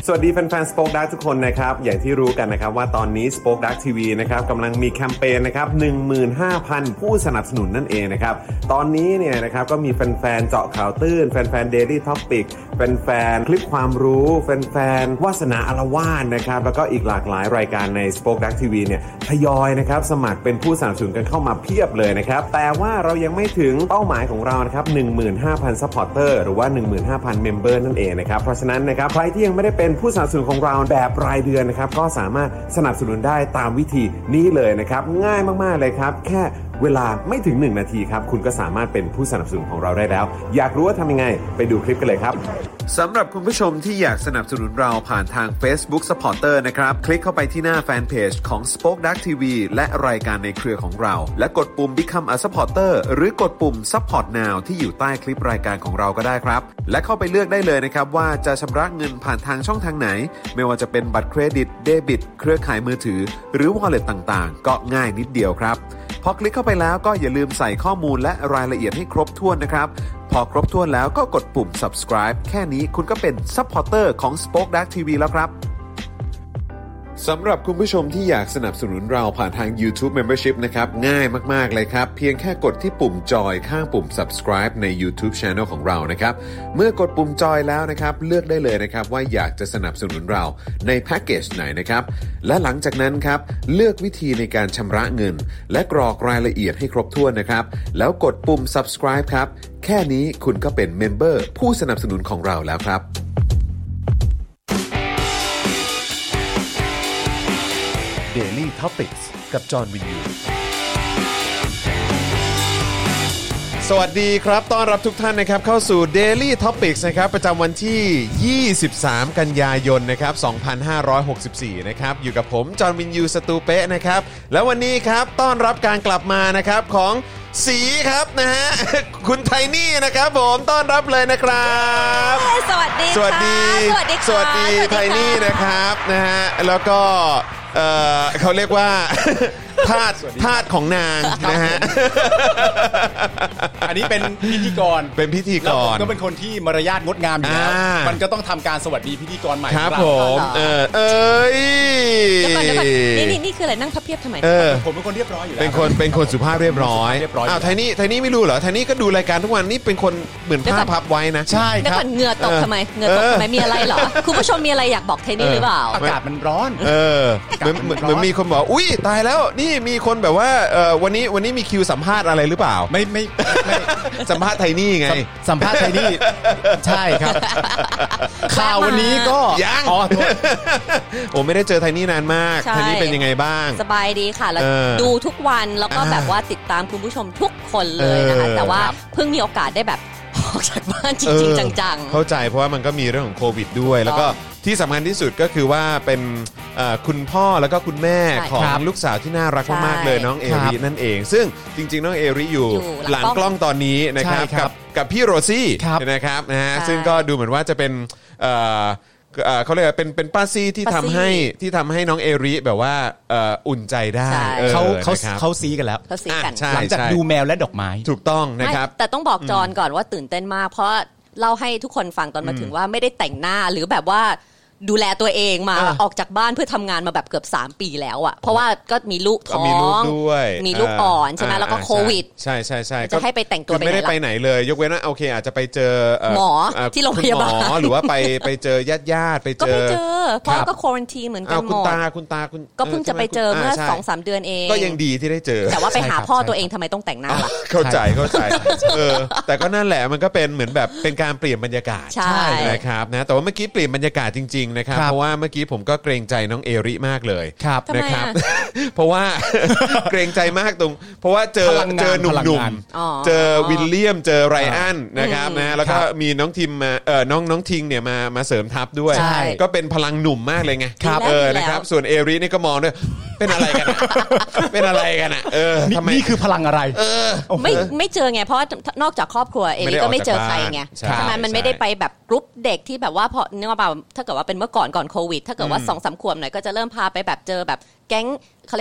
วัสดีแฟนๆ Spoke Dark ทุกคนนะครับอย่างที่รู้กันนะครับว่าตอนนี้ Spoke Dark TV นะครับกำลังมีแคมเปญนะครับ 15,000 ผู้สนับสนุนนั่นเองนะครับตอนนี้เนี่ยนะครับก็มีแฟนๆเจาะข่าวตื้นแฟนๆ Daily Topic แฟนๆคลิปความรู้แฟนๆวาสนาอารวาสนะครับแล้วก็อีกหลากหลายรายการใน Spoke Dark TV เนี่ยทยอยนะครับสมัครเป็นผู้สนับสนุนกันเข้ามาเพียบเลยนะครับแต่ว่าเรายังไม่ถึงเป้าหมายของเรานะครับ 15,000 supporter หรือว่า 15,000 member นั่นเองนะครับเพราะฉะนั้นนะครับใครที่ยังไม่ได้เป็นผู้สนับสนุนของเราแบบรายเดือนนะครับก็สามารถสนับสนุนได้ตามวิธีนี้เลยนะครับง่ายมากๆเลยครับแค่เวลาไม่ถึง1นาทีครับคุณก็สามารถเป็นผู้สนับสนุนของเราได้แล้วอยากรู้ว่าทำยังไงไปดูคลิปกันเลยครับสำหรับคุณผู้ชมที่อยากสนับสนุนเราผ่านทาง Facebook Supporter นะครับคลิกเข้าไปที่หน้าแฟนเพจของ Spoke Dark TV และรายการในเครือของเราและกดปุ่ม Become a Supporter หรือกดปุ่ม Support Now ที่อยู่ใต้คลิปรายการของเราก็ได้ครับและเข้าไปเลือกได้เลยนะครับว่าจะชำระเงินผ่านทางช่องทางไหนไม่ว่าจะเป็นบัตรเครดิตเดบิตเครือข่ายมือถือหรือ Wallet ต่างๆก็ง่ายนิดเดียวครับพอคลิกเข้าไปแล้วก็อย่าลืมใส่ข้อมูลและรายละเอียดให้ครบถ้วนนะครับพอครบถ้วนแล้วก็กดปุ่ม subscribe แค่นี้คุณก็เป็น supporter ของ Spoke Dark TV แล้วครับสำหรับคุณผู้ชมที่อยากสนับสนุนเราผ่านทาง YouTube Membership นะครับง่ายมากๆเลยครับเพียงแค่กดที่ปุ่มจอยข้างปุ่ม subscribe ใน YouTube Channel ของเรานะครับเมื่อกดปุ่มจอยแล้วนะครับเลือกได้เลยนะครับว่าอยากจะสนับสนุนเราในแพ็กเกจไหนนะครับและหลังจากนั้นครับเลือกวิธีในการชำระเงินและกรอกรายละเอียดให้ครบถ้วนนะครับแล้วกดปุ่ม subscribe ครับแค่นี้คุณก็เป็นเมมเบอร์ผู้สนับสนุนของเราแล้วครับ Daily Topics กับจอห์นวินยูสวัสดีครับต้อนรับทุกท่านนะครับเข้าสู่ Daily Topics นะครับประจำวันที่23กันยายนนะครับ2564นะครับอยู่กับผมจอห์นวินยูสตูเป๊ะนะครับแล้ววันนี้ครับต้อนรับการกลับมานะครับของสีครับนะฮะคุณไทนี่นะครับผมต้อนรับเลยนะครับสวัสดีสวัสดีสวัสดีไทนี่นะครับนะฮะแล้วก็เขาเรียกว่าทาสของนางนะฮะอันนี้เป็นพิธีกรแล้วผมก็เป็นคนที่มารยาทงดงามอยู่แล้วมันก็ต้องทำการสวัสดีพิธีกรใหม่ครับผมนี่คืออะไรนั่งพับเพียบทำไมผมเป็นคนเรียบร้อยอยู่แล้วเป็นคนสุภาพเรียบร้อยอ้าวไทนี่ไม่รู้เหรอไทนี่ก็ดูรายการทุกวันนี่เป็นคนเหมือนผ้าพับไว้นะใช่ครับเหงื่อตกทำไมมีอะไรเหรอคุณผู้ชมมีอะไรอยากบอกไทนี่หรือเปล่าอากาศมันร้อนเหมือนมีคนบอกอุ้ยตายแล้วนี่มีคนแบบว่าวันนี้มีคิวสัมภาษณ์อะไรหรือเปล่าไม่สัมภาษณ์ไทนี่ไงสัมภาษณ์ไทนี่ใช่ครับข่าววันนี้ก็ยังโอ้ไม่ได้เจอไทนี่นานมากไทนี่เป็นยังไงบ้างสบายดีค่ะแล้วดูทุกวันแล้วก็แบบว่าติดตามคุณผู้ชมทุกคนเลยนะคะแต่ว่าเพิ่งมีโอกาสได้แบบออกจากบ้านจริงๆจังๆเข้าใจเพราะว่ามันก็มีเรื่องของโควิดด้วยแล้วก็ที่สำคัญที่สุดก็คือว่าเป็นคุณพ่อแล้วก็คุณแม่ของลูกสาวที่น่ารักมากๆเลยน้องเอรินั่นเองซึ่งจริงๆน้องเอริอยู่หลังกล้องตอนนี้นะครับกับพี่โรซี่นะครับนะฮะซึ่งก็ดูเหมือนว่าจะเป็นเขาเรียกว่าเป็นป้าซี่ที่ทำให้น้องเอริแบบว่าอุ่นใจได้เขาซีกันแล้วหลังจากดูแมวและดอกไม้ถูกต้องนะครับแต่ต้องบอกจอนก่อนว่าตื่นเต้นมากเพราะเล่าให้ทุกคนฟังตอนมาถึงว่าไม่ได้แต่งหน้าหรือแบบว่าดูแลตัวเองมาออกจากบ้านเพื่อทำงานมาแบบเกือบ3ปีแล้วอ่ะเพราะว่าก็มีลูกท้องมีลูกอ่อนใช่ไหมแล้วก็โควิดใช่จะให้ไปแต่งตัวไม่ได้ไปไหนเลยยกเว้นว่าโอเคอาจจะไปเจอหมอที่โรงพยาบาลหรือว่าไปเจอญาติไปเจอเพราะก็ควอรันทีนเหมือนกันหมดคุณตาก็เพิ่งจะไปเจอเมื่อ 2-3 เดือนเองก็ยังดีที่ได้เจอแต่ว่าไปหาพ่อตัวเองทำไมต้องแต่งหน้าล่ะเข้าใจแต่ก็นั่นแหละมันก็เป็นเหมือนแบบเป็นการเปลี่ยนบรรยากาศนะครับนะแต่ว่าเมื่อกี้เปลี่ยนบรรยากาศจริงๆนะครับเพราะว่าเมื่อกี้ผมก็เกรงใจน้องเอริมากเลยนะครับเพราะว่าเกรงใจมากตรงเพราะว่าเจอหนุ่มๆเจอวิลเลียมเจอไรอันนะครับนะแล้วก็มีน้องทิมมาน้องทิงเนี่ยมาเสริมทัพด้วยก็เป็นพลังหนุ่มมากเลยไงนะครับส่วนเอรินี่ก็มองด้วยเป็นอะไรกันเป็นอะไรกันอ่ะนี่คือพลังอะไรไม่เจอไงเพราะนอกจากครอบครัวเอริก็ไม่เจอใครไงใช่ไหมมันไม่ได้ไปแบบกรุ๊ปเด็กที่แบบว่าพอเนื่องจากถ้าเกิดว่าเป็นเมื่อก่อนโควิดถ้าเกิดว่า 2-3 ขวบหน่อยก็จะเริ่มพาไปแบบเจอแบบแก๊งเขาเรียกว่าอะไร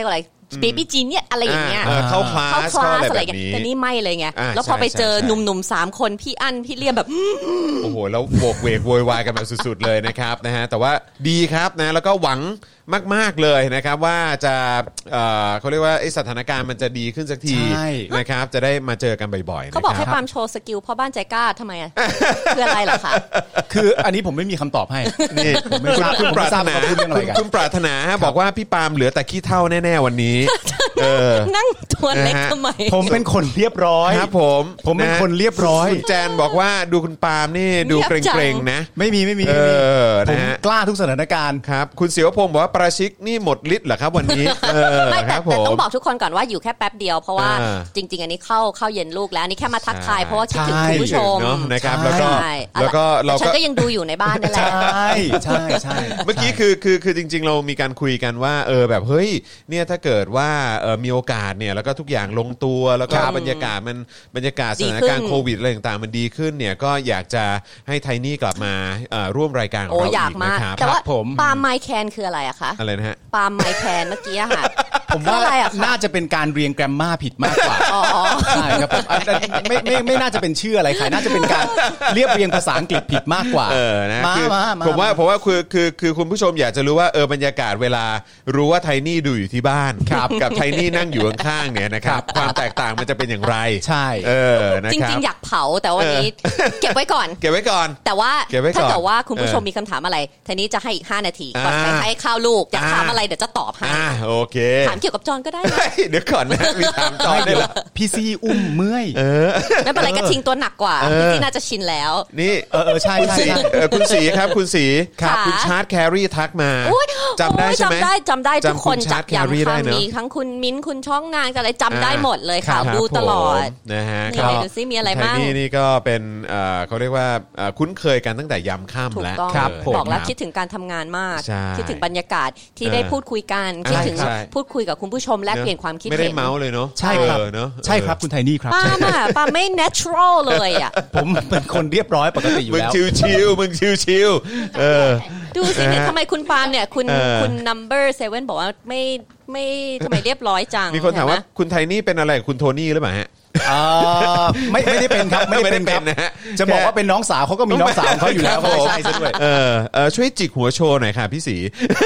เบบี้จีนเนี่ยอะไรอย่างเงี้ยเข้าคลาสอะไรอย่างเงี้ยแต่นี่ไม่เลยไงแล้วพอไปเจอหนุ่มๆ3คนพี่อั้นพี่เลี่ยมแบบโอ้โหแล้วโบกเวกโวยวายกันแบบสุดๆเลยนะครับนะฮะแต่ว่าดีครับนะแล้วก็หวังมากๆเลยนะครับว่าจะเขาเรียกว่าสถานการณ์มันจะดีขึ้นสักทีนะครับจะได้มาเจอกันบ่อยๆเขาบอกให้ปาล์มโชว์สกิลพ่อบ้านใจกล้าทำไมอ่ะคืออะไรเหรอคะคืออันนี้ผมไม่มีคำตอบให้นี่คุณปรารถนาคุณปรารถนาบอกว่าพี่ปาล์มเหลือแต่ขี้เท่าแน่ๆวันนี้นั่งตัวเล็กทำไมผมเป็นคนเรียบร้อยครับผมเป็นคนเรียบร้อยคุณแจนบอกว่าดูคุณปาล์มนี่ดูเกรงๆนะไม่มีผมกล้าทุกสถานการณ์ครับคุณศิวพงศ์บอกว่าประชิกนี่หมดฤทธิ์เหรอครับวันนี้ไม่แต่ต้องบอกทุกคนก่อนว่าอยู่แค่แป๊บเดียวเพราะว่าจริงๆอันนี้เข้าเย็นลูกแล้วนี่แค่มาทักทายเพราะว่าคิดถึงคุณผู้ชมนะครับแล้วก็เราฉันก็ยังดูอยู่ในบ้านนั่นแหละใช่เมื่อกี้คือจริงๆเรามีการคุยกันว่าแบบเฮ้ยเนี่ยถ้าเกิดว่ามีโอกาสเนี่ยแล้วก็ทุกอย่างลงตัวแล้วก็บรรยากาศสถานการณ์โควิดอะไรต่างๆมันดีขึ้นเนี่ยก็อยากจะให้ไทนี่กลับมาร่วมรายการของเราอีกนะครับแต่ว่าปาล์มไมค์แคนคืออะไรอะคะอะไรนะฮะปาล์มไมค์แคนเมื่อกี้ค่ะผมว่าน่าจะเป็นการเรียงแกรมมาผิดมากกว่าใช่ครับไม่น่าจะเป็นชื่ออะไรใครน่าจะเป็นการเรียบเรียงภาษาอังกฤษผิดมากกว่านะผมว่าคือคุณผู้ชมอยากจะรู้ว่าบรรยากาศเวลารู้ว่าไทนี่ดูอยู่ที่บ้านกับไทนี่นั่งอยู่ข้างๆเนี่ยนะครับความแตกต่างมันจะเป็นอย่างไรใช่จริงๆอยากเผาแต่วันนี้เก็บไว้ก่อนแต่ว่าถ้าเกิดว่าคุณผู้ชมมีคำถามอะไรไทนี่จะให้อีก5 นาทีก่อนไปให้ข้าวลูกอยากถามอะไรเดี๋ยวจะตอบให้โอเคถามเกี่ยวกับจอนก็ได้เดี๋ยวก่อนนะมีถามจอนได้ละพี่ซีอุ้มเมื่อยไม่เป็นไรกระทิงตัวหนักกว่าพี่ซีน่าจะชินแล้วนี่ใช่คุณสีครับคุณสีคุณชาร์ตแครี่ทักมาจำได้ใช่ไหมจำได้ทุกคนจับอย่างครั้งนี้ทั้งคุณมิ้นคุณช่องนางอะไรจำได้หมดเลยค่ะดูตลอดนะฮะดูซิมีอะไรบ้างนี่ก็เป็นเขาเรียกว่าคุ้นเคยกันตั้งแต่ยามค่ำแล้วบอกแล้วคิดถึงการทำงานมากคิดถึงบรรยากาศที่ได้พูดคุยกันคิดถึงพูดคุยกับคุณผู้ชมแลกเปลี่ยนความคิดเห็นไม่ได้เมาเลยเนาะใช่ครับใช่ครับคุณไทนี่ครับป้าไม่ natural เลยอ่ะผมเป็นคนเรียบร้อยปกติอยู่แล้วมึงชิวดูสิเนี่ยทำไมคุณปาล์มเนี่ยคุณ number 7บอกว่าไม่ทำไมเรียบร้อยจังมีคนถามว่าคุณไทนี่เป็นอะไรคุณโทนี่หรือเปล่าฮะไม่ได้เป็นครับไม่ได้เป็นครับนะฮะจะบอกว่าเป็นน้องสาวเขาก็มีน้องสาวเขาอยู่แล้วใช่ซะด้วยช่วยจิกหัวโชว์หน่อยค่ะพี่สี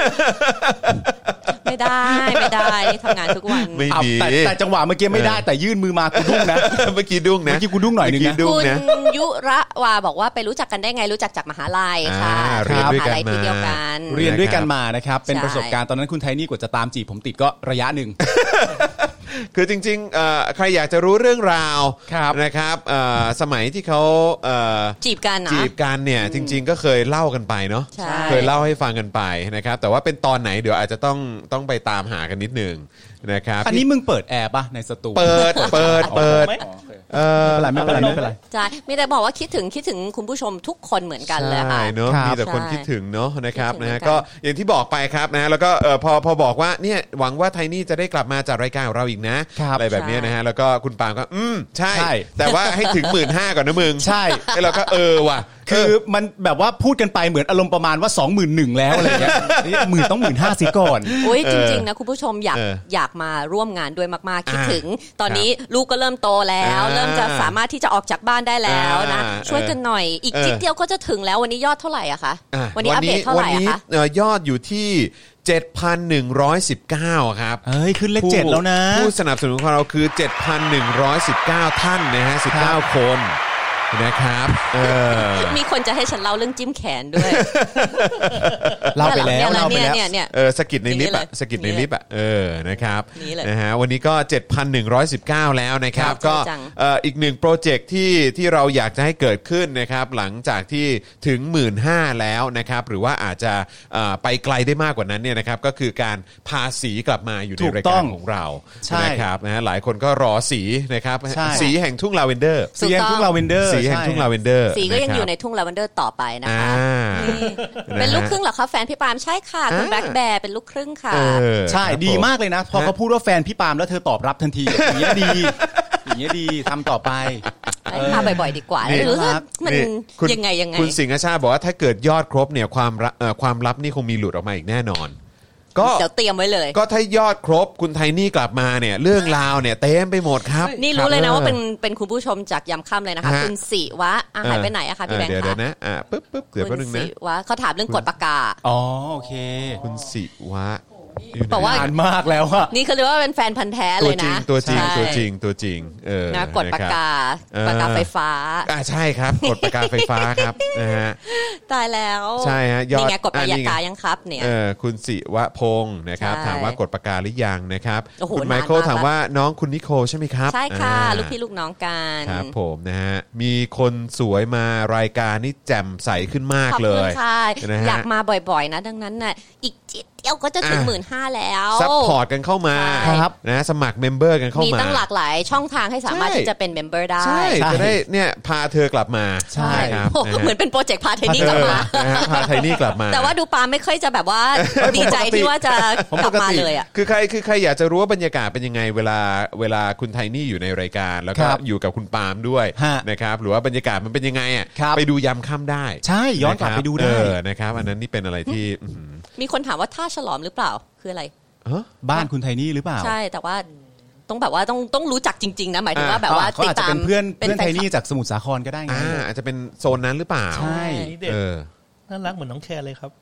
ไม่ได้ทำงานทุกวันไม่ดีแต่จังหวะเมื่อกี้ไม่ได้แต่ยื่นมือมากูดุ้งนะเมื่อกี้ดุ้งนะกูดุ้งหน่อยนึงนะคุณยุระวาบอกว่าไปรู้จักกันได้ไงรู้จักจากมหาลัยค่ะเรียนด้วยกันที่เดียวกันเรียนด้วยกันมานะครับเป็นประสบการณ์ตอนนั้นคุณไทนี่กว่าจะตามจีบผมติดก็ระยะหนึ่งคือจริงๆใครอยากจะรู้เรื่องราวนะครับสมัยที่เขาจีบกันเนี่ยจริงๆก็เคยเล่ากันไปเนาะเคยเล่าให้ฟังกันไปนะครับแต่ว่าเป็นตอนไหนเดี๋ยวอาจจะต้องไปตามหากันนิดนึงนะครับอันนี้มึงเปิดแอร์ป่ะในสตูเปิดไม่เป็นไรใช่มีแต่บอกว่าคิดถึงคุณผู้ชมทุกคนเหมือนกันเลยค่ะเนาะมีแต่คนคิดถึงเนาะนะครับนะก็อย่างที่บอกไปครับนะแล้วก็พอบอกว่าเนี่ยหวังว่าไทนี่จะได้กลับมาจัดรายการของเราอีกนะอะไรแบบนี้นะฮะแล้วก็คุณปาล์มก็ใช่แต่ว่าให้ถึง 15,000 ก่อนนะมึงใช่แล้วก็ว่ะคือมันแบบว่าพูดกันไปเหมือนอารมณ์ประมาณว่า 21,000 แล้วอะไรเงี้ย10,000ต้อง 15,000 สิก่อนอุ้ยจริงๆนะคุณผู้ชมอยากมาร่วมงานด้วยมากๆคิดถึงตอนนี้ลูกก็เริ่มโตแล้วเริ่มจะสามารถที่จะออกจากบ้านได้แล้วนะช่วยกันหน่อยอีกนิดเดียวก็จะถึงแล้ววันนี้ยอดเท่าไหร่อะคะวันนี้อัปเดตเท่าไหร่อะคะยอดอยู่ที่ 7,119 ครับขึ้นเลข7แล้วนะผู้สนับสนุนของเราคือ 7,119 ท่านนะฮะ19 คนนะครับมีคนจะให้ฉันเล่าเรื่องจิ้มแขนด้วยเล่าไปแล้วเนี่ยสกิดในลิฟต์นะครับนะฮะวันนี้ก็ 7,119 แล้วนะครับก็อีกหนึ่งโปรเจกต์ที่เราอยากจะให้เกิดขึ้นนะครับหลังจากที่ถึง 15,000 แล้วนะครับหรือว่าอาจจะไปไกลได้มากกว่านั้นเนี่ยนะครับก็คือการพาสีกลับมาอยู่ในรายการของเรานะครับนะฮะหลายคนก็รอสีนะครับสีแห่งทุ่งลาเวนเดอร์สีแห่งทุ่งลาเวนเดอร์สีแห่งทุ่งลาเวนเดอร์สีก็ยังอยู่ในทุ่งลาเวนเดอร์ต่อไปนะคะเป็นลูกครึ่งเหรอคะแฟนพี่ปาล์มใช่ค่ะคุณแบล็คแบร์เป็นลูกครึ่งค่ะใช่ดีมากเลยนะพอเขาพูดว่าแฟนพี่ปาล์มแล้วเธอตอบรับทันทีอย่างนี้ดีทำต่อไปทำบ่อยๆดีกว่ารู้สึกมันยังไงคุณสิงห์ชาบอกว่าถ้าเกิดยอดครบเนี่ยความลับนี่คงมีหลุดออกมาอีกแน่นอนก็เดี๋ยวเตรียมไว้เลยก็ถ้ายอดครบคุณไทนี่กลับมาเนี่ยเรื่องราวเนี่ยเต็มไปหมดครับนี่รู้เลยนะว่าเป็นคุณผู้ชมจากยำค่ำเลยนะคะคุณสิวะหายไปไหนอะคะพี่แบงค์เดี๋ยวคะนะปึ๊บเดี๋ยวแป๊บนึงคุณนะสิวะเขาถามเรื่องกฎปากกาอ๋อโอเคคุณสิวะบอกว่านานมากแล้วอะนี่เขาเรียกว่าเป็นแฟนพันธ์แท้เลยนะตัวจริงใช่ นะกดปากกาปากกาไฟฟ้าใช่ครับกดปากกาไฟฟ้าครับนะฮะตายแล้วใช่ฮะยอดนี่ไงกดปากกายังครับเนี่ยคุณสิวะพงศ์นะครับใช่ถามว่ากดปากกาหรือยังนะครับโอ้โหคุณไมเคิลนานมากถามว่าน้องคุณนิโคลใช่ไหมครับใช่ค่ะลูกพี่ลูกน้องกันครับผมนะฮะมีคนสวยมารายการนี่แจ่มใสขึ้นมากขอบเลคุณยค่ะนะฮะอยากมาบ่อยๆนะดังนั้นน่ะอีกจิตเดียวก็จะถึง 15,000 แล้วซัพพอร์ตกันเข้ามาใช่นะสมัครเมมเบอร์กันเข้ามีมาตั้งหลากหลายช่องทางให้สามารถใช่ที่จะเป็นเมมเบอร์ได้ใช่จะได้เนี่ยพาเธอกลับมาใช่ครับโอ้โหเหมือนเป็นโปรเจกต์พาเทนนี่กลับมานะฮะพาไทนี่กลับมาแต่ว่าดูปาไม่ค่อยจะแบบว่าดีใจที่ว่าจะกลับมาเลยอ่ะคือใครอยากจะรู้ว่าบรรยากาศเป็นยังไงเวลาคุณไทนี่อยู่ในรายการแล้วก็ครับอยู่กับคุณปาล์มด้วยฮะนะครับหรือว่าบรรยากาศมันเป็นยังไงอ่ะครับไปดูยำค่ำได้ใช่ย้อนกลับไปดูได้นะครับอันนั้นนี่เป็นอะไรที่มีคนถามว่าท่าฉลอมหรือเปล่าคืออะไรบ้านคุณไทนี่หรือเปล่าใช่แต่ว่าต้องแบบว่าต้องรู้จักจริงๆนะหมายถึงว่าแบบว่าเขาติดอาจจะตามเป็นเพื่อนแฟไทคลับนี่จากสมุทรสาครก็ได้ไงอาจจะเป็นโซนนั้นหรือเปล่าใช่นี่เด็ดเออน่ารักเหมือนน้องแคร์เลยครับ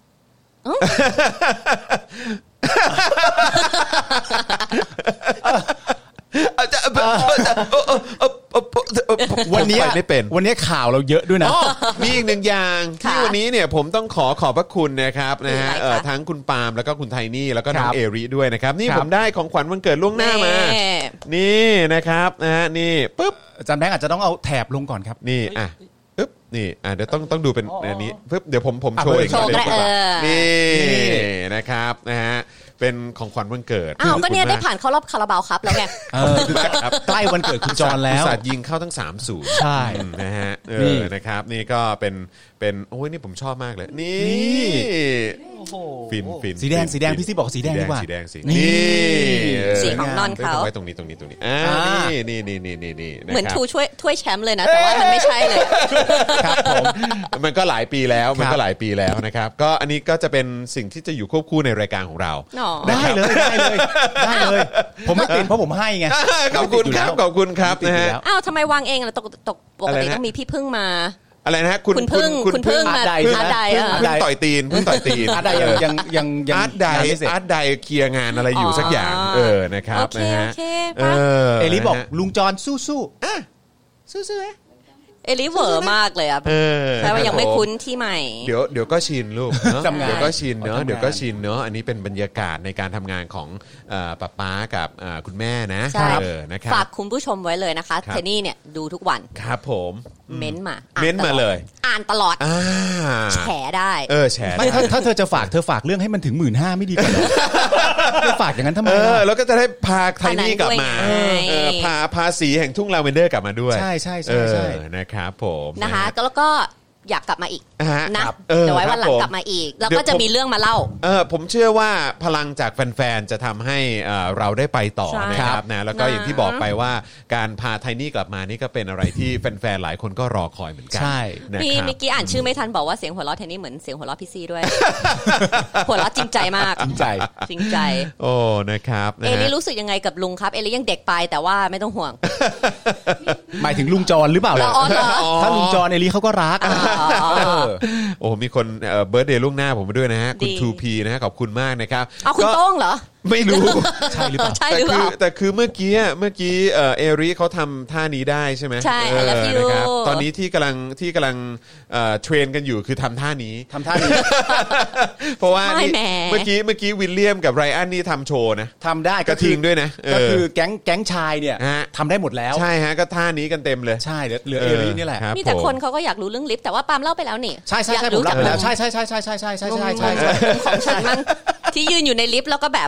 วันนี้ไปไม่เป็นวันนี้ข่าวเราเยอะด้วยนะมีอีกหนึ่งอย่างที่ค่ะวันนี้เนี่ยผมต้องขอบพระคุณนะครับนะฮะคืออะไรคะทั้งคุณปาล์มแล้วก็คุณไทนี่แล้วก็น้องครับเอริด้วยนะครับนี่ครับผมได้ของขวัญวันเกิดล่วงหน้ามาแม่นี่นะครับนะฮะนี่ปุ๊บอาจารย์แบงค์อาจจะต้องเอาแถบลงก่อนครับนี่ปึ๊บนี่เดี๋ยวต้องดูเป็นอันนี้ปึ๊บเดี๋ยวผมโชว์อ่ะอีกโชว์นิดก็ได้นึงนี่นี่นะครับนะฮะเป็นของขวัญวันเกิดอ้าวก็เนี่ยได้ขอบคุณมผ่านเข้ารอบคาราบาวครับแล้วไงใกล้วันเกิดคุณจรแล้วอุตส่าห์ยิงเข้าทั้ง3-0 ใช่นะฮะนี่นะครับนี่ก็เป็นโอ้ยนี่ผมชอบมากเลย นี่นี่โอ้โหฟินสีแดงสีแดงพี่ซี่บอกสีแดงดีกว่าสีแดงสีนี่สีของนอนเขาไว้ตรงนี้นี่เหมือนนะครับถ้วยแชมป์เลยนะ แต่ว่ามันไม่ใช่เลยครับผมมันก็หลายปีแล้วนะครับก็อันนี้ก็จะเป็นสิ่งที่จะอยู่ควบคู่ในรายการของเราอ๋อได้เลย ผมไม่ติดเพราะผมให้ไงขอบคุณครับขอบคุณครับไม่ติดนะอยู่ฮะแล้วอ้าวทำไมวางเองล่ะตกปกอะไรตินะต้องมีพี่พึ่งมาอะไรนะฮะคุณคุณพึ่งมาอาร์ตไดอาร์ตไดใช่ไหมเออพึ่งต่อยตีนอาร์ตไดยังอาร์ตไดงานไม่เสร็จอาร์ตไดเคลียร์งานอะไรอยู่สักอย่างนะครับโอเคนะฮะโอเคเอปะเอลิบอกนะฮะลุงจรสู้สู้ๆเอลิเวอร์มากเลยอ่ะเออแปลว่ายังไม่รับผคุ้นที่ใหม่เดี๋ยวก็ชินลูกเนอะทำงานเดี๋ยวก็ชินเนอะทำงานเดี๋ยวก็ชินเนอะอันนี้เป็นบรรยากาศในการทำงานของป๊ากับคุณแม่นะใช่นะครับฝากคุณผู้ชมไว้เลยนะคะครับเทนนี่เนี่ยดูทุกวันครับผมเม้นต์มาเม้นต์มาเลยอ่านตลอดอ่าแฉได้แฉๆไม่ถ้าเธอจะฝากเรื่องให้มันถึง 15,000ไม่ดีกว่าเหรอจะฝากอย่างนั้นทำไมล่ะแล้วก็จะได้พาไทนี่กลับมาอันนั้นด้วยไงพาสีแห่งทุ่งลาเวนเดอร์กลับมาด้วยใช่นะครับผมนะคะ แล้วก็อยากกลับมาอีกฮะนะครับเออเดี๋ยวไว้วันหลัคงรับผมกลับมาอีก แล้วเดี๋ก็ยวจะผมมีเรื่องมาเล่าผมเชื่อว่าพลังจากแฟนๆจะทำให้เราได้ไปต่อใช่นะครับนะแล้วก็นะอย่างที่บอกไปว่าการพาไทนี่กลับมานี่ก็เป็นอะไรที่แฟนๆหลายคนก็รอคอยเหมือนกัใช่นะพี่ครับเมื่อกี้อ่านชื่อไม่ทันบอกว่าเสียงหัวเราะเทนนี่เหมือนเสียงหัวเราะพี่ซีด้วย หัวเราะจริงใจมากจริงใจจริงใจโอ้นะครับนะเอฮะลี่รู้สึกยังไงกับลุงครับ เอลี่ยังเด็กไปแต่ว่าไม่ต้องห่วงหมายถึงลุงจรหรือเปล่าล่ะอ๋อเหรอถ้าลุงจรเอลีเขาก็รักโอ้มีคนเบิร์ธเดย์ล่วงหน้าผมมาด้วยนะฮะคุณดี 2P นะฮะขอบคุณมากนะครับเอาคุณก็โต้งเหรอไม่รู้ใช่หรือเปล่าใช่หรือเปล่าแต่คือเมื่อกี้เอริเขาทำท่านี้ได้ใช่ไหมใช่ I love you นะครับตอนนี้ที่กำลังเทรนกันอยู่คือทำท่านี้ทำท่านี้เพราะว่าไม่นี่แหมเมื่อกี้วิลเลียมกับไรอันนี่ทำโชว์นะทำได้กระทิงด้วยนะก็คือแก๊งชายเนี่ยฮะทำได้หมดแล้วใช่ฮะก็ท่านี้กันเต็มเลยใช่เหลือเอลีนี่แหละรับมีแต่ผคนเขาก็อยากรู้เรื่องลิฟต์แต่ว่าปาล์มเล่าไปแล้วนี่ใช่อยากผมรับไปแล้วจากใช่ของฉันมันที่ยืนอยู่ในลิฟต์แล้วก็แบบ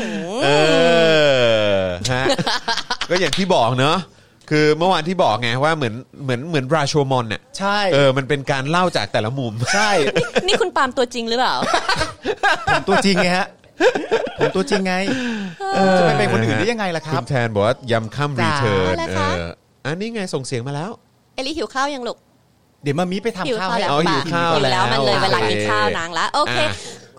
ฮะ ก็อย่างที่บอกเนอะคือเมื่อวานที่บอกไงว่าเหมือนราโชมอนเนี่ยใช่มันเป็นการเล่าจากแต่ละมุมใช่นี่คุณปาล์มตัวจริงหรือเปล่าผมตัวจริงไงฮะผมตัวจริงไงจะไปเป็นคนอื่นได้ยังไงล่ะคคุรับณแทนบอกว่ายำค่ำรีเทิร์นอะไรคะอันนี้ไงส่งเสียงมาแล้วเอลี่หิวข้าวยังลูกเดี๋ยวมามีไปทำข้าวให้อ๋อหิวข้าวหิวแล้วมันเลยแล้วเวลากินข้าวนางละโอเคอ่ะ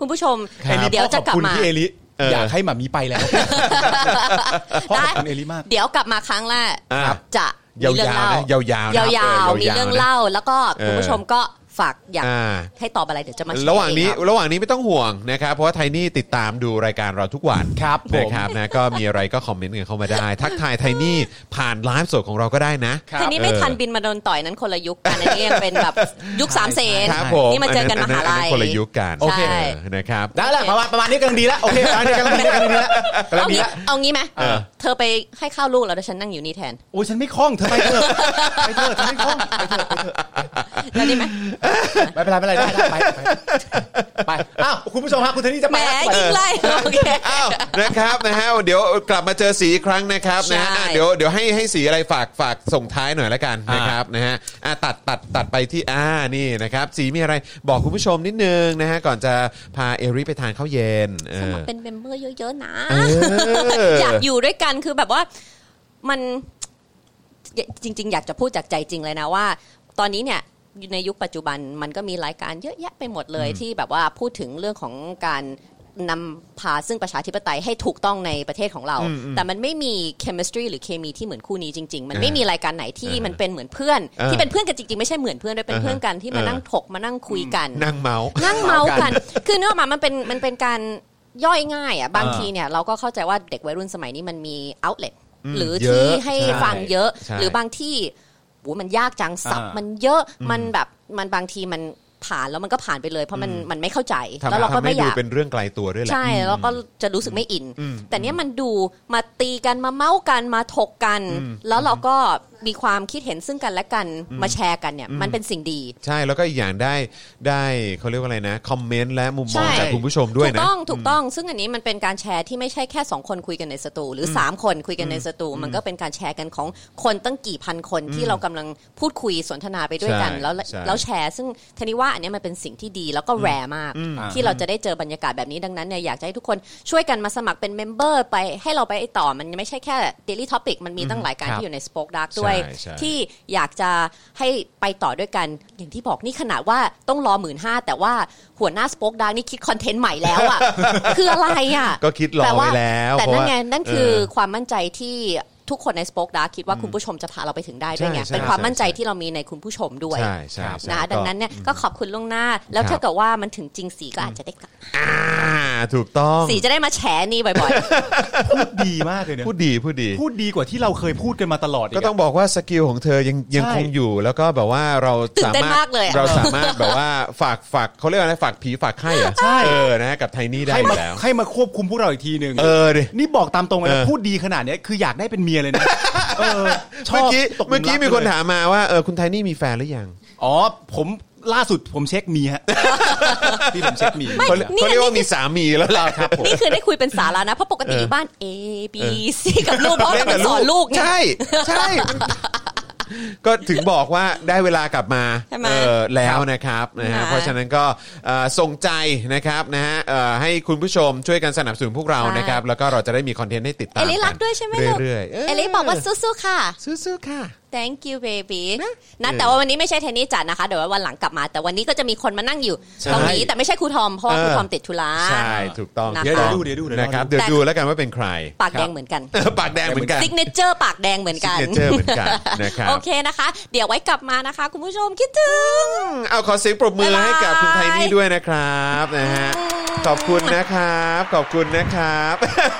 คุณผู้ชมเดี๋ยวจะกลับมาพี่เอลิอยากให้หม่ามีไปแล้วได้คุณเอลิมากเดี๋ยวกลับมาครั้งแรกจะยาวๆมีเรื่องเล่าแล้วก็คุณผู้ชมก็ฝากอยากให้ตอบอะไรเดี๋ยวจะมาระหว่างนี้ไม่ต้องห่วงนะครับเพราะว่าไทนี่ติดตามดูรายการเราทุกวันครับนะครับนะก็มีอะไรก็คอมเมนต์กันเข้ามาได้ทักทายไทนี่ผ่านไลฟ์สดของเราก็ได้นะไทนี่ไม่ทันบินมาโดนต่อยนั้นคนละยุคกันอันนี้ยังเป็นแบบยุค3เสนนี่มาเจอกันมหาลัยคนละยุคกันโอเคนะครับได้แล้วประมาณนี้กำลังดีแล้วโอเคประมาณนี้กำลังดีแล้วเอางี้ไหมเธอไปให้ข้าวลูกแล้วฉันนั่งอยู่นี่แทนโอ้ยฉันไม่คล่องเธอไปเถอะฉันไม่คล่องไปเถอะแล้วนี่ไหมไม่เป็นไรได้ไปอ้าวคุณผู้ชมครับคุณเทนนี่จะไปยิงไล่โอเคอ้าวนะครับนะฮะเดี๋ยวกลับมาเจอสีอีกครั้งนะครับนะเดี๋ยวให้สีอะไรฝากส่งท้ายหน่อยละกันนะครับนะฮะตัดไปที่นี่นะครับสีมีอะไรบอกคุณผู้ชมนิดนึงนะฮะก่อนจะพาเอริไปทานข้าวเย็นสมัครเป็นเมมเบอร์เยอะๆนะอยากอยู่ด้วยกันคือแบบว่ามันจริงๆอยากจะพูดจากใจจริงเลยนะว่าตอนนี้เนี่ยในยุคปัจจุบันมันก็มีรายการเยอะแยะไปหมดเลยที่แบบว่าพูดถึงเรื่องของการนำพาซึ่งประชาธิปไตยให้ถูกต้องในประเทศของเราแต่มันไม่มี chemistry หรือเคมีที่เหมือนคู่นี้จริงๆมันไม่มีรายการไหนที่มันเป็นเหมือนเพื่อนที่เป็นเพื่อนกันจริงๆไม่ใช่เหมือนเพื่อนด้วยเป็นเพื่อนกันที่มานั่งถกมานั่งคุยกันนั่งเมากันคือเนื้อมามันเป็นการย่อยง่ายอ่ะบางทีเนี่ยเราก็เข้าใจว่าเด็กวัยรุ่นสมัยนี้มันมี outlet หรือที่ให้ฟังเยอะหรือบางที่มันยากจังศัพท์มันเยอะมันแบบมันบางทีมันผ่านแล้วมันก็ผ่านไปเลยเพราะมันไม่เข้าใจแล้วเราก็ไม่อยากเป็นเรื่องไกลตัวด้วยแหละใช่แล้วก็จะรู้สึกไม่อินแต่เนี้ยมันดูมาตีกันมาเม้ากันมาถกกันแล้วเราก็มีความคิดเห็นซึ่งกันและกันมาแชร์กันเนี่ยมันเป็นสิ่งดีใช่แล้วก็อีกอย่างได้เขาเรียกว่าอะไรนะคอมเมนต์และมุมมองจากคุณผู้ชมด้วยนะถูกต้องซึ่งอันนี้มันเป็นการแชร์ที่ไม่ใช่แค่2คนคุยกันในสตูหรือ3คนคุยกันในสตูมันก็เป็นการแชร์กันของคนตั้งกี่พันคนที่เรากำลังพูดคุยสนทนาไปด้วยกันแล้วแชร์ซึ่งทีนี้ว่าอันนี้มันเป็นสิ่งที่ดีแล้วก็แรร์มากที่เราจะได้เจอบรรยากาศแบบนี้ดังนั้นเนี่ยอยากจะให้ทุกคนช่วยกันมาสมัครเป็นเมมเบอร์ไปให้เราไปต่อมันไม่ใช่แค่ Daily Topic มันมีตั้งหลายการที่อยู่ใน Spoke Dark ด้วยที่อยากจะให้ไปต่อด้วยกันอย่างที่บอกนี่ขนาดว่าต้องรอ 15,000 แต่ว่าหัวหน้า Spoke Dark นี่คิดคอนเทนต์ใหม่แล้วอ่ะ คืออะไรอ่ะก็คิดรอไว้แล้วแต่นั่นไงนั่นคือความมั่นใจที่ทุกคนใน Spoke Dark คิดว่าคุณผู้ชมจะพาเราไปถึงได้ด้วยไงเป็นความมั่นใจที่เรามีในคุณผู้ชมด้วยนะดังนั้นเนี่ยก็ขอบคุณล่วงหน้าแล้วถ้าเกิดว่ามันถึงจริงสีก็อาจจะได้กลับถูกต้องสีจะได้มาแฉนี่บ่อยๆพูดดีมากเลยนะพูดดีกว่าที่เราเคยพูดกันมาตลอดก็ต้องบอกว่าสกิลของเธอยังคงอยู่แล้วก็แบบว่าเราสามารถแบบว่าฝากเขาเรียกว่าอะไรฝากผีฝากไข้อะนะกับไทนี่ได้แล้วให้มาควบคุมพวกเราอีกทีนึงนี่บอกตามตรงเลยพูดดีขนาดนี้คืออยากได้เป็นเมียเลยนะเมื่อกี้มีคนถามมาว่าคุณไทนี่มีแฟนหรือยังอ๋อผมล่าสุดผมเช็คมีฮะพี่ผมเช็คมีเขาเรียกว่ามีสามีแล้วล่ะครับนี่คือได้คุยเป็นสาระนะเพราะปกติอยู่บ้าน A B C กับลูกเพราะมันสอนลูกใช่ก็ถึงบอกว่าได้เวลากลับมาแล้วนะครับนะฮะเพราะฉะนั้นก็ส่งใจนะครับนะฮะให้คุณผู้ชมช่วยกันสนับสนุนพวกเรานะครับแล้วก็เราจะได้มีคอนเทนต์ให้ติดตามเอลิรักด้วยใช่ไหมลูกเอลิบอกว่าสู้ๆค่ะสู้ๆค่ะ Thank you baby นะแต่ว่าวันนี้ไม่ใช่เทนนี่จัดนะคะเดี๋ยววันหลังกลับมาแต่วันนี้ก็จะมีคนมานั่งอยู่ตรงนี้แต่ไม่ใช่ครูทอมเพราะว่าครูทอมติดธุระใช่ถูกต้องเดี๋ยวดูนะครับเดี๋ยวดูแล้วกันว่าเป็นใครปากแดงเหมือนกันปากแดงเหมือนกัน Signature ปากแดงเหมือนกัน Signature เหมือนกันนะครับโอเคนะคะเดี๋ยวไว้กลับมานะคะคุณผู้ชมคิดถึงเอาขอเสียงปรบมือให้กับคุณไทนี่ด้วยนะครับนะฮะขอบคุณนะครับขอบคุณนะครับ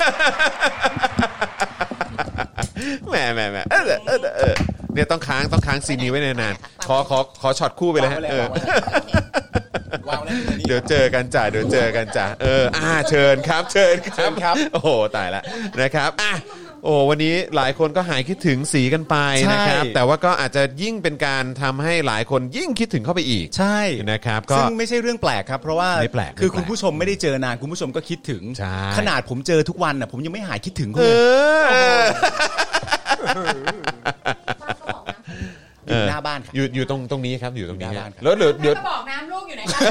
แหมเนี่ยต้องค้างซีนนี้ไว้นานๆขอช็อตคู่ไปเลยฮะเดี๋ยวเจอกันจ้ะเชิญครับโอ้โหตายละนะครับโอ้วันนี้หลายคนก็หายคิดถึงสีกันไปนะครับแต่ว่าก็อาจจะยิ่งเป็นการทำให้หลายคนยิ่งคิดถึงเข้าไปอีกใช่นะครับก็ซึ่งไม่ใช่เรื่องแปลกครับเพราะว่าคือคุณผู้ชมไม่ได้เจอนานคุณผู้ชมก็คิดถึงขนาดผมเจอทุกวันน่ะผมยังไม่หายคิดถึงเลยอยู่หน้าบ้านครับอยู่ตรงนี้ครับอยู่ตรงนี้แล้วเดี๋ยวบอกน้ำลูกอยู่ไหนครับ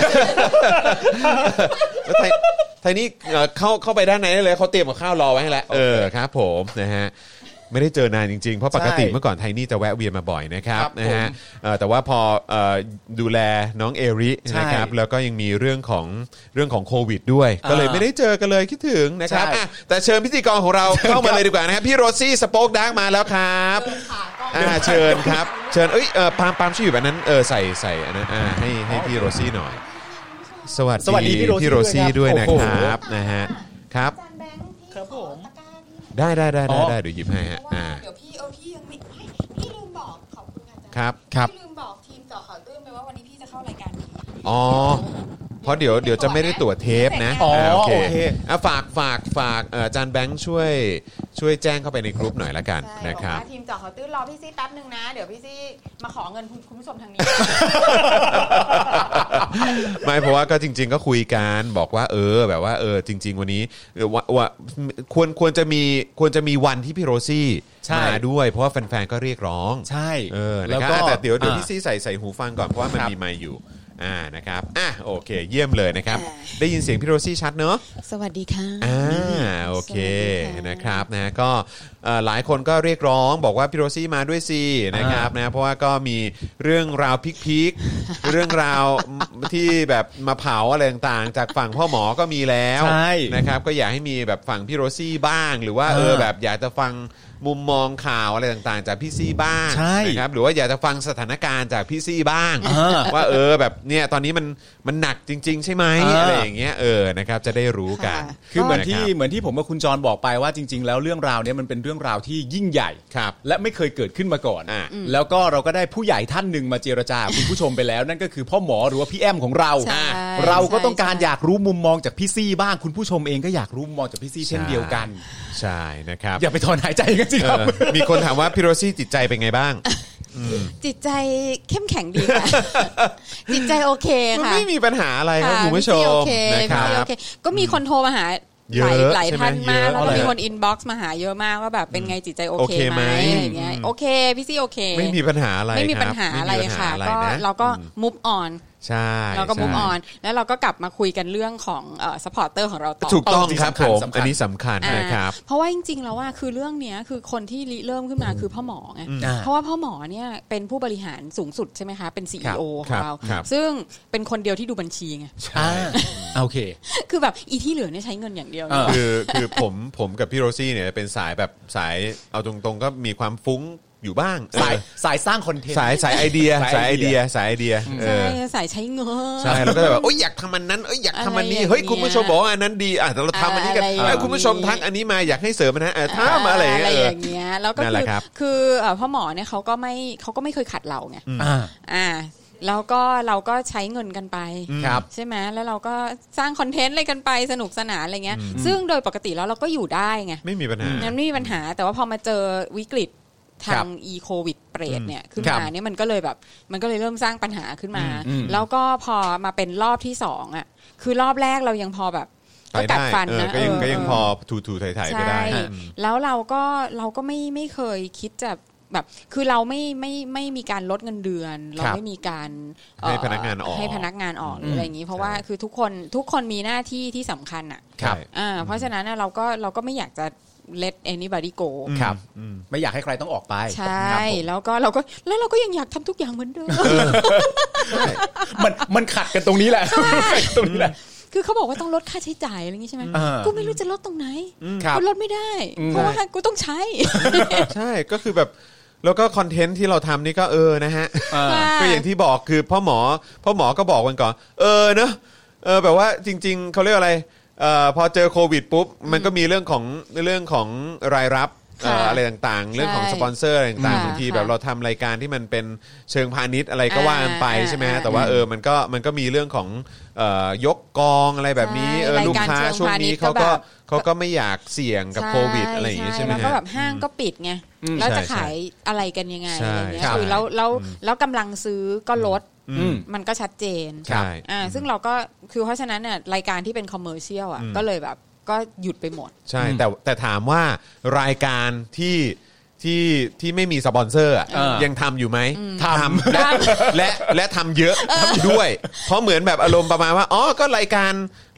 แล้วไทนี่เข้าไปด้านในได้เลยเขาเตรียมกับข้าวรอไว้ให้แล้วครับผมนะฮะไม่ได้เจอนานจริงๆเพราะปกติเมื่อก่อนไทนี่จะแวะเวียนมาบ่อยนะครับนะฮะแต่ว่าพอดูแลน้องเอรินะครับแล้วก็ยังมีเรื่องของโควิดด้วยก็เลยไม่ได้เจอกันเลยคิดถึงนะครับแต่เชิญพิธีกรของเราเข้ามาเลยดีกว่านะครับพี่โรซี่สโป๊กดาร์กมาแล้วครับเชิญครับเชิญปาล์มช่วยอยู่แบบนั้นใส่อันนั้นให้พี่โรซี่หน่อยสวัสดีพี่โรซี่ด้วยนะครับนะฮะครับครับผมได้เดี๋ยวหยิบให้ฮะเดี๋ยวพี่ยังไม่พี่ลืมบอกขอบคุณอาจารย์ครับพี่ลืมบอกทีมเจาะข่าวตื้นไปว่าวันนี้พี่จะเข้ารายการอ๋อเพราะเดี๋ยวจะไม่ได้ตรวจเทปนะโอเคฝากอาจารย์แบงค์ช่วยแจ้งเข้าไปในกรุ๊ปหน่อยละกันนะครับทีมเจาะข่าวตื้นรอพี่ซี่แป๊บนึงนะเดี๋ยวพี่ซี่มาขอเงินคุณผู้ชมทางนี้ไม่เพราะว่าก็จริงๆก็คุยกันบอกว่าแบบว่าจริงๆวันนี้ว่าควรจะมีวันที่พี่โรซี่มาด้วยเพราะว่าแฟนๆก็เรียกร้องใช่แล้วก็แต่เดี๋ยวพี่ซี่ใส่หูฟังก่อนเพราะว่ามันมีไมค์อยู่นะครับโอเคเยี่ยมเลยนะครับได้ยินเสียงพี่โรซี่ชัดเนอะสวัสดีค่ะโอเคนะครับนะก็หลายคนก็เรียกร้องบอกว่าพี่โรซี่มาด้วยสินะครับนะเพราะว่าก็มีเรื่องราวพีคเรื่องราวที่แบบมาเผาอะไรต่างๆจากฝั่งพ่อหมอก็มีแล้วนะครับก็อยากให้มีแบบฝั่งพี่โรซี่บ้างหรือว่าแบบอยากจะฟังมุมมองข่าวอะไรต่างๆจากพี่ซี่บ้างนะครับหรือว่าอยากจะฟังสถานการณ์จากพี่ซี่บ้างว่าแบบเนี่ยตอนนี้มันหนักจริงๆใช่ไหมอะไรอย่างเงี้ยนะครับจะได้รู้กันคือเหมือนที่ผมกับคุณจรบอกไปว่าจริงๆแล้วเรื่องราวนี้มันเป็นเรื่องราวที่ยิ่งใหญ่และไม่เคยเกิดขึ้นมาก่อนแล้วก็เราก็ได้ผู้ใหญ่ท่านหนึ่งมาเจรจาคุณผู้ชมไปแล้วนั่นก็คือพ่อหมอหรือว่าพี่แอมของเราเราก็ต้องการอยากรู้มุมมองจากพี่ซี่บ้างคุณผู้ชมเองก็อยากรู้มุมมองจากพี่ซี่เช่นเดียวกันใช่นะครับอย่าไปถอนหายใจกันสิครับมีคนถามว่าพี่โรซี่จิตใจเป็นไงบ้างจิตใจเข้มแข็งดีค่ะจิตใจโอเคค่ะไม่มีปัญหาอะไรครับคุณผู้ชมนะครับก็มีคนโทรมาหาหลายท่านมากแล้วก็มีคนอินบ็อกซ์มาหาเยอะมากว่าแบบเป็นไงจิตใจโอเคไหมอย่างเงี้ยโอเคพี่ซี่โอเคไม่มีปัญหาอะไรไม่มีปัญหาอะไรค่ะก็เราก็ move on ใช่เราก็ move on แล้วเราก็กลับมาคุยกันเรื่องของsupporter ของเราต่อถูกต้องครับผมอันนี้สำคัญนะครับเพราะว่าจริงๆแล้วว่าคือเรื่องนี้คือคนที่ริเริ่มขึ้นมาคือพ่อหมอไงเพราะว่าพ่อหมอเนี่ยเป็นผู้บริหารสูงสุดใช่ไหมคะเป็น CEO ของเราซึ่งเป็นคนเดียวที่ดูบัญชีไงโอเคคือแบบอีที่เหลือเนี่ยใช้เงินอย่างเดียวคือผมกับพี่โรซี่เนี่ยเป็นสายแบบสายเอาตรงๆก็มีความฟุ้งอยู่บ้างสายสร้างคอนเทนต์สายไอเดียสายไอเดียสายใช้เงินใช่แล้วก็แบบอยากทำมันนั้นอยากทำมันนี้เฮ้ยคุณผู้ชมบอกอันนั้นดีแต่เราทำอันนี้กันคุณผู้ชมทักอันนี้มาอยากให้เสริมนะทำอะไรอย่างเงี้ยแล้วก็คือพ่อหมอเนี่ยเขาก็ไม่เคยขัดเราไงแล้วก็เราก็ใช้เงินกันไปใช่ไหมแล้วเราก็สร้างคอนเทนต์อะไรกันไปสนุกสนานอะไรเงี้ยซึ่งโดยปกติแล้วเราก็อยู่ได้ไงไม่มีปัญหาไม่มีปัญหาแต่ว่าพอมาเจอวิกฤตทางโควิดเปรตเนี่ยขึ้นมาเนี่ยมันก็เลยเริ่มสร้างปัญหาขึ้นมาแล้วก็พอมาเป็นรอบที่2อ่ะคือรอบแรกเรายังพอแบบก็กัดฟันนะก็ยังพอถูๆไถ่ๆไปได้แล้วเราก็ไม่เคยคิดจะแบบคือเราไม่มีการลดเงินเดือนเราไม่มีการให้พนักงานออกหรืออะไรอย่างนี้เพราะว่าคือทุกคนมีหน้าที่ที่สำคัญอ่ะเพราะฉะนั้นเราก็ไม่อยากจะlet anybody go ครับไม่อยากให้ใครต้องออกไปใช่แล้วเราก็ยังอยากทำทุกอย่างเหมือนเดิมมันขัดกันตรงนี้แหละตรงนี้แหละคือเขาบอกว่าต้องลดค่าใช้จ่ายอะไรอย่างงี้ใช่ไหมกูไม่รู้จะลดตรงไหนกูลดไม่ได้เพราะว่ากูต้องใช้ใช่ก็คือแบบแล้วก็คอนเทนต์ที่เราทำนี่ก็นะฮะก็อย่างที่บอกคือพ่อหมอก็บอกกันก่อนเนอะแบบว่าจริงๆเขาเรียกอะไรพอเจอโควิดปุ๊บมันก็มีเรื่องของรายรับอะไรต่างๆเรื่องของสปอนเซอร์อะไรต่างๆบางทีแบบเราทำรายการที่มันเป็นเชิงพาณิชย์อะไรก็ว่ากันไปใช่ไหมแต่ว่ามันก็มีเรื่องของยกกองอะไรแบบนี้ลูกค้าช่วงนี้เขาก็ไม่อยากเสี่ยงกับโควิดอะไรอย่างงี้ใช่ไหมแล้วก็แบบห้างก็ปิดไงแล้วจะขายอะไรกันยังไงอะไรเงี้ยคือแล้วกำลังซื้อก็ลดมันก็ชัดเจนซึ่งเราก็คือเพราะฉะนั้นเนี่ยรายการที่เป็นคอมเมอร์เชียลอ่ะก็เลยแบบก็หยุดไปหมดใช่แต่ถามว่ารายการที่ไม่มีสปอนเซอร์ยังทำอยู่ไหมทำและทำเยอะด้วยเพราะเหมือนแบบอารมณ์ประมาณว่าก็ราย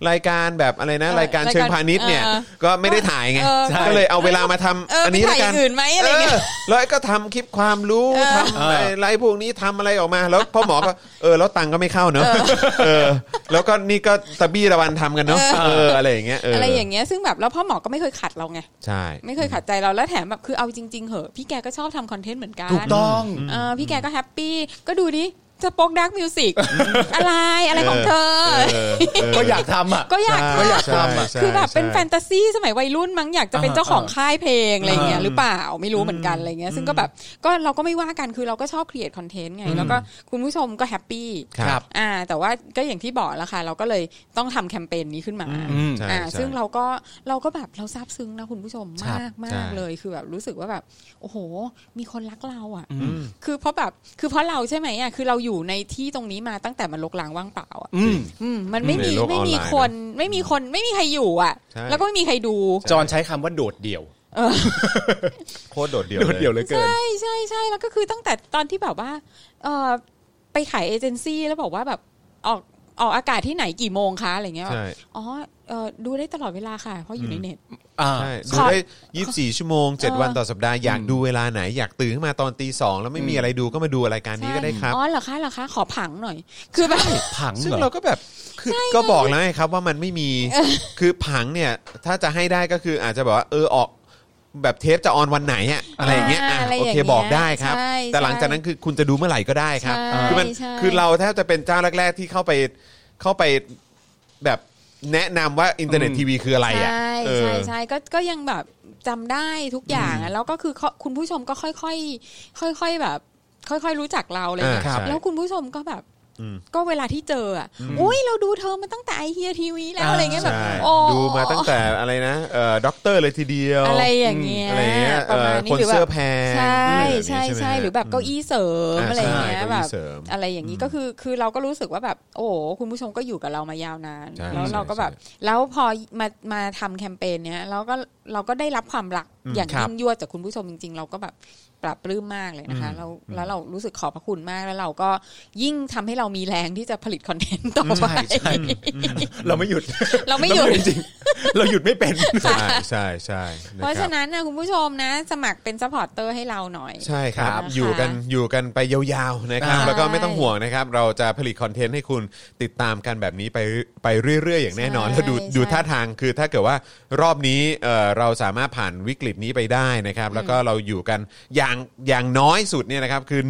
รายการแบบอะไรนะรายการเชิงพาณิชย์เนี่ยก็ไม่ได้ถ่ายไงก็เลยเอาเวลามาทำอันนี้แล้วกันอื่นไหมอะไรเงี้ยแล้วก็ทำคลิปความรู้ทำอะไรพวกนี้ทำอะไรออกมาแล้วพ่อหมอก็แล้วตังก็ไม่เข้าเนอะแล้วก็นี่ก็ตะบี้ตะวันทำกันเนอะอะไรอย่างเงี้ยอะไรอย่างเงี้ยซึ่งแบบแล้วพ่อหมอก็ไม่เคยขัดเราไงใช่ไม่เคยขัดใจเราแล้วแถมแบบคือเอาจริงๆเหอะพี่แกก็ชอบทำคอนเทนต์เหมือนกันถูกต้องพี่แกก็แฮปปี้ก็ดูดิจะโป๊กดักมิวสิกอะไรของเธอก็อยากทำอ่ะก็อยากทำอ่ะคือแบบเป็นแฟนตาซีสมัยวัยรุ่นมั้งอยากจะเป็นเจ้าของค่ายเพลงอะไรเงี้ยหรือเปล่าไม่รู้เหมือนกันอะไรเงี้ยซึ่งก็แบบก็เราก็ไม่ว่ากันคือเราก็ชอบครีเอทคอนเทนต์ไงแล้วก็คุณผู้ชมก็แฮปปี้แต่ว่าก็อย่างที่บอกแล้วค่ะเราก็เลยต้องทำแคมเปญนี้ขึ้นมาซึ่งเราก็แบบเราซาบซึ้งนะคุณผู้ชมมากเลยคือแบบรู้สึกว่าแบบโอ้โหมีคนรักเราอ่ะคือเพราะเราใช่ไหมอ่ะคือเราอยู่ในที่ตรงนี้มาตั้งแต่มันรกร้างว่างเปล่าอ่ะมันไม่มีคนไม่มีใครอยู่อ่ะแล้วก็ไม่มีใครดูจอนใช้คำว่าโดดเดี่ยวโคตรโดดเดี่ยวเลยเกินใช่แล้วก็คือตั้งแต่ตอนที่แบบว่าไปขายเอเจนซี่แล้วบอกว่าแบบออกอากาศที่ไหนกี่โมงคะอะไรเงี้ยดูได้ตลอดเวลาค่ะเพราะอยู่ในเน็ตใช่ดูได้24ชั่วโมง7วันต่อสัปดาห์อยากดูเวลาไหนอยากตื่นขึ้นมาตอน 2:00 แล้วไม่มีอะไรดูก็มาดูรายการนี้ก็ได้ครับเหรอคะขอผังหน่อยคือแบบผังซึ่งเราก็แบบคือก็บอกแล้วไงครับว่ามันไม่มีคือผังเนี่ยถ้าจะให้ได้ก็คืออาจจะบอกว่าออกแบบเทปจะออนวันไหนอะไรอย่างเงี้ยโอเคบอกได้ครับแต่หลังจากนั้นคือคุณจะดูเมื่อไหร่ก็ได้ครับคือเราแทบจะเป็นเจ้าแรกๆที่เข้าไปแบบแนะนำว่าอินเทอร์เน็ตทีวีคืออะไรอ่ะใช่ก็ยังแบบจำได้ทุกอย่างแล้วก็คือคุณผู้ชมก็ค่อยๆแบบค่อยๆรู้จักเราเลยแล้วคุณผู้ชมก็แบบก็เวลาที่เจออ่ะอุ้ยเราดูเธอมาตั้งแต่ไอเฮียทีวีแล้วอะไรเงี้ยแบบดูมาตั้งแต่อะไรนะด็อกเตอร์เลยทีเดียวอะไรอย่างเงี้ยประมาณนี้หรือแบบใช่หรือแบบเก้าอี้เสริมอะไรเงี้ยแบบอะไรอย่างนี้ก็คือเราก็รู้สึกว่าแบบโอ้คุณผู้ชมก็อยู่กับเรามายาวนานแล้วเราก็แบบแล้วพอมาทำแคมเปญเนี้ยเราก็ได้รับความรักอย่างยิ่งยวดจากคุณผู้ชมจริงๆเราก็แบบปรับปลื้มมากเลยนะคะแล้วเรารู้สึกขอบพระคุณมากแล้วเราก็ยิ่งทำให้เรามีแรงที่จะผลิตคอนเทนต์ต่อไปเราไม่หยุดจริงเราหยุดไม่เป็นใช่เพราะฉะนั้นนะคุณผู้ชมนะสมัครเป็นซัพพอร์ตเตอร์ให้เราหน่อยใช่ครับอยู่กันไปยาวๆนะครับแล้วก็ไม่ต้องห่วงนะครับเราจะผลิตคอนเทนต์ให้คุณติดตามกันแบบนี้ไปเรื่อยๆอย่างแน่นอนแล้วดูท่าทางคือถ้าเกิดว่ารอบนี้เราสามารถผ่านวิกฤตนี้ไปได้นะครับแล้วก็เราอยู่กันอย่างน้อยสุดเนี่ยนะครับคือ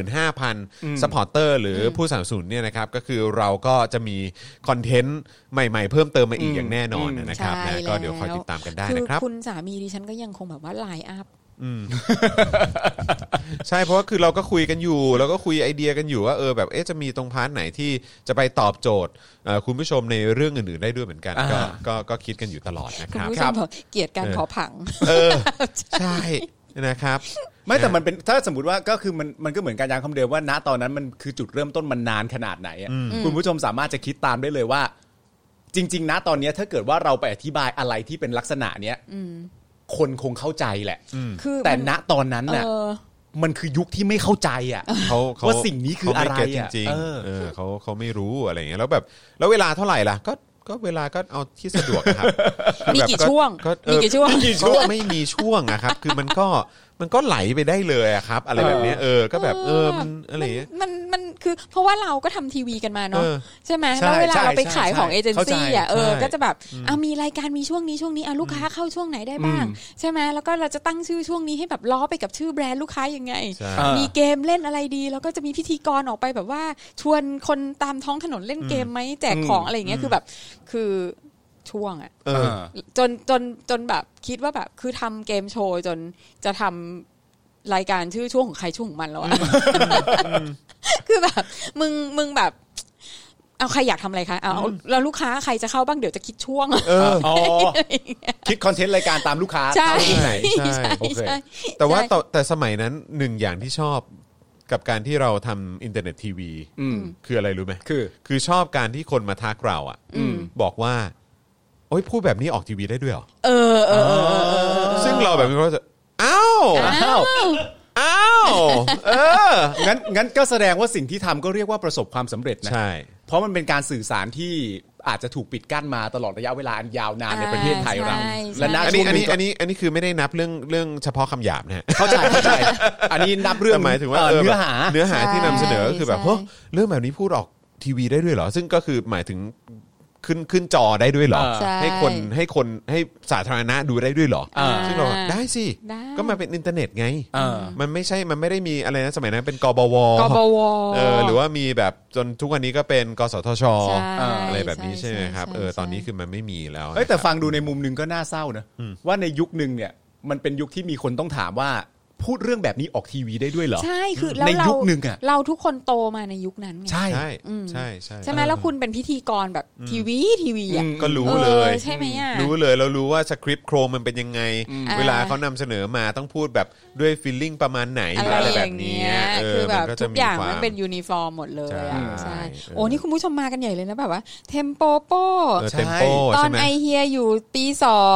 15,000 ซัพพอร์ตเตอร์หรือผู้สนับสนุนเนี่ยนะครับก็คือเราก็จะมีคอนเทนต์ใหม่ๆเพิ่มเติมมาอีกอย่างแน่นอนนะครับนะก็เดี๋ยวคอยติดตามกันได้นะครับคุณสามีดิฉันก็ยังคงแบบว่าไลน์อัพใช่เพราะว่าคือเราก็คุยกันอยู่เราก็คุยไอเดียกันอยู่ว่าแบบจะมีตรงพาร์ทไหนที่จะไปตอบโจทย์คุณผู้ชมในเรื่องอื่นๆได้ด้วยเหมือนกันก็คิดกันอยู่ตลอดนะครับคุณผู้ชมเกลียดการขอผังใช่นะครับไม่แต่มันเป็นถ้าสมมติว่าก็คือมันก็เหมือนการย้ำคำเดิมว่าณตอนนั้นมันคือจุดเริ่มต้นมันนานขนาดไหนคุณผู้ชมสามารถจะคิดตามได้เลยว่าจริงๆณตอนนี้ถ้าเกิดว่าเราไปอธิบายอะไรที่เป็นลักษณะเนี้ยคนคงเข้าใจแหละแต่ณตอนนั้นน่ะมันคือยุคที่ไม่เข้าใจอ่ะว่าสิ่งนี้คืออะไรจริงๆเขาไม่รู้อะไรอย่างเงี้ยแล้วแบบแล้วเวลาเท่าไหร่ล่ะก็เวลาก็เอาที่สะดวกครับมีกี่ช่วงไม่มีช่วงอะครับคือมันก็ไหลไปได้เลยอะครับอะไรแบบนี้ก็แบบมันอะไรอย่างเงี้ยมันคือเพราะว่าเราก็ทำทีวีกันมาเนาะใช่ไหมแล้วเวลาเราไปขายของเอเจนซี่อ่ะก็จะแบบมีรายการมีช่วงนี้ลูกค้าเข้าช่วงไหนได้บ้างใช่ไหมแล้วก็เราจะตั้งชื่อช่วงนี้ให้แบบล้อไปกับชื่อแบรนด์ลูกค้ายังไงมีเกมเล่นอะไรดีแล้วก็จะมีพิธีกรออกไปแบบว่าชวนคนตามท้องถนนเล่นเกมไหมแจกของอะไรอย่างเงี้ยคือแบบคือช่วงอ่ะจนแบบคิดว่าแบบคือทำเกมโชว์จนจะทำรายการชื่อช่วงของใครช่วงของมันแล้วอ่ะคือแบบมึงแบบเอาใครอยากทำอะไรคะเอาแล้วลูกค้าใครจะเข้าบ้างเดี๋ยวจะคิดช่วงคิดคอนเทนต์รายการตามลูกค้าใช่โอเคแต่สมัยนั้นหนึ่งอย่างที่ชอบกับการที่เราทำอินเทอร์เน็ตทีวีคืออะไรรู้ไหมคือชอบการที่คนมาทักเราอ่ะบอกว่าโอ๊ยพูดแบบนี้ออกทีวีได้ด้วยเหรอซึ่งเราแบบนี้ก็จะอ้าวงั้นก็แสดงว่าสิ่งที่ทำก็เรียกว่าประสบความสำเร็จนะใช่เพราะมันเป็นการสื่อสารที่อาจจะถูกปิดกั้นมาตลอดระยะเวลาอันยาวนานในประเทศไทยเราและณอันช่วงนี้นี้คือไม่ได้นับเรื่องเฉพาะคำหยาบนะฮะเข้าใจอันนี้นับเรื่องหมายถึงว่าเนื้อหาที่นำเสนอก็คือแบบเฮ้ยเรื่องแบบนี้พูดออกทีวีได้ด้วยเหรอซึ่งก็คือหมายถึงขึ้นจอได้ด้วยเหรอให้สาธารณะดูได้ด้วยเหรอซึ่งเราได้สิก็มาเป็นอินเทอร์เน็ตไงมันไม่ได้มีอะไรนะสมัยนั้นเป็นกบวหรือว่ามีแบบจนทุกวันนี้ก็เป็นกสทชอะไรแบบนี้ใช่ไหมครับตอนนี้คือมันไม่มีแล้วแต่ฟังดูในมุมนึงก็น่าเศร้านะว่าในยุคนึงเนี่ยมันเป็นยุคที่มีคนต้องถามว่าพูดเรื่องแบบนี้ออกทีวีได้ด้วยเหรอใช่คือแล้วในยุคนึงอ่ะเราทุกคนโตมาในยุคนั้นไงใช่ใช่ไหมแล้วคุณเป็นพิธีกรแบบทีวีอ่ะก็รู้เลยใช่ไหมอ่ะรู้เลยเรารู้ว่าสคริปต์โครงมันเป็นยังไงเวลาเขานำเสนอมาต้องพูดแบบด้วยฟีลลิ่งประมาณไหนอะไรแบบนี้คือแบบทุกอย่างมันเป็นยูนิฟอร์มหมดเลยใช่โอ้นี่คุณผู้ชมมากันใหญ่เลยนะแบบว่าเทมโปโป้ตอนไอเฮียอยู่ปี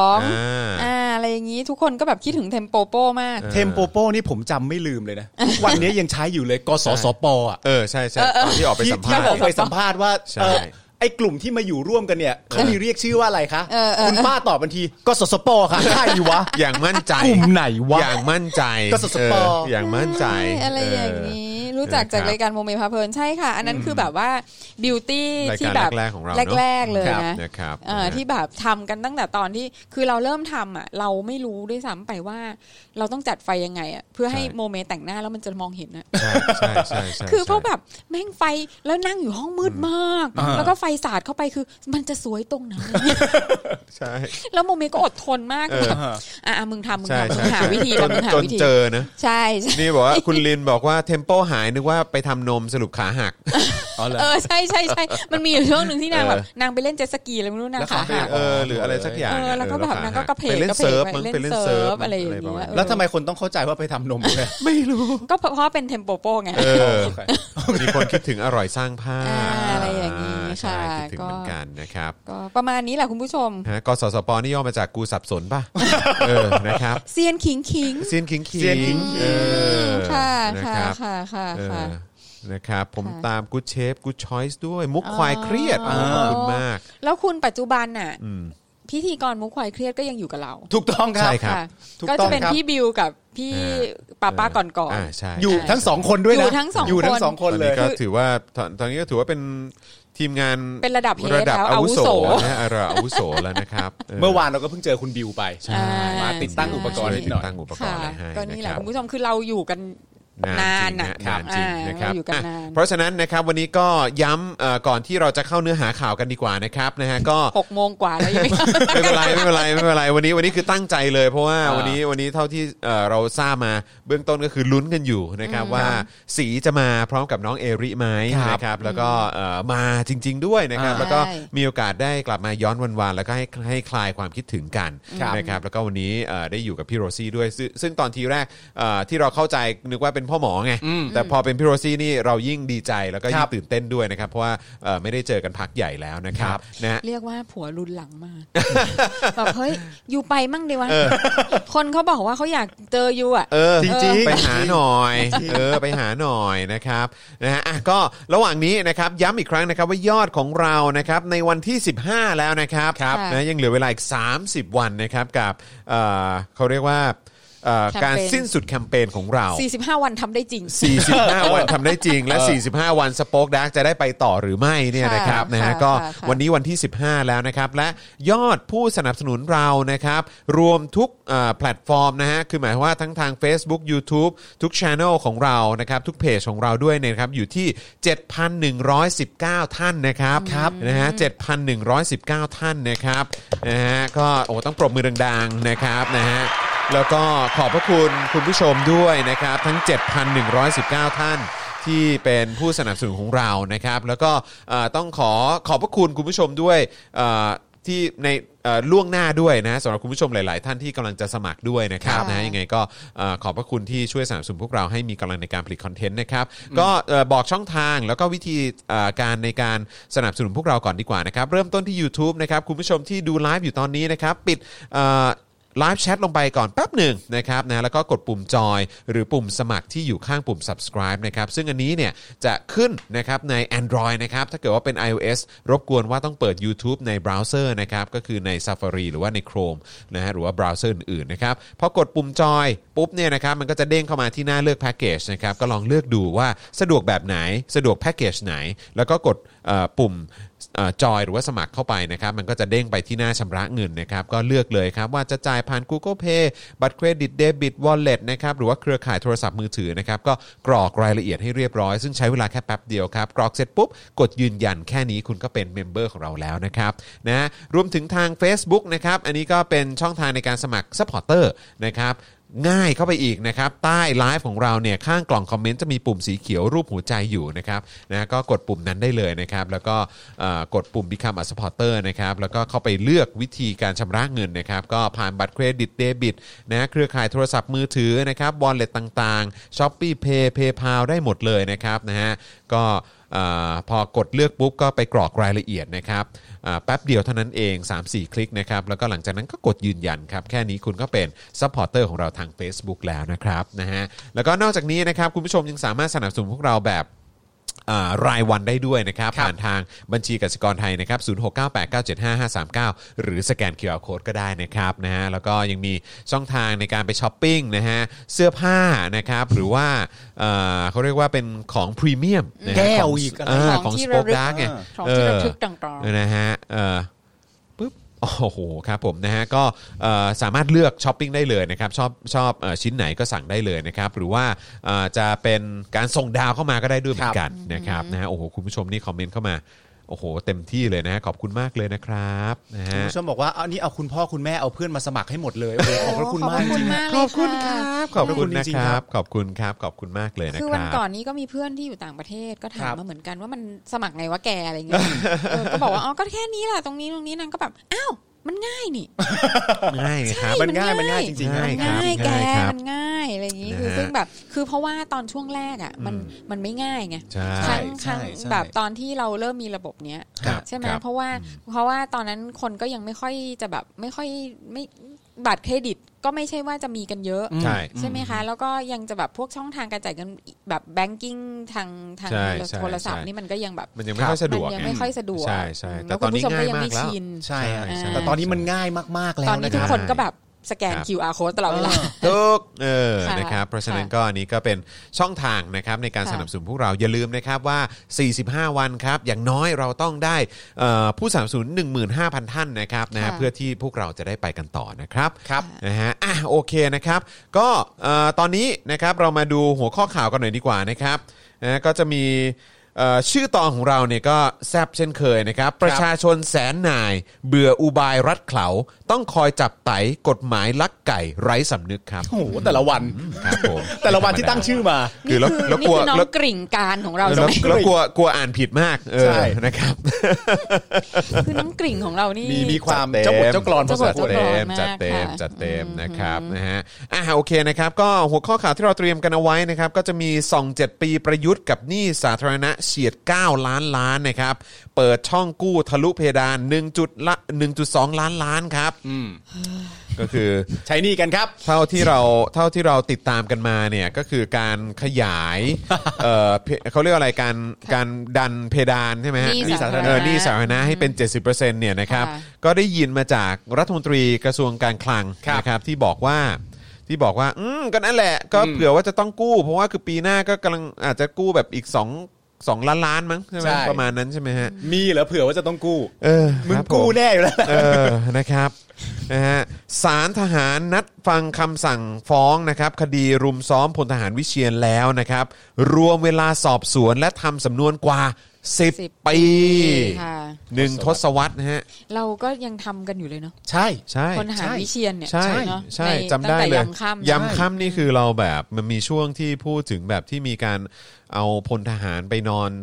2อะไรอย่างนี้ทุกคนก็แบบคิดถึงเทมโปโป้มากเทมโปโป้นี่ผมจำไม่ลืมเลยนะวันนี้ยังใช้อยู่เลยกสสปอ่ะใช่ตอนที่ออกไปสัมภาษณ์ที่ออกไปสัมภาษณ์ว่าไอ้กลุ่มที่มาอยู่ร่วมกันเนี่ยเขามีเรียกชื่อว่าอะไรคะคุณป้าตอบทันทีกสสปค่ะใช่วะอย่างมั่นใจกลุ่มไหนวะอย่างมั่นใจกสสปอย่างมั่นใจอะไรอย่างนี้รู้จักจากรายการโมเมพาเพลินใช่ค่ะอันนั้นคือแบบว่าบิวตี้ที่แบบแรกๆเลยนะที่แบบทำกันตั้งแต่ตอนที่คือเราเริ่มทำอ่ะเราไม่รู้ด้วยซ้ำไปว่าเราต้องจัดไฟยังไงอ่ะเพื่อให้โมเมแต่งหน้าแล้วมันจะมองเห็นอ่ะใช่คือเพราะแบบแม่งไฟแล้วนั่งอยู่ห้องมืดมากแล้วก็ไฟสาดเข้าไปคือมันจะสวยตรงไหนใช่แล้วโมเมก็อดทนมากแบบมึงทำหาวิธีจนเจอนะใช่นี่บอกว่าคุณลินบอกว่าเทมโปหายนึกว่าไปทำนมสรุปขาหักใช่มันมีอยู่ช่วงหนึ่งที่นางแบบนางไปเล่นเจ็ตสกีอะไรไม่รู้นางขาหักหรืออะไรสักอย่างแล้วก็แบบนางก็กระเพกไปเล่นเซิร์ฟอะไรอย่างเงี้ยแล้วทำไมคนต้องเข้าใจว่าไปทำนมเลยไม่รู้ก็เพราะเป็นเทมโปโป้ไงมีคนคิดถึงอร่อยสร้างภาพอะไรอย่างนี้ค่ะคิดถึงเหมือนกันนะครับก็ประมาณนี้แหละคุณผู้ชมกสสปนี่ย่อมาจากกูสับสนป่ะนะครับเซียนขิงเซียนขิงค่ะนะครับผมตามกู๊ดเชฟกู๊ดชอยส์ด้วยมุกควายเครียดขอบคุณมากแล้วคุณปัจจุบันน่ะพิธีกรมุกควายเครียดก็ยังอยู่กับเราถูกต้องครับใช่ครับก็จะเป็นพี่บิวกับพี่ป้าก่อนอยู่ทั้งสองคนด้วยนะอยู่ทั้งสองคนเลยก็ถือว่าตอนนี้ก็ถือว่าเป็นทีมงานเป็นระดับอาวุโสนะอาวุโสแล้วนะครับเมื่อวานเราก็เพิ่งเจอคุณบิวไปมาติดตั้งอุปกรณ์นิดหน่อยก็นี่แหละคุณผู้ชมคือเราอยู่กันนานจริงนะครับเพราะฉะนั้นนะครับวันนี้ก็ย้ำก่อนที่เราจะเข้าเนื้อหาข่าวกันดีกว่านะครับนะฮะก็ 6:00 กว่าแล้วยังไม่เป็นไรวันนี้คือตั้งใจเลยเพราะว่าวันนี้เท่าที่เราทราบมาเบื้องต้นก็คือลุ้นกันอยู่นะครับว่าสีจะมาพร้อมกับน้องเอริไหมนะครับแล้วก็มาจริงๆด้วยนะครับแล้วก็มีโอกาสได้กลับมาย้อนวันๆแล้วก็ให้คลายความคิดถึงกันนะครับแล้วก็วันนี้ได้อยู่กับพี่โรซี่ด้วยซึ่งตอนทีแรกที่เราเข้าใจนึกว่าเป็นพ่อหมอไงแต่พอเป็นพี่โรซี่นี่เรายิ่งดีใจแล้วก็ยิ่งตื่นเต้นด้วยนะครับเพราะว่าไม่ได้เจอกันพักใหญ่แล้วนะครับนะเรียกว่าผัวรุนหลังมากแบบเฮ้ยอยู่ไปมั่งดีวะคนเขาบอกว่าเขาอยากเจออยู่อ่ะจริงๆไปหาหน่อยไปหาหน่อยนะครับนะฮะก็ระหว่างนี้นะครับย้ำอีกครั้งนะครับว่ายอดของเรานะครับในวันที่15แล้วนะครับนะยังเหลือเวลาอีก30วันนะครับกับเขาเรียกว่าการสิ้นสุดแคมเปญของเรา 45วันทำได้จริง 45วันทำได้จริงและ45วันสโป๊กดาร์กจะได้ไปต่อหรือไม่เนี่ยนะครับนะฮะก็วันนี้วันที่15แล้วนะครับและยอดผู้สนับสนุนเรานะครับรวมทุกแพลตฟอร์มนะฮะคือหมายว่าทั้งทาง Facebook YouTube ทุก Channel ของเรานะครับทุกเพจของเราด้วยนะครับอยู่ที่ 7,119 ท่านนะครับนะฮะ 7,119 ท่านนะครับนะฮะก็ต้องปรบมือดังๆนะครับนะฮะแล้วก็ขอบพระคุณคุณผู้ชมด้วยนะครับทั้ง 7,119 ท่านที่เป็นผู้สนับสนุนของเรานะครับแล้วก็ต้องขอบพระคุณคุณผู้ชมด้วยที่ในล่วงหน้าด้วยนะสำหรับคุณผู้ชมหลายๆท่านที่กำลังจะสมัครด้วยนะครับนะยังไงก็ขอบพระคุณที่ช่วยสนับสนุนพวกเราให้มีกำลังในการผลิตคอนเทนต์นะครับก็บอกช่องทางแล้วก็วิธีการในการสนับสนุนพวกเราก่อนดีกว่านะครับเริ่มต้นที่ YouTube นะครับคุณผู้ชมที่ดูไลฟ์อยู่ตอนนี้นะครับปิดไลฟ์แชทลงไปก่อนแป๊บหนึ่งนะครับนะแล้วก็กดปุ่มจอยหรือปุ่มสมัครที่อยู่ข้างปุ่ม subscribe นะครับซึ่งอันนี้เนี่ยจะขึ้นนะครับใน Android นะครับถ้าเกิดว่าเป็น iOS รบกวนว่าต้องเปิด YouTube ในเบราว์เซอร์นะครับก็คือใน Safari หรือว่าใน Chrome นะฮะหรือว่าเบราว์เซอร์อื่นๆนะครับพอกดปุ่มจอยปุ๊บเนี่ยนะครับมันก็จะเด้งเข้ามาที่หน้าเลือกแพ็กเกจนะครับก็ลองเลือกดูว่าสะดวกแบบไหนสะดวกแพ็กเกจไหนแล้วก็กดปุ่มจอยหรือว่าสมัครเข้าไปนะครับมันก็จะเด้งไปที่หน้าชำระเงินนะครับก็เลือกเลยครับว่าจะจ่ายผ่าน Google Pay บัตรเครดิตเดบิต Wallet นะครับหรือว่าเครือข่ายโทรศัพท์มือถือนะครับก็กรอกรายละเอียดให้เรียบร้อยซึ่งใช้เวลาแค่แป๊บเดียวครับกรอกเสร็จปุ๊บกดยืนยันแค่นี้คุณก็เป็นเมมเบอร์ของเราแล้วนะครับนะรวมถึงทาง Facebook นะครับอันนี้ก็เป็นช่องทางในการสมัครซัพพอร์เตอร์นะครับง่ายเข้าไปอีกนะครับใต้ไลฟ์ของเราเนี่ยข้างกล่องคอมเมนต์จะมีปุ่มสีเขียวรูปหัวใจอยู่นะครับนะก็กดปุ่มนั้นได้เลยนะครับแล้วก็กดปุ่ม Become a supporter นะครับแล้วก็เข้าไปเลือกวิธีการชำระเงินนะครับก็ผ่านบัตรเครดิตเดบิตนะเครือข่ายโทรศัพท์มือถือนะครับ Wallet ต่างๆ Shopee Pay PayPal ได้หมดเลยนะครับนะฮะก็พอกดเลือกปุ๊บก็ไปกรอกรายละเอียดนะครับแป๊บเดียวเท่านั้นเอง 3-4 คลิกนะครับแล้วก็หลังจากนั้นก็กดยืนยันครับแค่นี้คุณก็เป็นซัพพอร์เตอร์ของเราทาง Facebook แล้วนะครับนะฮะแล้วก็นอกจากนี้นะครับคุณผู้ชมยังสามารถสนับสนุนพวกเราแบบรายวันได้ด้วยนะครับผ่านทางบัญชีกสิกรไทยนะครับ0698975539หรือสแกน QR Code ก็ได้นะครับนะฮะแล้วก็ยังมีช่องทางในการไปช้อปปิ้งนะฮะเสื้อผ้านะครับหรือว่าเขาเรียกว่าเป็นของพรีเมียมแก้วอีกของ Spoke Dark ไงของที่ระลึกต่างๆนะฮะปึ๊บโอ้โหครับผมนะฮะก็สามารถเลือกช้อปปิ้งได้เลยนะครับชอบชิ้นไหนก็สั่งได้เลยนะครับหรือว่าจะเป็นการส่งดาวเข้ามาก็ได้ด้วยเหมือนกันนะครับนะฮะโอ้โหคุณผู้ชมนี่คอมเมนต์เข้ามาโอ้โหเต็มที่เลยนะฮะขอบคุณมากเลยนะครับนะฮะคุณผู้ชมบอกว่านี่เอาคุณพ่อคุณแม่เอาเพื่อนมาสมัครให้หมดเลยโอ้โหขอบพระคุณมากจริงๆขอบคุณครับขอบคุณนะครับขอบคุณครับขอบคุณมากเลยนะครับคือวันก่อนนี้ก็มีเพื่อนที่อยู่ต่างประเทศก็ถามมาเหมือนกันว่ามันสมัครไงวะแกอะไรเงี้ยก็บอกว่าอ๋อก็แค่นี้แหละตรงนี้นั่นก็แบบอ้าวมันง่ายนี่ง่ายครับมันง่ายจริงๆง่ายแกมันง่ายอะไรอย่างนี้คือซึ่งแบบคือเพราะว่าตอนช่วงแรกอ่ะมันไม่ง่ายไงครั้งแบบตอนที่เราเริ่มมีระบบเนี้ยใช่ไหมเพราะว่าตอนนั้นคนก็ยังไม่ค่อยจะแบบไม่ค่อยบัตรเครดิตก็ไม่ใช่ว่าจะมีกันเยอะใช่ไหมคะแล้วก็ยังจะแบบพวกช่องทางการจ่ายเงินแบบแบงกิ้งทางโทรศัพท์นี่มันก็ยังแบบมันยังไม่ค่อยสะดวกยังไม่ค่อยสะดวกใช่แต่ตอนนี้ง่ายมากแล้วใช่แต่ตอนนี้มันง่ายมากๆแล้วตอนนี้ทุกคนก็แบบสแกน QR code ตลอดเวลาทุกนะครับเพราะฉะนั้นก็อันนี้ก็เป็นช่องทางนะครับในการสนับสนุนพวกเราอย่าลืมนะครับว่า45วันครับอย่างน้อยเราต้องได้ผู้สนับสนุน 15,000 ท่านนะครับนะเพื่อที่พวกเราจะได้ไปกันต่อนะครับนะฮะโอเคนะครับก็ตอนนี้นะครับเรามาดูหัวข้อข่าวกันหน่อยดีกว่านะครับนะก็จะมีชื่อตอนของเราเนี่ยก็แซบเช่นเคยนะครับประชาชนแสนนายเบื่ออุบายรัดเข่าต้องคอยจับไต่กฎหมายลักไก่ไร้สำนึกครับโอ้โหแต่ละวันครับผมแต่ละวันที่ตั้งชื่อมาคือแล้วกลัวน้องกริ่งการของเราแล้วกลัวอ่านผิดมากนะครับคือน้องกริ่งของเรานี่มีความเจ้ากลอนจัดเต็มนะครับนะฮะโอเคนะครับก็หัวข้อข่าวที่เราเตรียมกันเอาไว้นะครับก็จะมีส่อง7ปีประยุทธ์กับหนี้สาธารณะเฉียด9ล้านล้านนะครับเปิดช่องกู้ทะลุเพดาน 1.2 ล้านล้านครับก็คือใช้หนี้กันครับเท่าที่เราติดตามกันมาเนี่ยก็คือการขยายเขาเรียกอะไรการดันเพดานใช่ไหมฮะหนี้สาธารณะให้เป็น 70% เนี่ยนะครับก็ได้ยินมาจากรัฐมนตรีกระทรวงการคลังนะครับที่บอกว่าก็นั่นแหละก็เผื่อว่าจะต้องกู้เพราะว่าคือปีหน้าก็กำลังอาจจะกู้แบบอีก2ล้านล้านมั้งใช่ไหมประมาณนั้นใช่ไหมฮะมีเหรอเผื่อว่าจะต้องกู้มึงกู้แน่อยู่แล้วนะครับนะฮะศาลทหารนัดฟังคำสั่งฟ้องนะครับคดีรุมซ้อมพลทหารวิเชียรแล้วนะครับรวมเวลาสอบสวนและทำสำนวนกว่า10 ปี1 ทศวรรษนะฮะเราก็ยังทำกันอยู่เลยเนาะใช่พลทหารวิเชียรเนี่ยใช่จำได้เลยยำค่ำนี่คือเราแบบมันมีช่วงที่พูดถึงแบบที่มีการเอาพลทหารไปนอน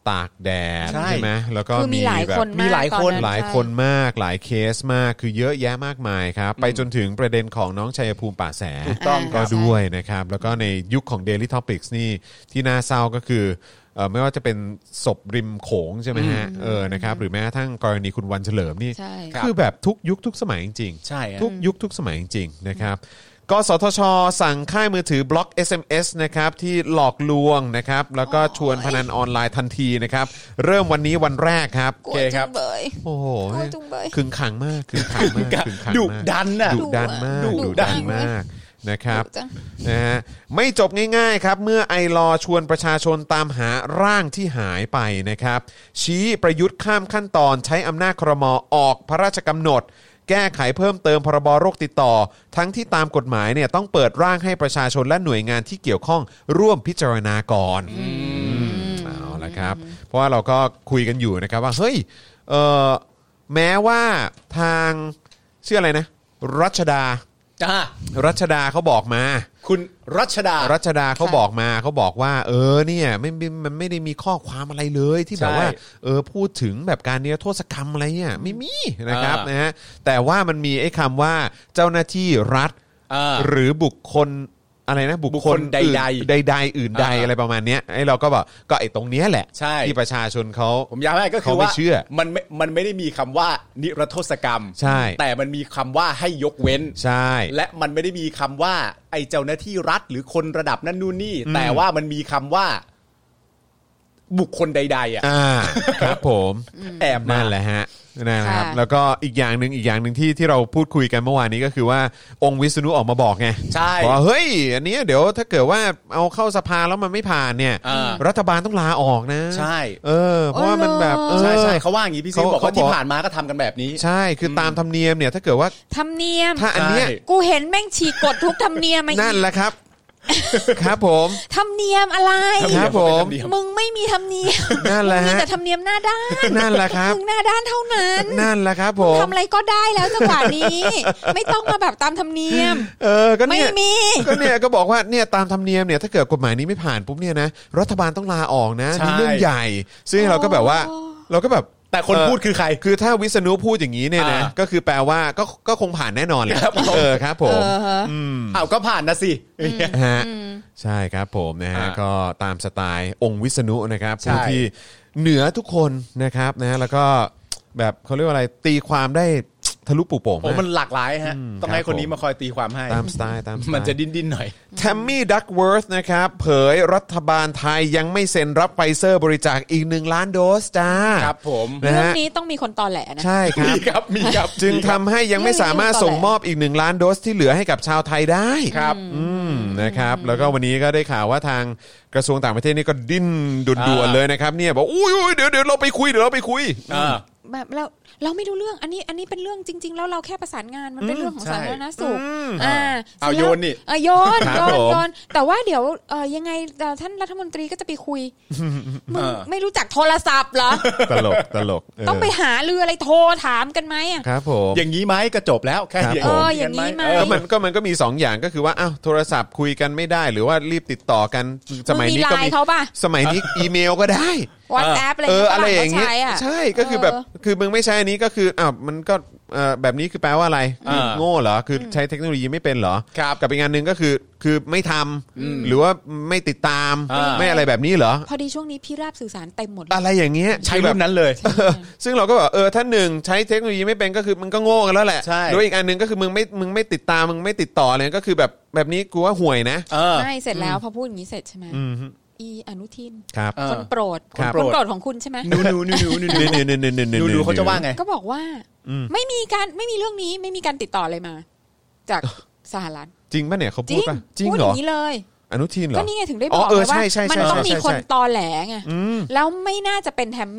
ตากแดดใช่ใช่ไหมแล้วก็คือมีหลายแบบคนมีหลายคนมกตอหลายคนมากหลายเคสมากคือเยอะแยะมากมายครับไปจนถึงประเด็นของน้องชัยภูมิป่าแสถูกต้องก็ครับด้วยนะครับแล้วก็ในยุคของ Daily Topics นี่ที่น่าเศร้าก็คือไม่ว่าจะเป็นศพริมโขงใช่ไหมฮะนะครับหรือแม้กระทั่งกรณีคุณวันเฉลิมนี่ใช่คือแบบทุกยุคทุกสมัยจริงๆใช่ฮะทุกยุคทุกสมัยจริงๆนะครับกสทช.สั่งค่ายมือถือบล็อก SMS นะครับที่หลอกลวงนะครับแล้วก็ชวนพนันออนไลน์ทันทีนะครับเริ่มวันนี้วันแรกครับกลัวจังเลยโอ้โหกลัวจังเลยขึงขังมากขึงขังมากขึงขังมากดุดันน่ะดุดันมากดุดุดัดันนมากนะครับดุจังนะฮะไม่จบง่ายๆครับเมื่อไอลอชวนประชาชนตามหาร่างที่หายไปนะครับชี้ประยุทธ์ข้ามขั้นตอนใช้อำนาจครม.ออกพระราชกำหนดแก้ไขเพิ่มเติมพรบโรคติดต่อทั้งที่ตามกฎหมายเนี่ยต้องเปิดร่างให้ประชาชนและหน่วยงานที่เกี่ยวข้องร่วมพิจารณาก่อนเอาละครับเพราะว่าเราก็คุยกันอยู่นะครับว่าเฮ้ยแม้ว่าทางชื่ออะไรนะรัชดาเขาบอกมาคุณรัชดาเขาบอกมาเขาบอกว่าเนี่ยมันไม่ได้มีข้อความอะไรเลยที่แบบว่าพูดถึงแบบการนิรโทษกรรมอะไรเนี่ยไม่มีนะครับนะฮะแต่ว่ามันมีไอ้คำว่าเจ้าหน้าที่รัฐหรือบุคคลอะไรนะบุคคลใดอื่นใดอะไรประมาณนี้ไอ้เราก็บอกก็ไอ้ตรงเนี้ยแหละที่ประชาชนเขาผมย้ำให้ก็คือว่าเชื่อมันไม่ได้มีคำว่านิรโทษกรรมใช่แต่มันมีคำว่าให้ยกเว้นใช่และมันไม่ได้มีคำว่าไอ้เจ้าหน้าที่รัฐหรือคนระดับนั้นนู่นนี่แต่ว่ามันมีคำว่าบุคคลใดๆครับผมแอบนั่นแหละฮะนะครับแล้วก็อีกอย่างหนึ่งที่เราพูดคุยกันเมื่อวานนี้ก็คือว่าองค์วิษณุออกมาบอกไงว่าเฮ้ยอันนี้เดี๋ยวถ้าเกิดว่าเอาเข้าสภาแล้วมันไม่ผ่านเนี่ยรัฐบาลต้องลาออกนะใช่เพราะว่ามันแบบใช่เขาว่าอย่างนี้พี่ซิวบอกว่าที่ผ่านมาก็ทำกันแบบนี้ใช่คือตามธรรมเนียมเนี่ยถ้าเกิดว่าธรรมเนียมถ้าอันเนี้ยกูเห็นแม่งฉีกกฎทุกธรรมเนียมมานั่นแหละครับครับผมธรรมเนียมอะไรครับผมมึงไม่มีธรรมเนียมนั่นแหละมีแต่ธรรมเนียมหน้าด้านนั่นแหละครับมึงหน้าด้านเท่านั้นนั่นแหละครับผมทำอะไรก็ได้แล้วจังหวะนี้ไม่ต้องมาแบบตามธรรมเนียมก็เนี่ยไม่มีก็เนี่ยก็บอกว่าเนี่ยตามธรรมเนียมเนี่ยถ้าเกิดกฎหมายนี้ไม่ผ่านปุ๊บเนี่ยนะรัฐบาลต้องลาออกนะนี่เรื่องใหญ่ซึ่งเราก็แบบว่าเราก็แบบแต่คนพูดคือใครคือถ้าวิษณุพูดอย่างนี้เนี่ยนะก็คือแปลว่าก็คงผ่านแน่นอนเลยครับผมก็ผ่านนะสิฮะใช่ครับผมนะฮะก็ตามสไตล์องค์วิษณุนะครับผู้ที่เหนือทุกคนนะครับนะแล้วก็แบบเขาเรียกว่าอะไรตีความได้ทะลุปุโป่งมันหลากหลายฮะต้องให้คนนี้มาคอยตีความให้ตามสไตล์มันจะดิ้นหน่อยแทมมี่ดักเวิร์ธนะครับเผยรัฐบาลไทยยังไม่เซ็นรับไฟเซอร์บริจาคอีก1 ล้านโดสจ้าครับผมเรื่องนี้ต้องมีคนตอแหลนะใช่ครับมีครับจึงทำให้ยังไม่สามารถส่งมอบอีก1 ล้านโดสที่เหลือให้กับชาวไทยได้ครับนะครับแล้วก็วันนี้ก็ได้ข่าวว่าทางกระทรวงต่างประเทศนี่ก็ดิ้นด่วนๆเลยนะครับเนี่ยบอกอุ้ยเดี๋ยวเราไปคุยแบบเราไม่รู้เรื่องอันนี้เป็นเรื่องจริงๆแล้วเราแค่ประสานงานมันเป็นเรื่องของสาธารณสุขเอาโยนนี่โยนแต่ว่าเดี๋ยวยังไงท่านรัฐมนตรีก็จะไปคุยมึงไม่รู้จักโทรศัพท์เหรอตลกต้องไปหาลืออะไรโทรถามกันไหมครับผมอย่างนี้ไหมก็จบแล้วแค่อย่างนี้ไหมมันก็มี2อย่างก็คือว่าอ้าวโทรศัพท์คุยกันไม่ได้หรือว่ารีบติดต่อกันสมัยนี้ก็มีสมัยนี้อีเมลก็ได้ WhatsApp อะไรอย่างเงี้ยใช่ก็คือแบบคือมึงไม่ใช่อันนี้ก็คือมันก็แบบนี้คือแปลว่าอะไรโง่เหรอคือใช้เทคโนโลยีไม่เป็นเหรอกับอีกงานนึงก็คือไม่ทำหรือว่าไม่ติดตามไม่อะไรแบบนี้เหรอพอดีช่วงนี้พี่ราบสื่อสารเต็มหมดอะไรอย่างเงี้ยใช้แบบนั้นเลยซึ่งเราก็แบบถ้า1ใช้เทคโนโลยีไม่เป็นก็คือมึงก็โง่กันแล้วแหละหรืออีกอันนึงก็คือมึงไม่ติดตามมึงไม่ติดต่อเลยก็คือแบบนี้กูว่าห่วยนะใช่เสร็จแล้วพอพูดอย่างนี้เสร็จใช่ไหมอนุทินคนโปรดของคุณใช่ไหมนูเขาจะว่าไงก็บอกว่าไม่มีเรื่องนี้ไม่มีการติดต่ออะไรมาจากสหรัฐจริงป่ะเนี่ยเขาพูดป่ะจริงเหรอพูดอย่างนี้เลยอนุทินเหรอก็นี่ไงถึงได้บอกว่ามันต้องมีคนตอแหลไงแล้วไม่น่าจะเป็นแทมมี่อ่ะ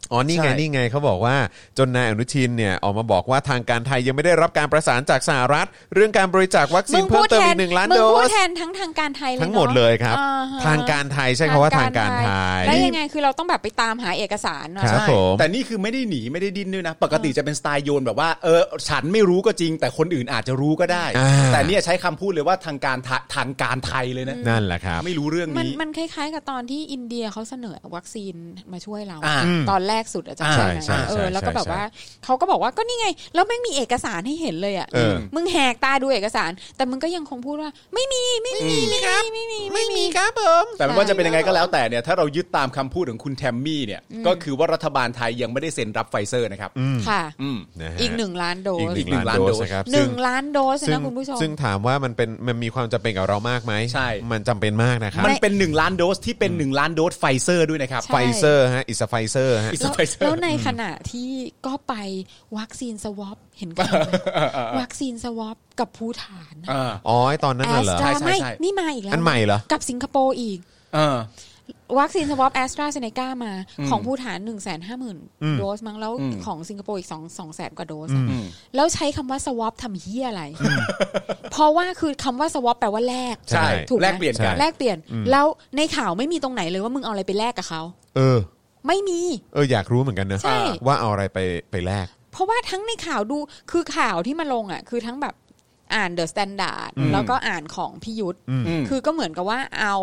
อ๋อนี่ไงเขาบอกว่าจนนายอนุทินเนี่ยออกมาบอกว่าทางการไทยยังไม่ได้รับการประสานจากสหรัฐเรื่องการบริจาควัคซีนเพิ่มเติมอีก1 ล้านโดสมึงพูดแทนทั้งทางการไทยเลยทั้งหมดเลยครับทางการไทยใช่คำว่าทางการไทยแล้วยังไงคือเราต้องแบบไปตามหาเอกสารครับผมแต่นี่คือไม่ได้หนีไม่ได้ดิ้นด้วยนะปกติจะเป็นสไตล์โยนแบบว่าฉันไม่รู้ก็จริงแต่คนอื่นอาจจะรู้ก็ได้แต่เนี่ยใช้คำพูดเลยว่าทางการไทยเลยนะนั่นแหละครับไม่รู้เรื่องนี้มันคล้ายๆกับตอนที่อินเดียเขาเสนอวัคซีนมาช่วยเราตอนแรกสุดอาจารย์แล้วก็แบบว่าเขาก็บอกว่าก็นี่ไงแล้วไม่มีเอกสารให้เห็นเลยอ่ะมึงแหกตาดูเอกสารแต่มึงก็ยังคงพูดว่าไม่มีครับไม่มีครับผมแต่ไม่ว่าจะเป็นยังไงก็แล้วแต่เนี่ยถ้าเรายึดตามคำพูดของคุณแทมมี่เนี่ยก็คือว่ารัฐบาลไทยยังไม่ได้เซ็นรับไฟเซอร์นะครับค่ะอีก1 ล้านโดสอีก1 ล้านโดสครับ 1 ล้านโดสนะคุณผู้ชมซึ่งถามว่ามันมีความจำเป็นกับเรามากไหมใช่มันจำเป็นมากนะครับมันเป็น1 ล้านโดสที่เป็น1 ล้านโดสไฟเซอร์ด้วยนะครับไฟเซอร์ฮะอิสไฟเซอร์ฮะแล้วในขณะที่ก็ไปวัคซีนสวอปเห็นกันวัคซีนสวอปกับภูฏานอ๋อตอนนั้นเหรอไม่นี่มาอีกแล้วอันใหม่เหรอกับสิงคโปร์อีกวัคซีนสวอปแอสตราเซเนกามาของภูฏาน 150,000 โดสมั้งแล้วของสิงคโปร์อีก 200,000 กว่าโดสแล้วใช้คำว่าสวอปทำเหี้ยอะไรเพราะว่าคือคำว่าสวอปแปลว่าแลกถูกแลกเปลี่ยนกันแลกเปลี่ยนแล้วในข่าวไม่มีตรงไหนเลยว่ามึงเอาอะไรไปแลกกับเขาไม่มีอยากรู้เหมือนกันนะว่าเอาอะไรไปแลกเพราะว่าทั้งในข่าวดูคือข่าวที่มาลงอ่ะคือทั้งแบบอ่าน The Standard แล้วก็อ่านของพี่ยุทธคือก็เหมือนกับว่าเอา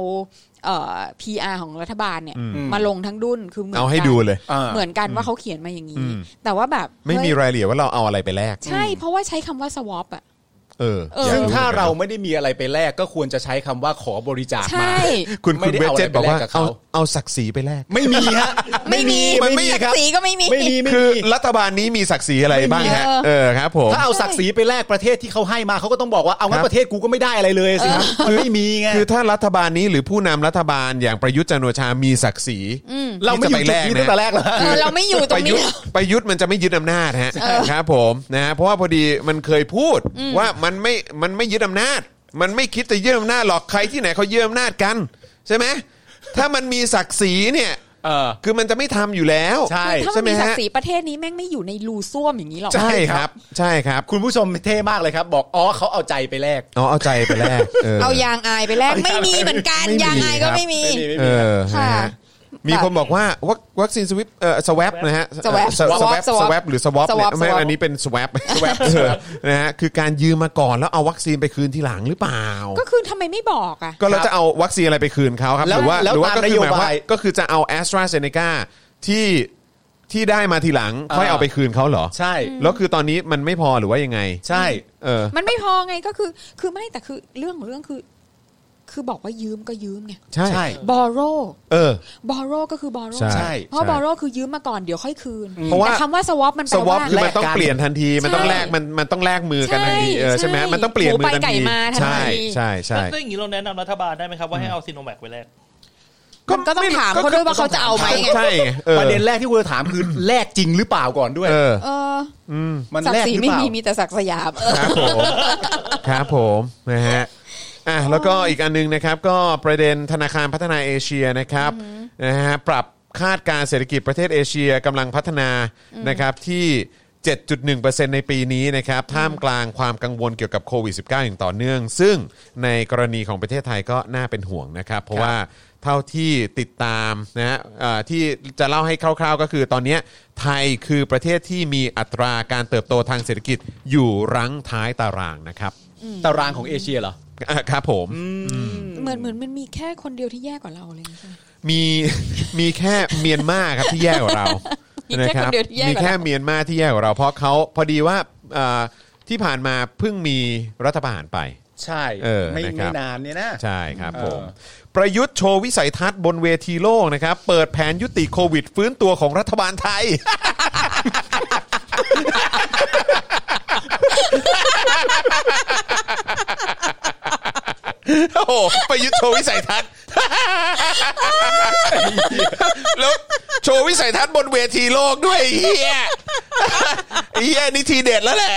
PR ของรัฐบาลเนี่ยมาลงทั้งดุ้นคือเอาให้ดูเลยเหมือนกันว่าเขาเขียนมาอย่างนี้แต่ว่าแบบไม่มีรายละเอียดว่าเราเอาอะไรไปแลกใช่เพราะว่าใช้คำว่า swap อ่ะซึ่งถ้าเราไม่ได้มีอะไรไปแลกก็ควรจะใช้คำว่าขอบริจาคมาคุณเวจเจตบอกว่าเอาศักดิ์ศรีไปแลกไม่มีฮะไม่มีศักดิ์ศรีก็ไม่มีคือรัฐบาลนี้มีศักดิ์ศรีอะไรบ้างฮะครับผมถ้าเอาศักดิ์ศรีไปแลกประเทศที่เขาให้มาเขาก็ต้องบอกว่าเอางั้นประเทศกูก็ไม่ได้อะไรเลยสิครับมันไม่มีไงคือถ้ารัฐบาลนี้หรือผู้นำรัฐบาลอย่างประยุทธ์จันทร์โอชามีศักดิ์ศรีเราไม่อยู่จุดนี้ตั้งแต่แรกแล้วเราไม่อยู่ตรงนี้ประยุทธ์มันจะไม่ยึดอำนาจฮะครับผมนะเพราะว่าพอดีมันเคยพูดว่ามันไม่ยึดอำนาจมันไม่คิดจะยึดอำนาจหรอกใครที่ไหนเขายึดอำนาจกันใช่ไหมถ้ามันมีศักดิ์ศรีเนี่ยคือมันจะไม่ทำอยู่แล้วใช่ถ้ามันมีศักดิ์ศรีประเทศนี้แม่งไม่อยู่ในรูซ่วมอย่างนี้หรอกใช่ครับใช่ครับคุณผู้ชมเท่มากเลยครับบอกเขาเอาใจไปแลกเอาใจไปแลกเอายางอายไปแลกไม่มีเหมือนกันยางอายก็ไม่มีค่ะมีคนบอกว่าวัคซีนสวอปนะฮะสวอปหรือสวอปเนี่ยไม่อันนี้เป็นสวอปนะฮะคือการยืมมาก่อนแล้วเอาวัคซีนไปคืนทีหลังหรือเปล่าก็คือทำไมไม่บอกอ่ะก็เราจะเอาวัคซีนอะไรไปคืนเขาครับหรือว่าก็คือหมายว่าก็คือจะเอา AstraZeneca ที่ได้มาทีหลังค่อยเอาไปคืนเขาเหรอใช่แล้วคือตอนนี้มันไม่พอหรือว่ายังไงใช่มันไม่พอไงก็คือไม่แต่คือเรื่องคือบอกว่ายืมก็ยืมไงใช่ borrow borrow ก็คือ borrow ใช่เพราะ borrow คือยืมมาก่อนเดี๋ยวค่อยคืนแต่คำว่า swap มันแปลว่าคือมันต้องเปลี่ยนทันทีมันต้องแลกมันต้องแลกมือกันทันทีใช่ไหมมันต้องเปลี่ยนมือทันทีใช่ใช่ใช่แล้วอย่างนี้เราแนะนำรัฐบาลได้ไหมครับว่าให้เอาซิโนแวคไปแลกก็ต้องถามเขาด้วยว่าเขาจะเอาไหมใช่ประเด็นแรกที่คุณจะถามคือแลกจริงหรือเปล่าก่อนด้วยมันแลกหรือเปล่ามีแต่ศักดิ์สยามครับผมนะฮะแล้วก็อีกอันนึงนะครับก็ประเด็นธนาคารพัฒนาเอเชียนะครับนะฮะปรับคาดการเศรษฐกิจประเทศเอเชียกำลังพัฒนานะครับที่ 7.1% ในปีนี้นะครับท่ามกลางความกังวลเกี่ยวกับโควิด -19 อย่างต่อเนื่องซึ่งในกรณีของประเทศไทยก็น่าเป็นห่วงนะครับเพราะว่าเท่าที่ติดตามนะฮะที่จะเล่าให้คร่าวๆก็คือตอนนี้ไทยคือประเทศที่มีอัตราการเติบโตทางเศรษฐกิจอยู่รั้งท้ายตารางนะครับตารางของเอเชียเหรอครับผมเหมือนมันมีแค่คนเดียวที่แย่กว่าเราเลยใช่มีแค่เมียนมาครับที่แย่กว่าเรานะครับมีแค่เมียนมาที่แย่กว่าเราเพราะเขาพอดีว่าที่ผ่านมาเพิ่งมีรัฐประหารไปใช่ไม่นานเนี่ยนะใช่ครับผมประยุทธ์โชว์วิสัยทัศน์บนเวทีโลกนะครับเปิดแผนยุติโควิดฟื้นตัวของรัฐบาลไทยโอ้โหประยุทธ์โชว์วิสัยทัศน์แล้วโชว์วิสัยทัศน์บนเวทีโลกด้วยเฮียนี่ทีเด็ดแล้วแหละ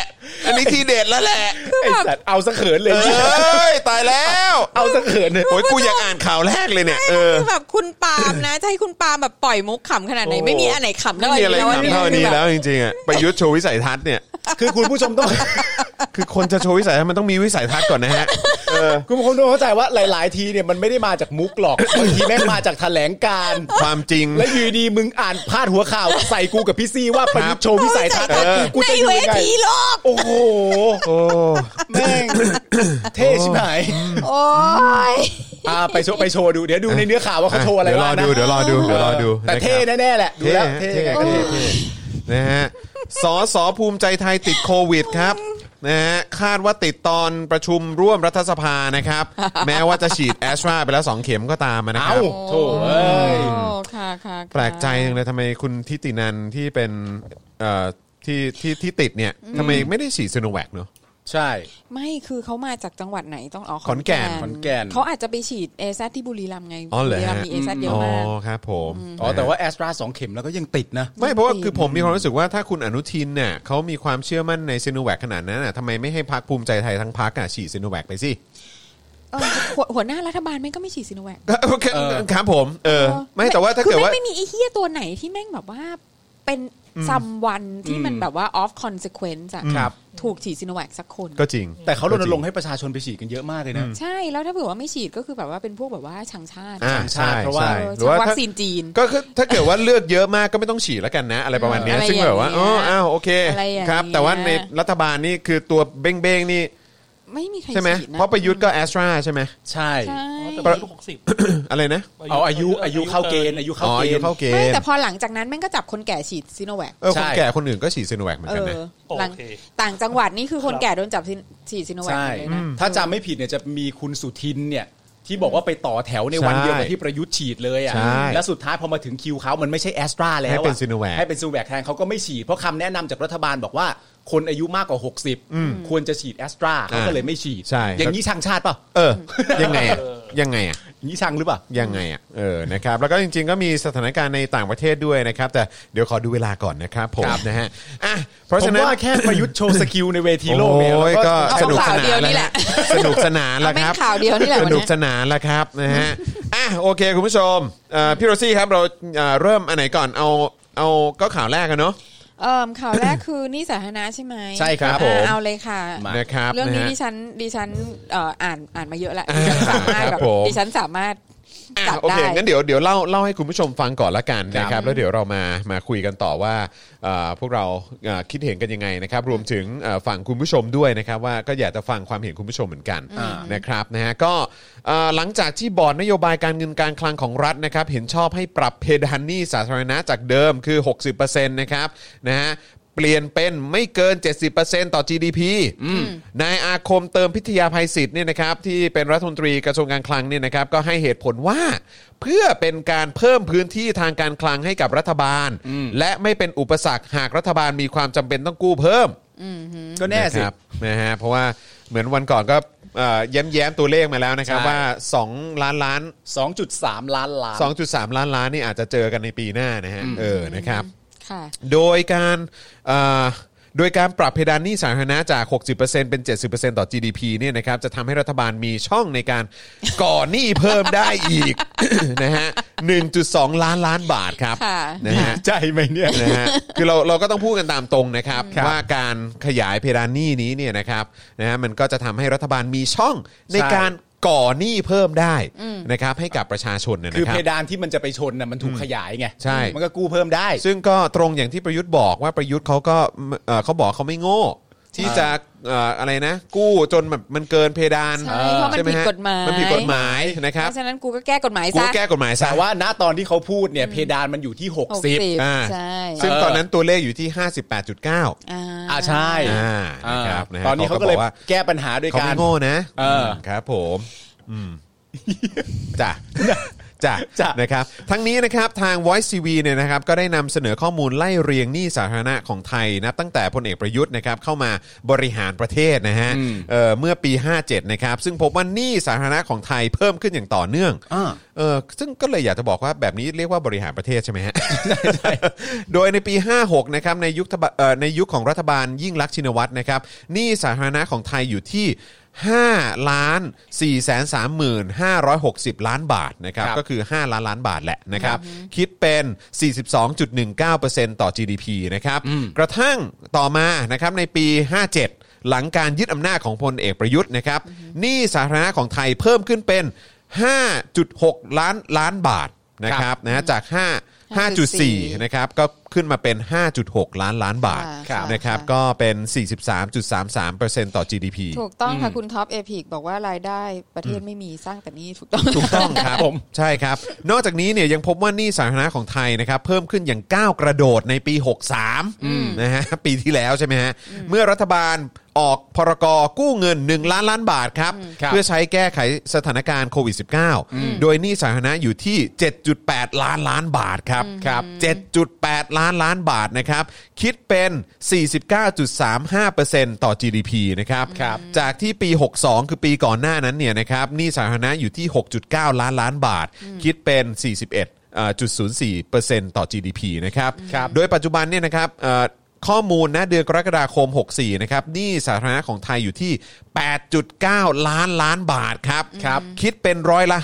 อันนี้ทีเด็ดแล้วแหละไอ้สัตว์เอาซะเขินเลยตายแล้วเอาซะเขินเลยโอ้ยกูอยากอ่านข่าวแรกเลยเนี่ยคือแบบคุณปาล์มนะจะให้คุณปาล์มแบบปล่อยมุกขำขนาดไหนไม่มีอันไหนขำเท่านี้แล้วเท่านี้แล้วจริงๆอ่ะประยุทธ์โชว์วิสัยทัศน์เนี่ยคือคุณผู้ชมต้องคือคนจะโชว์วิสัยทัศน์มันต้องมีวิสัยทัศน์ก่อนนะฮะคุณผู้ชมต้องเข้าใจว่าหลายๆทีเนี่ยมันไม่ได้มาจากมุกหรอกบางทีแม่งมาจากแถลงการความจริงแล้วอยู่ดีมึงอ่านพาดหัวข่าวใส่กูกับพี่ซี่ว่าประยุทธ์โชว์วิสัยทัศน์กูจะอยู่ยังไงโอ้โหแม่งเท่ชิบหายโอ้ยไปโชว์ดูเดี๋ยวดูในเนื้อข่าวว่าเขาโชว์อะไรบ้างนะเดี๋ยวรอดูแต่เท่แน่ๆแหละดูแล้วเท่นะฮะสภูมิใจไทยติดโควิดครับนะฮะคาดว่าติดตอนประชุมร่วมรัฐสภานะครับแม้ว่าจะฉีดแอสตราไปแล้ว2เข็มก็ตามนะครับโถ่เอ้ยแปลกใจจังเลยทำไมคุณทิตินันที่เป็นที่ติดเนี่ยทำไมไม่ได้ฉีดซิโนแวคเนาะใช่ไม่คือเขามาจากจังหวัดไหนต้องขอนแก่นเขาอาจจะไปฉีดเอซที่บุรีรัมย์ไงบุรีรัมย์มีเอซเยอะมากครับผมแต่ว่าแอสตรา2เข็มแล้วก็ยังติดนะไม่เพราะว่าคือผมมีความรู้สึกว่าถ้าคุณอนุทินเนี่ยเขามีความเชื่อมั่นในซิโนแวคขนาดนั้นน่ะทำไมไม่ให้พรรคภูมิใจไทยทั้งพรรคฉีดซิโนแวคไปสิหัวหน้ารัฐบาลแม่งก็ไม่ฉีดซิโนแวคครับผมไม่แต่ว่าถ้าเกิดว่าไม่มีไอ้เหี้ยตัวไหนที่แม่งแบบว่าเป็นซัมวันที่มันแบบว่า off consequence อะถูกฉีดซิโนแวคสักคนก็จริงแต่เขารณรงค์ให้ประชาชนไปฉีดกันเยอะมากเลยนะใช่แล้วถ้าเผื่อว่าไม่ฉีดก็คือแบบว่าเป็นพวกแบบว่าชังชาติเพราะว่าวัคซีนจีนก็คือถ้าเกิดว่าเลือกเยอะมากก็ไม่ต้องฉีดแล้วกันนะอะไรประมาณนี้ซึ่งแบบว่าโอเคครับแต่ว่าในรัฐบาลนี่คือตัวเบ้งๆนี่ไม่มีใครใช่ไหมเพราะประยุทธ์ก็แอสตราใช่ไหมใช่แต่อายุ60 อะไรนะอายุเข้าเกณฑ์อายุเข้าเกณฑ์แต่พอหลังจากนั้นแม่งก็จับคนแก่ฉีดซิโนแวคคนแก่คนอื่นก็ฉีดซิโนแวคเหมือนกันนะต่างจังหวัดนี่คือคนแก่โดนจับฉีดซิโนแวคเลยนะถ้าจำไม่ผิดเนี่ยจะมีคุณสุทินเนี่ยที่บอกว่าไปต่อแถวในวันเดียวกับที่ประยุทธ์ฉีดเลยอ่ะแล้วสุดท้ายพอมาถึงคิวเขามันไม่ใช่แอสตราแล้วให้เป็นซิโนแวคแทนเขาก็ไม่ฉีดเพราะคำแนะนำจากรัฐบาลบอกว่าคนอายุมากกว่า60ควรจะฉีดแอสตราเขาก็เลยไม่ฉีดอย่างนี้ชังชาติเปล่ายังไงอ่ะนี่ชังหรือเปล่ายังไงอ่ะนะครับแล้วก็จริงๆก็มีสถานการณ์ในต่างประเทศด้วยนะครับแต่เดี๋ยวขอดูเวลาก่อนนะครับผมนะฮะเพราะฉะนั้นว่าแค่ประยุทธ์โชว์สกิลในเวทีโลกเนี่ยก็สนุกสนานแล้วสนุกสนานแล้วครับข่าวเดียวนี่แหละสนุกสนานแล้วครับนะฮะโอเคคุณผู้ชมพี่โรซี่ครับเราเริ่มอันไหนก่อนเอาก็ข่าวแรกกันเนาะข่าวแรกคือนี่สาธารณะใช่ไหมใช่ครับผมเอาเลยค่ะนะครับเรื่องนี้ดิฉันอ่านมาเยอะแล้วดิฉันสามารถจับได้โอเคงั้นเดี๋ยวเล่าให้คุณผู้ชมฟังก่อนละกันนะครับแล้วเดี๋ยวเรามาคุยกันต่อว่าพวกเราคิดเห็นกันยังไงนะครับรวมถึงฝั่งคุณผู้ชมด้วยนะครับว่าก็อยากจะฟังความเห็นคุณผู้ชมเหมือนกันนะครับนะฮะก็หลังจากที่บอร์ดนโยบายการเงินการคลังของรัฐนะครับเห็นชอบให้ปรับเพดานหนี้สาธารณะจากเดิมคือ 60% นะครับนะฮะเปลี่ยนเป็นไม่เกิน 70% ต่อ GDP นายอาคมเติมพิทยาภัยศิษย์เนี่ยนะครับที่เป็นรัฐมนตรีกระทรวงการคลังเนี่ยนะครับก็ให้เหตุผลว่าเพื่อเป็นการเพิ่มพื้นที่ทางการคลังให้กับรัฐบาลและไม่เป็นอุปสรรคหากรัฐบาลมีความจำเป็นต้องกู้เพิ่มก็แน่สินะฮะเพราะว่าเหมือนวันก่อนก็แย้มตัวเลขมาแล้วนะครับว่า2 ล้าน 2.3 ล้านล้าน 2.3 ล้านนี่อาจจะเจอกันในปีหน้านะฮะนะครับโดยการปรับเพดานหนี้สาธารณะจาก 60% เป็น 70% ต่อ GDP เนี่ยนะครับจะทำให้รัฐบาลมีช่องในการก่อหนี้เพิ่มได้อีก นะฮะ 1.2 ล้านบาทครับนะฮะใจไหมเนี่ยนะฮะคือเราก็ต้องพูดกันตามตรงนะครับว่าการขยายเพดานหนี้นี้เนี่ยนะครับนะฮะมันก็จะทำให้รัฐบาลมีช่องในการก่อหนี้เพิ่มได้นะครับให้กับประชาชนนะครับคือเพดานที่มันจะไปชนน่ะมันถูกขยายไงใช่มันก็กู้เพิ่มได้ซึ่งก็ตรงอย่างที่ประยุทธ์บอกว่าประยุทธ์เขาก็เขาบอกเขาไม่โง่ที่จะอะไรนะกู้จนแบบมันเกินเพดานใช่ไหมฮะมันผิดกฎหมายนะครับเพราะฉะนั้นกูก็แก้กฎหมายซะแก้กฎหมายซะแต่ว่าณตอนที่เขาพูดเนี่ยเพดานมันอยู่ที่60 ใช่ซึ่งตอนนั้นตัวเลขอยู่ที่ 58.9ใช่นะครับตอนนี้เขาก็เลยแก้ปัญหาด้วยการเขาไม่โง่นะครับผมจ้ะนะครับทั้งนี้นะครับทาง Voice TV เนี่ยนะครับก็ได้นำเสนอข้อมูลไล่เรียงหนี้สาธารณะของไทยนะตั้งแต่พลเอกประยุทธ์นะครับเข้ามาบริหารประเทศนะฮะเมื่อปี57นะครับซึ่งพบว่าหนี้สาธารณะของไทยเพิ่มขึ้นอย่างต่อเนื่องซึ่งก็เลยอยากจะบอกว่าแบบนี้เรียกว่าบริหารประเทศใช่ไหมฮะ ใช่โดยในปี 56 นะครับในยุคของรัฐบาลยิ่งลักษณ์ชินวัตรนะครับหนี้สาธารณะของไทยอยู่ที่5,430,560 ล้านบาทนะครับก็คือ5ล้านบาทแหละนะครับคิดเป็น 42.19% ต่อ GDP นะครับกระทั่งต่อมานะครับในปี 57 หลังการยึดอำนาจของพลเอกประยุทธ์นะครับหนี้สาธารณะของไทยเพิ่มขึ้นเป็น 5.6 ล้านบาทนะครับนะจาก5.4 นะครับก็ขึ้นมาเป็น 5.6 ล้านบาทนะครับก็เป็น 43.33% ต่อ GDP ถูกต้องค่ะคุณท็อปเอพิกบอกว่ารายได้ประเทศไม่มีสร้างแต่หนี้ถูกต้องครับผมใช่ครับนอกจากนี้เนี่ยยังพบว่าหนี้สาธารณะของไทยนะครับเพิ่มขึ้นอย่างก้าวกระโดดในปี 63นะฮะปีที่แล้วใช่ไหมฮะเมื่อรัฐบาลออกพรกกู้เงิน1ล้านบาทครับเพื่อใช้แก้ไขสถานการณ์โควิด -19 โดยหนี้สาธารณะอยู่ที่ 7.8 ล้านบาทครับ 7.8 ล้านบาทนะครับคิดเป็น 49.35% ต่อ GDP นะครับจากที่ปี 62 คือปีก่อนหน้านั้นเนี่ยนะครับหนี้สาธารณะอยู่ที่ 6.9 ล้านบาทคิดเป็น 41.04% ต่อ GDP นะครับโดยปัจจุบันเนี่ยนะครับข้อมูลนะเดือนกรกฎาคม64นะครับหนี้สาธารณะของไทยอยู่ที่ 8.9 ล้านบาทครับคิดเป็นร้อยละ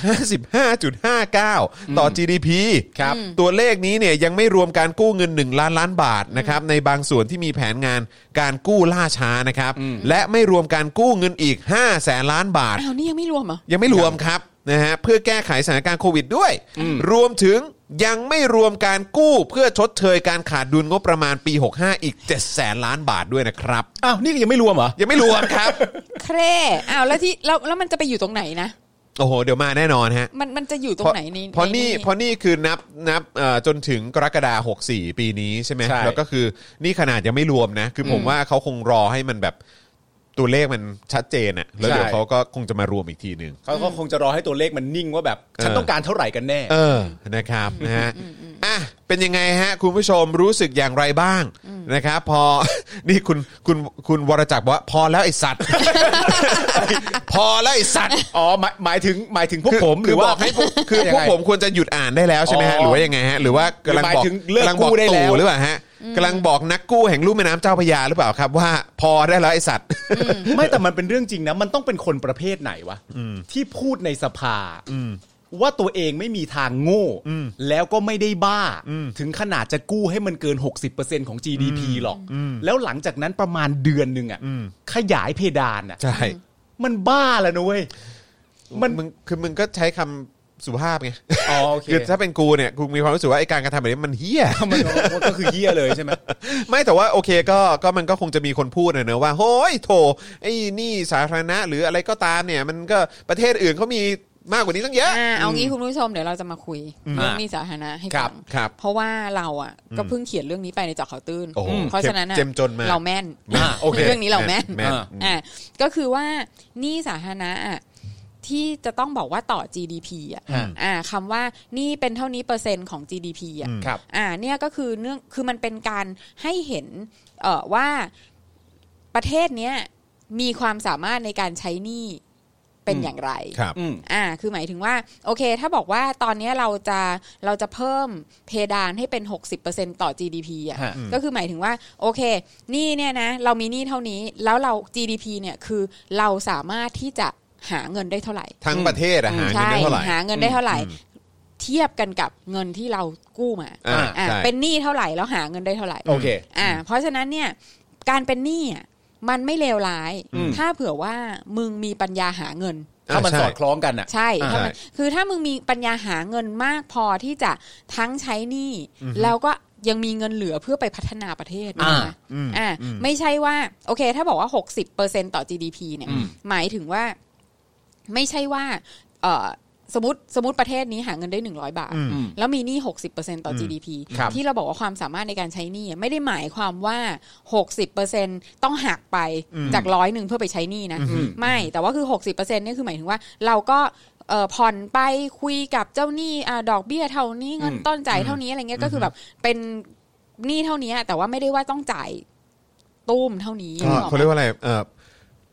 55.59 ต่อ GDP ครับตัวเลขนี้เนี่ยยังไม่รวมการกู้เงิน1ล้านบาทนะครับในบางส่วนที่มีแผนงานการกู้ล่าช้านะครับและไม่รวมการกู้เงินอีก 500,000 ล้านบาทอ้าวนี่ยังไม่รวมเหรอยังไม่รวมครับนะฮะเพื่อแก้ไขสถานการณ์โควิดด้วยรวมถึงยังไม่รวมการกู้เพื่อชดเชยการขาดดุลงบประมาณปี65อีก 700,000 ล้านบาทด้วยนะครับอ้าวนี่ก็ยังไม่รวมเหรอยังไม่รวมครับเคร่อ้าวแล้วมันจะไปอยู่ตรงไหนนะโอ้โหเดี๋ยวมาแน่นอนฮะมันจะอยู่ตรงไหนนี่เพราะนี่คือนับจนถึงกรกฎาคม64ปีนี้ใช่ไหมแล้วก็คือนี่ขนาดยังไม่รวมนะคือผมว่าเขาคงรอให้มันแบบตัวเลขมันชัดเจนอ่ะแล้วเดี๋ยวเขาก็คงจะมารวมอีกทีนึงเขาก็คงจะรอให้ตัวเลขมันนิ่งว่าแบบฉันต้องการเท่าไหร่กันแน่นะครับนะฮะอ่ะเป็นยังไงฮะคุณผู้ชมรู้สึกอย่างไรบ้างนะครับพอนี่คุณวรจักรบอกว่าพอแล้วไอ้สัตว์พอแล้วไอ้สัตว์อ๋อหมายถึงพวกผมหรือว่าให้คือพวกผมควรจะหยุดอ่านได้แล้วใช่ไหมฮะหรือว่ายังไงฮะหรือว่ากำลังบอกได้แล้วหรือเปล่าฮะกำลังบอกนักกู้แห่งลุ่มแม่น้ำเจ้าพระยาหรือเปล่าครับว่าพอได้แล้วไอ้สัตว์ไม่แต่มันเป็นเรื่องจริงนะมันต้องเป็นคนประเภทไหนวะที่พูดในสภาว่าตัวเองไม่มีทางโง่แล้วก็ไม่ได้บ้าถึงขนาดจะกู้ให้มันเกิน 60% ของ GDP หรอกแล้วหลังจากนั้นประมาณเดือนนึงอ่ะขยายเพดานอ่ะใช่มันบ้าแล้วนะเว้ยมึงก็ใช้คำสุภาพไงอ๋อโอเคคือถ้าเป็นกูเนี่ยกูมีความรู้สึกว่าไอ้การกระทำแบบนี้มันเหี้ยมันก็คือเหี้ยเลยใช่ไหมไม่แต่ว่าโอเคก็มันก็คงจะมีคนพูดนะว่าโฮ้ยโถไอ้นี่สาธารณะหรืออะไรก็ตามเนี่ยมันก็ประเทศอื่นเขามีมากกว่านี้ตั้งเยอะเอางี้คุณผู้ชมเดี๋ยวเราจะมาคุยเรื่องนี้สาธารณะให้ฟังเพราะว่าเราอ่ะก็เพิ่งเขียนเรื่องนี้ไปในเจาะข่าวตื้นเพราะฉะนั้นเราแม่นเรื่องนี้เราแม่นก็คือว่านี่สาธารณะที่จะต้องบอกว่าต่อ GDP คำว่านี่เป็นเท่านี้เปอร์เซ็นต์ของ GDP เนี่ยก็คือคือมันเป็นการให้เห็นว่าประเทศเนี้ยมีความสามารถในการใช้หนี้เป็นอย่างไรคือหมายถึงว่าโอเคถ้าบอกว่าตอนนี้เราจะเพิ่มเพดานให้เป็น 60% ต่อ GDP ก็คือหมายถึงว่าโอเคนี่เนี่ยนะเรามีหนี้เท่านี้แล้วเรา GDP เนี่ยคือเราสามารถที่จะหาเงินได้เท่าไหร่ทั้งประเทศหาเงินได้เท่าไหร่หาเงินได้เท่าไหร่เทียบกันกับเงินที่เรากู้มาเป็นหนี้เท่าไหร่แล้วหาเงินได้เท่าไหร่โอเคเพราะฉะนั้นเนี่ยการเป็นหนี้มันไม่เลวร้ายถ้าเผื่อว่ามึงมีปัญญาหาเงินถ้ามันสอดคล้องกันใช่คือถ้ามึงมีปัญญาหาเงินมากพอที่จะทั้งใช้หนี้แล้วก็ยังมีเงินเหลือเพื่อไปพัฒนาประเทศนะไม่ใช่ว่าโอเคถ้าบอกว่า 60% ต่อ GDP เนี่ยหมายถึงว่าไม่ใช่ว่าสมมติประเทศนี้หาเงินได้100 บาทแล้วมีหนี้ 60% ต่อ GDP ที่เราบอกว่าความสามารถในการใช้หนี้ไม่ได้หมายความว่า 60% ต้องหักไปจาก100นึงเพื่อไปใช้หนี้นะไม่แต่ว่าคือ 60% นี่คือหมายถึงว่าเราก็ผ่อนไปคุยกับเจ้าหนี้ดอกเบี้ยเท่านี้เงินต้นจ่ายเท่านี้อะไรเงี้ยก็คือแบบเป็นหนี้เท่านี้แต่ว่าไม่ได้ว่าต้องจ่ายตุ้มเท่านี้เขาเรียกว่าอะไร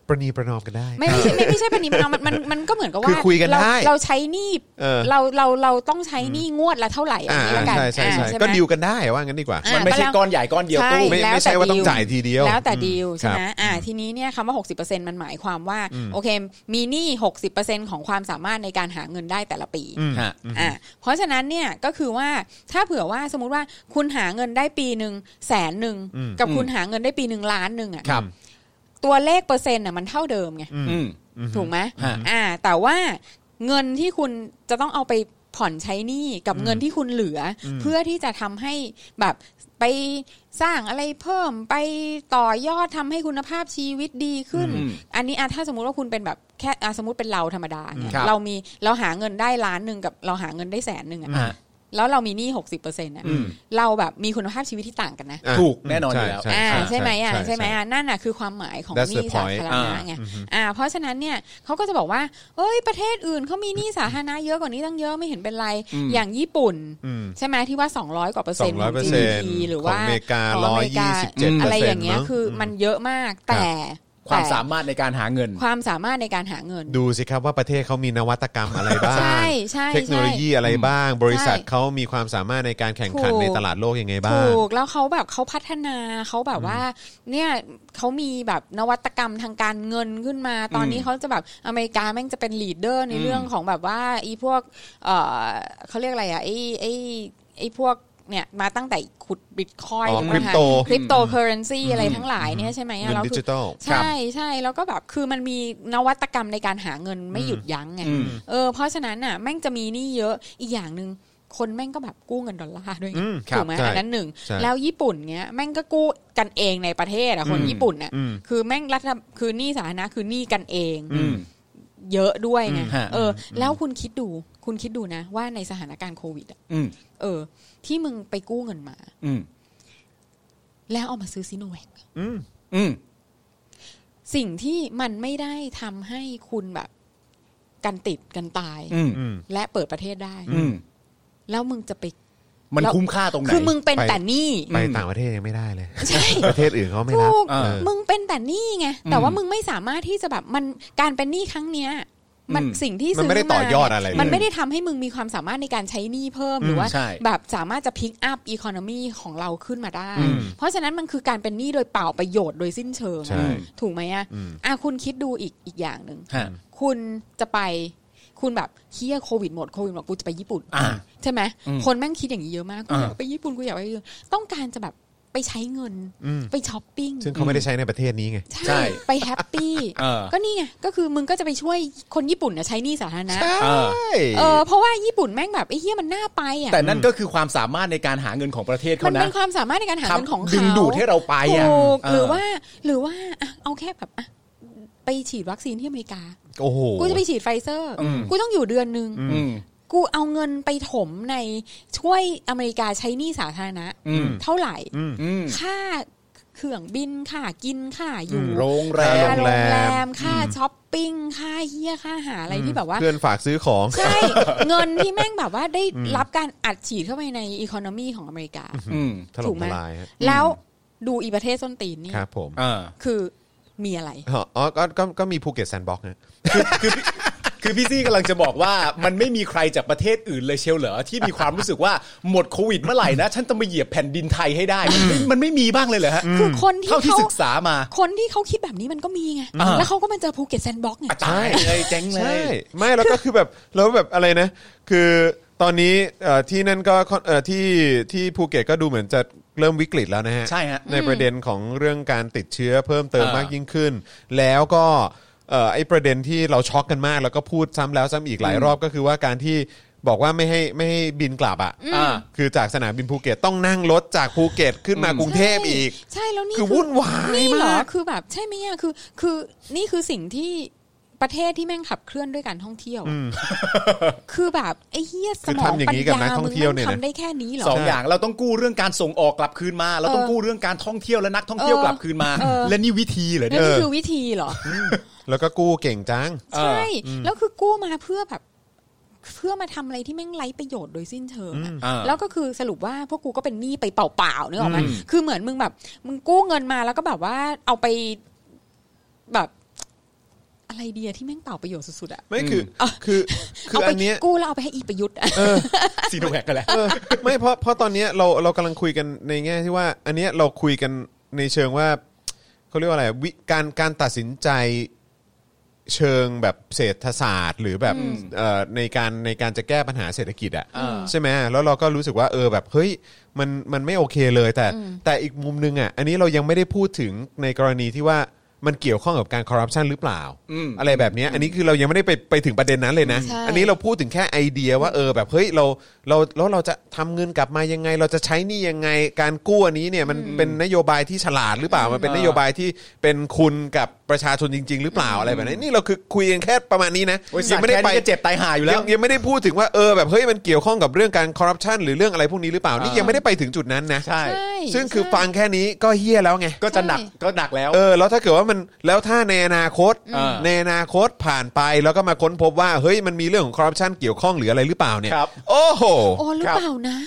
ประนีประนอมกันได้ไม่ใช่ประนีประนอมมันก็เหมือนกับว่าคุยกันได้เราใช้หนี้เราต้องใช้หนี้งวดละเท่าไหร่อย่างนี้ละกันใช่ก็ดีลกันได้ว่างั้นดีกว่ามันไม่ใช่ก้อนใหญ่ก้อนเดียวตู้ไม่ใช่ว่าต้องจ่ายทีเดียวแล้วแต่ดีลใช่ไหมทีนี้เนี่ยคำว่า 60% มันหมายความว่าโอเคมีหนี้ 60% ของความสามารถในการหาเงินได้แต่ละปีเพราะฉะนั้นเนี่ยก็คือว่าถ้าเผื่อว่าสมมุติว่าคุณหาเงินได้ปีนึง100,000กับคุณหาเงินได้ปีนึงล้านนึงอ่ะตัวเลขเปอร์เซ็นต์น่ะมันเท่าเดิมไงถูกไหมแต่ว่าเงินที่คุณจะต้องเอาไปผ่อนใช้หนี้กับเงินที่คุณเหลือเพื่อที่จะทำให้แบบไปสร้างอะไรเพิ่มไปต่อยอดทำให้คุณภาพชีวิตดีขึ้นอันนี้ถ้าสมมุติว่าคุณเป็นแบบแค่สมมุติเป็นเราธรรมดาเนี่ยเราหาเงินได้ล้านนึงกับเราหาเงินได้100,000อ่ะแล้วเรามีหนี้ 60% น่ะเราแบบมีคุณภาพชีวิตที่ต่างกันนะถูกแน่นอนอยู่แล้วใช่ไหมใช่ไหมนั่นน่ะคือความหมายของหนี้สาธารณะไงเพราะฉะนั้นเนี่ยเขาก็จะบอกว่าเอ้ยประเทศอื่นเขามีหนี้สาธารณะเยอะกว่านี้ตั้งเยอะไม่เห็นเป็นไรอย่างญี่ปุ่นใช่ไหมที่ว่า200กว่า%ของ GDP หรือว่าอเมริกา127% อะไรอย่างเงี้ยคือมันเยอะมากแต่ความสามารถในการหาเงินความสามารถในการหาเงินดูสิครับว่าประเทศเขามีนวัตกรรมอะไรบ้างเทคโนโลยีอะไรบ้างบริษัทเขามีความสามารถในการแข่งขันในตลาดโลกยังไงบ้างถูกแล้วเขาแบบเขาพัฒนาเขาแบบว่าเนี่ยเขามีแบบนวัตกรรมทางการเงินขึ้นมาตอนนี้เขาจะแบบอเมริกาแม่งจะเป็นลีดเดอร์ในเรื่องของแบบว่าอีพวกเขาเรียกอะไรอ่ะไอ้พวกเนี่ยมาตั้งแต่ขุดบิตคอยน์คริปโตเคอเรนซีอะไรทั้งหลายเนี่ยใช่ไหมแล้วดิจิตอลใช่แล้วก็แบบคือมันมีนวัตกรรมในการหาเงินไม่หยุดยั้งไงเพราะฉะนั้นน่ะแม่งจะมีนี่เยอะอีกอย่างนึงคนแม่งก็แบบกู้เงินดอลลาร์ด้วยถูกไหมอันนั้นหนึ่งแล้วญี่ปุ่นเนี้ยแม่งก็กู้กันเองในประเทศอ่ะคนญี่ปุ่นน่ะคือแม่งคือหนี้สาธารณะคือหนี้กันเองเยอะด้วยไงแล้วคุณคิดดูนะว่าในสถานการณ์โควิดอ่ะที่มึงไปกู้เงินมาแล้วเอามาซื้อซิโนแวคสิ่งที่มันไม่ได้ทำให้คุณแบบกันติดกันตายและเปิดประเทศได้แล้วมึงจะไปมันคุ้มค่าตรงไหนคือมึงเป็นแต่หนี้ไปต่างประเทศยังไม่ได้เลยใช่ประเทศอื่นเขาไม่รับมึงเป็นแต่หนี้ไงแต่ว่ามึงไม่สามารถที่จะแบบมันการเป็นหนี้ครั้งเนี้ยมันสิ่งที่ซื้อมามันไม่ได้ต่อยอดอะไรมันไม่ได้ทำให้มึงมีความสามารถในการใช้หนี้เพิ่มหรือว่าแบบสามารถจะพิกอัพอีโคโนมีของเราขึ้นมาได้เพราะฉะนั้นมันคือการเป็นหนี้โดยเปล่าประโยชน์โดยสิ้นเชิงถูกไหมคุณคิดดูอีกอย่างนึงคุณจะไปคุณแบบเฮียโควิดหมดกูจะไปญี่ปุ่นใช่ไหมคนแม่งคิดอย่างนี้เยอะมากกูอยากไปญี่ปุ่นกูอยากไปต้องการจะแบบไปใช้เงินไปช้อปปิ้งซึ่งเขาไม่ได้ใช้ในประเทศนี้ไงใช่ไปแฮปปี้ก็นี่ไงก็คือมึงก็จะไปช่วยคนญี่ปุ่นใช้หนี้สาธารณะเพราะว่าญี่ปุ่นแม่งแบบไอ้เหี้ยมันน่าไปอ่ะแต่นั่นก็คือความสามารถในการหาเงินของประเทศเขานะมันเป็นความสามารถในการหาเงินของเขาดึงดูดให้เราไปอ่ะหรือว่าเอาแค่แบบไปฉีดวัคซีนที่อเมริกากูจะไปฉีดไฟเซอร์กูต้องอยู่เดือนนึงกูเอาเงินไปถมในช่วยอเมริกาใช้หนี้สาธารณะเท่าไหร่ค่าเครื่องบินค่ากินค่าอยู่โรงแรมค่าช้อปปิ้งค่าเหี้ยค่าหาอะไรที่แบบว่าเพื่อนฝากซื้อของใช่เงินที่แม่งแบบว่าได้รับการอัดฉีดเข้าไปในอีโคโนมีของอเมริกาถูกไหมแล้วดูอีประเทศส้นตีนนี่ครับผมคือมีอะไรก็มีภูเก็ตแซนด์บ็อกซ์นะคือพี่ซี่กำลังจะบอกว่ามันไม่มีใครจากประเทศอื่นเลยเชียวเหรอที่มีความรู้สึกว่าหมดโควิดเมื่อไหร่นะฉันจะมาเหยียบแผ่นดินไทยให้ได้มันไม่มีบ้างเลยเหรอฮะคือคนที่เขาศึกษามาคนที่เขาคิดแบบนี้มันก็มีไงแล้วเขาก็มาเจอภูเก็ตแซนด์บ็อกซ์ไงใช่เลยเจ๊งเลยไม่แล้วก็คือแบบแล้วแบบอะไรนะคือตอนนี้ที่นั่นก็ที่ภูเก็ตก็ดูเหมือนจะเริ่มวิกฤตแล้วนะฮะใช่ฮะในประเด็นของเรื่องการติดเชื้อเพิ่มเติมมากยิ่งขึ้นแล้วก็ไอ้ประเด็นที่เราช็อกกันมากแล้วก็พูดซ้ำแล้วซ้ำอีกหลายรอบก็คือว่าการที่บอกว่าไม่ให้บินกลับคือจากสนามบินภูเก็ตต้องนั่งรถจากภูเก็ตขึ้นมากรุงเทพอีกใช่แล้วนี่คือวุ่นวายมากคือแบบใช่ไหมอ่ะคือนี่คือสิ่งที่ประเทศที่แม่งขับเคลื่อนด้วยการท่องเที่ยวคือแบบไอ้เหี้ยสมองปัญญามึงทำได้แค่นี้เหรอ 2อย่างเราต้องกู้เรื่องการส่งออกกลับคืนมาเราต้องกู้เรื่องการท่องเที่ยวและนักท่องเที่ยวกลับคืนมาและนี่วิธีเหรอเนี่ยนี่คือวิธีเหรอแล้วก็กู้เก่งจังใช่แล้วคือกู้มาเพื่อแบบเพื่อมาทำอะไรที่แม่งไร้ประโยชน์โดยสิ้นเชิงแล้วก็คือสรุปว่าพวกกูก็เป็นหนี้ไปเปล่าๆนึกออกไหมคือเหมือนมึงแบบมึงกู้เงินมาแล้วก็แบบว่าเอาไปแบบอะไรดีที่แม่งเปล่าประโยชน์สุดๆอ่ะไม่คืออันเนี้ยกู้แล้วเอาไปให้อีประยุทธ์ซีโนแวคกันแหละไม่เพราะตอนเนี้ยเรากำลังคุยกันในแง่ที่ว่าอันเนี้ยเราคุยกันในเชิงว่าเขาเรียกว่าอะไรการตัดสินใจเชิงแบบเศรษฐศาสตร์หรือแบบในการจะแก้ปัญหาเศรษฐกิจอ่ะใช่ไหมแล้วเราก็รู้สึกว่าแบบเฮ้ยมันไม่โอเคเลยแต่อีกมุมนึงอ่ะอันนี้เรายังไม่ได้พูดถึงในกรณีที่ว่ามันเกี่ยวข้องกับการคอร์รัปชันหรือเปล่าอะไรแบบนี้อันนี้คือเรายังไม่ได้ไปถึงประเด็นนั้นเลยนะอันนี้เราพูดถึงแค่ไอเดียว่าแบบเฮ้ยเราจะทำเงินกลับมายังไงเราจะใช้นี่ยังไงการกู้อันนี้เนี่ยมันเป็นนโยบายที่ฉลาดหรือเปล่ามันเป็นนโยบายที่เป็นคุณกับประชาชนจริงๆหรือเปล่าอะไรแบบนี้นี่เราคือคุยกันแค่ประมาณนี้นะยังไม่ได้ไปเจ็บตายหายอยู่แล้วยังไม่ได้พูดถึงว่าแบบเฮ้ยมันเกี่ยวข้องกับเรื่องการคอร์รัปชันหรือเรื่องอะไรพวกนี้หรือเปล่านี่ยังไม่ได้ไปถึงจุดนั้นนะใช่ซึ่งคือฟังแค่นี้ก็เฮี้ยแล้วไงก็จะหนักแล้วแล้วถ้าเกิดว่ามันแล้วถ้าในอนาคตผ่านไปแล้วก็มาค้นพบว่าเฮ้ยมันมีเรื่องของคอร์รัปชันเกี่ยวข้องหรืออะไรหรือเปล่าเนี่ยโอ้โหหรือเปล่านะ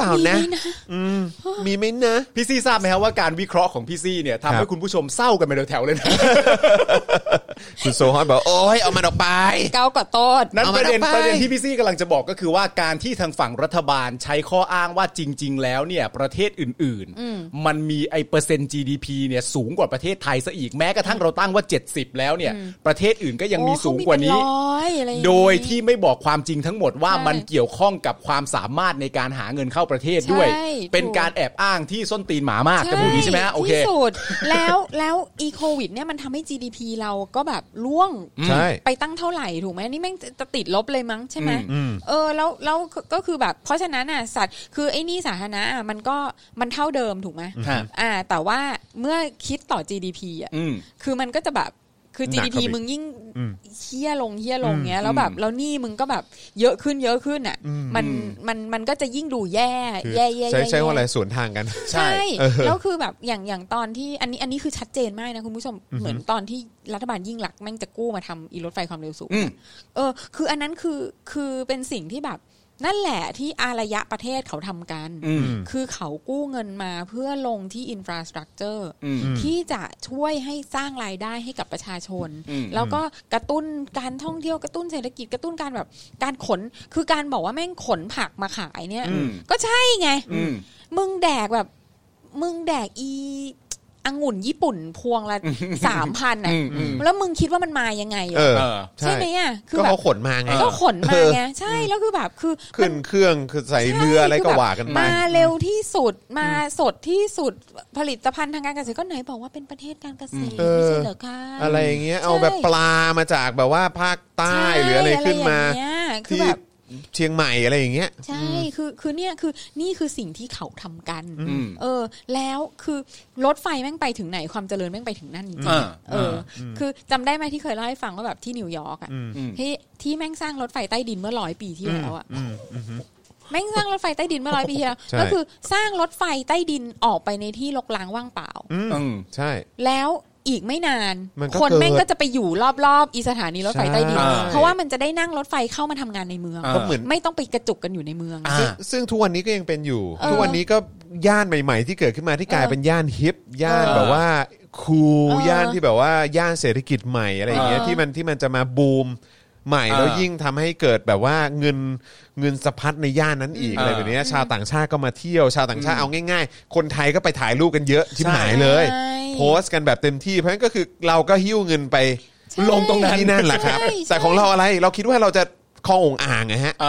มีไหมนะพี่ซี่ทราบไหมครับว่าการวิเคราะห์ของพี่ซี่เนี่ยทำให้คุณผู้ชมเศร้ากันไปแถวๆเลยนะคุณโซฮอนบอกโอ้ยเอามันออกไปเก้ากับต้นนั้นประเด็นที่พี่ซี่กำลังจะบอกก็คือว่าการที่ทางฝั่งรัฐบาลใช้ข้ออ้างว่าจริงๆแล้วเนี่ยประเทศอื่นๆมันมีไอ้เปอร์เซ็นต์ GDP เนี่ยสูงกว่าประเทศไทยซะอีกแม้กระทั่งเราตั้งว่า70แล้วเนี่ยประเทศอื่นก็ยังมีสูงกว่านี้โดยที่ไม่บอกความจริงทั้งหมดว่ามันเกี่ยวข้องกับความสามารถในการหาเงินเข้าประเทศด้วยเป็นการแอบอ้างที่ส้นตีนหมามากจะพูดดีใช่ไหมโอเคที่สุดแล้วอีโควิดเนี่ยมันทำให้ GDP เราก็แบบล่วงไปตั้งเท่าไหร่ถูกไหมนี่แม่งจะติดลบเลยมั้งใช่ไหมแล้วก็คือแบบเพราะฉะนั้นสัตว์คือไอ้นี่สาธารณะมันเท่าเดิมถูกไหมแต่ว่าเมื่อคิดต่อ GDP คือมันก็จะแบบคือ GDP มึงยิ่งเหี้ยลงเงี้ยแล้วแบบแล้วนี่มึงก็แบบเยอะขึ้นอ่ะมันก็จะยิ่งดูแย่ใช่ว่าอะไรสวนทางกันใช่แล้วคือแบบอย่างตอนที่อันนี้คือชัดเจนมากนะคุณผู้ชมเหมือนตอนที่รัฐบาลยิ่งลักษณ์แม่งจะกู้มาทำอีรถไฟความเร็วสูงคืออันนั้นคือเป็นสิ่งที่แบบนั่นแหละที่อารยะประเทศเขาทำกันคือเขากู้เงินมาเพื่อลงที่อินฟราสตรัคเจอร์ที่จะช่วยให้สร้างรายได้ให้กับประชาชนแล้วก็กระตุ้นการท่องเที่ยวกระตุ้นเศรษฐกิจกระตุ้นการแบบการขนคือการบอกว่าแม่งขนผักมาขายเนี่ยก็ใช่ไงมึงแดกอีองุ่นญี่ปุ่นพวงละ 3,000 อ่ะแล้วมึงคิดว่ามันมายังไงใช่ไหมอ่ะคือแบบเขาขนมาไงใช่แล้วคือแบบคือขึ้นเครื่องคือใส่เรืออะไรก็ว่ากันไปมาเร็วที่สุดมาสดที่สุดผลิตภัณฑ์ทางการเกษตรก็ไหนบอกว่าเป็นประเทศการเกษตรไม่ใช่เหรอคะอะไรอย่างเงี้ยเอาแบบปลามาจากแบบว่าภาคใต้หรืออะไรขึ้นมาที่เชียงใหม่อะไรอย่างเงี้ยใช่คือเนี่ยคือนี่คือสิ่งที่เขาทำกันแล้วคือรถไฟแม่งไปถึงไหนความเจริญแม่งไปถึงนั่นจริงคือจำได้ไหมที่เคยเล่าให้ฟังว่าแบบที่นิวยอร์กอ่ะที่แม่งสร้างรถไฟใต้ดินเมื่อ100 ปีที่แล้วอ่ะแม่งสร้างรถไฟใต้ดินเมื่อ100 ปีที่แล้วก็คือสร้างรถไฟใต้ดินออกไปในที่รกร้างว่างเปล่าใช่แล้วอีกไม่นานคนแม่งก็จะไปอยู่รอบๆอีสถานีรถไฟใต้ดินเพราะว่ามันจะได้นั่งรถไฟเข้ามาทำงานในเมืองไม่ต้องไปกระจุกกันอยู่ในเมืองซึ่งทุกวันนี้ก็ยังเป็นอยู่ทุกวันนี้ก็ย่านใหม่ๆที่เกิดขึ้นมาที่กลายเป็นย่านฮิปย่านแบบว่าคูลย่านที่แบบว่าย่านเศรษฐกิจใหม่อะไรอย่างเงี้ยที่มันจะมาบูมใหม่แล้วยิ่งทำให้เกิดแบบว่าเงินสะพัดในย่านนั้นอีกอะไรแบบนี้ชาวต่างชาติก็มาเที่ยวชาวต่างชาติเอาง่ายๆคนไทยก็ไปถ่ายรูปกันเยอะชิบหายเลยโพสต์กันแบบเต็มที่เพราะฉะนั้นก็คือเราก็หิ้วเงินไปลงตรงนั้นที่นั่นแหละครับแต่ของเราอะไรเราคิดว่าเราจะคลององอ่างไงฮะ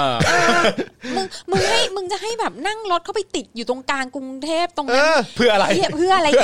มึงจะให้แบบนั่งรถเข้าไปติดอยู่ตรงกลางกรุงเทพตรงนั้นเพื่ออะไรอีก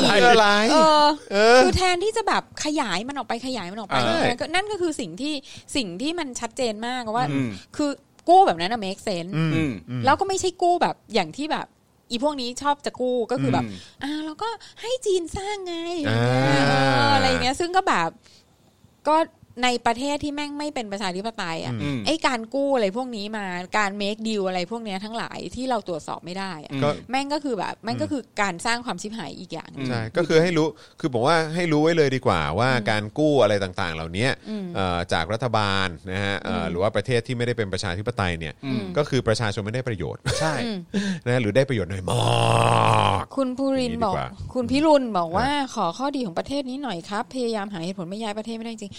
คือแทนที่จะแบบขยายมันออกไปนั่นก็คือสิ่งที่มันชัดเจนมากว่าคือกู้แบบนั้นนะ make sense แล้วก็ไม่ใช่กู้แบบอย่างที่แบบอีพวกนี้ชอบจะกู้ก็คือแบบแล้วก็ให้จีนสร้างไงอะไรเงี้ยซึ่งก็แบบก็ในประเทศที่แม่งไม่เป็นประชาธิปไตยอ่ะไอ้การกู้อะไรพวกนี้มาการเมคดีลอะไรพวกนี้ทั้งหลายที่เราตรวจสอบไม่ได้แม่งก็คือแบบแม่งก็คือการสร้างความชิบหายอีกอย่างใช่ก็คือให้รู้คือผมว่าให้รู้ไว้เลยดีกว่าว่าการกู้อะไรต่างๆเหล่านี้จากรัฐบาลนะฮะหรือว่าประเทศที่ไม่ได้เป็นประชาธิปไตยเนี่ยก็คือประชาชนไม่ได้ประโยชน์ใช่นะหรือได้ประโยชน์น้อยมากคุณภูรินทร์บอกคุณพิรุณบอกว่าขอข้อดีของประเทศนี้หน่อยครับพยายามหาเหตุผลไม่ย้ายประเทศไม่ได้จริงย้าย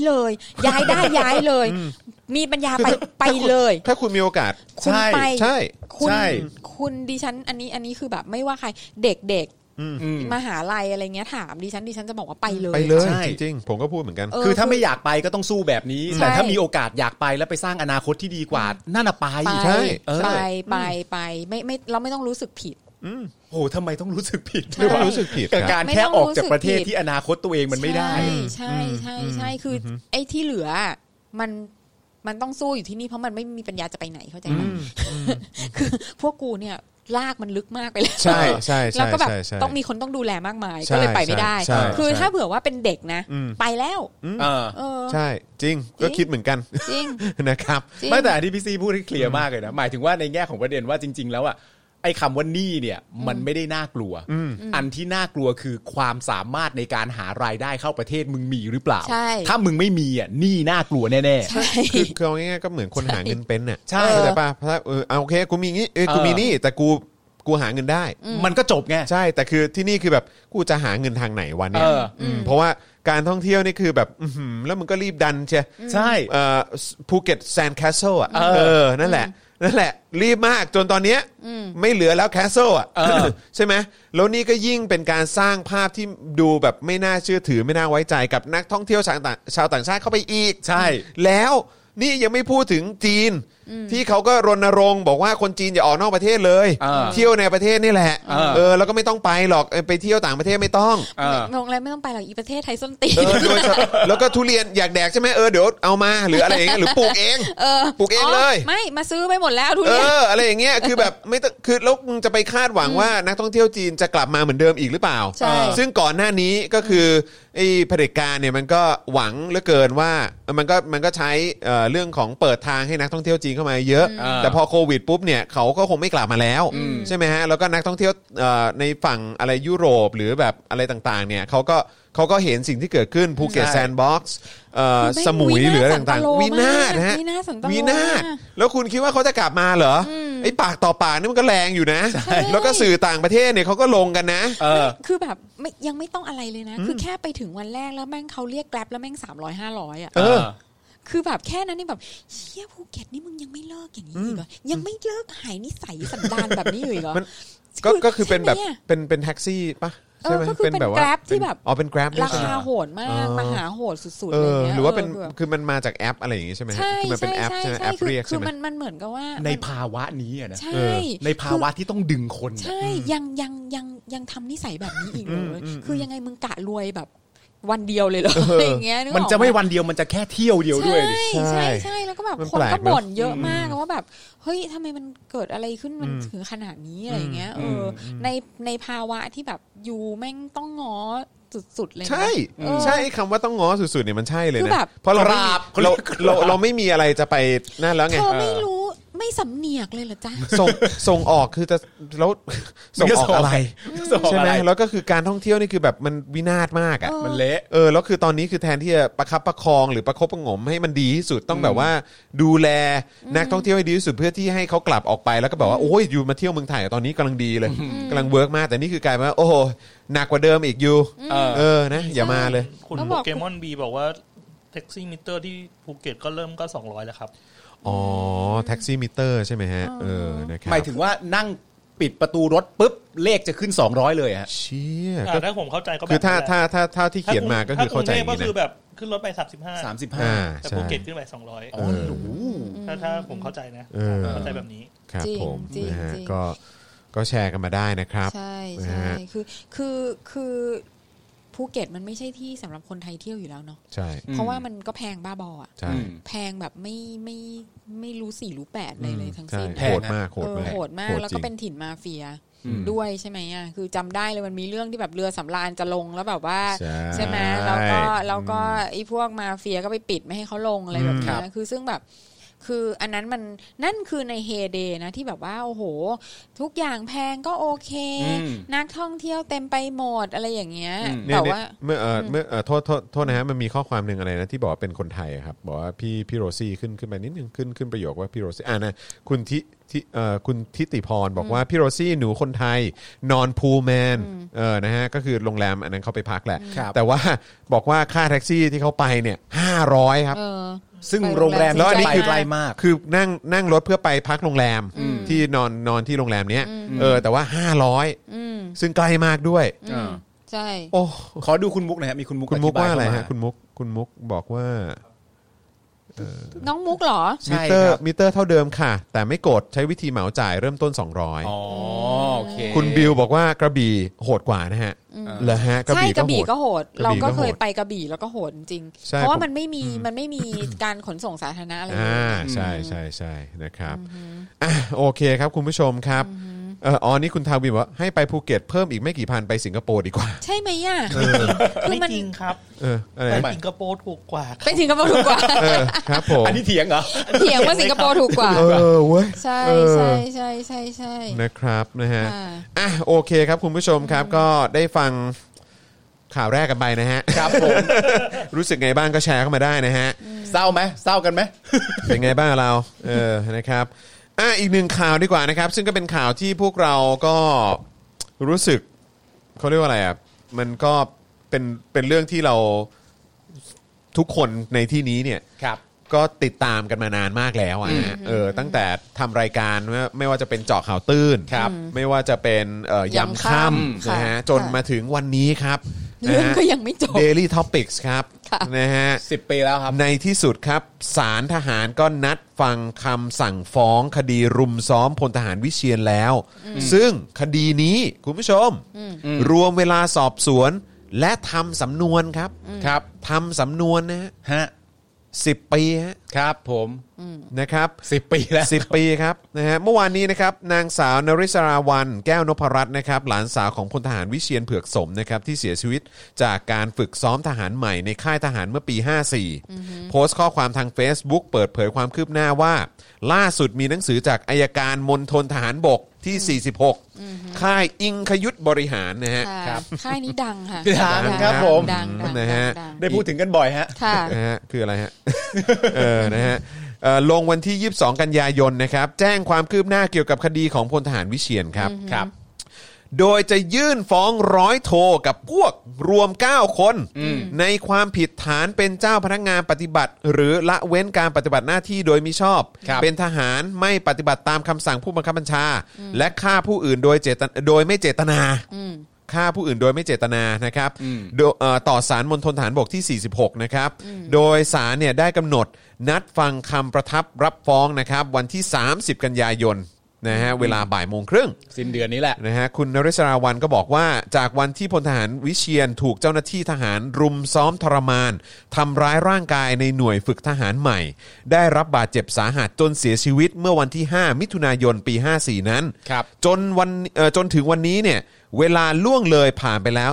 เลยย้ายได้ย้ายเลยมีปัญญาไปเลยถ้าคุณมีโอกาสคุณไปใช่คุณดิฉันอันนี้คือแบบไม่ว่าใครเด็กมหาลัยอะไรเงี้ยถามดิฉันจะบอกว่าไปเลยจริงๆผมก็พูดเหมือนกันคือถ้าไม่อยากไปก็ต้องสู้แบบนี้แต่ถ้ามีโอกาสอยากไปแล้วไปสร้างอนาคตที่ดีกว่านั่นน่ะไปใช่ไปไม่เราไม่ต้องรู้สึกผิดโอ้ทำไมต้องรู้สึกผิดไม่ต้องรู้สึกผิดกับการแค่ออกจากประเทศที่อนาคตตัวเองมันไม่ได้ใช่คือไอ้ที่เหลือมันต้องสู้อยู่ที่นี่เพราะมันไม่มีปัญญาจะไปไหนเข้าใจไหมคือพวกกูเนี่ยลากมันลึกมากไปเลยใช่แล้วก็แบบต้องมีคนต้องดูแลมากมายก็เลยไปไม่ได้คือถ้าเผื่อว่าเป็นเด็กนะไปแล้วใช่จริงก็คิดเหมือนกันจริงนะครับไม่แต่ที่พี่ซีพูดให้เคลียร์มากเลยนะหมายถึงว่าในแง่ของประเด็นว่าจริงๆแล้วอ่ะไอ้คำว่าหนี้เนี่ยมันไม่ได้น่ากลัวอันที่น่ากลัวคือความสามารถในการหารายได้เข้าประเทศมึงมีหรือเปล่าถ้ามึงไม่มีอ่ะหนี้น่ากลัวแน่ๆคือเอาง่ายๆก็เหมือนคนหาเงินเป็นน่ะใช่แต่ป่ะโอเคกูมีงี้กูมีหนี้แต่กูหาเงินได้มันก็จบไงใช่แต่คือที่นี่คือแบบกูจะหาเงินทางไหนวันนี้เพราะว่าการท่องเที่ยวนี่คือแบบแล้วมึงก็รีบดันใช่ภูเก็ตแซนด์แคสเซิลอ่ะนั่นแหละรีบมากจนตอนนี้ไม่เหลือแล้วแคสเซิลอ่ะใช่ไหมแล้วนี่ก็ยิ่งเป็นการสร้างภาพที่ดูแบบไม่น่าเชื่อถือไม่น่าไว้ใจกับนักท่องเที่ยวชาวต่างชาติเข้าไปอีกใช่แล้วนี่ยังไม่พูดถึงจีนที่เขาก็รณรงค์บอกว่าคนจีนอย่าออกนอกประเทศเลยเที่ยวในประเทศนี่แหละแล้วก็ไม่ต้องไปหรอกไปเที่ยวต่างประเทศไม่ต้องโรงแรมไม่ต้องไปหรอกอีประเทศไทยส้นตีนแล้วก็ทุเรียนอยากแดกใช่ไหมเดี๋ยวเอามาหรืออะไรอย่างเงี้ยหรือปลูกเองเลยไม่มาซื้อไปหมดแล้วทุเรียนอะไรอย่างเงี้ยคือแบบไม่คือแล้วมึงจะไปคาดหวังว่านักท่องเที่ยวจีนจะกลับมาเหมือนเดิมอีกหรือเปล่าซึ่งก่อนหน้านี้ก็คือไอ้เผด็จการเนี่ยมันก็หวังเหลือเกินว่ามันก็ใช้เรื่องของเปิดทางให้นักท่องเที่ยวจีนเข้ามาเยอะแต่พอโควิดปุ๊บเนี่ยเขาก็คงไม่กลับมาแล้วใช่ไหมฮะแล้วก็นักท่องเที่ยวในฝั่งอะไรยุโรปหรือแบบอะไรต่างๆเนี่ยเขาก็เห็นสิ่งที่เกิดขึ้นภูเก็ตแซนด์บ็อกซ์สมุยหรือต่างๆวินาศนะฮะวินาศแล้วคุณคิดว่าเขาจะกลับมาเหรอไอ้ปากต่อปากนี่มันก็แรงอยู่นะแล้วก็สื่อต่างประเทศเนี่ยเขาก็ลงกันนะคือแบบยังไม่ต้องอะไรเลยนะคือแค่ไปถึงวันแรกแล้วแม่งเขาเรียกแกร็บแล้วแม่ง300-500อ่ะคือแบบแค่นั้นนี่แบบเชี่ยภูเก็ตนี่มึงยังไม่เลิกอย่างนี้อีกเหรอยังไม่เลิกหายนิสัยสันดานแบบนี้อยู่อีกเหรอก็คือเป็นแบบเป็นแท็กซี่ปะใช่ไหมเป็นแบบว่า Grab ที่แบบเป็น Grab ราคาโหดมากมหาโหดสุดๆเลยเนี่ยหรือว่าเป็นคือมันมาจากแอปอะไรอย่างงี้ใช่ไหมคือมันเป็นแอปใช่ไหมแอปเรียกใช่ไหมคือมันเหมือนกับว่าในภาวะนี้อ่ะนะในภาวะที่ต้องดึงคนใช่ยังทำนิสัยแบบนี้อีกเลยคือยังไงมึงกะรวยแบบวันเดียวเลยเหรออะไรอย่างเงี้ยมันจะไม่วันเดียวมันจะแค่เที่ยวเดียวด้วยใช่แล้วก็แบบคนก็บ่นเยอะมากว่าแบบเฮ้ยทำไมมันเกิดอะไรขึ้นมันถึงขนาดนี้อะไรอย่างเงี้ยในภาวะที่แบบอยู่แม่งต้องง้อสุดๆเลยใช่คำว่าต้องง้อสุดๆเนี่ยมันใช่เลยนะเพราะเราไม่มีอะไรจะไปนั่นแล้วไงเธอไม่รู้ไม่สำเนียกเลยเหรอจ๊ะส่งออกคือจะแล้วส่งออกอะไรใช่ไหมแล้วก็คือการท่องเที่ยวนี่คือแบบมันวินาศมากอ่ะมันเละแล้วคือตอนนี้คือแทนที่จะประคับประคองหรือประคบประงมให้มันดีที่สุดต้องแบบว่าดูแลนักท่องเที่ยวให้ดีที่สุดเพื่อที่ให้เขากลับออกไปแล้วก็แบบว่าโอ้ยอยู่มาเที่ยวเมืองไทยตอนนี้กำลังดีเลยกำลังเวิร์กมากแต่นี่คือกลายเป็นว่าโอ้โหหนักกว่าเดิมอีกอยู่นะอย่ามาเลยคุณโปเกมอนบีบอกว่าแท็กซี่มิเตอร์ที่ภูเก็ตก็เริ่มก็200แล้วครับอ๋อแท็กซี่มิเตอร์ใช่ไหมฮะนะครับหมายถึงว่านั่งปิดประตูรถปุ๊บเลขจะขึ้น200เลยฮะเชี่ยถ้าผมเข้าใจก็แบบคือถ้าที่เขียนมาก็คือเข้าใจอย่างนี้นะก็คือแบบขึ้นรถไป35แต่ภูเก็ตขึ้นไป200 อ๋อถ้าผมเข้าใจนะเข้าใจแบบนี้ครับผมนะฮะก็แชร์กันมาได้นะครับใช่คือภูเก็ตมันไม่ใช่ที่สำหรับคนไทยเที่ยวอยู่แล้วเนาะใช่เพราะว่ามันก็แพงบ้าบออ่ะแพงแบบไม่รู้4รู้8เลยทั้งสิ้นโหดมากโหดมากแล้วก็เป็นถิ่นมาเฟียด้วยใช่ไหมอ่ะคือจำได้เลยมันมีเรื่องที่แบบเรือสำราญจะลงแล้วแบบว่าใช่ไหมแล้วก็ไอ้พวกมาเฟียก็ไปปิดไม่ให้เขาลงอะไรแบบนี้คือซึ่งแบบคืออันนั้นมันนั่นคือในเฮเดย์นะที่แบบว่าโอ้โหทุกอย่างแพงก็โอเคนักท่องเที่ยวเต็มไปหมดอะไรอย่างเงี้ยแต่ว่าเมื่อโทษนะฮะมันมีข้อความนึงอะไรนะที่บอกว่าเป็นคนไทยครับบอกว่าพี่โรซี่ขึ้นไปนิดนึงขึ้นประโยคว่าพี่โรซี่นะคุณทิติพรบอกว่าพี่โรซี่หนูคนไทยนอนพูลแมนนะฮะก็คือโรงแรมอันนั้นเขาไปพักแหละแต่ว่าบอกว่าค่าแท็กซี่ที่เขาไปเนี่ย500ครับซึ่งโรงแรมแล้วอันนี้คือไกลมากคือนั่งรถเพื่อไปพักโรงแรมที่นอนที่โรงแรมเนี้ยแต่ว่า500ซึ่งใกล้มากด้วยใช่โอ้ขอดูคุณมุกหน่อยครับมีคุณมุกว่าอะไรฮะคุณมุกบอกว่าน้องมุกเหรอมิเตอร์เท่าเดิมค่ะแต่ไม่กดใช้วิธีเหมาจ่ายเริ่มต้น200 อ๋อโอเคคุณบิวบอกว่ากระบี่โหดกว่านะฮะเหรอฮะกระบี่ก็โหดเราก็เคยไปกระบี่แล้วก็โหดจริงเพราะว่ามันไม่มีการขนส่งสาธารณะอะไรใช่นะครับโอเคครับคุณผู้ชมครับนี่คุณทาวินบอกว่าให้ไปภูเก็ตเพิ่มอีกไม่กี่พันไปสิงคโปร์ดีกว่าใช่ไหมอ่ะไม่จริงครับไปสิงคโปร์ถูกกว่าไปสิงคโปร์ถูกกว่าครับผมอันนี้เถียงเหรอเถียงว่าสิงคโปร์ถูกกว่าเว้ยใช่นะครับนะฮะโอเคครับคุณผู้ชมครับก็ได้ฟังข่าวแรกกันไปนะฮะครับผมรู้สึกไงบ้างก็แชร์เข้ามาได้นะฮะเศร้าไหมเศร้ากันไหมเป็นไงบ้างเรานะครับอีกหนึ่งข่าวดีกว่านะครับซึ่งก็เป็นข่าวที่พวกเราก็รู้สึกเขาเรียกว่าอะไรมันก็เป็นเรื่องที่เราทุกคนในที่นี้เนี่ยก็ติดตามกันมานานมากแล้วนะตั้งแต่ทำรายการไม่ว่าจะเป็นเจาะข่าวตื้นไม่ว่าจะเป็นยำค่ำนะฮะจนมาถึงวันนี้ครับเรื่องก็ยังไม่จบ Daily Topics ครับนะฮะ 10 ปีแล้วครับในที่สุดครับศาลทหารก็นัดฟังคำสั่งฟ้องคดีรุมซ้อมพลทหารวิเชียรแล้วซึ่งคดีนี้คุณผู้ชมรวมเวลาสอบสวนและทำสำนวนครับทำสำนวนนะฮะ10 ปีครับผมนะครับ 10 ปีแล้ว 10 ปีครับนะฮะเมื่อวานนี้นะครับนางสาวนริศราวัลย์แก้วนพรัตน์นะครับหลานสาวของพลทหารวิเชียรเผือกสมนะครับที่เสียชีวิตจากการฝึกซ้อมทหารใหม่ในค่ายทหารเมื่อปี54โพสต์ข้อความทาง Facebook เปิดเผยความคืบหน้าว่าล่าสุดมีหนังสือจากอัยการมณฑลทหารบกที่46ค่ายอิงคยุทธบริหารนะฮะครับค่ายนี้ดังค่ะดังครับผมนะฮะได้พูดถึงกันบ่อยฮะนะฮะคืออะไรฮะนะฮะลงวันที่22กันยายนนะครับแจ้งความคืบหน้าเกี่ยวกับคดีของพลทหารวิเชียรครับโดยจะยื่นฟ้องร้อยโทกับพวกรวม9คนในความผิดฐานเป็นเจ้าพนักงานปฏิบัติหรือละเว้นการปฏิบัติหน้าที่โดยมิชอบเป็นทหารไม่ปฏิบัติตามคำสั่งผู้บังคับบัญชาและฆ่าผู้อื่นโดยไม่เจตนาฆ่าผู้อื่นโดยไม่เจตนานะครับต่อศาลมณฑลทหารบกที่46นะครับโดยศาลเนี่ยได้กำหนดนัดฟังคำประทับรับฟ้องนะครับวันที่30กันยายนนะฮะเวลาบ่ายโมงครึ่งสิ้นเดือนนี้แหละนะฮะคุณนริศราวัลย์ก็บอกว่าจากวันที่พลทหารวิเชียรถูกเจ้าหน้าที่ทหารรุมซ้อมทรมานทำร้ายร่างกายในหน่วยฝึกทหารใหม่ได้รับบาดเจ็บสาหัสจนเสียชีวิตเมื่อวันที่5มิถุนายนปี54นั้นจนถึงวันนี้เนี่ยเวลาล่วงเลยผ่านไปแล้ว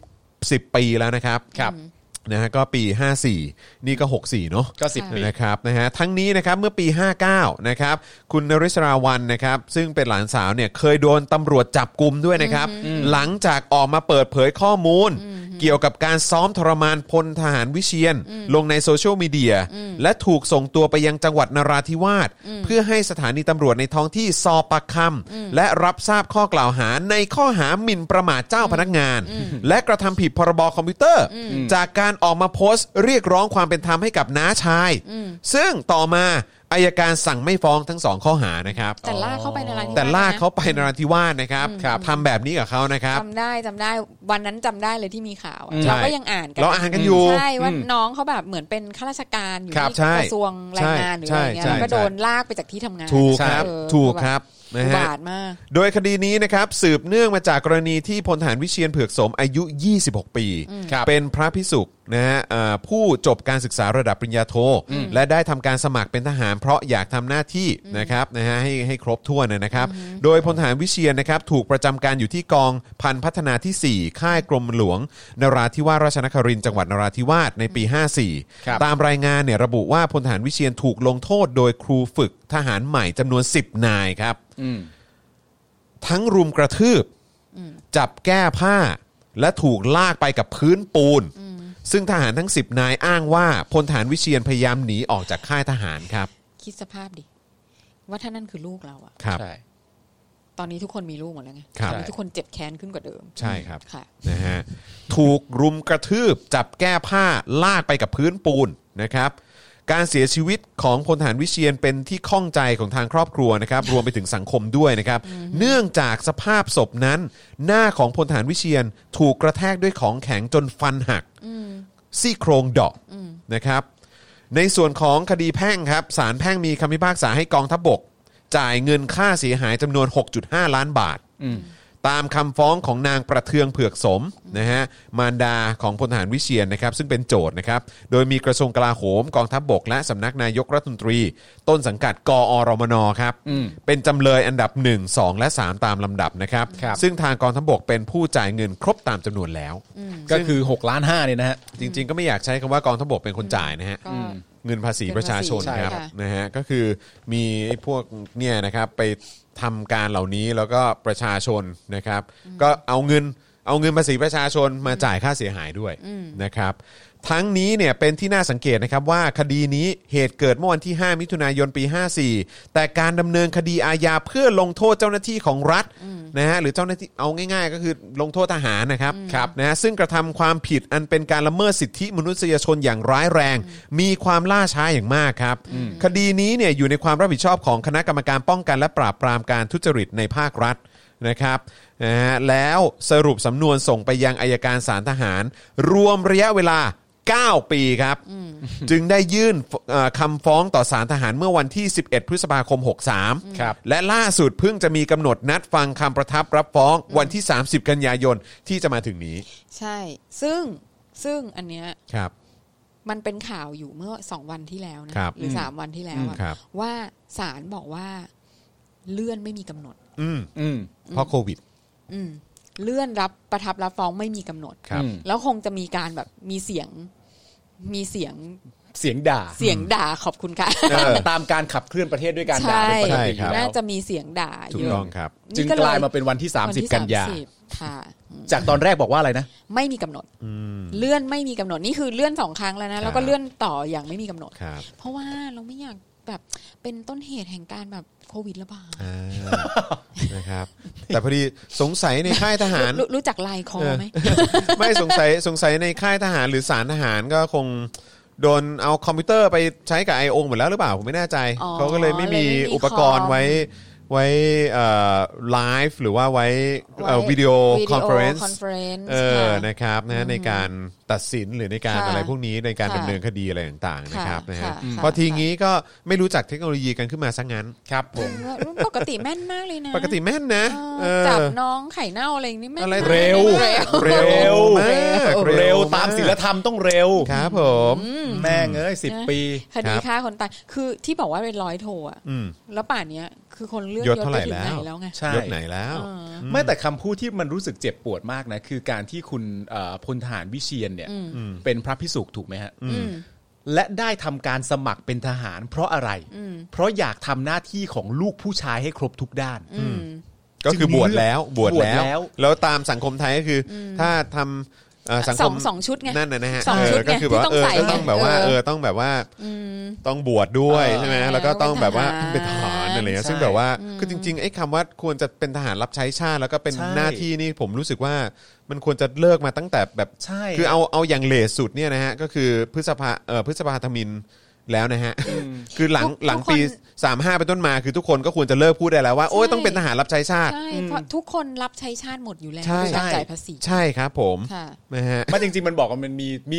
10 ปีแล้วนะครับนะฮะก็ปี54นี่ก็64เนาะก็10 ปีนะครับนะฮะทั้งนี้นะครับเมื่อปี59นะครับคุณนริศราวัลย์นะครับซึ่งเป็นหลานสาวเนี่ยเคยโดนตำรวจจับกุมด้วยนะครับหลังจากออกมาเปิดเผยข้อมูลเกี่ยวกับการซ้อมทรมานพลทหารวิเชียรลงในโซเชียลมีเดียและถูกส่งตัวไปยังจังหวัดนราธิวาสเพื่อให้สถานีตำรวจในท้องที่สอบปากคำและรับทราบข้อกล่าวหาในข้อหาหมิ่นประมาทเจ้าพนักงานและกระทำผิดพรบคอมพิวเตอร์จากการออกมาโพสต์เรียกร้องความเป็นธรรมให้กับน้าชายซึ่งต่อมาอัยการสั่งไม่ฟ้องทั้ง2ข้อหานะครับแต่ลากเข้าไปนราธิวาสแต่ลากเขาไปนราธิวาสนะครับทำแบบนี้กับเขานะครับจำได้วันนั้นจำได้เลยที่มีข่าวเราก็ยังอ่านกันเราอ่านกันอยู่ใช่ว่าน้องเขาแบบเหมือนเป็นข้าราชการอยู่ที่กระทรวงแรงงานหรืออะไรเงี้ยแล้วก็โดนลากไปจากที่ทำงานถูกครับนะฮะบาดมากโดยคดีนี้นะครับสืบเนื่องมาจากกรณีที่พลทหารวิเชียรเผือกสมอายุ26ปีเป็นพระภิกษุนะฮะผู้จบการศึกษาระดับปริญญาโทและได้ทำการสมัครเป็นทหารเพราะอยากทำหน้าที่นะครับนะฮะให้ครบถ้วนนะครับโดยพลทหารวิเชียรนะครับถูกประจำการอยู่ที่กองพันพัฒนาที่4ค่ายกรมหลวงนราธิวาสราชนครินทร์จังหวัดนราธิวาสในปี54ตามรายงานเนี่ยระบุว่าพลทหารวิเชียรถูกลงโทษโดยครูฝึกทหารใหม่จำนวน10นายครับทั้งรุมกระทืบจับแก้ผ้าและถูกลากไปกับพื้นปูนซึ่งทหารทั้ง10นายอ้างว่าพลทหารวิเชียรพยายามหนีออกจากค่ายทหารครับคิดสภาพดิว่าถ้านั่นคือลูกเราอะครับตอนนี้ทุกคนมีลูกหมดแล้วไงทุกคนเจ็บแค้นขึ้นกว่าเดิมใช่ครับนะฮะถูกรุมกระทืบจับแก้ผ้าลากไปกับพื้นปูนนะครับการเสียชีวิตของพลทหารวิเชียรเป็นที่ข้องใจของทางครอบครัวนะครับรวมไปถึงสังคมด้วยนะครับเนื่องจากสภาพศพนั้นหน้าของพลทหารวิเชียรถูกกระแทกด้วยของแข็งจนฟันหักซี่โครงเดาะนะครับในส่วนของคดีแพ่งครับศาลแพ่งมีคำพิพากษาให้กองทัพบกจ่ายเงินค่าเสียหายจำนวน 6.5 ล้านบาทตามคำฟ้องของนางประเทืองเผือกสมนะฮะมารดาของพลทหารวิเชียรนะครับซึ่งเป็นโจทย์นะครับโดยมีกระทรวงกลาโหมกองทัพบกและสำนักนายกรัฐมนตรีต้นสังกัดกอรมนครับเป็นจำเลยอันดับ1 2และ3ตามลำดับนะครับซึ่งทางกองทัพบกเป็นผู้จ่ายเงินครบตามจำนวนแล้วก็คือ6.5 ล้านเนี่ยนะฮะจริงๆก็ไม่อยากใช้คำว่ากองทัพบกเป็นคนจ่ายนะฮะเงินภาษีประชาชนครับนะฮะก็คือมีพวกเนี่ยนะครับไปทำการเหล่านี้แล้วก็ประชาชนนะครับก็เอาเงินภาษีประชาชนมาจ่ายค่าเสียหายด้วยนะครับทั้งนี้เนี่ยเป็นที่น่าสังเกตนะครับว่าคดีนี้เหตุเกิดเมื่อวันที่5มิถุนายนปี54แต่การดำเนินคดีอาญาเพื่อลงโทษเจ้าหน้าที่ของรัฐนะฮะหรือเจ้าหน้าที่เอาง่ายๆก็คือลงโทษทหารนะครับนะฮะซึ่งกระทำความผิดอันเป็นการละเมิดสิทธิมนุษยชนอย่างร้ายแรงมีความล่าช้าอย่างมากครับคดีนี้เนี่ยอยู่ในความรับผิดชอบของคณะกรรมการป้องกันและปราบปรามการทุจริตในภาครัฐนะครับแล้วสรุปสำนวนส่งไปยังอัยการศาลทหารรวมระยะเวลา9 ปีครับจึงได้ยื่นคำฟ้องต่อศาลทหารเมื่อวันที่11พฤษภาคม63ครับและล่าสุดเพิ่งจะมีกำหนดนัดฟังคำประทับรับฟ้องวันที่30กันยายนที่จะมาถึงนี้ใช่ซึ่งอันเนี้ยครับมันเป็นข่าวอยู่เมื่อ2วันที่แล้วนะหรือ3วันที่แล้วว่าศาลบอกว่าเลื่อนไม่มีกำหนดเพราะโควิดเลื่อนประทับรับฟ้องไม่มีกำหนดแล้วคงจะมีการแบบมีเสียงด่าขอบคุณค่ะตามการขับเคลื่อนประเทศด้วยการด่าเป็นปกติอยู่แล้วน่าจะมีเสียงด่าถูกต้องครับจึงกลายมาเป็นวันที่30กันยาจากตอนแรกบอกว่าอะไรนะไม่มีกำหนดเลื่อนไม่มีกำหนดนี่คือเลื่อน2 ครั้งแล้วนะแล้วก็เลื่อนต่ออย่างไม่มีกำหนดเพราะว่าเราไม่อยากแบบเป็นต้นเหตุแห่งการแบบโควิดระบาดนะครับแต่พอดีสงสัยในค่ายทหารรู้จักไลน์คอไหมไม่สงสัยในค่ายทหารหรือศาลทหารก็คงโดนเอาคอมพิวเตอร์ไปใช้กับ I.O. หมดแล้วหรือเปล่าผมไม่แน่ใจเขาก็เลยไม่มีอุปกรณ์ไว้ไลฟ์หรือว่าไว้วิดีโอคอนเฟอเรนซ์นะครับนะในการตัดสินหรือในการอะไรพวกนี้ในการดำเนินคดีอะไรต่างๆนะครับนะฮะพอทีงี้ก็ไม่รู้จักเทคโนโลยีกันขึ้นมาซะงั้นครับผมปกติแม่นมากเลยนะปกติแม่นนะจับน้องไข่เน่าอะไรนี่แม่นเร็วตามศีลธรรมต้องเร็วครับผมแม่เอ้ย10 ปีคดีฆ่าคนตายคือที่บอกว่าเป็น100 โทอ่ะแล้วป่านนี้คือคนเลือกยศเท่าไหร่แล้วไงยศไหนแล้วไม่แต่คำพูดที่มันรู้สึกเจ็บปวดมากนะคือการที่คุณพลทหารวิเชียรเนี่ยเป็นพระภิกษุถูกไหมฮะและได้ทำการสมัครเป็นทหารเพราะอะไรเพราะอยากทำหน้าที่ของลูกผู้ชายให้ครบทุกด้านก็คือบวชแล้วตามสังคมไทยก็คือถ้าทำสังคม 2 ชุดไงนั่นนะฮะก็คือแบบว่าต้องแบบว่าต้องแบบว่าต้องบวชด้วยใช่ไหมแล้วก็ต้องแบบว่าเป็นทหารอะไรเงี้ยซึ่งแบบว่าคือจริงๆไอ้คำว่าควรจะเป็นทหารรับใช้ชาติแล้วก็เป็นหน้าที่นี่ผมรู้สึกว่ามันควรจะเลิกมาตั้งแต่แบบคือเอาอย่างเลสสุดเนี่ยนะฮะก็คือพฤษภาธมิฬแล้วนะฮะคือหลังปี35เป็นต้นมาคือทุกคนก็ควรจะเลิกพูดได้แล้วว่าโอ้ยต้องเป็นทหารรับใช้ชาติใช่เพราะทุกคนรับใช้ชาติหมดอยู่แล้วการจ่ายภาษีใช่ครับผมนะฮะมันจริงๆมันบอกว่ามันมี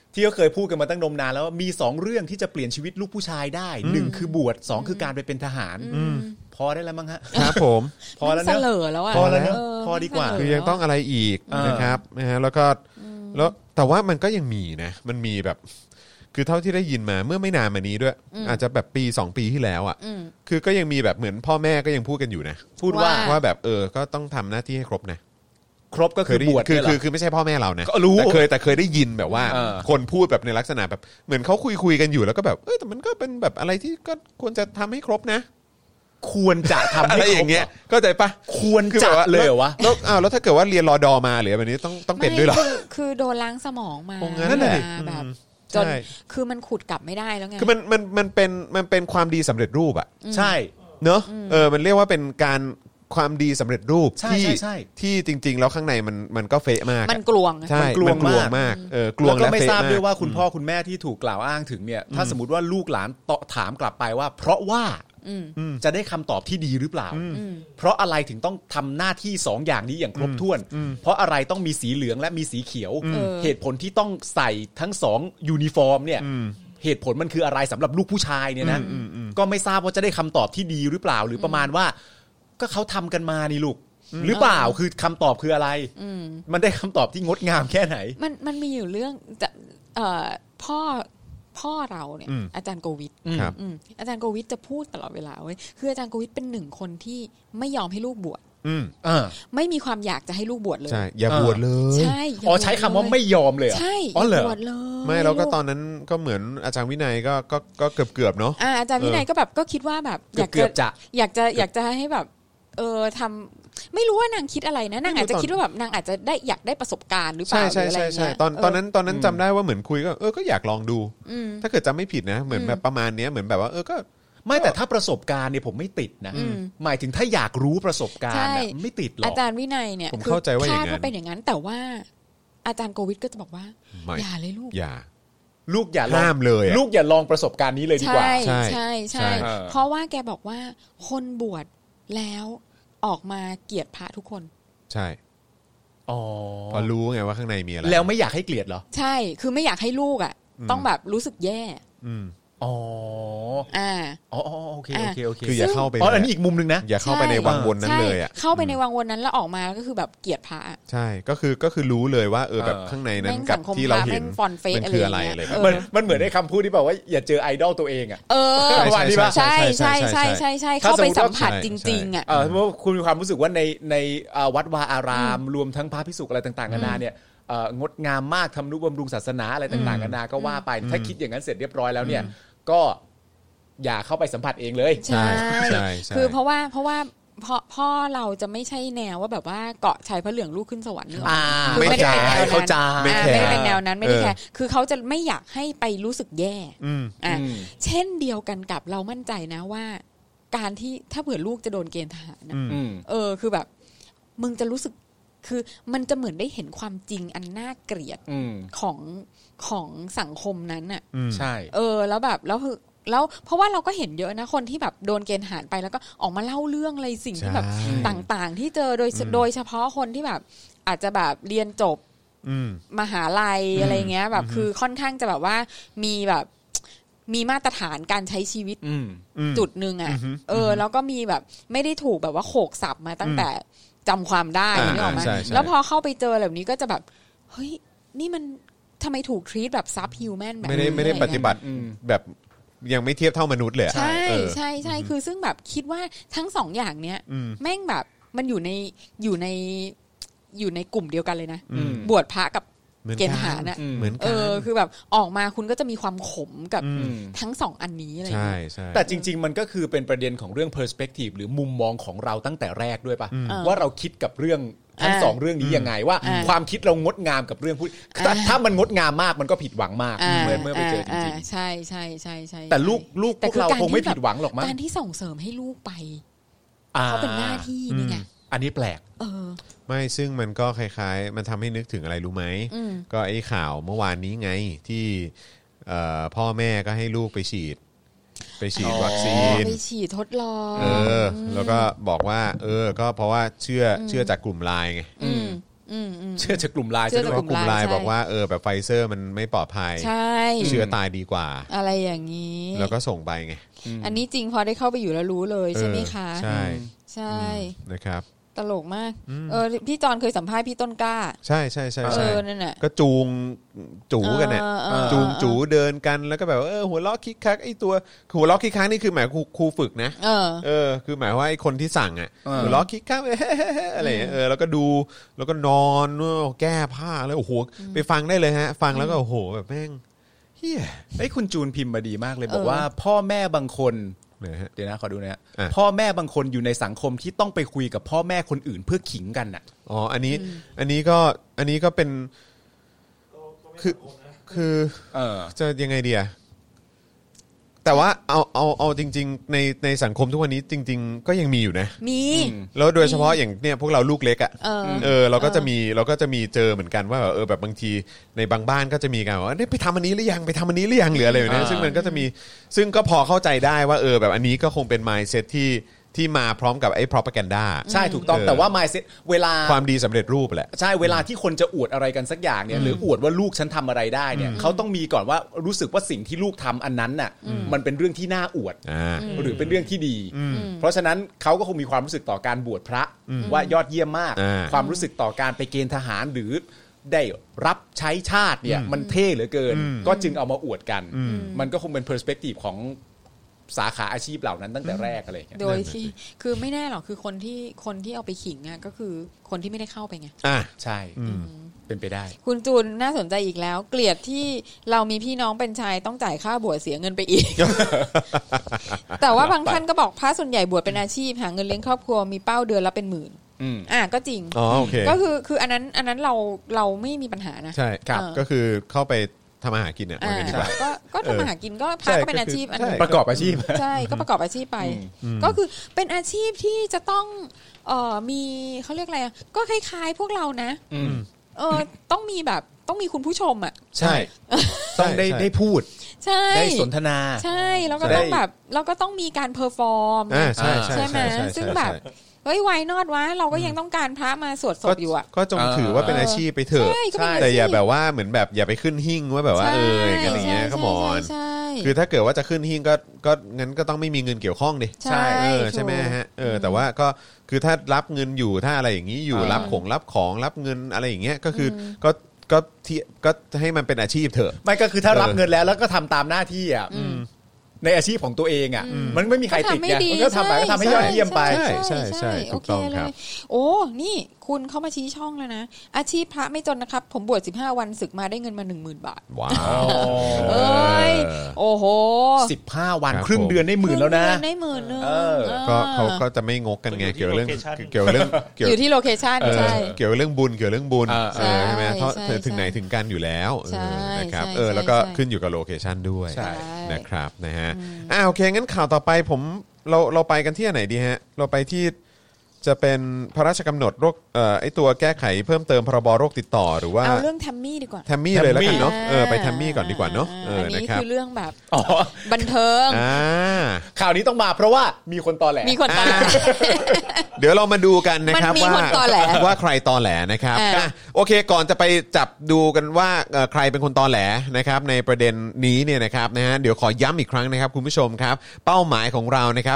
ที่เขาเคยพูดกันมาตั้งนมนานแล้วว่ามี2เรื่องที่จะเปลี่ยนชีวิตลูกผู้ชายได้1คือบวช2คือการไปเป็นทหารพอได้แล้วมั้งฮะครับผมพอแล้วเนอะพอแล้วเนอะพอดีกว่าคือยังต้องอะไรอีกนะครับนะฮะแล้วแต่ว่ามันก็ยังมีนะมันมีแบบคือเท่าที่ได้ยินมาเมื่อไม่นานมานี้ด้วยอาจจะแบบปี2ปีที่แล้วอ่ะคือก็ยังมีแบบเหมือนพ่อแม่ก็ยังพูดกันอยู่นะพูดว่าแบบก็ต้องทำหน้าที่ให้ครบนะครบก็คือบวชคือไม่ใช่พ่อแม่เรานะก็รู้แต่เคยได้ยินแบบว่าคนพูดแบบในลักษณะแบบเหมือนเขาคุยกันอยู่แล้วก็แบบแต่มันก็เป็นแบบอะไรที่ก็ควรจะทำให้ครบนะควรจะทำให้อะไรอย่างเงี้ยก็ใจปะควรจะเลยเหรอวะแล้วถ้าเกิดว่าเรียนรอดอมาหรือแบบนี้ต้องเป็นด้วยหรอคือโดนล้างสมองมานั่นแหละแบบจนคือมันขุดกลับไม่ได้แล้วไงคือมันเป็นความดีสำเร็จรูปอ่ะใช่เนอะมันเรียกว่าเป็นการความดีสำเร็จรูปที่จริงๆแล้วข้างในมันก็เฟะมากมันกลวงใช่มันกลวงมากกลวงและเฟะมากแล้วก็ไม่ทราบด้วยว่าคุณพ่อคุณแม่ที่ถูกกล่าวอ้างถึงเนี่ยถ้าสมมติว่าลูกหลานถามกลับไปว่าเพราะว่าจะได้คำตอบที่ดีหรือเปล่าเพราะอะไรถึงต้องทำหน้าที่2อย่างนี้อย่างครบถ้วนเพราะอะไรต้องมีสีเหลืองและมีสีเขียวเหตุผลที่ต้องใส่ทั้ง2ยูนิฟอร์มเนี่ยเหตุผลมันคืออะไรสำหรับลูกผู้ชายเนี่ยนะก็ไม่ทราบว่าจะได้คำตอบที่ดีหรือเปล่าหรือประมาณว่าก็เขาทำกันมานี่ลูกหรือเปล่าคือคำตอบคืออะไรมันได้คำตอบที่งดงามแค่ไหนมันมีอยู่เรื่องจะพ่อเราเนี่ยอาจารย์โกวิทอาจารย์โกวิทจะพูดตลอดเวลาเว้ยคืออาจารย์โกวิทเป็น1คนที่ไม่ยอมให้ลูกบวชไม่มีความอยากจะให้ลูกบวชเลยใช่อย่าบวชเลยใช่ใช้คำว่าไม่ยอมเลยใช่บวชเลยไม่แล้วก็ตอนนั้นก็เหมือนอาจารย์วินัยก็เกือบเนาะอาจารย์วินัยก็แบบก็คิดว่าแบบอยากจะให้แบบทำไม่รู้ว่านางคิดอะไรนะนางอาจจะคิดว่าแบบนางอาจจะได้อยากได้ประสบการณ์หรือเปล่าใช่ใช่ตอนนั้นจำได้ว่าเหมือนคุยก็อยากลองดูถ้าเกิดจำไม่ผิดนะเหมือนแบบประมาณนี้เหมือนแบบว่าก็ไม่แต่ถ้าประสบการณ์เนี่ยผมไม่ติดนะหมายถึงถ้าอยากรู้ประสบการณ์ไม่ติดหรอกอาจารย์วินัยเนี่ยผมเข้าใจว่าอย่างนั้นเป็นอย่างนั้นแต่ว่าอาจารย์โกวิทก็จะบอกว่าอย่าเลยลูกอย่าห้ามเลยลูกอย่าลองประสบการณ์นี้เลยดีกว่าใช่เพราะว่าแกบอกว่าคนบวชแล้วออกมาเกลียดพระทุกคนใช่พอรู้ไงว่าข้างในมีอะไรแล้วไม่อยากให้เกลียดเหรอใช่คือไม่อยากให้ลูกต้องแบบรู้สึกแย่โอเคคืออย่าเข้าไปอันนี้อีกมุมนึงนะอย่าเข้าไปในวังวนนั้นเลยเข้าไปในวังวนนั้นแล้วออกมาก็คือแบบเกลียดพระใช่ก็คือรู้เลยว่าแบบข้างในนั้นกับที่เราเห็นมันคืออะไรมันเหมือนในคำพูดที่บอกว่าอย่าเจอไอดอลตัวเองใช่เข้าไปสัมผัสจริงๆเพราะคุณมีความรู้สึกว่าในวัดวาอารามรวมทั้งพระภิกษุอะไรต่างๆกันานาเนี่ยงดงามมากทำนุบำรุงศาสนาอะไรต่างๆกันานาก็ว่าไปถ้าคิดอย่างนั้นเสร็จเรียบร้อยแล้วเนี่ยก็อย่าเข้าไปสัมผัสเองเลยใช่คือเพราะว่าพ่อเราจะไม่ใช่แนวว่าแบบว่าเกาะชายพระเหลืองลูกขึ้นสวรรค์ไม่ได้เขาจะไม่เป็นแนวนั้นไม่ได้แค่คือเขาจะไม่อยากให้ไปรู้สึกแย่เช่นเดียวกันกับเรามั่นใจนะว่าการที่ถ้าเผื่อลูกจะโดนเกณฑ์ทหารคือแบบมึงจะรู้สึกคือมันจะเหมือนได้เห็นความจริงอันน่าเกลียดของสังคมนั้นน่ะใช่แล้วแบบแล้วเพราะว่าเราก็เห็นเยอะนะคนที่แบบโดนเกณฑ์ทหารไปแล้วก็ออกมาเล่าเรื่องอะไรสิ่งที่แบบต่างๆที่เจอโดยเฉพาะคนที่แบบอาจจะแบบเรียนจบมหาลัยอะไรเงี้ยแบบคือค่อนข้างจะแบบว่ามีแบบมีมาตรฐานการใช้ชีวิตจุดนึงแล้วก็มีแบบไม่ได้ถูกแบบว่าโขกสับมาตั้งแต่จำความได้นึกออกไหมแล้วพอเข้าไปเจอแบบนี้ก็จะแบบเฮ้ยนี่มันทำไมถูกทรีตแบบซับฮิวแมนแบบไม่ได้ปฏิบัติแบบยังไม่เทียบเท่ามนุษย์เลยใช่คือซึ่งแบบคิดว่าทั้งสองอย่างเนี้ยแม่งแบบมันอยู่ในกลุ่มเดียวกันเลยนะบวชพระกับเกณฑ์ทหารน่ะคือแบบออกมาคุณก็จะมีความขมกับทั้งสองอันนี้อะไรอย่างเงี้ยแต่จริงๆมันก็คือเป็นประเด็นของเรื่อง perspective หรือมุมมองของเราตั้งแต่แรกด้วยป่ะว่าเราคิดกับเรื่องทั้งสองเรื่องนี้ยังไงว่าความคิดเรางดงามกับเรื่องพูดถ้ามันงดงามมากมันก็ผิดหวังมากเมื่อไปเจอจริงๆใช่แต่ลูกพวกเราคงไม่ผิดหวังหรอกมั้งการที่ส่งเสริมให้ลูกไปเขาเป็นหน้าที่นี่ไงอันนี้แปลกไม่ซึ่งมันก็คล้ายๆมันทำให้นึกถึงอะไรรู้ไหมก็ไอ้ข่าวเมื่อวานนี้ไงที่พ่อแม่ก็ให้ลูกไปฉีดวัคซีนไปฉีดทดลองแล้วก็บอกว่าก็เพราะว่าเชื่อจากกลุ่มไลน์ไงเชื่อจากกลุ่มไลน์เชื่อจากกลุ่มไลน์บอกว่าแบบไฟเซอร์มันไม่ปลอดภัยใช่เชื้อตายดีกว่าอะไรอย่างนี้แล้วก็ส่งไปไงอันนี้จริงพอได้เข้าไปอยู่แล้วรู้เลยใช่ไหมคะใช่ใช่นะครับตลกมากพี่จอนเคยสัมภาษณ์พี่ต้นกล้าใช่ใช่ใช่นั่นแหละก็จูกันเนี่ยจูเดินกันแล้วก็แบบหัวล้อคิกคักไอ้ตัวหัวล้อคิกคักนี่คือหมายครูฝึกนะคือหมายว่าไอ้คนที่สั่งอ่ะหัวล้อคิกคักอะไรแล้วก็ดูแล้วก็นอนแก้ผ้าแล้วโอ้โหไปฟังได้เลยฮะฟังแล้วก็โอ้โหแบบแม่งเฮียไอ้คุณจูนพิมพ์มาดีมากเลยบอกว่าพ่อแม่บางคนเดี๋ยวนะขอดูนะฮะพ่อแม่บางคนอยู่ในสังคมที่ต้องไปคุยกับพ่อแม่คนอื่นเพื่อขิงกันน่ะอันนี้ก็เป็นคือจะยังไงดีอะแต่ว่าเอาจริงๆในสังคมทุกวันนี้จริงๆก็ยังมีอยู่นะมีแล้วโดยเฉพาะอย่างเนี่ยพวกเราลูกเล็กอ่ะเราก็จะมีเจอเหมือนกันว่าแบบบางทีในบางบ้านก็จะมีกันว่าไปทำอันนี้หรือยังไปทำอันนี้หรือยังหรืออะไรแบบนี้ซึ่งมันก็จะมีซึ่งก็พอเข้าใจได้ว่าแบบอันนี้ก็คงเป็น mindset ที่มาพร้อมกับไอ้ propaganda ใช่ถูกต้องแต่ว่า mindset เวลาความดีสำเร็จรูปแหละใช่เวลาที่คนจะอวดอะไรกันสักอย่างเนี่ยหรืออวดว่าลูกฉันทำอะไรได้เนี่ยเขาต้องมีก่อนว่ารู้สึกว่าสิ่งที่ลูกทำอันนั้นน่ะมันเป็นเรื่องที่น่าอวดหรือเป็นเรื่องที่ดีเพราะฉะนั้นเขาก็คงมีความรู้สึกต่อการบวชพระว่ายอดเยี่ยมมากความรู้สึกต่อการไปเกณฑ์ทหารหรือได้รับใช้ชาติเนี่ยมันเท่เหลือเกินก็จึงเอามาอวดกันมันก็คงเป็น perspective ของสาขาอาชีพเหล่านั้นตั้งแต่แรกอะไรอย่างเงี้ยโดยที่คือไม่แน่หรอกคือคนที่เอาไปขิงอ่ะก็คือคนที่ไม่ได้เข้าไปไงใช่เป็นไปได้คุณจูนน่าสนใจอีกแล้วเกลียดที่เรามีพี่น้องเป็นชายต้องจ่ายค่าบวชเสียเงินไปอีก แต่ว่าบางท่านก็บอกพระส่วนใหญ่บวชเป็นอาชีพหาเงินเลี้ยงครอบครัวมีเป้าเดือนละเป็นหมื่นก็จริงโอเคก็คืออันนั้นเราไม่มีปัญหานะใช่ครับก็คือเข้าไปทำอาหารกินเนี่ยก็ทำอาหารกินก็พาก็เป็นอาชีพอันนึงประกอบอาชีพใช่ก็ประกอบอาชีพไปก็คือเป็นอาชีพที่จะต้องมีเขาเรียกอะไรก็คล้ายๆพวกเรานะต้องมีแบบต้องมีคุณผู้ชมอ่ะใช่ต้องได้พูดใช่ได้สนทนาใช่แล้วก็ต้องแบบเราก็ต้องมีการเพอร์ฟอร์มใช่ไหมซึ่งแบบเฮ้ยไวนอดวะเราก็ยังต้องการพระมาสวดศพอยู่อ่ะก็จงถือว่าเป็นอาชีพไปเถอะแต่อย่าแบบว่าเหมือนแบบอย่าไปขึ้นหิ้งว่าแบบว่าอย่างเงี้ยขมอนคือถ้าเกิดว่าจะขึ้นหิ้งก็งั้นก็ต้องไม่มีเงินเกี่ยวข้องดิใช่ใช่ไหมฮะแต่ว่าก็คือถ้ารับเงินอยู่ถ้าอะไรอย่างนี้อยู่รับของรับเงินอะไรอย่างเงี้ยก็คือก็ให้มันเป็นอาชีพเถอะไม่ก็คือถ้ารับเงินแล้วก็ทำตามหน้าที่อ่ะในอาชีพของตัวเองอ่ะมันไม่มีใครติดไงมันก็ทำไปก็ทำให้ยอดเยี่ยมไปใช่ถูกต้องครับโอ้นี่คุณเข้ามาชี้ช่องแล้วนะอาชีพพระไม่จนนะครับผมบวช15วันศึกมาได้เงินมา 10,000 บาทว้าวเอ้ยโอ้โห 15วันครึ่งเดือนได้10,000แล้วนะได้10,000นึงก็เขาก็จะไม่งกกันไงเกี่ยวเรื่องอยู่ที่โลเคชั่นใช่เกี่ยวเรื่องบุญใช่ไหมเพราะถึงไหนถึงกันอยู่แล้วนะครับแล้วก็ขึ้นอยู่กับโลเคชั่นด้วยนะครับนะฮะโอเคงั้นข่าวต่อไปเราไปกันที่ไหนดีฮะเราไปที่จะเป็นพระราชกำหนดโรคไอตัวแก้ไขเพิ่มเติมพรบโรคติดต่อหรือว่าเอาเรื่องแทมมี่ดีกว่าแทมมี่เลยแล้วกันเนาะไปแทมมี่ก่อนดีกว่าเนาะอันนี้คือเรื่องแบบบันเทิงข่าวนี้ต้องมาเพราะว่ามีคนตอแหลเดี๋ยวเรามาดูกันนะครับว่าใครตอแหลนะครับโอเคก่อนจะไปจับดูกันว่าใครเป็นคนตอแหลนะครับในประเด็นนี้เนี่ยนะครับนะฮะเดี๋ยวขอย้ำอีกครั้งนะครับคุณผู้ชมครับเป้าหมายของเรานะครับ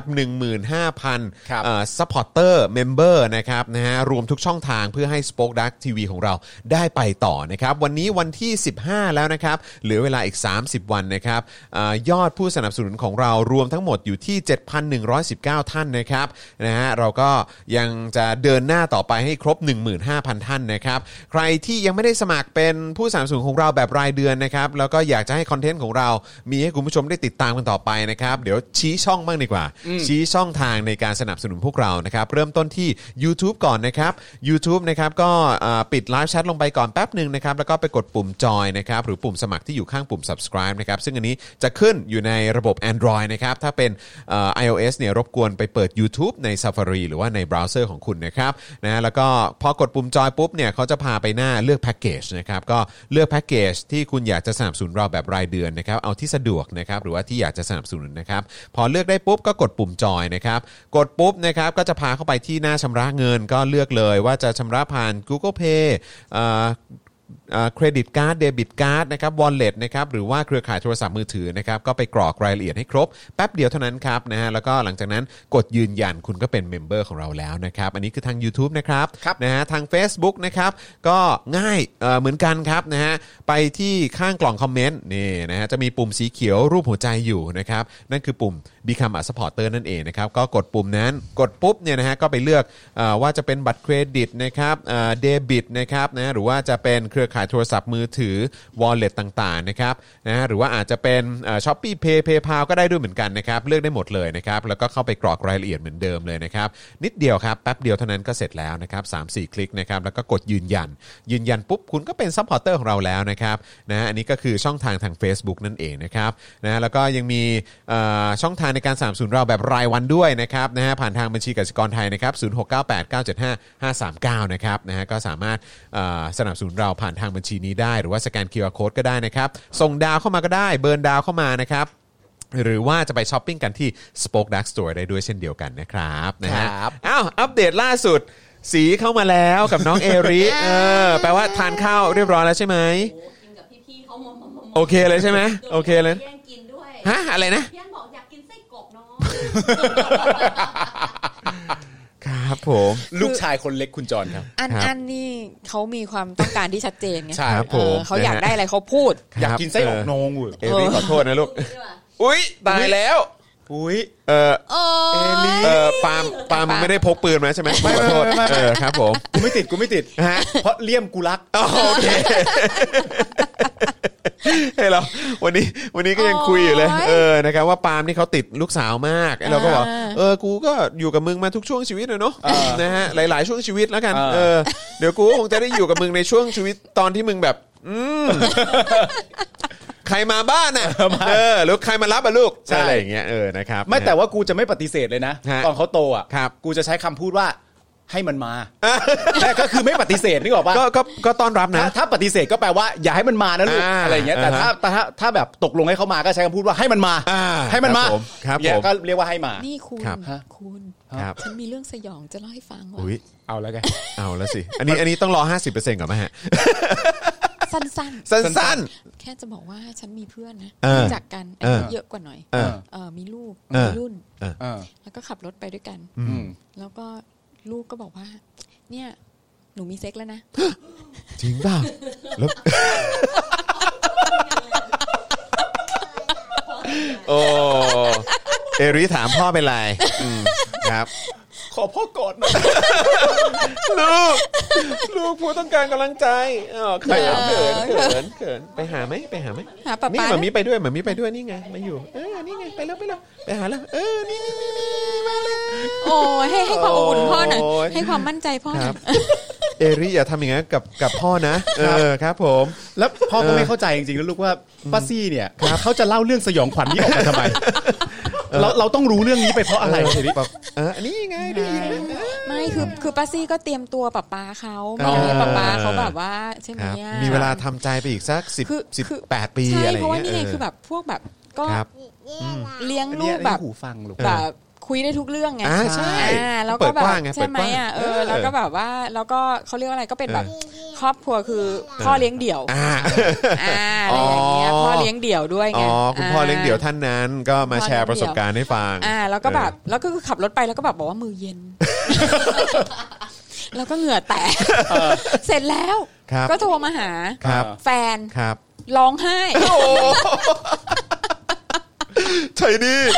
15,000 ซัพพอร์ตเตอร์เมมเบอร์นะครับนะฮะรวมทุกช่องทางเพื่อให้ Spoke Dark TV ของเราได้ไปต่อนะครับวันนี้วันที่15แล้วนะครับเหลือเวลาอีก30วันนะครับยอดผู้สนับสนุนของเรารวมทั้งหมดอยู่ที่ 7,119 ท่านนะครับนะฮะเราก็ยังจะเดินหน้าต่อไปให้ครบ 15,000 ท่านนะครับใครที่ยังไม่ได้สมัครเป็นผู้สนับสนุนของเราแบบรายเดือนนะครับแล้วก็อยากจะให้คอนเทนต์ของเรามีให้คุณผู้ชมได้ติดตามกันต่อไปนะครับเดี๋ยวชี้ช่องบ้างดีกว่าชี้ช่องทางในการสนับสนุนพวกเรานะครับเริ่มต้นที่ YouTube ก่อนนะครับ YouTube นะครับก็ปิดไลฟ์แชทลงไปก่อนแป๊บนึงนะครับแล้วก็ไปกดปุ่มจอยนะครับหรือปุ่มสมัครที่อยู่ข้างปุ่ม subscribe นะครับซึ่งอันนี้จะขึ้นอยู่ในระบบ Android นะครับถ้าเป็นiOS เนี่ยรบกวนไปเปิด YouTube ใน Safari หรือว่าในเบราว์เซอร์ของคุณนะครับนะแล้วก็พอกดปุ่มจอยปุ๊บเนี่ยเขาจะพาไปหน้าเลือกแพ็คเกจนะครับก็เลือกแพ็คเกจที่คุณอยากจะสนับสนุนเราแบบรายเดือนนะครับเอาที่สะดวกนะครับหรือว่าที่อยากจะสนับสนุนนะครับพอเลือกได้ปุ๊บก็กดปุ่มจอยนะครับกดปุ๊บนะครับก็จะพาเข้าไปที่หน้าชำระเงินก็เลือกเลยว่าจะชำระผ่าน Google Pay เครดิตการ์ดเดบิตการ์ดนะครับวอลเล็ตนะครับหรือว่าเครือข่ายโทรศัพท์มือถือนะครับก็ไปกรอกรายละเอียดให้ครบแป๊บเดียวเท่านั้นครับนะฮะแล้วก็หลังจากนั้นกดยืนยันคุณก็เป็นเมมเบอร์ของเราแล้วนะครับอันนี้คือทาง YouTube นะครับนะฮะทาง Facebook นะครับก็ง่ายเหมือนกันครับนะฮะไปที่ข้างกล่องคอมเมนต์นี่นะฮะจะมีปุ่มสีเขียวรูปหัวใจอยู่นะครับนั่นคือปุ่ม Become a supporter นั่นเองนะครับก็กดปุ่มนั้นกดปุ๊บเนี่ยนะฮะก็ไปเลือกว่าจะเป็นบัตรเครดิตนะครับเดบิตนะครับนะหรือว่าจะเป็นเครือข่ายโทรศัพท์มือถือ wallet ต่างๆนะครับนะหรือว่าอาจจะเป็นShopee Pay PayPal ก็ได้ด้วยเหมือนกันนะครับเลือกได้หมดเลยนะครับแล้วก็เข้าไปกรอกรายละเอียดเหมือนเดิมเลยนะครับนิดเดียวครับแป๊บเดียวเท่านั้นก็เสร็จแล้วนะครับ 3-4 คลิกนะครับแล้วก็กดยืนยันปุ๊บคุณก็เป็นซัพพอร์เตอร์ของเราแล้วนะครับนะอันนี้ก็คือช่องทาง Facebook นั่นเองนะครับนะแล้วก็ยังมีช่องทางในการสนับสนุนเราแบบรายวันด้วยนะครับนะฮะผ่านทางบัญชีกสิกรไทยนะครับ0698975539นะครับนะฮะก็สามารถสนับสนุนเราผ่านทางบัญชีนี้ได้หรือว่าสแกน QR Code ก็ได้นะครับส่งดาวเข้ามาก็ได้เบิร์นดาวเข้ามานะครับหรือว่าจะไปช้อปปิ้งกันที่ Spoke Dark Store ได้ด้วยเช่นเดียวกันนะครับนะฮะอ้าวอัปเดตล่าสุดสีเข้ามาแล้วกับน้องเอริแปลว่าทานข้าวเรียบร้อยแล้วใช่ไหมกินกับพี่ๆเขาโอเคเลยใช่ไหมโอเคเลยแย่งกินด้วยฮะอะไรนะพี่บอกอยากกินไส้กรอกน้องครับผมลูกชายคนเล็กคุณจรครับอันนี่เขามีความต้องการที่ชัดเจนไงใช่ครับผมเขาอยากได้อะไรเขาพูดอยากกินไส้กรอกน้องเอริขอโทษนะลูกอุ๊ยตายแล้วอุ๊ยเอลิปาล์มไม่ได้พกปืนมาใช่ไหมขอโทษครับผมกูไม่ติดฮะเพราะเลี่ยมกูรักโอเคให้เราวันนี้ก็ยังคุยอยู่เลยนะครับว่าปาล์มนี่เขาติดลูกสาวมากเราก็บอกกูก็อยู่กับมึงมาทุกช่วงชีวิตเลยเนาะนะฮะหลายๆช่วงชีวิตแล้วกันเดี๋ยวกูคงจะได้อยู่กับมึงในช่วงชีวิตตอนที่มึงแบบใครมาบ้านน่ะหรือใครมารับลูกอะไรอย่างเงี้ยนะครับไม่แต่ว่ากูจะไม่ปฏิเสธเลยนะตอนเขาโตอ่ะกูจะใช้คำพูดว่าให้มันมาแต่ก็คือไม่ปฏิเสธนึกออกป่ะก็ต้อนรับนะถ้าปฏิเสธก็แปลว่าอย่าให้มันมานะลูกอะไรอย่างเงี้ยแต่ถ้าแบบตกลงให้เขามาก็ใช้คำพูดว่าให้มันมาให้มันมาเนี่ยก็เรียกว่าให้มานี่คุณฉันมีเรื่องสยองจะเล่าให้ฟังว่าเอาแล้วไงเอาแล้วสิอันนี้ต้องรอ 50% ก่อนมั้ยฮะสั้นแค่จะบอกว่าฉันมีเพื่อนนะรู้จักกันอายุเยอะกว่าหน่อยมีลูกมีรุ่นแล้วก็ขับรถไปด้วยกันแล้วก็ลูกก็บอกว่าเนี่ยหนูมีเซ็กแล้วนะจริงเปล่าแล้วโอ้เอริถามพ่อเป็นไรครับขอพ่อกอดหน่อยลูกพ่อต้องการกำลังใจเขินไปหาไหมหาป๊านี่หมามีไปด้วยนี่ไงมาอยู่นี่ไงไปแล้วไปหาแล้วนี่มาเลยโอ้ให้ความอบอุ่นพ่อหน่อยให้ความมั่นใจพ่อหน่อยเอริอย่าทำอย่างนั้นกับพ่อนะครับผมแล้วพ่อก็ไม่เข้าใจจริงๆแล้วลูกว่าป้าซี่เนี่ยเขาจะเล่าเรื่องสยองขวัญนี้ออกมาทำไมเราต้องรู้เรื่องนี้ไปเพราะอะไรเอริอันนี้ไงได้ยินไม่คือป้าซี่ก็เตรียมตัวป๊าเขาไม่ให้ป๊าเขาแบบว่าใช่ไหมมีเวลาทำใจไปอีกสัก18 ปีอะไรอย่างเงี้ยเพราะว่านี่ไงคือแบบพวกแบบก็เลี้ยงลูกแบบแบบคุยได้ทุกเรื่องไงใช่แล้วก็แบบใช่ไหมแล้วก็แบบว่าแล้วก็เขาเรียกอะไรก็เป็นแบบครอบครัวคือพ่อเลี้ยงเดี่ยวอะไรอย่างเงี้ยพ่อเลี้ยงเดี่ยวด้วยไงคุณพ่อเลี้ยงเดี่ยวท่านนั้นก็มาแชร์ประสบการณ์ให้ฟังแล้วก็แบบแล้วก็ขับรถไปแล้วก็แบบบอกว่ามือเย็นแล้วก็เหงื่อแตกเสร็จแล้วก็โทรมาหาแฟนร้องไห้ไท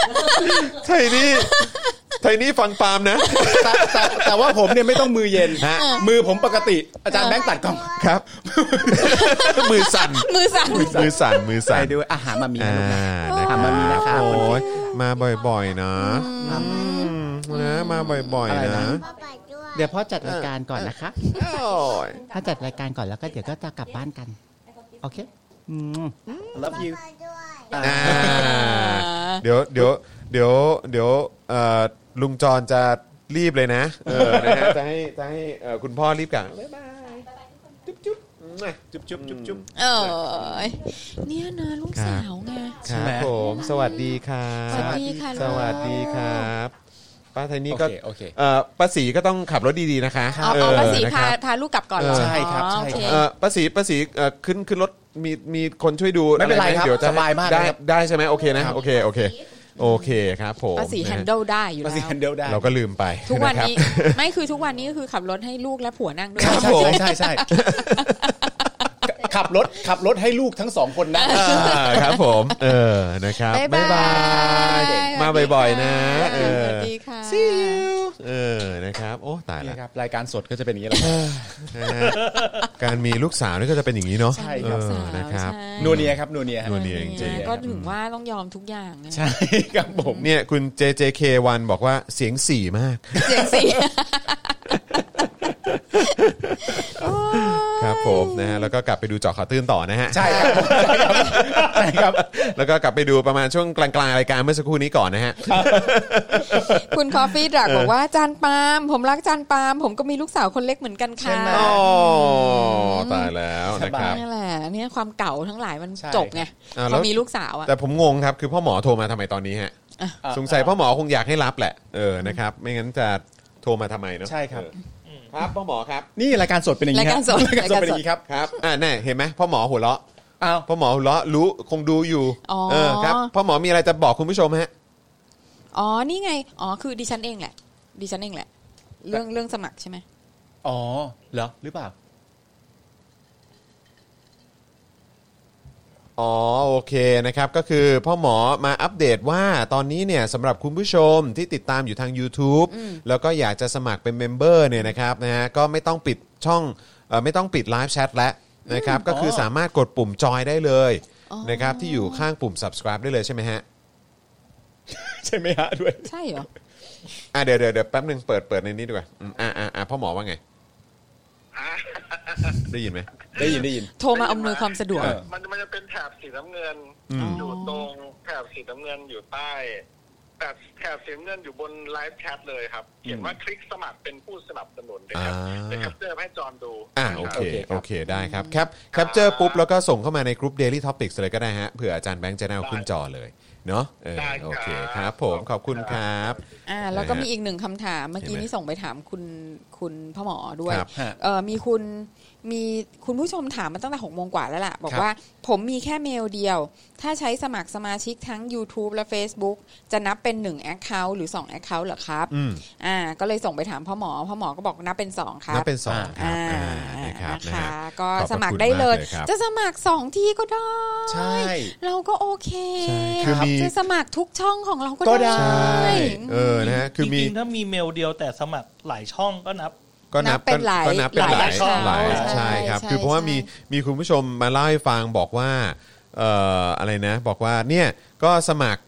นี่ฟังปาล์มนะแต่ว่าผมเนี่ยไม่ต้องมือเย็นมือผมปกติอาจารย์แบงค์ตัดกล้องครับมือสั่นไปด้วยอาหารมามีอาหารมามีนะครับโอ้ยมาบ่อยๆนะมาบ่อยๆนะเดี๋ยวพ่อจัดรายการก่อนนะคะถ้าจัดรายการก่อนแล้วก็เดี๋ยวก็จะกลับบ้านกันโอเคlove you เดี๋ยวลุงจรจะรีบเลยนะนะฮะจะให้คุณพ่อรีบกลับบ๊ายบายจุ๊บเนี่ยนะลูกสาวไงครับผมสวัสดีครับสวัสดีค่ะสวัสดีครับป้าไทนี่ก็โอเคป้าศรีก็ต้องขับรถดีๆนะคะเอาป้าศรีนะครับพาลูกกลับก่อนเหรอใช่ครับอ๋อใช่โอเคป้าศรีขึ้นรถมีคนช่วยดูไม่เป็นไรอะหครับเดี๋ยวจะสบายมากเลยครับได้ใช่ไหมโอเคนะโอเคครับผมป้าศรีแฮนเดิลได้อยู่มาแล้สิวแฮนเดิลได้เราก็ลืมไปทุกวันนี้ะครับไม่คือทุกวันนี้ก็คือขับรถให้ลูกและผัวนั่งด้วยครับผมใช่ขับรถให้ลูกทั้งสองคนนะครับผมนะครับบ๊ายบายมาบ่อยๆนะสวัสดีค่ะ See you นะครับโอ้ตายนี่แล้วครับรายการสดก็จะเป็นอย่างนี้แหละนะฮะการมีลูกสาวนี่ก็จะเป็นอย่างนี้เนาะใช่ครับนะครับใช่นัวเนียครับนัวเนียนัวเนียจริงๆก็ถึงว่าต้องยอมทุกอย่างนะใช่ครับผมเนี่ยคุณ JJK1 บอกว่าเสียงสี่มากเสียงเสียครับผมนะฮะแล้วก็กลับไปดูเจาะข่าวตื้นต่อนะฮะใช่ครับใช่ครับแล้วก็กลับไปดูประมาณช่วงกลางๆรายการเมื่อสักครู่นี้ก่อนนะฮะคุณคอฟฟี่ดรักบอกว่าจานปาล์มผมรักจานปาล์มผมก็มีลูกสาวคนเล็กเหมือนกันค่ะโอ้ตายแล้วนะครับนี่แหละเนี่ยความเก่าทั้งหลายมันใช่จบไงแล้พอวมีลูกสาวอะแต่ผมงงครับคือพ่อหมอโทรมาทำไมตอนนี้ฮะสงสัยพ่อหมอคงอยากให้รับแหละนะครับไม่งั้นจะโทรมาทำไมเนาะใช่ครับครับพ่อหมอครับนี่รายการสดเป็นอย่างนี้รายการสดรายการสดเป็นอย่างนี้ครับครับแน่เห็นไหมพ่อหมอหัวเราะอ้าวพ่อหมอหัวเราะรู้คงดูอยู่อ๋อครับพ่อหมอมีอะไรจะบอกคุณผู้ชมฮะอ๋อนี่ไงอ๋อคือดิฉันเองแหละ เรื่องสมัครใช่ไหมอ๋อเหรอหรือเปล่าอ๋อโอเคนะครับก็คือพ่อหมอมาอัปเดตว่าตอนนี้เนี่ยสำหรับคุณผู้ชมที่ติดตามอยู่ทาง YouTube แล้วก็อยากจะสมัครเป็นเมมเบอร์เนี่ยนะครับนะฮะก็ไม่ต้องปิดช่องไม่ต้องปิดไลฟ์แชทแล้วนะครับก็คือสามารถกดปุ่มจอยได้เลยนะครับที่อยู่ข้างปุ่ม subscribe ได้เลยใช่ไหมฮะใช่ไหมฮะด้วยใช่เหรอเดี๋ยวแป๊บนึงเปิดในนี้ดีกว่าพ่อหมอว่าไงได้ยินไหมได้ยินโทรมาอำนวยความสะดวกมันจะเป็นแถบสีน้ำเงินอยู่ตรงแถบสีน้ำเงินอยู่ใต้แถบสีน้ำเงินอยู่บนไลฟ์แชทเลยครับเขียนว่าคลิกสมัครเป็นผู้สนับสนุนนะครับเดี๋ยวแคปเจอร์ให้จอนดูโอเคได้ครับแคปเจอร์ปุ๊บแล้วก็ส่งเข้ามาในกลุ่ม Daily Topics เลยก็ได้ฮะเผื่ออาจารย์แบงค์จะได้เอาขึ้นจอเลยเนาะโอเคครับผมขอบคุณครับแล้วก็มีอีกหนึ่งคำถามเมื่อกี้นี่ส่งไปถามคุณพ่อหมอด้วยครับมีคุณผู้ชมถามมาตั้งแต่6 โมงกว่าแล้วล่ะบอกว่าผมมีแค่เมลเดียวถ้าใช้สมัครสมาชิกทั้ง YouTube และ Facebook จะนับเป็น1 Account หรือ2 Account เหรอครับก็เลยส่งไปถามพ่อหมอก็บอกนับเป็น2ครับนับเป็น2ครับนะครับนะฮะก็สมัครได้เลยจะสมัคร2ที่ก็ได้ใช่เราก็โอเคคือมีจะสมัครทุกช่องของเราก็ได้นะฮะคือจริงๆถ้ามีเมลเดียวแต่สมัครหลายช่องก็นับนับเป็นหลายช่องหลายใช่ครับใช่คือเพราะว่าใช่มีคุณผู้ชมมาเล่าให้ฟังบอกว่าอะไรนะบอกว่าเนี่ยก็สมัคร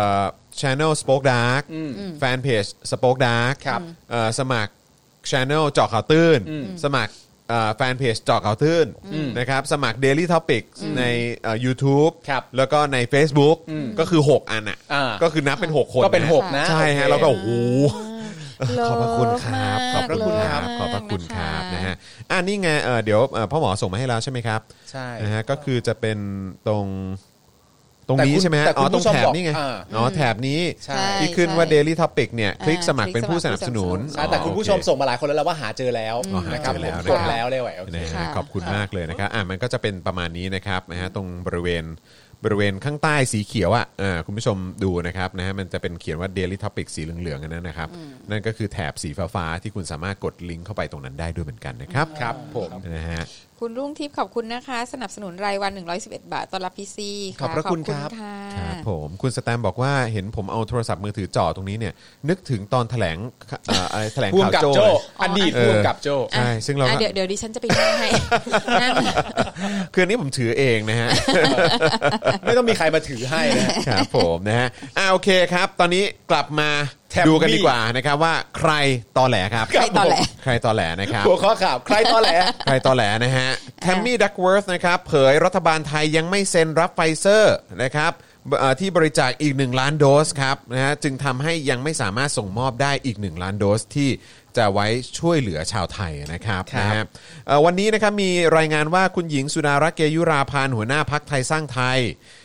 channel Spoke Dark แฟนเพจ Spoke Dark ครับสมัคร channel เจาะข่าวตื้นสมัครแฟนเพจเจาะข่าวตื้นนะครับสมัคร Daily Topics ในYouTube ครับแล้วก็ใน Facebook ก็คือ6อันอ่ะก็คือนับเป็น6คนก็เป็น6นะใช่ฮะโอเคแล้วก็โอ้โหขอบพระคุณครับขอบพระคุณครับเลิฟมากขอบพระคุณครับนะคะนะฮะนี่ไงเดี๋ยวพ่อหมอส่งมาให้แล้วใช่ไหมครับใช่นะฮะก็คือจะเป็นตรงนี้ใช่ไหมฮะแต่คุณตรงผู้ชมแถบบอกนี่ไงแถบนี้ใช่ที่ขึ้นว่า Daily Topic เนี่ยคลิกสมัครเป็นผู้สนับสนุนใช่แต่คุณผู้ชมส่งมาหลายคนแล้วว่าหาเจอแล้วนะครับหาเจอแล้วผมกดแล้วเลยโอเคนะฮะค่ะขอบคุณมากเลยนะครับมันก็จะเป็นประมาณนี้นะครับนะฮะตรงบริเวณข้างใต้สีเขียวคุณผู้ชมดูนะครับนะฮะมันจะเป็นเขียนว่า Daily Topic สีเหลืองๆนั่นนะครับนั่นก็คือแถบสีฟ้าๆที่คุณสามารถกดลิงก์เข้าไปตรงนั้นได้ด้วยเหมือนกันนะครับครับผมนะฮะคุณรุ่งทิพย์ขอบคุณนะคะ สนับสนุนรายวัน111 บาทต้อนรับพี่ซี่ขอบพระคุณครับค่ะครับผมคุณสแตมบอกว่าเห็นผมเอาโทรศัพท์มือถือจ่อตรงนี้เนี่ยนึกถึงตอนแถลงอะไรแถลงพ่วงข่าวกับโจ้โจอดีตพ่วงกับโจใช่ซึ่งเราก็เดี๋ยวดิฉันจะไปนั่งให้นั่งคืออันนี้ผมถือเองนะฮะไม่ต้องมีใครมาถือให้นะครับผมนะฮะโอเคครับ ตอนนี้กลับมาแทมมี่ดูกันดีกว่านะครับว่าใครตอแหลครับใครตอแหลใครตอแหลนะครับหัวข้อข่าวใครตอแหลใครตอแหลนะฮะแทมมี่ดักเวิร์ธนะครับเผยรัฐบาลไทยยังไม่เซ็นรับไฟเซอร์นะครับที่บริจาคอีก1 ล้านโดสครับนะฮะจึงทำให้ยังไม่สามารถส่งมอบได้อีก1 ล้านโดสที่จะไว้ช่วยเหลือชาวไทยนะครับครับนะฮะวันนี้นะครับมีรายงานว่าคุณหญิงสุดารัตน์เกยุราพันธ์หัวหน้าพรรคไทยสร้างไทย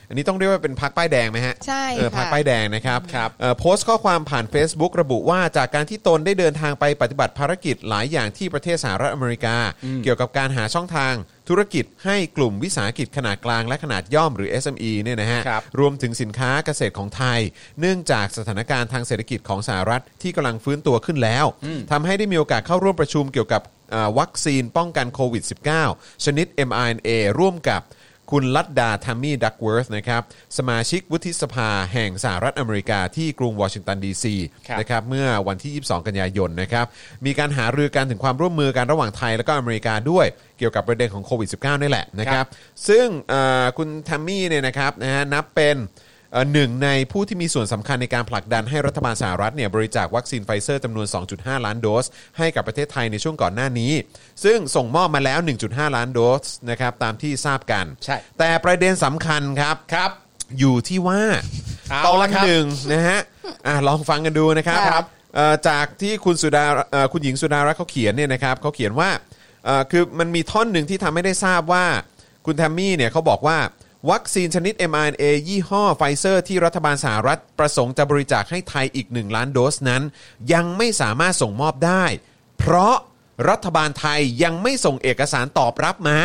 อันนี้ต้องเรียกว่าเป็นพรรคป้ายแดงไหมฮะใช่พรรคค่ะป้ายแดงนะครับโพสต์ข้อความผ่าน Facebook ระบุว่าจากการที่ตนได้เดินทางไปปฏิบัติภารกิจหลายอย่างที่ประเทศสหรัฐอเมริกาเกี่ยวกับการหาช่องทางธุรกิจให้กลุ่มวิสาหกิจขนาดกลางและขนาดย่อมหรือ SME เนี่ยนะฮะรวมถึงสินค้าเกษตรของไทยเนื่องจากสถานการณ์ทางเศรษฐกิจของสหรัฐที่กำลังฟื้นตัวขึ้นแล้วทำให้ได้มีโอกาสเข้าร่วมประชุมเกี่ยวกับวัคซีนป้องกันโควิด -19 ชนิด mRNA ร่วมกับคุณลัดดาทัมมี่ดักเวิร์ธนะครับสมาชิกวุฒิสภาแห่งสหรัฐอเมริกาที่กรุงวอชิงตันดีซีนะครับเมื่อวันที่22กันยายนนะครับมีการหารือกันถึงความร่วมมือกันระหว่างไทยและก็อเมริกาด้วยเกี่ยวกับประเด็นของโควิด -19 นี่แหละนะครับซึ่งคุณทัมมี่เนี่ยนะครับนับเป็นหนึ่งในผู้ที่มีส่วนสำคัญในการผลักดันให้รัฐบาลสหรัฐเนี่ยบริจาควัคซีนไฟเซอร์จำนวน 2.5 ล้านโดสให้กับประเทศไทยในช่วงก่อนหน้านี้ซึ่งส่งมอบมาแล้ว 1.5 ล้านโดสนะครับตามที่ทราบกันแต่ประเด็นสำคัญครับอยู่ที่ว่าตอนหนึ่งนะฮะลองฟังกันดูนะครับจากที่คุณหญิงสุดารัตน์เขาเขียนเนี่ยนะครับเขาเขียนว่าคือมันมีท่อนหนึ่งที่ทำให้ได้ทราบว่าคุณแทมมี่เนี่ยเขาบอกว่าวัคซีนชนิด mRNA ยี่ห้อไฟเซอร์ที่รัฐบาลสหรัฐประสงค์จะบริจาคให้ไทยอีก1ล้านโดสนั้นยังไม่สามารถส่งมอบได้เพราะรัฐบาลไทยยังไม่ส่งเอกสารตอบรับมา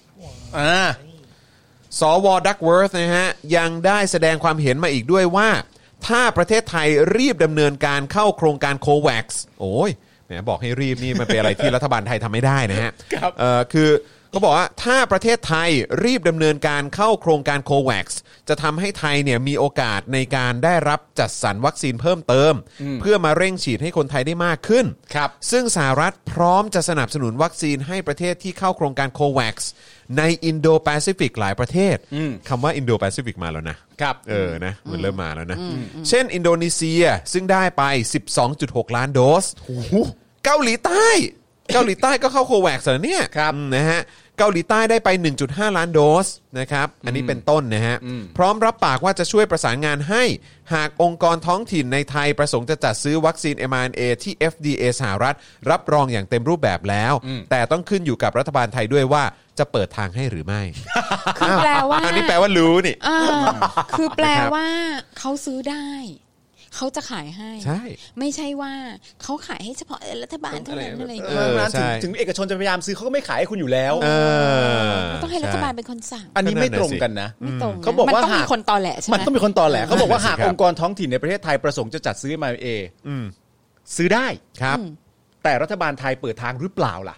สว.ดักเวิร์ธนะฮะยังได้แสดงความเห็นมาอีกด้วยว่าถ้าประเทศไทยรีบดำเนินการเข้าโครงการโควัคซ์โอ้ยแหมบอกให้รีบนี่มันเป็นอะไรที่รัฐบาลไทยทำไม่ได้นะฮะคือเขาบอกว่าถ้าประเทศไทยรีบดำเนินการเข้าโครงการโควัคซ์จะทำให้ไทยเนี่ยมีโอกาสในการได้รับจัดสรรวัคซีนเพิ่มเติมเพื่อมาเร่งฉีดให้คนไทยได้มากขึ้นซึ่งสหรัฐพร้อมจะสนับสนุนวัคซีนให้ประเทศที่เข้าโครงการโควัคซ์ในอินโดแปซิฟิกหลายประเทศคำว่าอินโดแปซิฟิกมาแล้วนะครับนะมันเริ่มมาแล้วนะเช่นอินโดนีเซียซึ่งได้ไป 12.6 ล้านโดสเกาหลีใต้ก็เข้าโควัคซ์แล้วเนี่ยนะฮะเกาหลีใต้ได้ไป 1.5 ล้านโดสนะครับอันนี้เป็นต้นนะฮะพร้อมรับปากว่าจะช่วยประสานงานให้หากองค์กรท้องถิ่นในไทยประสงค์จะจัดซื้อวัคซีน mRNA ที่ FDA สหรัฐรับรองอย่างเต็มรูปแบบแล้วแต่ต้องขึ้นอยู่กับรัฐบาลไทยด้วยว่าจะเปิดทางให้หรือไม่คือแปลว่าอันนี้แปลว่ารู้นี่คือแปลว่าเขาซื้อได้เขาจะขายให้ใช่ไม่ใช่ว่าเขาขายให้เฉพาะรัฐบาลเท่านั้นอะไรถึงเอกชนจะพยายามซื้อเขาก็ไม่ขายให้คุณอยู่แล้วต้องให้รัฐบาลเป็นคนสั่งอันนี้ไม่ตรงกันนะไม่ตรงเขาบอกว่ามันต้องมีคนตอแหลใช่ไหมมันต้องมีคนตอแหลเขาบอกว่าหากองค์กรท้องถิ่นในประเทศไทยประสงค์จะจัดซื้อ mRNA ซื้อได้ครับแต่รัฐบาลไทยเปิดทางหรือเปล่าล่ะ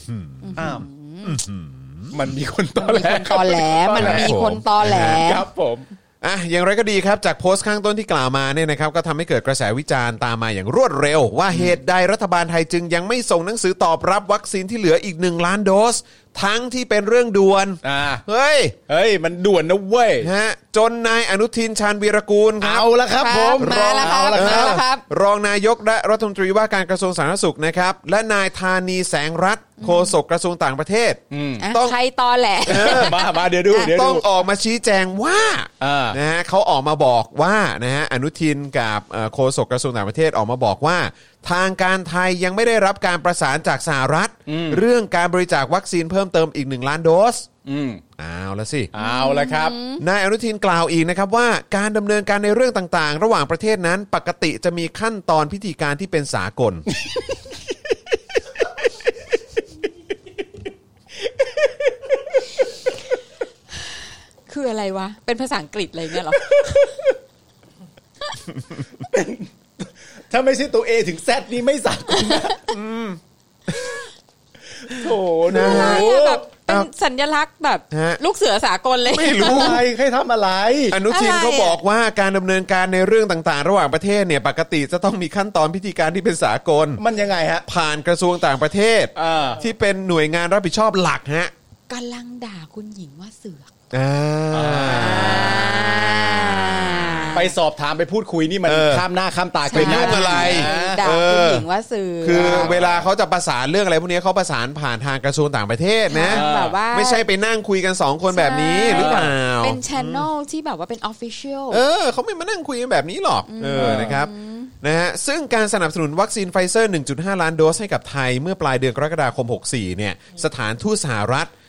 มันมีคนตอแหลมันมีคนตอแหลครับผมอย่างไรก็ดีครับจากโพสต์ข้างต้นที่กล่าวมาเนี่ยนะครับก็ทำให้เกิดกระแสวิจารณ์ตามมาอย่างรวดเร็วว่าเหตุใดรัฐบาลไทยจึงยังไม่ส่งหนังสือตอบรับวัคซีนที่เหลืออีก1ล้านโดสทั้งที่เป็นเรื่องด่วนเฮ้ยมันด่วนนะเว้ยฮะจนนายอนุทินชาญวีรกูลครับเอาละครับผมมาแล้วครับรองนายกและรัฐมนตรีว่าการกระทรวงสาธารณสุขนะครับและนายธานีแสงรัตน์โฆษกกระทรวงต่างประเทศต้องใครตอแหลมาเดี๋ยวดูต้องออกมาชี้แจงว่านะฮะเขาออกมาบอกว่านะฮะอนุทินกับโฆษกกระทรวงต่างประเทศออกมาบอกว่าทางการไทยยังไม่ได้รับการประสานจากสหรัฐเรื่องการบริจาควัคซีนเพิ่มเติมอีก1ล้านโดสเอาละสิเอาละครับนายอนุทินกล่าวอีกนะครับว่าการดำเนินการในเรื่องต่างๆระหว่างประเทศนั้นปกติจะมีขั้นตอนพิธีการที่เป็นสากลคืออะไรวะเป็นภาษาอังกฤษอะไรเนี่ยหรอถ้าไม่ใช่ตัว A ถึง Z นี่ไม่สากลนะโถนะแบบเป็นสัญลักษณ์แบบลูกเสือสากลเลยไม่รู้ใครทำอะไรอนุทินเขาบอกว่าการดำเนินการในเรื่องต่างๆระหว่างประเทศเนี่ยปกติจะต้องมีขั้นตอนพิธีการที่เป็นสากลมันยังไงฮะผ่านกระทรวงต่างประเทศที่เป็นหน่วยงานรับผิดชอบหลักฮะกำลังด่าคุณหญิงว่าเสือกไปสอบถามไปพูดคุยนี่มันข้ามหน้าข้ามตาเป็นเรื่องอะไรด่าคุณหญิงว่าสื่อคือเวลาเขาจะประสานเรื่องอะไรพวกนี้เขาประสานผ่านทางกระทรวงต่างประเทศนะไม่ใช่ไปนั่งคุยกัน2คนแบบนี้หรือเปล่าเป็น channel ที่แบบว่าเป็น official เขาไม่มานั่งคุยกันแบบนี้หรอกนะครับนะฮะซึ่งการสนับสนุนวัคซีนไฟเซอร์ 1.5 ล้านโดสให้กับไทยเมื่อปลายเดือนกรกฎาคม64เนี่ยสถานทูตสหรัฐ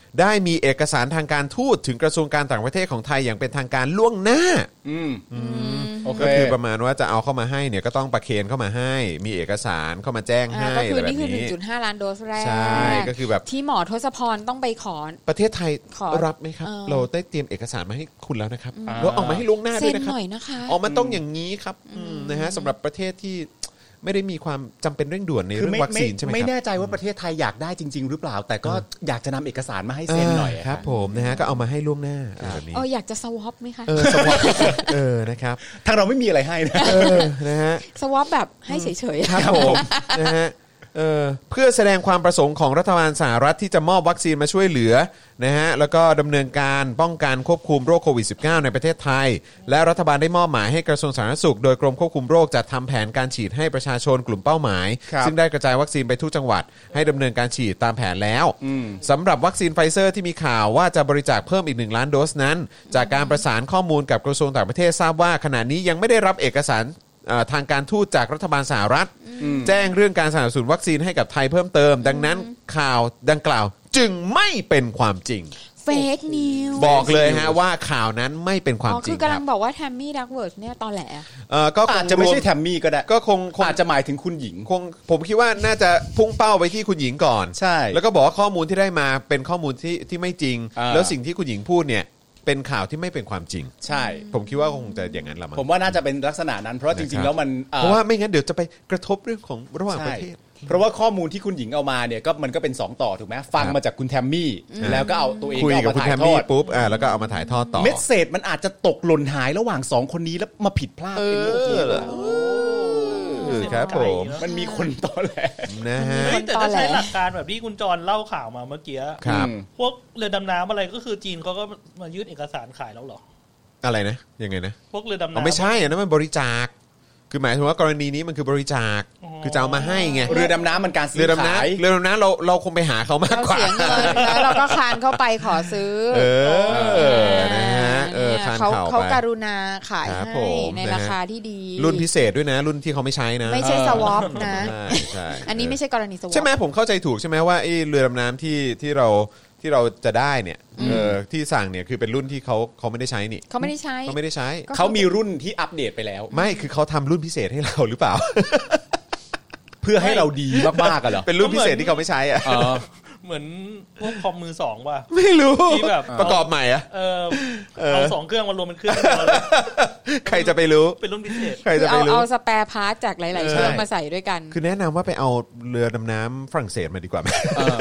ได้มีเอกสารทางการทูตถึงกระทรวงการต่างประเทศของไทยอย่างเป็นทางการล่วงหน้าก็คือประมาณว่าจะเอาเข้ามาให้เนี่ยก็ต้องประเคนเข้ามาให้มีเอกสารเข้ามาแจ้งให้ก็คือนี่คือ 1.5 ล้านโดสแรกใช่ก็คือแบบที่หมอทศพรต้องไปขอประเทศไทยรับไหมครับเราได้เตรียมเอกสารมาให้คุณแล้วนะครับแล้วออกมาให้ล่วงหน้าด้วยนะครับอ๋อมันต้องอย่างนี้ครับนะฮะสำหรับประเทศที่ไม่ได้มีความจำเป็นเร่งด่วนในเรื่องวัคซีนใช่ไหมครับไม่แน่ใจว่าประเทศไทยอยากได้จริงๆหรือเปล่าแต่ก็อยากจะนำเอกสารมาให้เซ็นหน่อยครับผมนะฮะก็เอามาให้ล่วงหน้าแบบนี้อยากจะสวอปไหมคะสวอปนะครับทางเราไม่มีอะไรให้นะนะฮะสวอปแบบให้เฉยๆครับผมนะฮะเพื่อแสดงความประสงค์ของรัฐบาลสหรัฐที่จะมอบวัคซีนมาช่วยเหลือนะฮะแล้วก็ดำเนินการป้องกันควบคุมโรคโควิด -19 ในประเทศไทยและรัฐบาลได้มอบหมายให้กระทรวงสาธารณสุขโดยกรมควบคุมโรคจัดทำแผนการฉีดให้ประชาชนกลุ่มเป้าหมายซึ่งได้กระจายวัคซีนไปทุกจังหวัดให้ดำเนินการฉีดตามแผนแล้วสำหรับวัคซีนไฟเซอร์ที่มีข่าวว่าจะบริจาคเพิ่มอีก1 ล้านโดสนั้นจากการประสานข้อมูลกับกระทรวงต่างประเทศทราบว่าขณะนี้ยังไม่ได้รับเอกสารทางการทูตจากรัฐบาลสหรัฐแจ้งเรื่องการสนับสนุนวัคซีนให้กับไทยเพิ่มเติมดังนั้นข่าวดังกล่าวจึงไม่เป็นความจริงเฟกนิวบอกเลยฮะว่าข่าวนั้นไม่เป็นความจริงคือกำลังบอกว่าแทมมี่ดักเวิร์ดเนี่ยตอแหลก็อาจจะไม่ใช่แทมมี่ก็ได้ก็คงอาจจะหมายถึงคุณหญิงผมคิดว่าน่าจะพุ่งเป้าไปที่คุณหญิงก่อนใช่แล้วก็บอกว่าข้อมูลที่ได้มาเป็นข้อมูลที่ไม่จริงแล้วสิ่งที่คุณหญิงพูดเนี่ยเป็นข่าวที่ไม่เป็นความจริงใช่ผมคิดว่าคงจะอย่างนั้นละมั้งผมว่าน่าจะเป็นลักษณะนั้นเพราะจริงๆแล้วมันเพราะว่าไม่งั้นเดี๋ยวจะไปกระทบเรื่องของระหว่างประเทศเพราะว่าข้อมูลที่คุณหญิงเอามาเนี่ยก็มันก็เป็น2ต่อถูกไหมฟังมาจากคุณแทมมี่แล้วก็เอาตัวเองคุยกับคุณแทมมี่ปุ๊บแล้วก็เอามาถ่ายทอดต่อเมสเสจมันอาจจะตกหล่นหายระหว่าง2คนนี้แล้วมาผิดพลาดเป็นโอเคครับผมมันมีคนตอแหลนะฮะแต่ถ้าใช้หลักการแบบที่คุณจรเล่าข่าวมาเมื่อกี้พวกเรือดำน้ำอะไรก็คือจีนเขาก็มายื่นเอกสารขายแล้วหรออะไรนะยังไงนะพวกเรือดำน้ำไม่ใช่อันนั้นมันบริจาคคือหมายถึงว่ากรณีนี้มันคือบริจาคคือจะเอามาให้ไงเรือดำน้ำมันการซื้อขายเรือดำน้ำเราคงไปหาเขามากกว่าเสียเงินแล้วเราก็คานเข้าไปขอซื้อนะฮะเขาการุณาขายให้ในราคาที่ดีรุ่นพิเศษด้วยนะรุ่นที่เขาไม่ใช้นะไม่ใช่สวอปนะอันนี้ไม่ใช่กรณีสวอปใช่ไหมผมเข้าใจถูกใช่ไหมว่าไอ้เรือดำน้ำที่เราจะได้เนี่ยที่สั่งเนี่ยคือเป็นรุ่นที่เขาไม่ได้ใช้นี่เขาไม่ได้ใช้เขามีรุ่นที่อัปเดตไปแล้วไม่คือเขาทำรุ่นพิเศษให้เราหรือเปล่าเพื่อให้เราดีมากๆกันเหรอเป็นรุ่นพิเศษที่เขาไม่ใช้อ่ะเหมือนพวกคอมมือ2ป่ะไม่รู้ที่แบบประกอบใหม่อ่ะเอา2เครื่องมารวมเป็นเครื่องใครจะไปรู้เป็นรุ่นพิเศษใครจะไปรู้เอาสแปร์พาร์ทจากหลายๆเครื่องมาใส่ด้วยกันคือแนะนำว่าไปเอาเรือดำน้ำฝรั่งเศสมาดีกว่า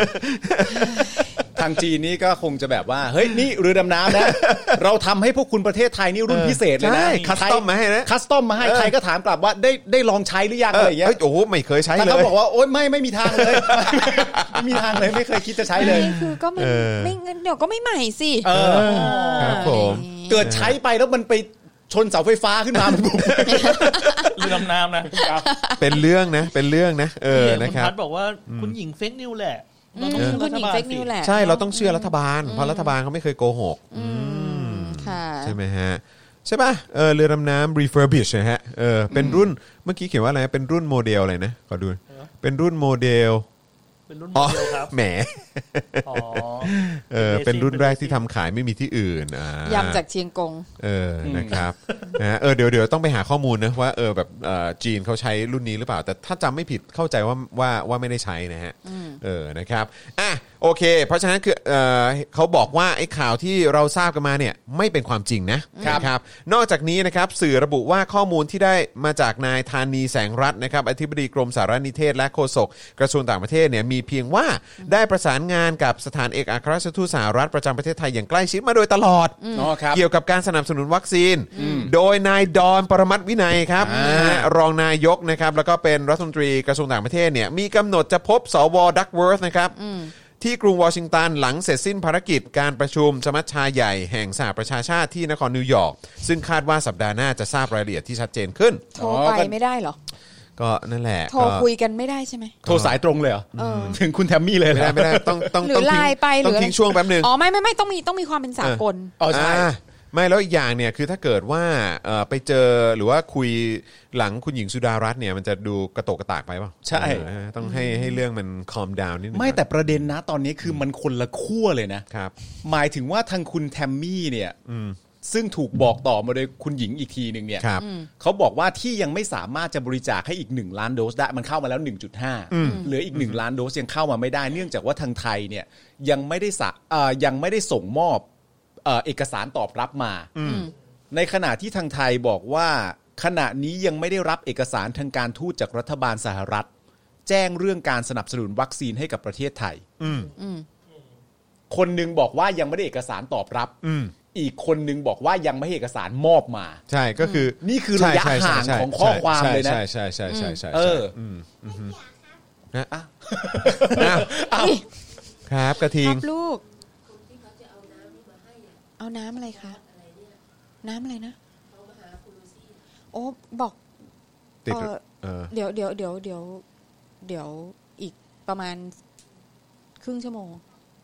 ทางจีนนี่ก็คงจะแบบว่าเฮ้ยนี่เรือดำน้ำนะเราทำให้พวกคุณประเทศไทยนี่รุ่นพิเศษเลยนะคัสตอมมาให้นะคัสตอมมาให้ใครก็ถามกลับว่าได้ลองใช้หรือยังอะไรอย่างเงี้ยโอ้โหไม่เคยใช้เลยเขาบอกว่าโอ๊ยไม่มีทางเลยไม่มีทางเลยไม่เคยคิดจะใช้เลยคือก็ไม่เดี๋ยวก็ไม่ใหม่สิครับผมเกิดใช้ไปแล้วมันไปชนเสาไฟฟ้าขึ้นมามันบุกเรือดำน้ำนะเป็นเรื่องนะนะครับคุณพัดบอกว่าคุณหญิงเฟกนิวแหละคุณหญิงเฟกนิวแหละใช่เราต้องเชื่อรัฐบาลเพราะรัฐบาลเขาไม่เคยโกหกใช่ไหมฮะใช่ป่ะเรือดำน้ำ refurbish นะฮะเป็นรุ่นเมื่อกี้เขียนว่าอะไรเป็นรุ่นโมเดลอะไรนะขอดูเป็นรุ่นโมเดลเป็นรุ่นโมเดลครับแหมเป็นรุ่นแรกที่ทำขายไม่มีที่อื่นยำจากเชียงกงนะครับนะเดี๋ยวต้องไปหาข้อมูลนะว่าแบบจีนเขาใช้รุ่นนี้หรือเปล่าแต่ถ้าจำไม่ผิดเข้าใจว่าไม่ได้ใช้นะฮะนะครับโอเคเพราะฉะนั้นคือเขาบอกว่าไอ้ข่าวที่เราทราบกันมาเนี่ยไม่เป็นความจริงนะครับนอกจากนี้นะครับสื่อระบุว่าข้อมูลที่ได้มาจากนายธานีแสงรัตน์นะครับอธิบดีกรมสารนิเทศและโฆษกกระทรวงต่างประเทศเนี่ยมีเพียงว่าได้ประสานงานกับสถานเอกอัครราชทูตสหรัฐประจำประเทศไทยอย่างใกล้ชิดมาโดยตลอดเกี่ยวกับการสนับสนุนวัคซีนโดยนายดอนปรมัตถ์วินัยครับรองนายกนะครับแล้วก็เป็นรัฐมนตรีกระทรวงต่างประเทศเนี่ยมีกำหนดจะพบสว.ดักเวิร์ธนะครับที่กรุงวอชิงตันหลังเสร็จสิ้นภารกิจการประชุมสมัชชาใหญ่แห่งสหประชาชาติที่นครนิวยอร์กซึ่งคาดว่าสัปดาห์หน้าจะทราบรายละเอียดที่ชัดเจนขึ้นโทรไปไม่ได้หรอก็นั่นแหละโทรคุยกันไม่ได้ใช่ไหมโทรสายตรงเลยเหรอถึงคุณแทมมี่เลยไม่ได้ต้องหรือไลน์ไปต้องทิ้งช่วงแป๊บนึงอ๋อไม่ต้องมีความเป็นสากลอ๋อใช่ไม่แล้วอีกอย่างเนี่ยคือถ้าเกิดว่าไปเจอหรือว่าคุยหลังคุณหญิงสุดารัตน์เนี่ยมันจะดูกระโตกกระตากไปเปล่าใช่ต้องให้เรื่องมัน calm down นิดนึงไม่แต่ประเด็นนะตอนนี้คือมันคนละขั้วเลยนะครับหมายถึงว่าทางคุณแทมมี่เนี่ยซึ่งถูกบอกต่อมาโดยคุณหญิงอีกทีนึงเนี่ยเขาบอกว่าที่ยังไม่สามารถจะบริจาคให้อีก1ล้านโดสได้มันเข้ามาแล้ว 1.5 เหลืออีก1ล้านโดสยังเข้ามาไม่ได้เนื่องจากว่าทางไทยเนี่ยยังไม่ได้ส่งมอบเอกสารตอบรับมาในขณะที่ทางไทยบอกว่าขณะนี้ยังไม่ได้รับเอกสารทางการทูตจากรัฐบาลสหรัฐแจ้งเรื่องการสนับสนุนวัคซีนให้กับประเทศไทยคนนึงบอกว่ายังไม่ได้เอกสารตอบรับอีกคนนึงบอกว่ายังไม่ให้เอกสารมอบมาใช่ก็คือนี่คือระยะห่างของข้อความเลยนะใช่ใช่ใช่ใช่ใช่ครับกระทิงลูกเอาน้ำอะไรคะน้ำอะไรนะโอ้บอกเดี๋ยวอีกประมาณครึ่งชั่วโมง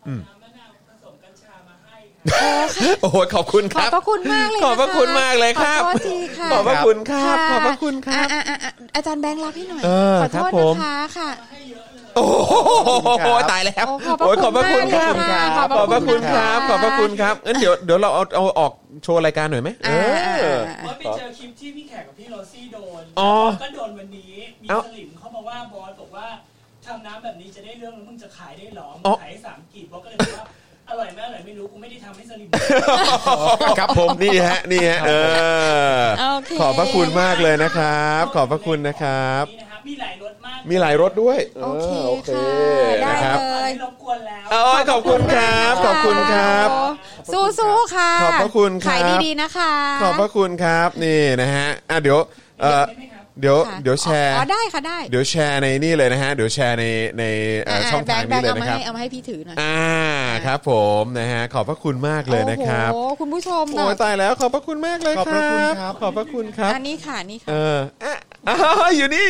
โอ้โหขอบคุณครับขอบพระคุณมากเลยขอบพระคุณมากเลยครับขอบพระคุณครับขอบพระคุณครับอาจารย์แบงค์รับให้หน่อยขอโทษนะคะค่ะโอ้โหตายแล้วโอ้ยขอบพระคุณครับขอบพระคุณครับขอบพระคุณครับงั้นเดี๋ยวเราเอาออกโชว์รายการหน่อยไหมว่าไปเจอคลิปที่พี่แขกกับพี่โรซี่โดนก็โดนวันนี้มีสลิมเข้ามาว่าบอสบอกว่าทำน้ำแบบนี้จะได้เรื่องแล้วมึงจะขายได้หรอขาย3 กีบบอสก็เลยบอกว่าอร่อยไหมอร่อยไม่รู้กูไม่ได้ทำให้สลิมครับผมนี่ฮะขอบพระคุณมากเลยนะครับขอบพระคุณนะครับมีหลายรสมากมีหลายรสด้วยโอเคนะครับรบกวนแล้วขอบคุณครับขอบคุณครับสู้ๆค่ะขอบพระคุณครับขายดีๆนะคะขอบพระคุณครับนี่นะฮะเดี๋ยวแชร์ได้ค่ะได้เดี๋ยวแชร์ในนี่เลยนะฮะเดี๋ยวแชร์ในช่องทางนี้เลยนะครับเอามาให้พี่ถือหน่อยครับผมนะฮะขอบพระคุณมากเลยนะครับโอ้คุณผู้ชมโอ้ตายแล้วขอบพระคุณมากเลยครับขอบพระคุณครับขอบพระคุณครับอันนี้ค่ะนี่ค่ะอยู่นี่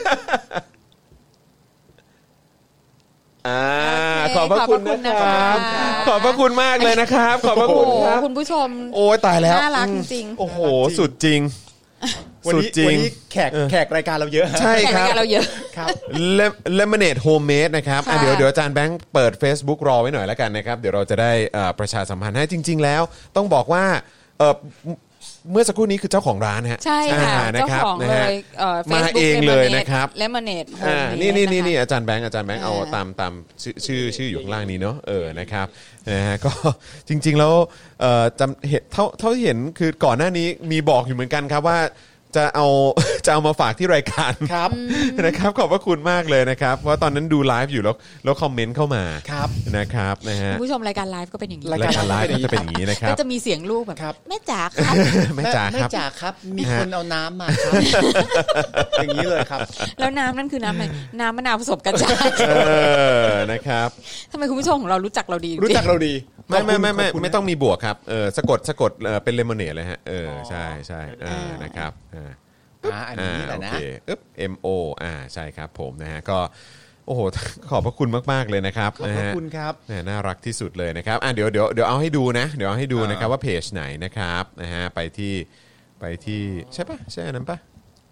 ขอบพระคุณนะครับขอบพระคุณมากเลยนะครับขอบพระคุณครับคุณผู้ชมโอ้ตายแล้วน่ารักจริงโอ้โหสุดจริงวันนี้แขกรายการเราเยอะใช่ครับเราเยอะครับ Lemonade Homemade นะครับเดี๋ยวอาจารย์แบงค์เปิด Facebook รอไว้หน่อยแล้วกันนะครับเดี๋ยวเราจะได้ประชาสัมพันธ์ให้จริงๆแล้วต้องบอกว่าเมื่อสักครู่นี้คือเจ้าของร้านฮะใช่ค่ะเจ้าของเลยมาเองเลยนะครับ Lemonade นี่อาจารย์แบงค์เอาตามชื่ออยู่ข้างล่างนี้เนาะนะครับนะฮะก็จริงๆแล้วจำเห็นเท่าที่เห็นคือก่อนหน้านี้มีบอกอยู่เหมือนกันครับว่าจะเอามาฝากที่รายการครับนะครับขอบพระคุณมากเลยนะครับเพราะตอนนั้นดูไลฟ์อยู่แล้วคอมเมนต์เข้ามาครับนะครับนะฮะคุณผู้ชมรายการไลฟ์ก็เป็นอย่างนี้รายการไลฟ์ก็จะเป็นอย่างนี้นะครับก็จะมีเสียงลูกแบบแม่จ๋าครับแม่จ๋าครับมีคนเอาน้ำมาครับอย่างนี้เลยครับแล้วน้ำนั่นคือน้ำอะไรน้ำมะนาวผสมกัญชานะครับทำไมคุณผู้ชมของเรารู้จักเราดีไม่ต้องมีบวกครับสะกดเป็นเลมอนเนดเลยฮะใช่นะครับอันนี้แหละนะ MO ใช่ครับผมนะฮะก็โอ้โหขอบพระคุณมากๆเลยนะครับขอบพระคุณครับน่ารักที่สุดเลยนะครับเดี๋ยวเอาให้ดูนะเดี๋ยวเอาให้ดูนะครับว่าเพจไหนนะครับนะฮะไปที่ใช่ปะใช่นั้นปะ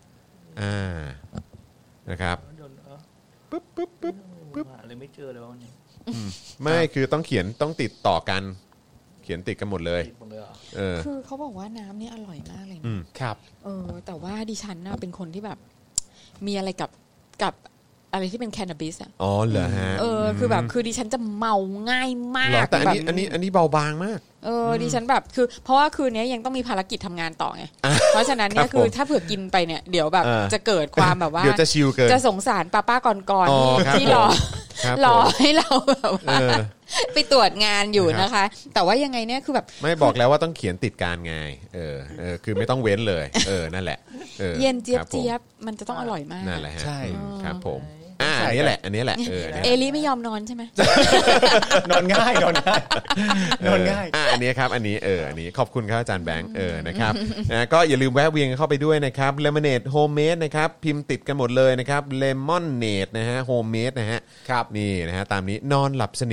นะครับปึ๊บอะไรไม่เจอเลยวันนี้ไม่คือต้องติดต่อกันเขียนติดกันหมดเลยคือเขาบอกว่าน้ำนี่อร่อยมากเลยนะครับแต่ว่าดิฉันน่ะเป็นคนที่แบบมีอะไรกับอะไรที่เป็นแคนาบิสอ่ะอ๋อเหรอฮะคือแบบคือดิฉันจะเมาง่ายมากแต่อันนี้เบาบางมากดิฉันแบบคือเพราะว่าคืนนี้ยังต้องมีภารกิจทำงานต่อไงเพราะฉะนั้นเนี่ยคือถ้าเผื่อกินไปเนี่ยเดี๋ยวแบบจะเกิดความแบบว่าเดี๋ยวจะชิลเกินจะสงสารป้าก่อนที่รอให้เราแบบว่าไปตรวจงานอยู่นะคะแต่ว่ายังไงเนี่ยคือแบบไม่บอกแล้วว่าต้องเขียนติดการไงคือไม่ต้องเว้นเลยนั่นแหละเย็นเจี๊ยบมันจะต้องอร่อยมากนั่นแหละใช่ครับผมอันนี้แหละเอลิไม่ยอมนอนใช่ไหมนอนง่ายอันนี้ครับอันนี้ขอบคุณครับอาจารย์แบงค์นะครับก็อย่าลืมแวะเวียนเข้าไปด้วยนะครับ Lemonade Homemade นะครับพิมพ์ติดกันหมดเลยนะครับ Lemonade นะฮะ Homemade นะฮะนี่นะฮะตามนี้นอนหลับสนิท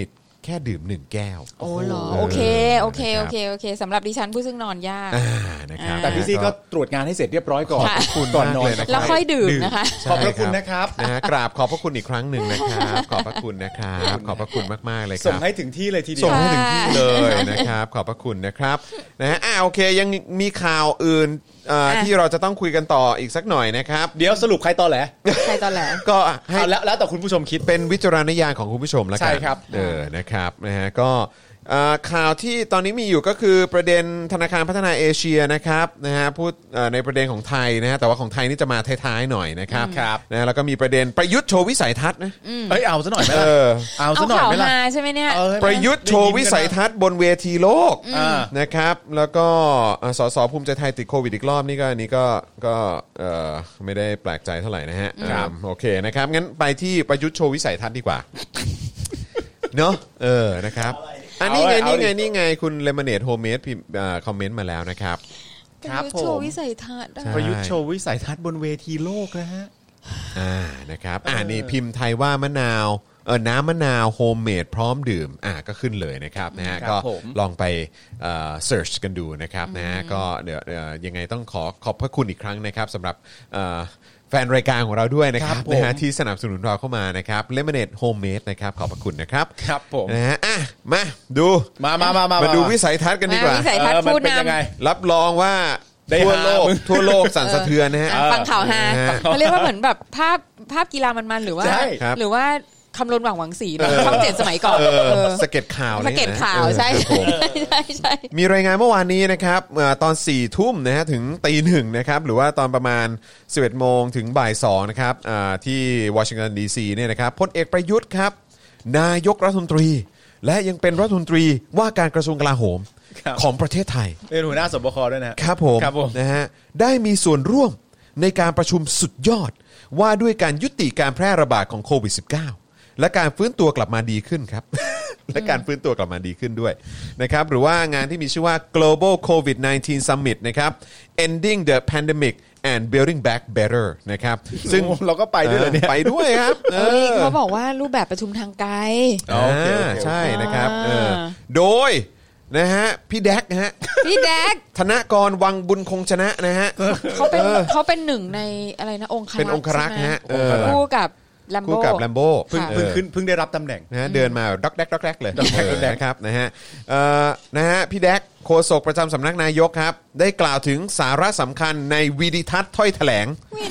แค่ดื่ม1แก้วโอ้เหรอโอเคสำหรับดิฉันผู้ซึ่งนอนยากนะครับแต่พี่ซี่ก็ตรวจงานให้เสร็จเรียบร้อยก่อนก่อนนอนแล้วค่อยดื่มนะคะขอบพระคุณนะครับกราบขอบพระคุณอีกครั้งหนึ่งนะครับขอบพระคุณนะครับขอบพระคุณมากๆเลยครับส่งให้ถึงที่เลยทีเดียวส่งให้ถึงที่เลยนะครับขอบพระคุณนะครับนะฮะโอเคยังมีข่าวอื่นที่เราจะต้องคุยกันต่ออีกสักหน่อยนะครับเดี๋ยวสรุปใครตอแหลก็ให้แล้วแต่คุณผู้ชมคิดเป็นวิจารณญาณของคุณผู้ชมแล้วกันใช่ครับนะครับนะฮะก็ข่าวที่ตอนนี้มีอยู่ก็คือประเด็นธนาคารพัฒนาเอเชียนะครับนะฮะพูดในประเด็นของไทยนะฮะแต่ว่าของไทยนี่จะมาท้ายๆหน่อยนะครับนะแล้วก็มีประเด็นประยุทธ์โชว์วิสัยทัศน์นะเอาซะหน่อยไหมล่ะเอาซะหน่อยไหมล่ะใช่ไหมเนี่ยประยุทธ์โชว์วิสัยทัศน์บนเวทีโลกนะครับแล้วก็สสภูมิใจไทยติดโควิดอีกรอบนี่ก็อันนี้ก็ไม่ได้แปลกใจเท่าไหร่นะฮะโอเคนะครับงั้นไปที่ประยุทธ์โชว์วิสัยทัศน์ดีกว่าเนาะนะครับอันนี้ไงคุณเลมอนเนดโฮมเมดพิมพ์คอมเมนต์มาแล้วนะครับครับผมประยุทธ์โชว์วิสัยทัศน์ประยุทธ์โชว์วิสัยทัศน์บนเวทีโลกนะฮะนะครับนี่พิมพ์ไทยว่ามะนาวน้ำมะนาวโฮมเมดพร้อมดื่มก็ขึ้นเลยนะครับนะฮะก็ลองไปเสิร์ชกันดูนะครับนะฮะก็เดี๋ยวยังไงต้องขอบพระคุณอีกครั้งนะครับสำหรับแฟนรายการของเราด้วยนะครับนะฮะที่สนับสนุนเราเข้ามานะครับ Lemonade Homemade นะครับขอบพระคุณนะครับครับผมนะฮะมาดูมาดูวิสัยทัศน์กันดีกว่าวิสัยทัศน์พูดนำรับรองว่าทั่วโลกสั่นสะเทือนนะฮะฟังข่าวฮาเขาเรียกว่าเหมือนแบบภาพกีฬามันๆหรือว่าคำรณหวังสีช่อง7สมัยก่อนสเก็ตข่าวใช่มีรายงานเมื่อวานนี้นะครับตอน 4 ทุ่มนะฮะถึง 1:00 นะครับหรือว่าตอนประมาณ 11 โมงถึงบ่าย 2นะครับที่วอชิงตันดีซีเนี่ยนะครับพลเอกประยุทธ์ครับนายกรัฐมนตรีและยังเป็นรัฐมนตรีว่าการกระทรวงกลาโหมของประเทศไทยเป็นหัวหน้าสบคด้วยนะครับผมนะฮะได้มีส่วนร่วมในการประชุมสุดยอดว่าด้วยการยุติการแพร่ระบาดของโควิด -19และการฟื้นตัวกลับมาดีขึ้นครับ และการฟื้นตัวกลับมาดีขึ้นด้วยนะครับหรือว่างานที่มีชื่อว่า Global COVID-19 Summit นะครับ Ending the Pandemic and Building Back Better นะครับซึ่งเราก็ไปด้วยเลยเนี่ยไปด้วยครับเขาบอกว่ารูปแบบประชุมทางไกลใช่นะครับโดยนะฮะพี่แดกนะฮะธนกรวังบุญคงชนะนะฮะเขาเป็นหนึ่งในอะไรนะองครักษ์เป็นองครักษ์ฮะคู่กับแลมโบเพิ่งได้รับตำแหน่งนะเดินมาด็อกแดกเลยนะครับนะฮะพี่แดกโฆษกประจำสำนักนายกครับได้กล่าวถึงสาระสำคัญในวิดิทัศน์ถ้อยแถลง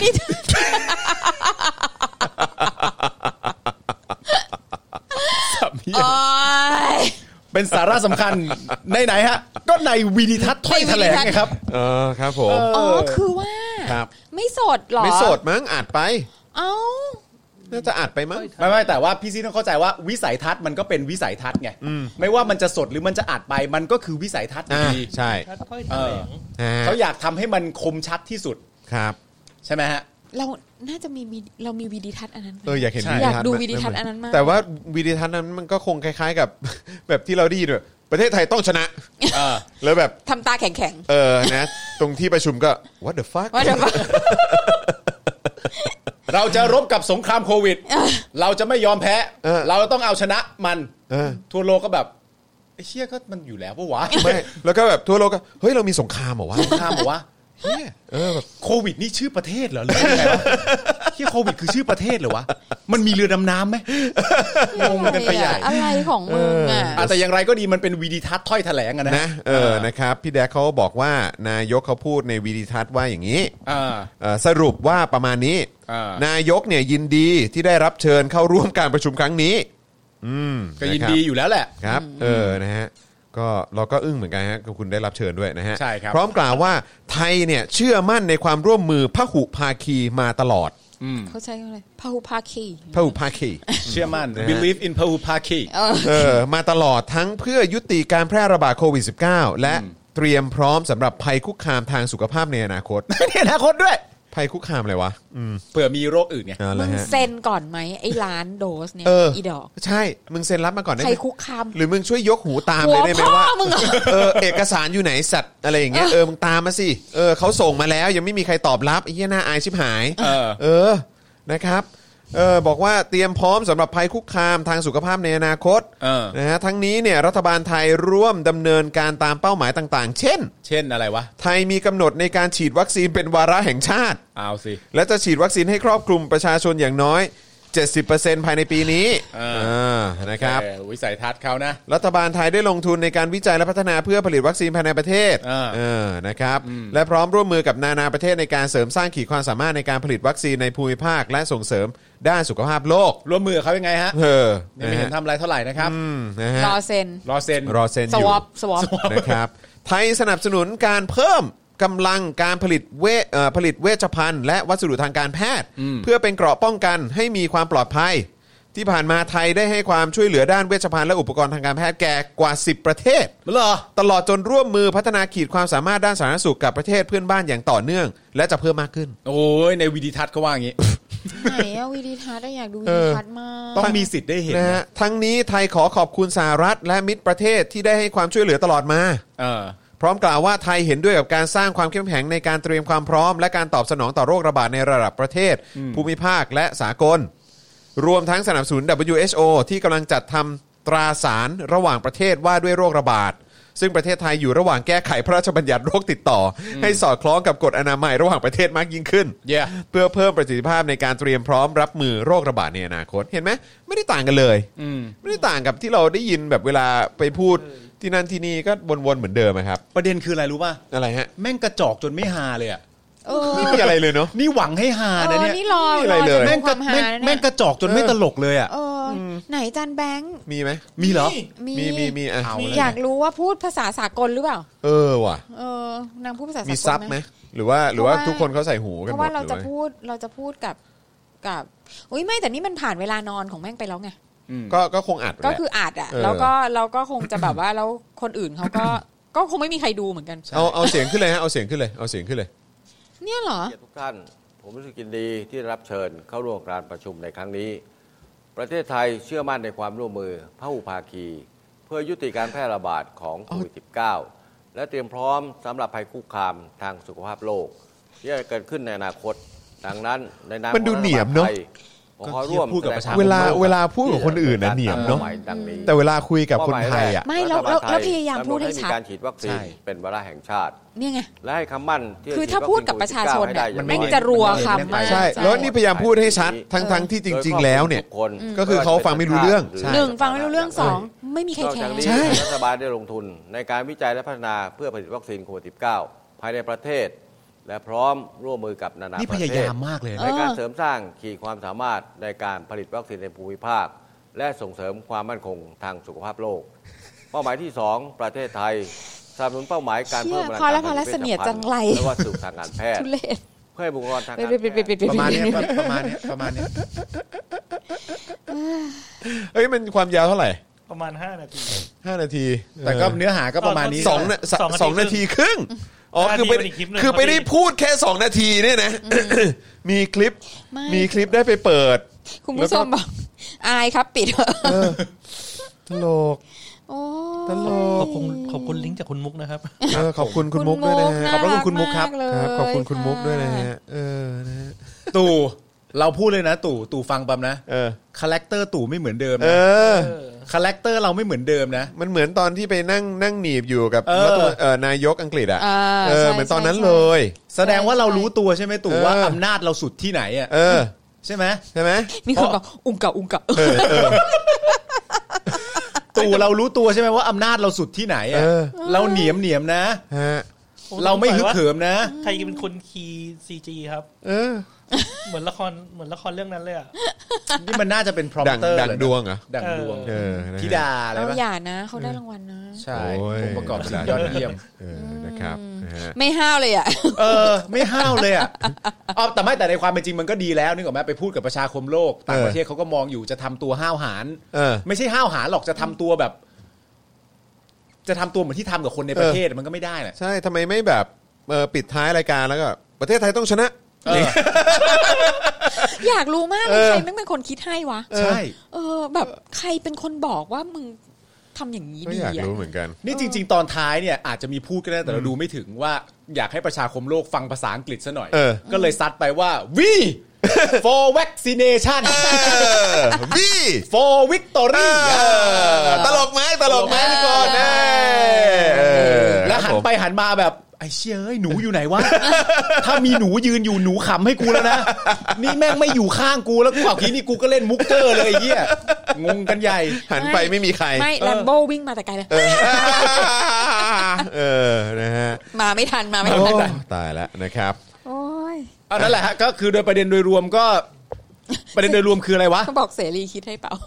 เป็นสาระสำคัญในไหนฮะก็ในวิดิทัศน์ถ้อยแถลงไงครับครับผมคือว่าไม่สดหรอไม่สดมั้งอัดไปน่าจะอัดไปมั้งไม่แต่ว่าพี่ซีต้องเข้าใจว่าวิสัยทัศน์มันก็เป็นวิสัยทัศน์ไงไม่ว่ามันจะสดหรือมันจะอัดไปมันก็คือวิสัยทัศน์ดีใช่เขาอยากทำให้มันคมชัดที่สุดครับใช่ไหมฮะเราน่าจะมีวิดิทัศน์อันนั้นอยากเห็นอยากดูวิดิทัศน์อันนั้นมากแต่ว่าวิดิทัศน์นั้นมันก็คงคล้ายๆกับแบบที่เราได้ยินด้วยประเทศไทยต้องชนะแล้วแบบทำตาแข็งนะตรงที่ประชุมก็ what the fuck เราจะรบกับสงครามโควิดเราจะไม่ยอมแพ้เราต้องเอาชนะมันทั่วโลกก็แบบไอ้เชี่ยก็มันอยู่แล้วปะวะไม่แล้วก็แบบทั่วโลกก็เฮ้ยเรามีสงครามเหรอวะสงครามเหรอวะแบบโควิดนี่ชื่อประเทศเหรอหรือไงวะที่โควิดคือชื่อประเทศเหรอวะมันมีเรือดำน้ำไหมงงกันไปใหญ่อะไรของมึงแต่อย่างไรก็ดีมันเป็นวิดิทัศน์ถ้อยแถลงนะนะครับพี่แดกเขาบอกว่านายกเขาพูดในวิดิทัศน์ว่าอย่างนี้สรุปว่าประมาณนี้นายกเนี่ยยินดีที่ได้รับเชิญเข้าร่วมการประชุมครั้งนี้ก็ยินดีอยู่แล้วแหละครับนะฮะก็เราก็อึ้งเหมือนกันฮะคุณได้รับเชิญด้วยนะฮะใช่ครับพร้อมกล่าวว่าไทยเนี่ยเชื่อมั่นในความร่วมมือพหุภาคีมาตลอดเขาใช้อะไรพหุภาคีเชื่อมั่น believe in พหุภาคีมาตลอดทั้งเพื่อยุติการแพร่ระบาดโควิด -19 และเตรียมพร้อมสำหรับภัยคุกคามทางสุขภาพในอนาคตในอนาคตด้วยภัยคุกคามอะไรวะเผื่อมีโรคอื่นไงมึงเซ็นก่อนไหมไอ้ล้านโดสเนี่ยอีดอกใช่มึงเซ็นรับมาก่อนได้ไหมภัยคุกคามหรือมึงช่วยยกหูตามเลยได้ไหมว่าเอกสารอยู่ไหนสัตว์อะไรอย่างเงี้ยมึงตามมาสิเขาส่งมาแล้วยังไม่มีใครตอบรับไอ้เหี้ยน่าอายชิบหายนะครับบอกว่าเตรียมพร้อมสำหรับภัยคุกคามทางสุขภาพในอนาคตนะฮะทั้งนี้เนี่ยรัฐบาลไทยร่วมดำเนินการตามเป้าหมายต่างๆเช่นอะไรวะไทยมีกำหนดในการฉีดวัคซีนเป็นวาระแห่งชาติเอาสิและจะฉีดวัคซีนให้ครอบคลุมประชาชนอย่างน้อย70% ภายในปีนี้นะครับวิสัยทัศน์เขานะรัฐบาลไทยได้ลงทุนในการวิจัยและพัฒนาเพื่อผลิตวัคซีนภายในประเทศนะครับและพร้อมร่วมมือกับนานาประเทศในการเสริมสร้างขีดความสามารถในการผลิตวัคซีนในภูมิภาคและส่งเสริมด้านสุขภาพโลกร่วมมือเขายังไงฮะไม่เห็นทำอะไรเท่าไหร่นะครับรอเซ็นอยู่นะครับไทยสนับสนุนการเพิ่มกำลังการผลิตเวชภัณฑ์และวัสดุทางการแพทย์เพื่อเป็นเกราะป้องกันให้มีความปลอดภัยที่ผ่านมาไทยได้ให้ความช่วยเหลือด้านเวชภัณฑ์และอุปกรณ์ทางการแพทย์แก่กว่า10ประเทศตลอดจนร่วมมือพัฒนาขีดความสามารถด้านสาธารณสุขกับประเทศเพื่อนบ้านอย่างต่อเนื่องและจะเพิ่มมากขึ้นโอ้ยในวิดีทัศน์เขาว่าอย่างนี้ไหนอะวิดีทัศน์อยากดูวิดีทัศน์มากต้องมีสิทธิ์ได้เห็นนะฮะทั้งนี้ไทยขอบคุณสหรัฐและมิตรประเทศที่ได้ให้ความช่วยเหลือตลอดมาพร้อมกล่าวว่าไทยเห็นด้วยกับการสร้างความเข้มแข็งในการเตรียมความพร้อมและการตอบสนองต่อโรคระบาดในระดับประเทศภูมิภาคและสากลรวมทั้งสนับสนุน WHO ที่กำลังจัดทำตราสารระหว่างประเทศว่าด้วยโรคระบาดซึ่งประเทศไทยอยู่ระหว่างแก้ไขพระราชบัญญัติโรคติดต่อให้สอดคล้องกับกฎอนามัยระหว่างประเทศมากยิ่งขึ้น เพื่อเพิ่มประสิทธิภาพในการเตรียมพร้อมรับมือโรคระบาดในอนาคตเห็นไหมไม่ได้ต่างกันเลยไม่ได้ต่างกับที่เราได้ยินแบบเวลาไปพูดที่นั่นที่นี่ก็วนๆเหมือนเดิมครับประเด็นคืออะไรรู้ป่ะอะไรฮะแม่งกระจอกจนไม่ฮาเลยอ่ะไม่มีอะไรเลยเนาะนี่หวังให้ฮานะเนี่ยนี่รออะไรเลยแม่งกระจอกจนไม่ตลกเลยอ่ะไหนจันแบงค์มีไหมมีเหรอมีอ่ะอยากรู้ว่าพูดภาษาสากลหรือเปล่าว่ะนางพูดภาษาสากลมีซับไหมหรือว่าทุกคนเขาใส่หูกันหมดเพราะว่าเราจะพูดกับอุ้ยไม่แต่นี่มันผ่านเวลานอนของแม่งไปแล้วไงก็คงอัดก็คืออัดอ่ะแล้วก็คงจะแบบว่าแล้วคนอื่นเขาก็คงไม่มีใครดูเหมือนกันเอาเสียงขึ้นเลยฮะเอาเสียงขึ้นเลยเนี่ยเหรอทุกท่านผมรู้สึกยินดีที่รับเชิญเข้าร่วมการประชุมในครั้งนี้ประเทศไทยเชื่อมั่นในความร่วมมือพหุภาคีเพื่อยุติการแพร่ระบาดของโควิด -19 และเตรียมพร้อมสำหรับภัยคุกคามทางสุขภาพโลกที่จะเกิดขึ้นในอนาคตดังนั้นในนามมันดูเหนียมเนาะขอร่วมเวลาพูดกับคนอื่นนะเหนียมเนาะแต่เวลาคุยกับคนไทยอ่ะไม่เราพยายามพูดให้ชัดการฉีดวัคซีนเป็นวาระแห่งชาติเนี่ยไงและให้คำมั่นคือถ้าพูดกับประชาชนเนี่ยมันไม่จะรัวคำมากใช่แล้วนี่พยายามพูดให้ชัดทั้งที่จริงๆแล้วเนี่ยก็คือเขาฟังไม่รู้เรื่อง 1ฟังไม่รู้เรื่อง2ไม่มีใครแคร์ใช่รัฐบาลได้ลงทุนในการวิจัยและพัฒนาเพื่อผลิตวัคซีนโควิด -19 ภายในประเทศและพร้อมร่วมมือกับนานาประเทศนี่พยายามมากเลยในการเสริมสร้างขีดความสามารถในการผลิตวัคซีนในภูมิภาคและส่งเสริมความมั่นคงทางสุขภาพโลกเป้าหมายที่2ประเทศไทยสนับสนุนเป้าหมายการเพิ่มพอแล้วเสนียดจังไรและวัสดุทางการแพทย์เพื่อให้บุคลากรทางการแพทย์ประมาณนี้เฮ้ยมันความยาวเท่าไหร่ประมาณ5นาทีแต่ก็เนื้อหาก็ประมาณนี้ 2นาทีครึ่งคือไปได้พูดแค่2นาทีเนี่ยนะมีคลิปได้ไปเปิดคุณผู้ชมบอกอายครับปิดตลกขอบคุณลิงก์จากคุณมุกนะครับขอบคุณคุณมุกด้วยนะฮะขอบคุณมุกครับขอบคุณคุณมุกด้วยนะฮะนะฮะตู่เราพูดเลยนะตู่ฟังปั๊มนะคาแรคเตอร์ตู่ไม่เหมือนเดิมนะคาแรคเตอร์เราไม่เหมือนเดิมนะมันเหมือนตอนที่ไปนั่งหนีบอยู่กับนายกอังกฤษอ่ะเหมือนตอนนั้นเลยแสดงว่าเรารู้ตัวใช่ไหมตู่ว่าอำนาจเราสุดที่ไหนอ่ะใช่ไหมมีคนบอกอุงกะตู่เรารู้ตัวใช่ไหมว่าอำนาจเราสุดที่ไหนอ่ะเราเหนียมนะเราไม่ฮึกเหิมนะใครเป็นคนคีย์ซีจีครับเหมือนละครเรื่องนั้นเลยอ่ะนี่มันน่าจะเป็นพรอมเตอร์ดังดวงเหรอดังดวงธิดาอะไรป่ะอย่านะเขาได้รางวัลนะใช่องค์ประกอบสุดยอดเยี่ยมนะครับไม่ห้าวเลยอ่ะไม่ห้าวเลยอ่ะแต่ในความเป็นจริงมันก็ดีแล้วนึกออกไหมไปพูดกับประชาคมโลกต่างประเทศเขาก็มองอยู่จะทำตัวห้าวหาญไม่ใช่ห้าวหาญหรอกจะทำตัวแบบจะทำตัวเหมือนที่ทำกับคนในประเทศมันก็ไม่ได้แหละใช่ทำไมไม่แบบปิดท้ายรายการแล้วก็ประเทศไทยต้องชนะอยากรู้มากเลยใครแม่งเป็นคนคิดให้วะใช่แบบใครเป็นคนบอกว่ามึงทำอย่างนี้ดีอยากรู้เหมือนกันนี่จริงๆตอนท้ายเนี่ยอาจจะมีพูดก็ได้แต่เราดูไม่ถึงว่าอยากให้ประชาคมโลกฟังภาษาอังกฤษซะหน่อยก็เลยซัดไปว่าวี for vaccination V for victory ตลกไหมทุกคนแล้วหันไปหันมาแบบไอ้เชี่ยเอ้ยหนูอยู่ไหนวะ ถ้ามีหนูยืนอยู่หนูขำให้กูแล้วนะนี่แม่งไม่อยู่ข้างกูแล้วกูทีนี้กูก็เล่นมุกเกอร์เลยไอ้เหี้ยงงกันใหญ่หันไปไม่มีใครไม่แลมโบวิ่งมาแต่ไกลเลยนะฮะมาไม่ทันตายแล้วนะครับโอ้ยนั่นแหละฮะก็คือโดยประเด็นโดยรวมก็ประเด็นโดยรวมคืออะไรวะเขาบอกเสรีคิดให้เปล่า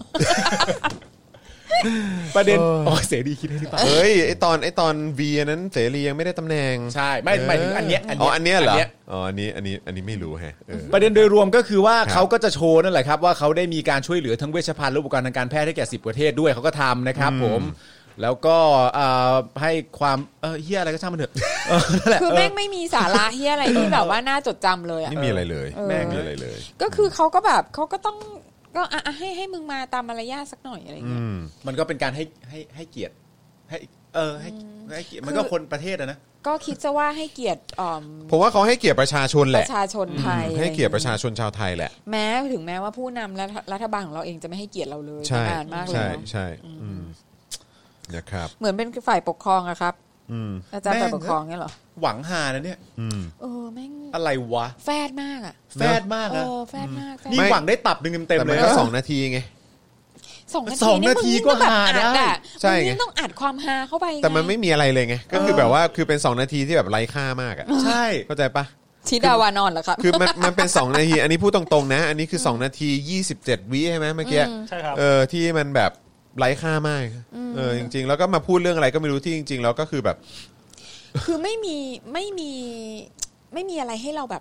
ประเด็นเสรีคิดให้หรือเปล่าเฮ้ยไอตอน V นั้นเสรียังไม่ได้ตำแหน่งใช่ไม่หมายถึงอันเนี้ยเหรออันนี้ไม่รู้ฮะประเด็นโดยรวมก็คือว่าเขาก็จะโชว์นั่นแหละครับว่าเขาได้มีการช่วยเหลือทั้งเวชภัณฑ์และอุปกรณ์ทางการแพทย์ให้แก่10ประเทศด้วยเขาก็ทำนะครับผมแล้วก็ให้ความเฮียอะไรก็ช่างมันเถอะนั่นแหละคือแม่งไม่มีสาระเฮียอะไรที่แบบว่าน่าจดจำเลยไม่มีอะไรเลยแม่งมีอะไรเลยก็คือเขาก็แบบเขาก็ต้องก็ให้มึงมาตามมารยาทสักหน่อยอะไรเงี้ยมันก็เป็นการให้เกียรติให้เกียรติมันก็คนประเทศนะก็คิดซะว่าให้เกียรติผมว่าเขาให้เกียรติประชาชนแหละประชาชนไทยให้เกียรติประชาชนชาวไทยแหละแม้ถึงแม้ว่าผู้นำและรัฐบาลของเราเองจะไม่ให้เกียรติเราเลยนานมากเลยใช่นะครับเหมือนเป็นฝ่ายปกครองอะครับอาจารย์ฝ่ายปกครองเนี่ยหรอหวังหานะเนี่ยแม่งอะไรวะแฟดมากอะแฟดมากนะแฟดมากนี่หวังได้ตับนึงเต็มเลยก็2 นาทีไง 2 นาทีก็หาได้ใช่ไงต้องอัดความฮาเข้าไปแต่มันไม่มีอะไรเลยไงก็คือแบบว่าคือเป็น2 นาทีที่แบบไร้ค่ามากอ่ะใช่เข้าใจปะชิดาวานอนเหรอครับคือมันเป็น2 นาทีอันนี้พูดตรงๆนะอันนี้คือ2 นาที 27 วิใช่ไหมเมื่อกี้ใช่ครับที่มันแบบไร้ค่ามากจริงๆแล้วก็มาพูดเรื่องอะไรก็ไม่รู้ที่จริงๆแล้วก็คือแบบคือไม่มีอะไรให้เราแบบ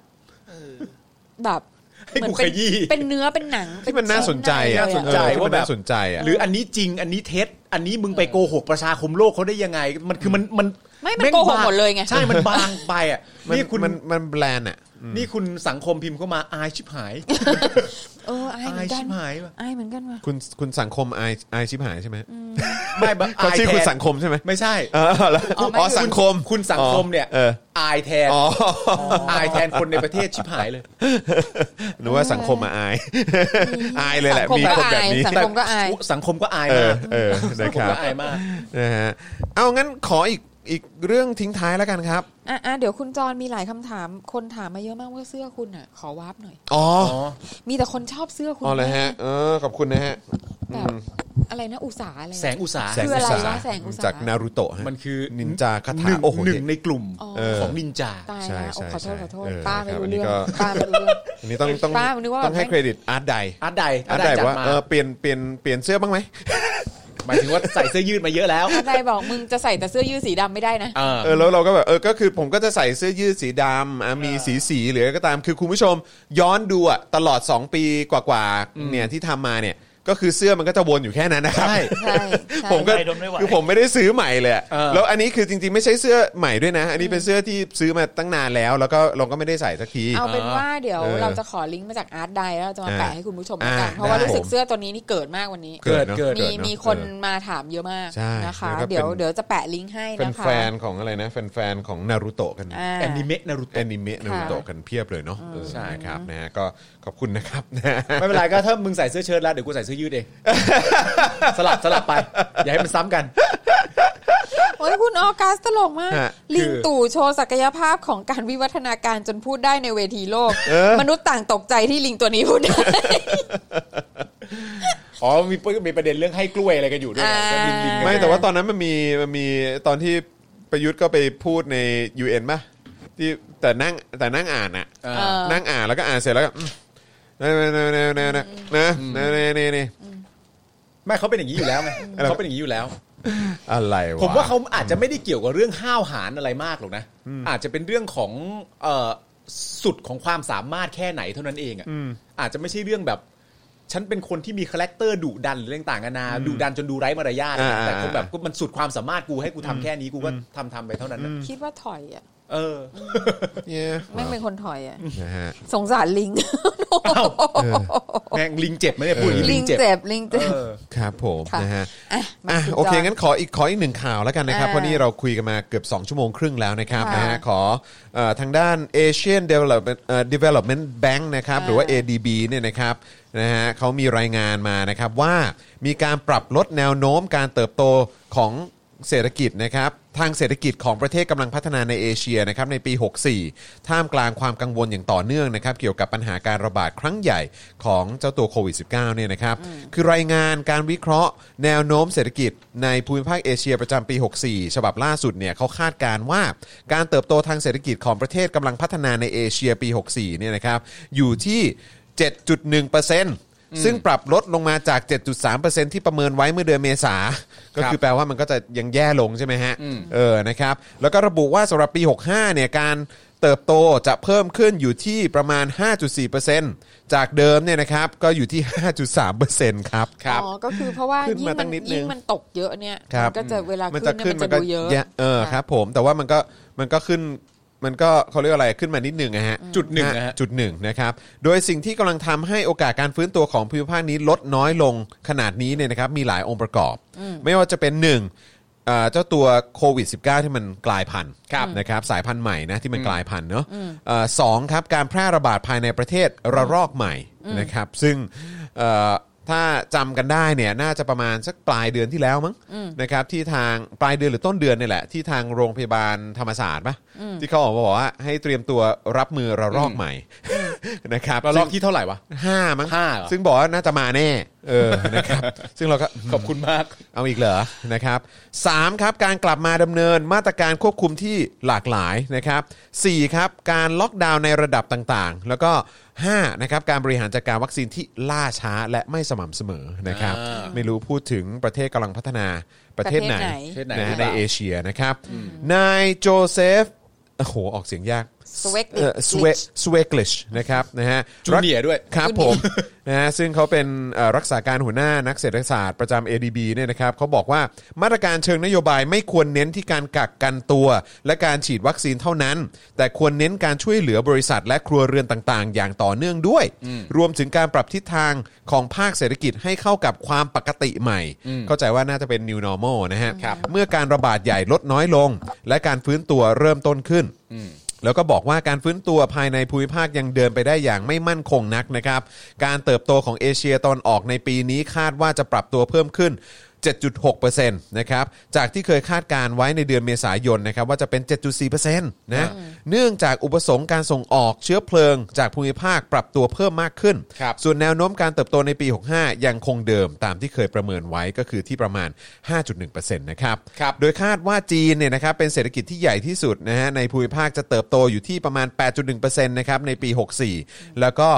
เหมือนเป็นเนื้อเป็นหนังที่มันน่าสนใจว่าแบบสนใจหรืออันนี้จริงอันนี้เท็จอันนี้มึงไปโกหกประชาคมโลกเขาได้ยังไงมันคือมันไม่โกหกหมดเลยไงใช่มันบางไปอ่ะนี่คุณมันแบรนด์อ่ะนี่คุณสังคมพิมพ์เข้ามาอายชิบหายอายเหมือนกันอายเหมือนกันว่ะคุณสังคมอายชิบหายใช่ไหมไม่เขาชื่อคุณสังคมใช่ไหมไม่ใช่สังคมคุณสังคมเนี่ยอายแทนอายแทนคนในประเทศชิบหายเลยหนูว่าสังคมอายเลยแหละมีคนแบบนี้สังคมก็อายสังคมก็อายมากนะครับอายมากนะฮะเอางั้นขออีกเรื่องทิ้งท้ายแล้วกันครับเดี๋ยวคุณจรมีหลายคำถามคนถามมาเยอะมากว่าเสื้อคุณอ่ะขอวาร์ปหน่อยมีแต่คนชอบเสื้อคุณเลยฮะขอบคุณนะฮะแบบอะไรนะอุตสาอะไรแสงอุตสาคืออะไรนะแสงอุตสาจากนารูโตะมันคือนินจาคาถาหนึ่งในกลุ่มของนินจาใช่ขอโทษป้าไม่รู้เรื่องป้าไม่รู้เรื่องอันนี้ต้องให้เครดิตอาร์ตไดว่าเปลี่ยนเสื้อบ้างไหมหมายถึงว่าใส่เสื้อยืดมาเยอะแล้วใครบอกมึงจะใส่แต่เสื้อยืดสีดำไม่ได้นะแล้วเราก็แบบก็คือผมก็จะใส่เสื้อยืดสีดำมีสีหรืออะไรก็ตามคือคุณผู้ชมย้อนดูตลอด2 ปีกว่าๆเนี่ยที่ทำมาเนี่ยก็คือเสื้อมันก็จะวนอยู่แค่นั้นนะครับใช่ผมก็คือผมไม่ได้ซื้อใหม่เลยแล้วอันนี้คือจริงๆไม่ใช่เสื้อใหม่ด้วยนะอันนี้เป็นเสื้อที่ซื้อมาตั้งนานแล้วก็เราก็ไม่ได้ใส่สักทีเอาเป็นว่าเดี๋ยวเราจะขอลิงก์มาจากอาร์ตไดแล้วเราจะมาแปะให้คุณผู้ชมกันเพราะว่ารู้สึกเสื้อตัวนี้นี่เกิดมากวันนี้เกิดมีคนมาถามเยอะมากนะคะเดี๋ยวจะแปะลิงก์ให้นะคะแฟนของอะไรนะแฟนของนารูโตะกันแอนิเมะนารูโตะกันเพียบเลยเนาะใช่ครับนะก็ขอบคุณนะครับไม่เป็นไรก็ถ้ามึงใส่เสื้อเชิ้ตแล้วเดี๋ยวกูใส่เสื้อยืดเองสลับไปอย่าให้มันซ้ำกันโอ้ยคุณออกัสตลกมากลิงตู่โชว์ศักยภาพของการวิวัฒนาการจนพูดได้ในเวทีโลกมนุษย์ต่างตกใจที่ลิงตัวนี้พูดได้มีประเด็นเรื่องให้กล้วยอะไรกันอยู่ด้วยไม่แต่ว่าตอนนั้นมันมีตอนที่ประยุทธ์ก็ไปพูดใน UN ป่ะที่แต่นั่งอ่านน่ะนั่งอ่านแล้วก็อ่านเสร็จแล้วก็นี่ไม่เขาเป็นอย่างนี้อยู่แล้วไงเขาเป็นอย่างนี้อยู่แล้วอะไรวะผมว่าเขาอาจจะไม่ได้เกี่ยวกับเรื่องห้าวหาญอะไรมากหรอกนะอาจจะเป็นเรื่องของสุดของความสามารถแค่ไหนเท่านั้นเองอ่ะอาจจะไม่ใช่เรื่องแบบฉันเป็นคนที่มีคาแรคเตอร์ดุดันหรือต่างๆนานาดุดันจนดูไร้มารยาทแต่คนแบบมันสุดความสามารถกูให้กูทำแค่นี้กูก็ทำไปเท่านั้นคิดว่าถอยอ่ะแม่งเป็นคนถอยอ่ะสงสารลิงโดแม่งลิงเจ็บไม่ได้พูดลิงเจ็บลิงเจ็บครับผมนะฮะโอเคงั้นขออีกหนึ่งข่าวแล้วกันนะครับเพราะนี่เราคุยกันมาเกือบ2ชั่วโมงครึ่งแล้วนะครับนะฮะขอทางด้าน Asian Development Bank นะครับหรือว่า ADB เนี่ยนะครับนะฮะเขามีรายงานมานะครับว่ามีการปรับลดแนวโน้มการเติบโตของเศรษฐกิจนะครับทางเศรษฐกิจของประเทศกำลังพัฒนาในเอเชียนะครับในปี64ท่ามกลางความกังวลอย่างต่อเนื่องนะครับเกี่ยวกับปัญหาการระบาดครั้งใหญ่ของเจ้าตัวโควิด -19 เนี่ยนะครับคือรายงานการวิเคราะห์แนวโน้มเศรษฐกิจในภูมิภาคเอเชียประจำปี64ฉบับล่าสุดเนี่ยเขาคาดการณ์ว่าการเติบโตทางเศรษฐกิจของประเทศกำลังพัฒนาในเอเชียปี64เนี่ยนะครับอยู่ที่ 7.1%ซึ่งปรับลดลงมาจาก 7.3% ที่ประเมินไว้เมื่อเดือนเมษาก็คือแปลว่ามันก็จะยังแย่ลงใช่ไหมฮะนะครับแล้วก็ระบุว่าสำหรับปี65เนี่ยการเติบโตจะเพิ่มขึ้นอยู่ที่ประมาณ 5.4% จากเดิมเนี่ยนะครับก็อยู่ที่ 5.3% ครับอ๋อก็คือเพราะว่ายิ่งมันตกเยอะเนี่ยมันก็จะเวลาขึ้นมันจะดูเยอะครับผมแต่ว่ามันก็ขึ้นมันก็เขาเรียกอะไรขึ้นมานิดหนึ่งนะฮะจุดหนึ่งนะครับโดยสิ่งที่กำลังทำให้โอกาสการฟื้นตัวของภูมิภาคนี้ลดน้อยลงขนาดนี้เนี่ยนะครับมีหลายองค์ประกอบไม่ว่าจะเป็น1เจ้าตัวโควิด -19 ที่มันกลายพันธุ์นะครับสายพันธุ์ใหม่นะที่มันกลายพันธุ์เนาะ2ครับการแพร่ระบาดภายในประเทศระลอกใหม่นะครับซึ่งถ้าจำกันได้เนี่ยน่าจะประมาณสักปลายเดือนที่แล้วมั้งนะครับที่ทางปลายเดือนหรือต้นเดือนนี่แหละที่ทางโรงพยาบาลธรรมศาสตร์ป่ะที่เขาออกมาบอกว่าให้เตรียมตัวรับมือระลอกใหม่นะครับระลอกที่เท่าไหร่วะ 5มั้งซึ่งบอกว่าน่าจะมาแน่นะครับซึ่งเราก็ขอบคุณมากเอาอีกเหรอนะครับ3ครับการกลับมาดำเนินมาตรการควบคุมที่หลากหลายนะครับ4ครับการล็อกดาวน์ในระดับต่างๆแล้วก็5นะครับการบริหารจัดการวัคซีนที่ล่าช้าและไม่สม่ำเสมอนะครับไม่รู้พูดถึงประเทศกำลังพัฒนาประเทศไหนนะในเอเชียนะครับนายโจเซฟโอ้โหออกเสียงยากสเวกลิชนะครับนะฮะจูเนียร์ด้วยครับผมนะฮะซึ่งเขาเป็นรักษาการหัวหน้านักเศรษฐศาสตร์ประจำ ADB เนี่ยนะครับเขาบอกว่ามาตรการเชิงนโยบายไม่ควรเน้นที่การกักกันตัวและการฉีดวัคซีนเท่านั้นแต่ควรเน้นการช่วยเหลือบริษัทและครัวเรือนต่างๆอย่างต่อเนื่องด้วยรวมถึงการปรับทิศทางของภาคเศรษฐกิจให้เข้ากับความปกติใหม่เข้าใจว่าน่าจะเป็น New Normal นะฮะเมื่อการระบาดใหญ่ลดน้อยลงและการฟื้นตัวเริ่มต้นขึ้นแล้วก็บอกว่าการฟื้นตัวภายในภูมิภาคยังเดินไปได้อย่างไม่มั่นคงนักนะครับการเติบโตของเอเชียตะวันออกในปีนี้คาดว่าจะปรับตัวเพิ่มขึ้น 7.6% นะครับจากที่เคยคาดการไว้ในเดือนเมษายนนะครับว่าจะเป็น 7.4% นะเนื่องจากอุปสงค์การส่งออกเชื้อเพลิงจากภูมิภาคปรับตัวเพิ่มมากขึ้นส่วนแนวโน้มการเติบโตในปี65ยังคงเดิมตามที่เคยประเมินไว้ก็คือที่ประมาณ 5.1% นะครับโดยคาดว่าจีนเนี่ยนะครับเป็นเศรษฐกิจที่ใหญ่ที่สุดนะฮะในภูมิภาคจะเติบโตอยู่ที่ประมาณ 8.1% นะครับในปี64แล้วก็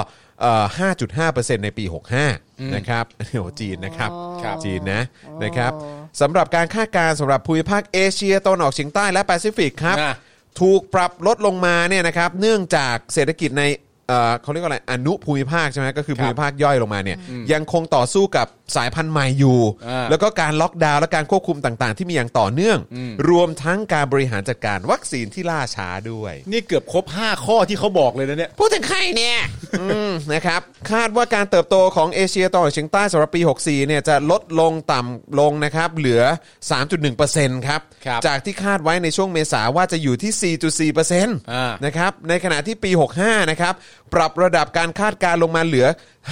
5.5% ในปี65นะครับโอ้จีนนะครับจีนนะครับสำหรับการคาดการณ์สำหรับภูมิภาคเอเชียตะวันออกเฉียงใต้และแปซิฟิกครับถูกปรับลดลงมาเนี่ยนะครับเนื่องจากเศรษฐกิจในเขาเรียกว่าอะไรอนุภูมิภาคใช่ไหมก็คือภูมิภาคย่อยลงมาเนี่ยยังคงต่อสู้กับสายพันธุ์ใหม่อยู่แล้วก็การล็อกดาวน์และการควบคุมต่างๆที่มีอย่างต่อเนื่องรวมทั้งการบริหารจัดการวัคซีนที่ล่าช้าด้วยนี่เกือบครบ5ข้อที่เขาบอกเลยนะเนี่ยพูดถึงใครเนี่ยนะครับคาดว่าการเติบโตของเอเชียตะวันออกเฉียงใต้สำหรับปี64เนี่ยจะลดลงต่ำลงนะครับเหลือ 3.1% ครับจากที่คาดไว้ในช่วงเมษาว่าจะอยู่ที่ 4.4% นะครับในขณะที่ปี65นะครับปรับระดับการคาดการลงมาเหลือ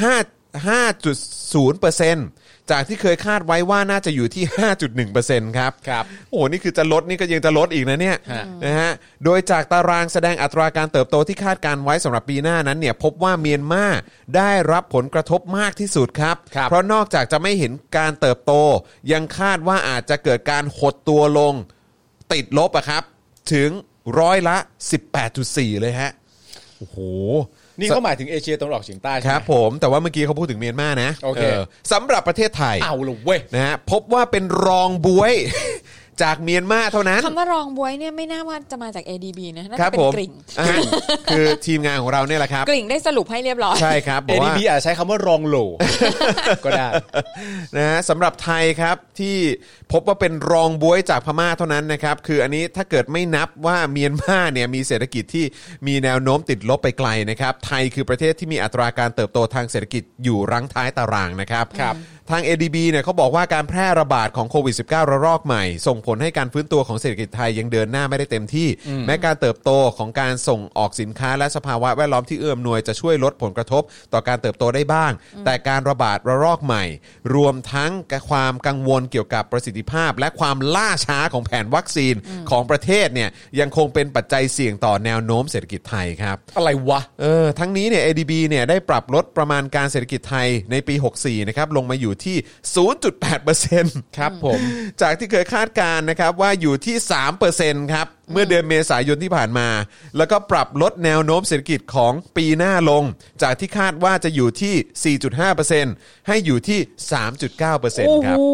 5.0% จากที่เคยคาดไว้ว่าน่าจะอยู่ที่ 5.1% ครับโอ้นี่คือจะลดนี่ก็ยังจะลดอีกนะเนี่ยนะฮะโดยจากตารางแสดงอัตราการเติบโตที่คาดการไว้สำหรับปีหน้านั้นเนี่ยพบว่าเมียนมาได้รับผลกระทบมากที่สุดครับเพราะนอกจากจะไม่เห็นการเติบโตยังคาดว่าอาจจะเกิดการหดตัวลงติดลบอะครับถึง10%เลยฮะโอ้โหนี่เขาหมายถึงเอเชียตะวันออกเฉียงใต้ใช่ไหมครับผมแต่ว่าเมื่อกี้เขาพูดถึงเมียนมานะโอเคสำหรับประเทศไทยเอาละเว้ยนะฮะพบว่าเป็นรองบ๊วยจากเมียนมาเท่านั้นคำว่ารองบวยเนี่ยไม่น่าว่าจะมาจาก ADB นะน่าจะเป็นกลิ่งคือทีมงานของเราเนี่ยแหละครับกลิ่งได้สรุปให้เรียบร้อยใช่ครับ ADB อาจใช้คำว่ารองโหลก็ได้นะฮะสำหรับไทยครับที่พบว่าเป็นรองบวยจากพม่าเท่านั้นนะครับคืออันนี้ถ้าเกิดไม่นับว่าเมียนมาเนี่ยมีเศรษฐกิจที่มีแนวโน้มติดลบไปไกลนะครับไทยคือประเทศที่มีอัตราการเติบโตทางเศรษฐกิจอยู่รั้งท้ายตารางนะครับทาง ADB เนี่ยเขาบอกว่าการแพร่ระบาดของโควิด -19 ระลอกใหม่ส่งผลให้การฟื้นตัวของเศรษฐกิจไทยยังเดินหน้าไม่ได้เต็มที่แม้การเติบโตของการส่งออกสินค้าและสภาวะแวดล้อมที่เอื้ออำนวยจะช่วยลดผลกระทบต่อการเติบโตได้บ้างแต่การระบาดระลอกใหม่รวมทั้งความกังวลเกี่ยวกับประสิทธิภาพและความล่าช้าของแผนวัคซีนของประเทศเนี่ยยังคงเป็นปัจจัยเสี่ยงต่อแนวโน้มเศรษฐกิจไทยครับอะไรวะทั้งนี้เนี่ย ADB เนี่ยได้ปรับลดประมาณการเศรษฐกิจไทยในปี64นะครับลงมาอยู่ที่ 0.8% ครับผมจากที่เคยคาดการณ์นะครับว่าอยู่ที่ 3% ครับเมื่อเดือนเมษายนที่ผ่านมาแล้วก็ปรับลดแนวโน้มเศรษฐกิจของปีหน้าลงจากที่คาดว่าจะอยู่ที่ 4.5% ให้อยู่ที่ 3.9% ครับ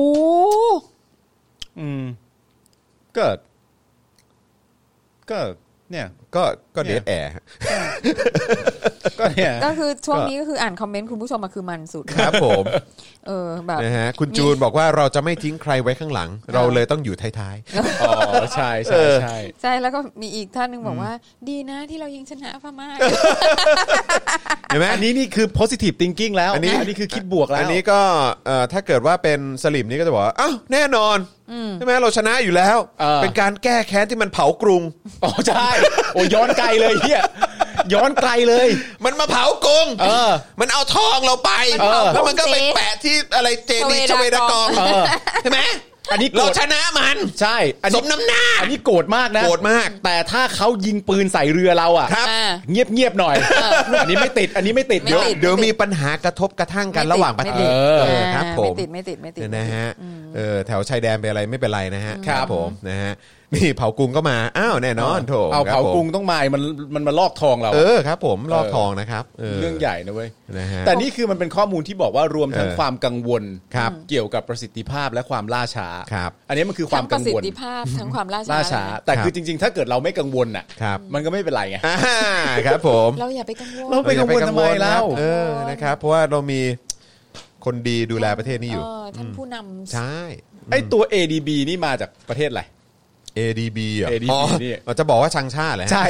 ก็เนี่ยก็เดทแอร์ก็เนี่ยก็คือช่วงนี้ก็คืออ่านคอมเมนต์คุณผู้ชมมาคือมันสุดครับผมแบบนะฮะคุณจูนบอกว่าเราจะไม่ทิ้งใครไว้ข้างหลังเราเลยต้องอยู่ท้ายๆอ๋อใช่ใช่ใช่ใช่แล้วก็มีอีกท่านนึงบอกว่าดีนะที่เรายังชนะพม่าเห็นไหมอันนี้นี่คือ positive thinking แล้วอันนี้คือคิดบวกแล้วอันนี้ก็ถ้าเกิดว่าเป็นสลิมนี่ก็จะบอกว่าอ้าวแน่นอนใช่ไหมเราชนะอยู่แล้วเป็นการแก้แค้นที่มันเผากรุงอ๋อใช่โอ้ย้อนไกลเลยเฮียย้อนไกลเลยมันมาเผากรุงมันเอาทองเราไปแล้วมันก็ไปแปะที่อะไรเจดีย์ชเวดากองใช่ไหมอันนี้เราชนะมันใช่สมน้ำหน้าอันนี้โกรธมากนะโกรธมากแต่ถ้าเขายิงปืนใส่เรือเราอ่ะเงียบๆหน่อยอันนี้ไม่ติดอันนี้ไม่ติดเดี๋ยวมีปัญหากระทบกระทั่งกันระหว่างประเทศครับผมไม่ติดนะฮะแถวชายแดนเป็นอะไรไม่เป็นไรนะฮะครับผมนะฮะนี่เผากรุงก็มาอ้าวแน่นอนโถเอาเผากรุงต้องมามันมาลอกทองเราครับผมลอกทองนะครับเรื่องใหญ่นะเว้ยแต่นี่คือมันเป็นข้อมูลที่บอกว่ารวมทั้งความกังวลเกี่ยวกับประสิทธิภาพและความล่าช้าอันนี้มันคือความกังวลประสิทธิภาพทั้งความล่าช้าแต่คือจริงๆถ้าเกิดเราไม่กังวลอ่ะมันก็ไม่เป็นไรไงครับผมเราอย่าไปกังวลเราไปกังวลทำไมแล้วนะครับเพราะว่าเรามีคนดีดูแลประเทศนี้อยู่ท่านผู้นำใช่ไอตัว ADB นี่มาจากประเทศอะไร ADB อ่ะ ADB นี่จะบอกว่าชังชาติแหละใช่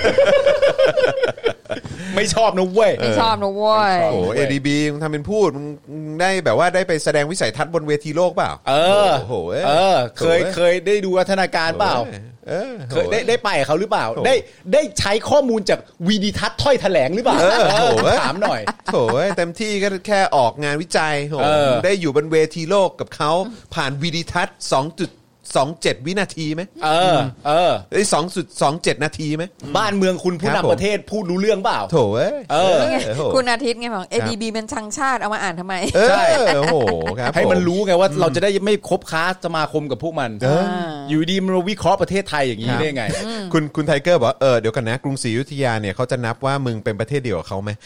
ไม่ชอบนะเว้ยไม่ชอบนะเว้ยโอ้ ADB มึงทำเป็นพูดมึงได้แบบว่าได้ไปแสดงวิสัยทัศน์บนเวทีโลกเปล่าโอ้โหเคยได้ดูวัฒนาการเปล่าเคยได้ไปเขาหรือเปล่าได้ใช้ข้อมูลจากวีดิทัศน์ถ้อยแถลงหรือเปล่าถามหน่อยโถ่เต็มที่ก็แค่ออกงานวิจัยได้อยู่บนเวทีโลกกับเขาผ่านวีดิทัศน์2.27 วินาทีไหมไอ้2.27 นาทีไหมบ้านเมืองคุณผู้นำประเทศพูดรู้เรื่องเปล่าโถ่คุณอาทิตย์ไงบอก ADB เป็นชังชาติเอามาอ่านทำไมใช่โอ้โหครับให้มันรู้ไงว่าเราจะได้ไม่คบค้าสมาคมกับพวกมันอยู่ดีมันวิเคราะห์ประเทศไทยอย่างนี้ได้ไงคุณไทเกอร์บอกเดี๋ยวกันนะกรุงศรีอยุธยาเนี่ยเขาจะนับว่ามึงเป็นประเทศเดียวกับเขาไหม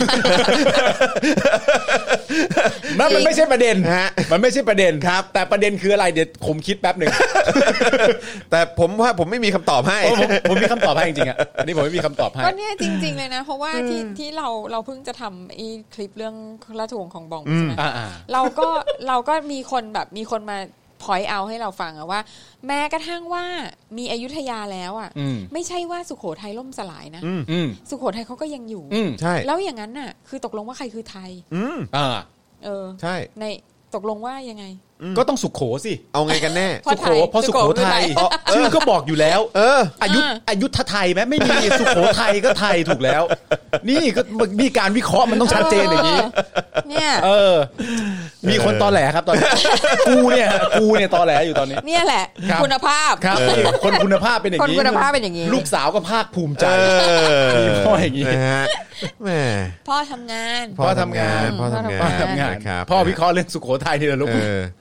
มันไม่ใช่ประเด็นมันไม่ใช่ประเด็นครับแต่ประเด็นคืออะไรเดี๋ยวผมคิดแป๊บนึงแต่ผมว่าผมไม่มีคำตอบให้ผมมีคำตอบให้จริงๆอ่ะอันนี้ผมไม่มีคำตอบให้ก็เนี่ยจริงๆเลยนะเพราะว่าที่เราเพิ่งจะทำไอ้คลิปเรื่องราชวงศ์ของบองใช่ไหมเราก็มีคนมาพอยต์เอาให้เราฟังอะว่าแม้กระทั่งว่ามีอยุธยาแล้วอะไม่ใช่ว่าสุโขทัยล่มสลายนะสุโขทัยเขาก็ยังอยู่ใช่แล้วอย่างนั้นน่ะคือตกลงว่าใครคือไทยใช่ในตกลงว่ายังไงก็ต้องสุโขสิเอาไงกันแน่สุโขเพราะสุโขทัยชื่อก็บอกอยู่แล้วอยุธไทยไหมไม่มีสุโขทัยก็ไทยถูกแล้วนี่ก็มีการวิเคราะห์มันต้องชัดเจนอย่างนี้เนี่ยมีคนตอแหลครับตอนนี้กูเนี่ยตอแหลอยู่ตอนนี้เนี่ยแหละคุณภาพครับคนคุณภาพเป็นอย่างนี้คนคุณภาพเป็นอย่างนี้ลูกสาวก็ภาคภูมิใจมีพ่ออย่างนี้นะฮะแม่พ่อทำงานครับพ่อวิเคราะห์เรื่องสุโขทัยนี่แหละลูก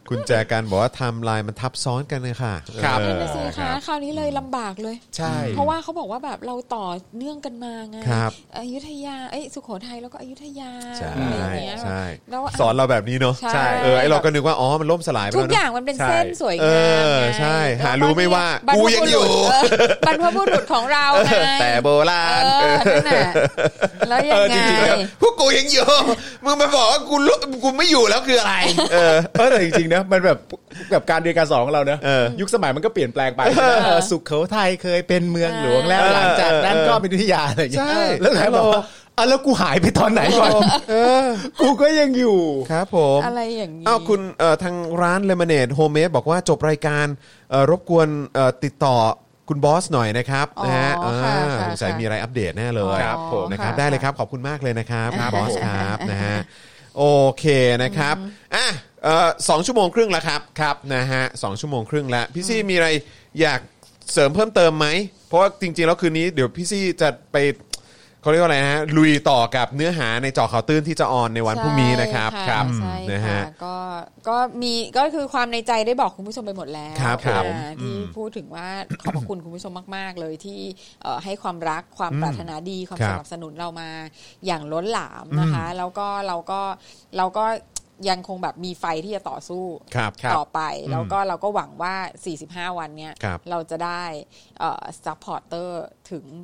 คุณแจกันบอกว่าไทม์ไลน์มันทับซ้อนกันเลยค่ะครับนั่นน่ะสิคะคราวนี้เลยลำบากเลยใช่เพราะว่าเขาบอกว่าแบบเราต่อเนื่องกันมาไงครับอยุธยาสุโขทัยแล้วก็อยุธยาใช่อะไรอย่างเงี้ยใช่แล้วสอนเราแบบนี้เนาะใช่ไอเราก็นึกว่าอ๋อมันล่มสลายไปทุแล้วกอย่างมันเป็นเส้นสวยงามไงใช่หารู้ไม่ว่าบรรพกูยังอยู่บรรพบุรุษของเราไงแต่โบราณนั่นน่ะแล้วยังไงจริงๆแล้วพวกกูยังอยู่มึงมาบอกว่ากูไม่อยู่แล้วคืออะไรแต่จริงๆนะมันแบบการเรียนการสอนของเราเนอะยุคสมัยมันก็เปลี่ยนแปลงไปสุโขทัยเคยเป็นเมืองหลวงแล้วหลังจากนั้นก็เป็นอยุธยาอะไรอย่างเงี้ยแล้วไหนบอกว่าแล้วกูหายไปตอนไหนก่อนกูก็ยังอยู่ครับผมอะไรอย่างนี้คุณทางร้านเลมอนเนดโฮมเมดบอกว่าจบรายการรบกวนติดต่อคุณบอสหน่อยนะครับนะฮะสงสัยมีอะไรอัปเดตแน่เลยนะครับได้เลยครับขอบคุณมากเลยนะครับบอสครับนะฮะโอเคนะครับ2 ชั่วโมงครึ่งแล้วครับนะฮะ2 ชั่วโมงครึ่งแล้วพี่ซี่มีอะไรอยากเสริมเพิ่มเติมไหมเพราะว่าจริงๆแล้วคืนนี้เดี๋ยวพี่ซี่จะไปเขาเรียกว่าอะไรนะฮะลุยต่อกับเนื้อหาในเจาะข่าวตื้นที่จะออนในวันพรุ่งนี้นะครับครับนะฮะก็มีก็คือความในใจได้บอกคุณผู้ชมไปหมดแล้วครับที่พูดถึงว่าขอบคุณคุณผู้ชมมากๆเลยที่ให้ความรักความปรารถนาดีความสนับสนุนเรามาอย่างล้นหลามนะคะแล้วก็เราก็ยังคงแบบมีไฟที่จะต่อสู้ต่อไปแล้วก็เราก็หวังว่า45วันเนี้ยเราจะได้ซัพพอร์เตอร์ถึง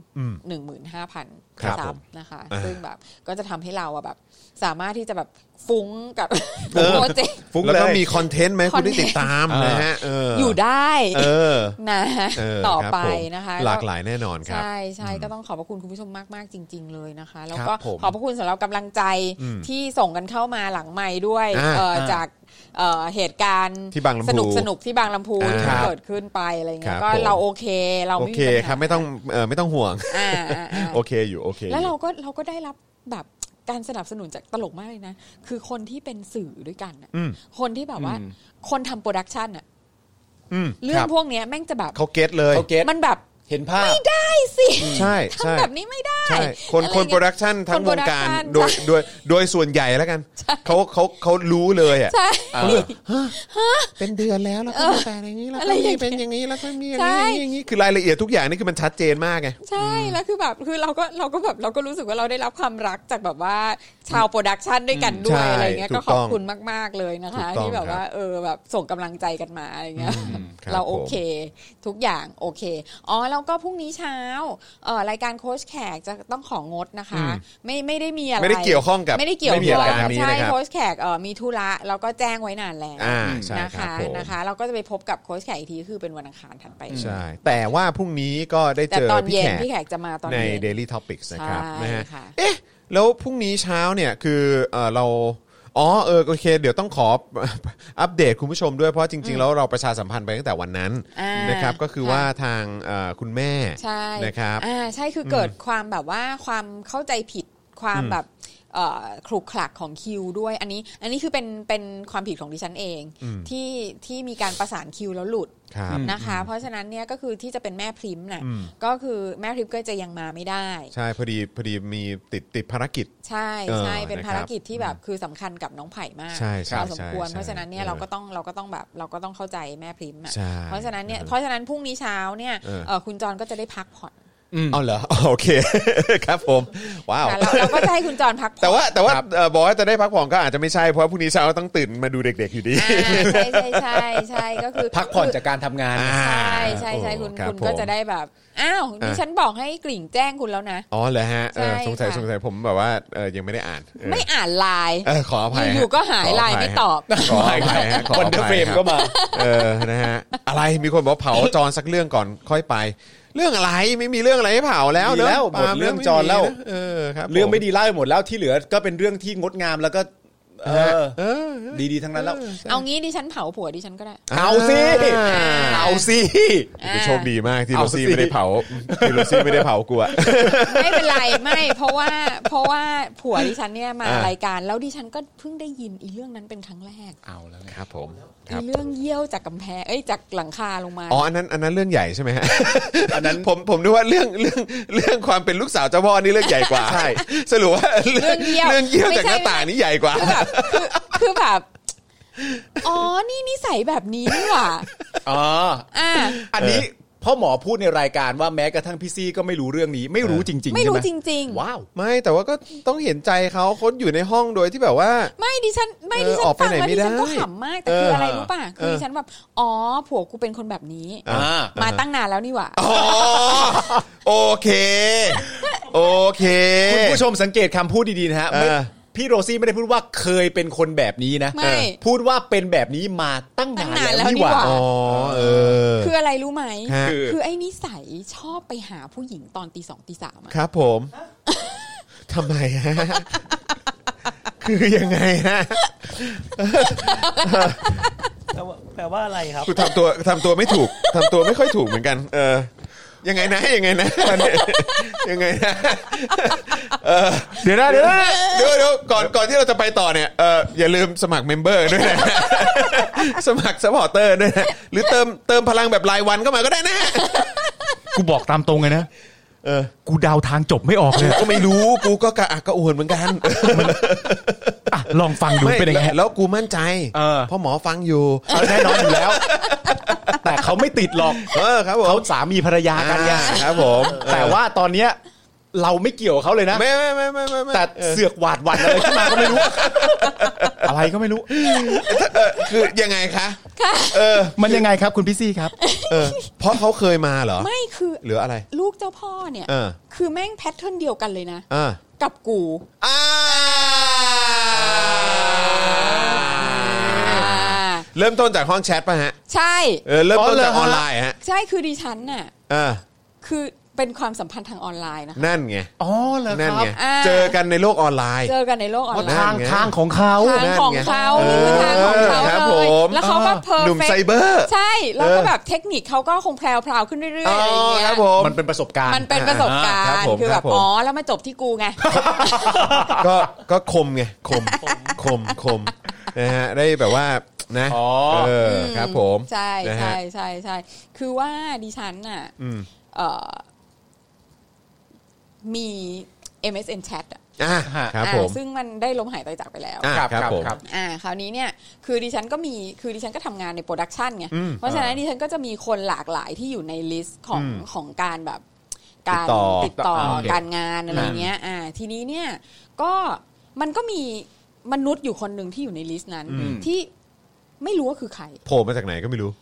15,000 ซับนะคะซึ่งแบบก็จะทำให้เราแบบสามารถที่จะแบบฟุ้งกับโปรเจกต์แล้วก็มีคอนเทนต์ไหมคุณได้ติดตามนะฮะอยู่ได้นะต่อไปนะคะหลากหลายแน่นอนครับใช่ก็ต้องขอบพระคุณคุณผู้ชมมากๆจริงๆเลยนะคะแล้วก็ขอบพระคุณสำหรับกำลังใจที่ส่งกันเข้ามาหลังไมค์ด้วยจากเหตุการณ์สนุกที่บางลำพูที่เกิดขึ้นไปอะไรเงี้ยก็เราโอเคเราไม่มีปัญหาครับไม่ต้องห่วงโอเคอยู่โอเคแล้วเราก็ได้รับแบบการสนับสนุนจากตลกมากเลยนะคือคนที่เป็นสื่อด้วยกันคนที่แบบว่าคนทำโปรดักชันอะเรื่องพวกนี้แม่งจะแบบเขาเก็ตเลยมันแบบเห็นภาพไม่ได้สิใช่ทำแบบนี้ไม่ได้คนโปรดักชันทั้งวงการโดยส่วนใหญ่แล้วกันเขารู้เลยอ่ะเป็นเดือนแล้วแล้วก็แต่อย่างนี้แล้วก็เป็นอย่างนี้แล้วก็มีอย่างนี้คือรายละเอียดทุกอย่างนี่คือมันชัดเจนมากไงใช่แล้วคือแบบคือเราก็รู้สึกว่าเราได้รับความรักจากแบบว่าชาวโปรดักชันด้วยกันด้วยอะไรเงี้ยก็ขอบคุณมากๆเลยนะคะที่แบบว่าแบบส่งกำลังใจกันมาอะไรเงี้ยเราโอเคทุกอย่างโอเคแล้วก็พรุ่งนี้เช้ารายการโค้ชแขกจะต้องของดนะคะไม่ได้มีอะไรไม่ได้เกี่ยวข้องกับไม่ได้เกี่ยวกับใช่โค้ชแขกมีธุระแล้วก็แจ้งไว้นานแล้วนะคะเราก็จะไปพบกับโค้ชแขกอีกทีคือเป็นวันอังคารถัดไปใช่แต่ว่าพรุ่งนี้ก็ได้เจอพี่แขกจะมาตอนใน Daily Topics นะครับนะฮะแล้วพรุ่งนี้เช้าเนี่ยคือเราโอเคเดี๋ยวต้องขออัปเดตคุณผู้ชมด้วยเพราะจริงๆแล้วเราประชาสัมพันธ์ไปตั้งแต่วันนั้นนะครับก็คือว่าทางคุณแม่นะครับใช่คือเกิดความแบบว่าความเข้าใจผิดความแบบคลุกคลักของคิวด้วยอันนี้คือเป็นความผิดของดิฉันเองที่มีการประสานคิวแล้วหลุดนะคะเพราะฉะนั้นเนี่ยก็คือที่จะเป็นแม่พริมน่ะก็คือแม่พริมก็จะยังมาไม่ได้ใช่พอดีมีติดภารกิจใช่เป็นภารกิจที่แบบคือสำคัญกับน้องไผ่มากพอสมควรเพราะฉะนั้นเนี่ยเราก็ต้องเข้าใจแม่พริมเพราะฉะนั้นพรุ่งนี้เช้าเนี่ยคุณจรก็จะได้พักผ่อนเอาเหรอโอเคครับผมว้าวเราก็จะให้คุณจรพักผ่อนแต่ว่าบอกว่าจะได้พักผ่อนก็อาจจะไม่ใช่เพราะพรุ่งนี้เช้าต้องตื่นมาดูเด็กๆอยู่ดีใช่ก็คือพักผ่อนจากการทำงานใช่คุณก็จะได้แบบดิฉันบอกให้กริ่งแจ้งคุณแล้วนะเหรอฮะสงสัยผมแบบว่ายังไม่ได้อ่านไม่อ่านไลน์ขออภัยอยู่ก็หายไลน์ไม่ตอบขออภัยวันเดอร์เฟรมก็มานะฮะอะไรมีคนบอกเผาจอนสักเรื่องก่อนค่อยไปเรื่องอะไรไม่มีเรื่องอะไรให้เผาแล้วเนอะหมดเรื่องจอนแล้วเรื่องไม่ดีเล่าหมดแล้วที่เหลือก็เป็นเรื่องที่งดงามแล้วก็ดีๆทั้งนั้นแล้วเอางี้ดิฉันเผาผัวดิฉันก็ได้เอาสิโชคดีมากที่โรซี่ไม่ได้เผาที่โรซี่ไม่ได้เผากูอะไม่เป็นไรไม่เพราะว่าผัวดิฉันเนี่ยมารายการแล้วดิฉันก็เพิ่งได้ยินอีเรื่องนั้นเป็นครั้งแรกเอาแล้วครับผมเรื่องเยี่ยวจากกำแพงจากหลังคาลงมาอันนั้นเรื่องใหญ่ใช่ไหมฮะอันนั้นผมนึกว่าเรื่องความเป็นลูกสาวเจ้าพ่อนี่เรื่องใหญ่กว่าใช่สรุปว่าเรื่องเยี่ยวจากหน้าต่างนี่ใหญ่กว่าคือแบบอ๋อนี่นิสัยแบบนี้นี่หว่าอันนี้พ่อหมอพูดในรายการว่าแม้กระทั่งพี่ซี่ก็ไม่รู้เรื่องนี้ไม่รู้จริงๆไม่รู้จริงๆว้าวไม่แต่ว่าก็ต้องเห็นใจเขาอยู่ในห้องโดยที่แบบว่าไม่ดิฉันฟังแล้วดิฉันก็ขำมากแต่คืออะไรรู้ป่ะคือดิฉันแบบอ๋อผัวกูเป็นคนแบบนี้มาตั้งนานแล้วนี่หว่าโอเคคุณผู้ชมสังเกตคำพูดดีๆนะฮะพี่โรซี่ไม่ได้พูดว่าเคยเป็นคนแบบนี้นะพูดว่าเป็นแบบนี้มาตั้งนานแล้วนี่หว่าคืออะไรรู้ไหมคือไอ้นิสัยชอบไปหาผู้หญิงตอนตี 2 ตี 3 ครับผมทำไมฮะคือยังไงฮะแปลว่าอะไรครับคือทำตัวไม่ถูกทำตัวไม่ค่อยถูกเหมือนกันยังไงนะยังไงนะเดี๋ยวก่อนที่เราจะไปต่อเนี่ยอย่าลืมสมัครเมมเบอร์ด้วยนะสมัครซัพพอร์เตอร์ด้วยนะหรือเติมพลังแบบรายวันเข้ามาก็ได้นะกูบอกตามตรงเลยนะกูเดาทางจบไม่ออกเลยก็ไม่รู้กูก็กระอักกระอ่วนเหมือนกันลองฟังดูเป็นยังไงแล้วกูมั่นใจเพราะหมอฟังอยู่แน่นอนอยู่แล้วแต่เขาไม่ติดหรอกครับผมเขาสามีภรรยากันไงครับผมแต่ว่าตอนเนี้ยเราไม่เกี่ยวเขาเลยนะไม่แต่เสือกหวาดหวั่นอะไรขึ้นมาก็ไม่รู้อะไรก็ไม่รู้คือยังไงคะมันยังไงครับคุณพี่ซี่ครับเพราะเขาเคยมาเหรอไม่คือหรืออะไรลูกเจ้าพ่อเนี่ยคือแม่งแพทเทิร์นเดียวกันเลยนะกับกูเริ่มต้นจากห้องแชทป่ะฮะใช่เริ่มต้นจากออนไลน์ฮะใช่คือดิฉันน่ะคือเป็นความสัมพันธ์ทางออนไลน์นะคะนั่นไงอ๋อเหรอครับเจอกันในโลกออนไลน์ทางของเขาทางของเขาคือทางของเขาเลยแล้วเขาก็เพอร์เฟคหนุ่มไซเบอร์ใช่แล้วก็แบบเทคนิคเขาก็คงแพรวๆขึ้นเรื่อยๆอะไรอย่างเงี้ยมันเป็นประสบการณ์คือแบบอ๋อแล้วมาจบที่กูไงก็คมไงคมนะฮะได้แบบว่านะครับผมใช่คือว่าดิฉันน่ะมี MSN Chat ครับผมซึ่งมันได้ล้มหายตายจากไปแล้วครับคราวนี้เนี่ยคือดิฉันก็ทำงานในโปรดักชันไงเพราะฉะนั้นดิฉันก็จะมีคนหลากหลายที่อยู่ในลิสต์ของการแบบการติดต่อการงานอะไรเงี้ยทีนี้เนี่ยก็มันก็มีมนุษย์อยู่คนหนึ่งที่อยู่ในลิสต์นั้นที่ไม่รู้ว่าคือใครโผล่มาจากไหนก็ไม่รู้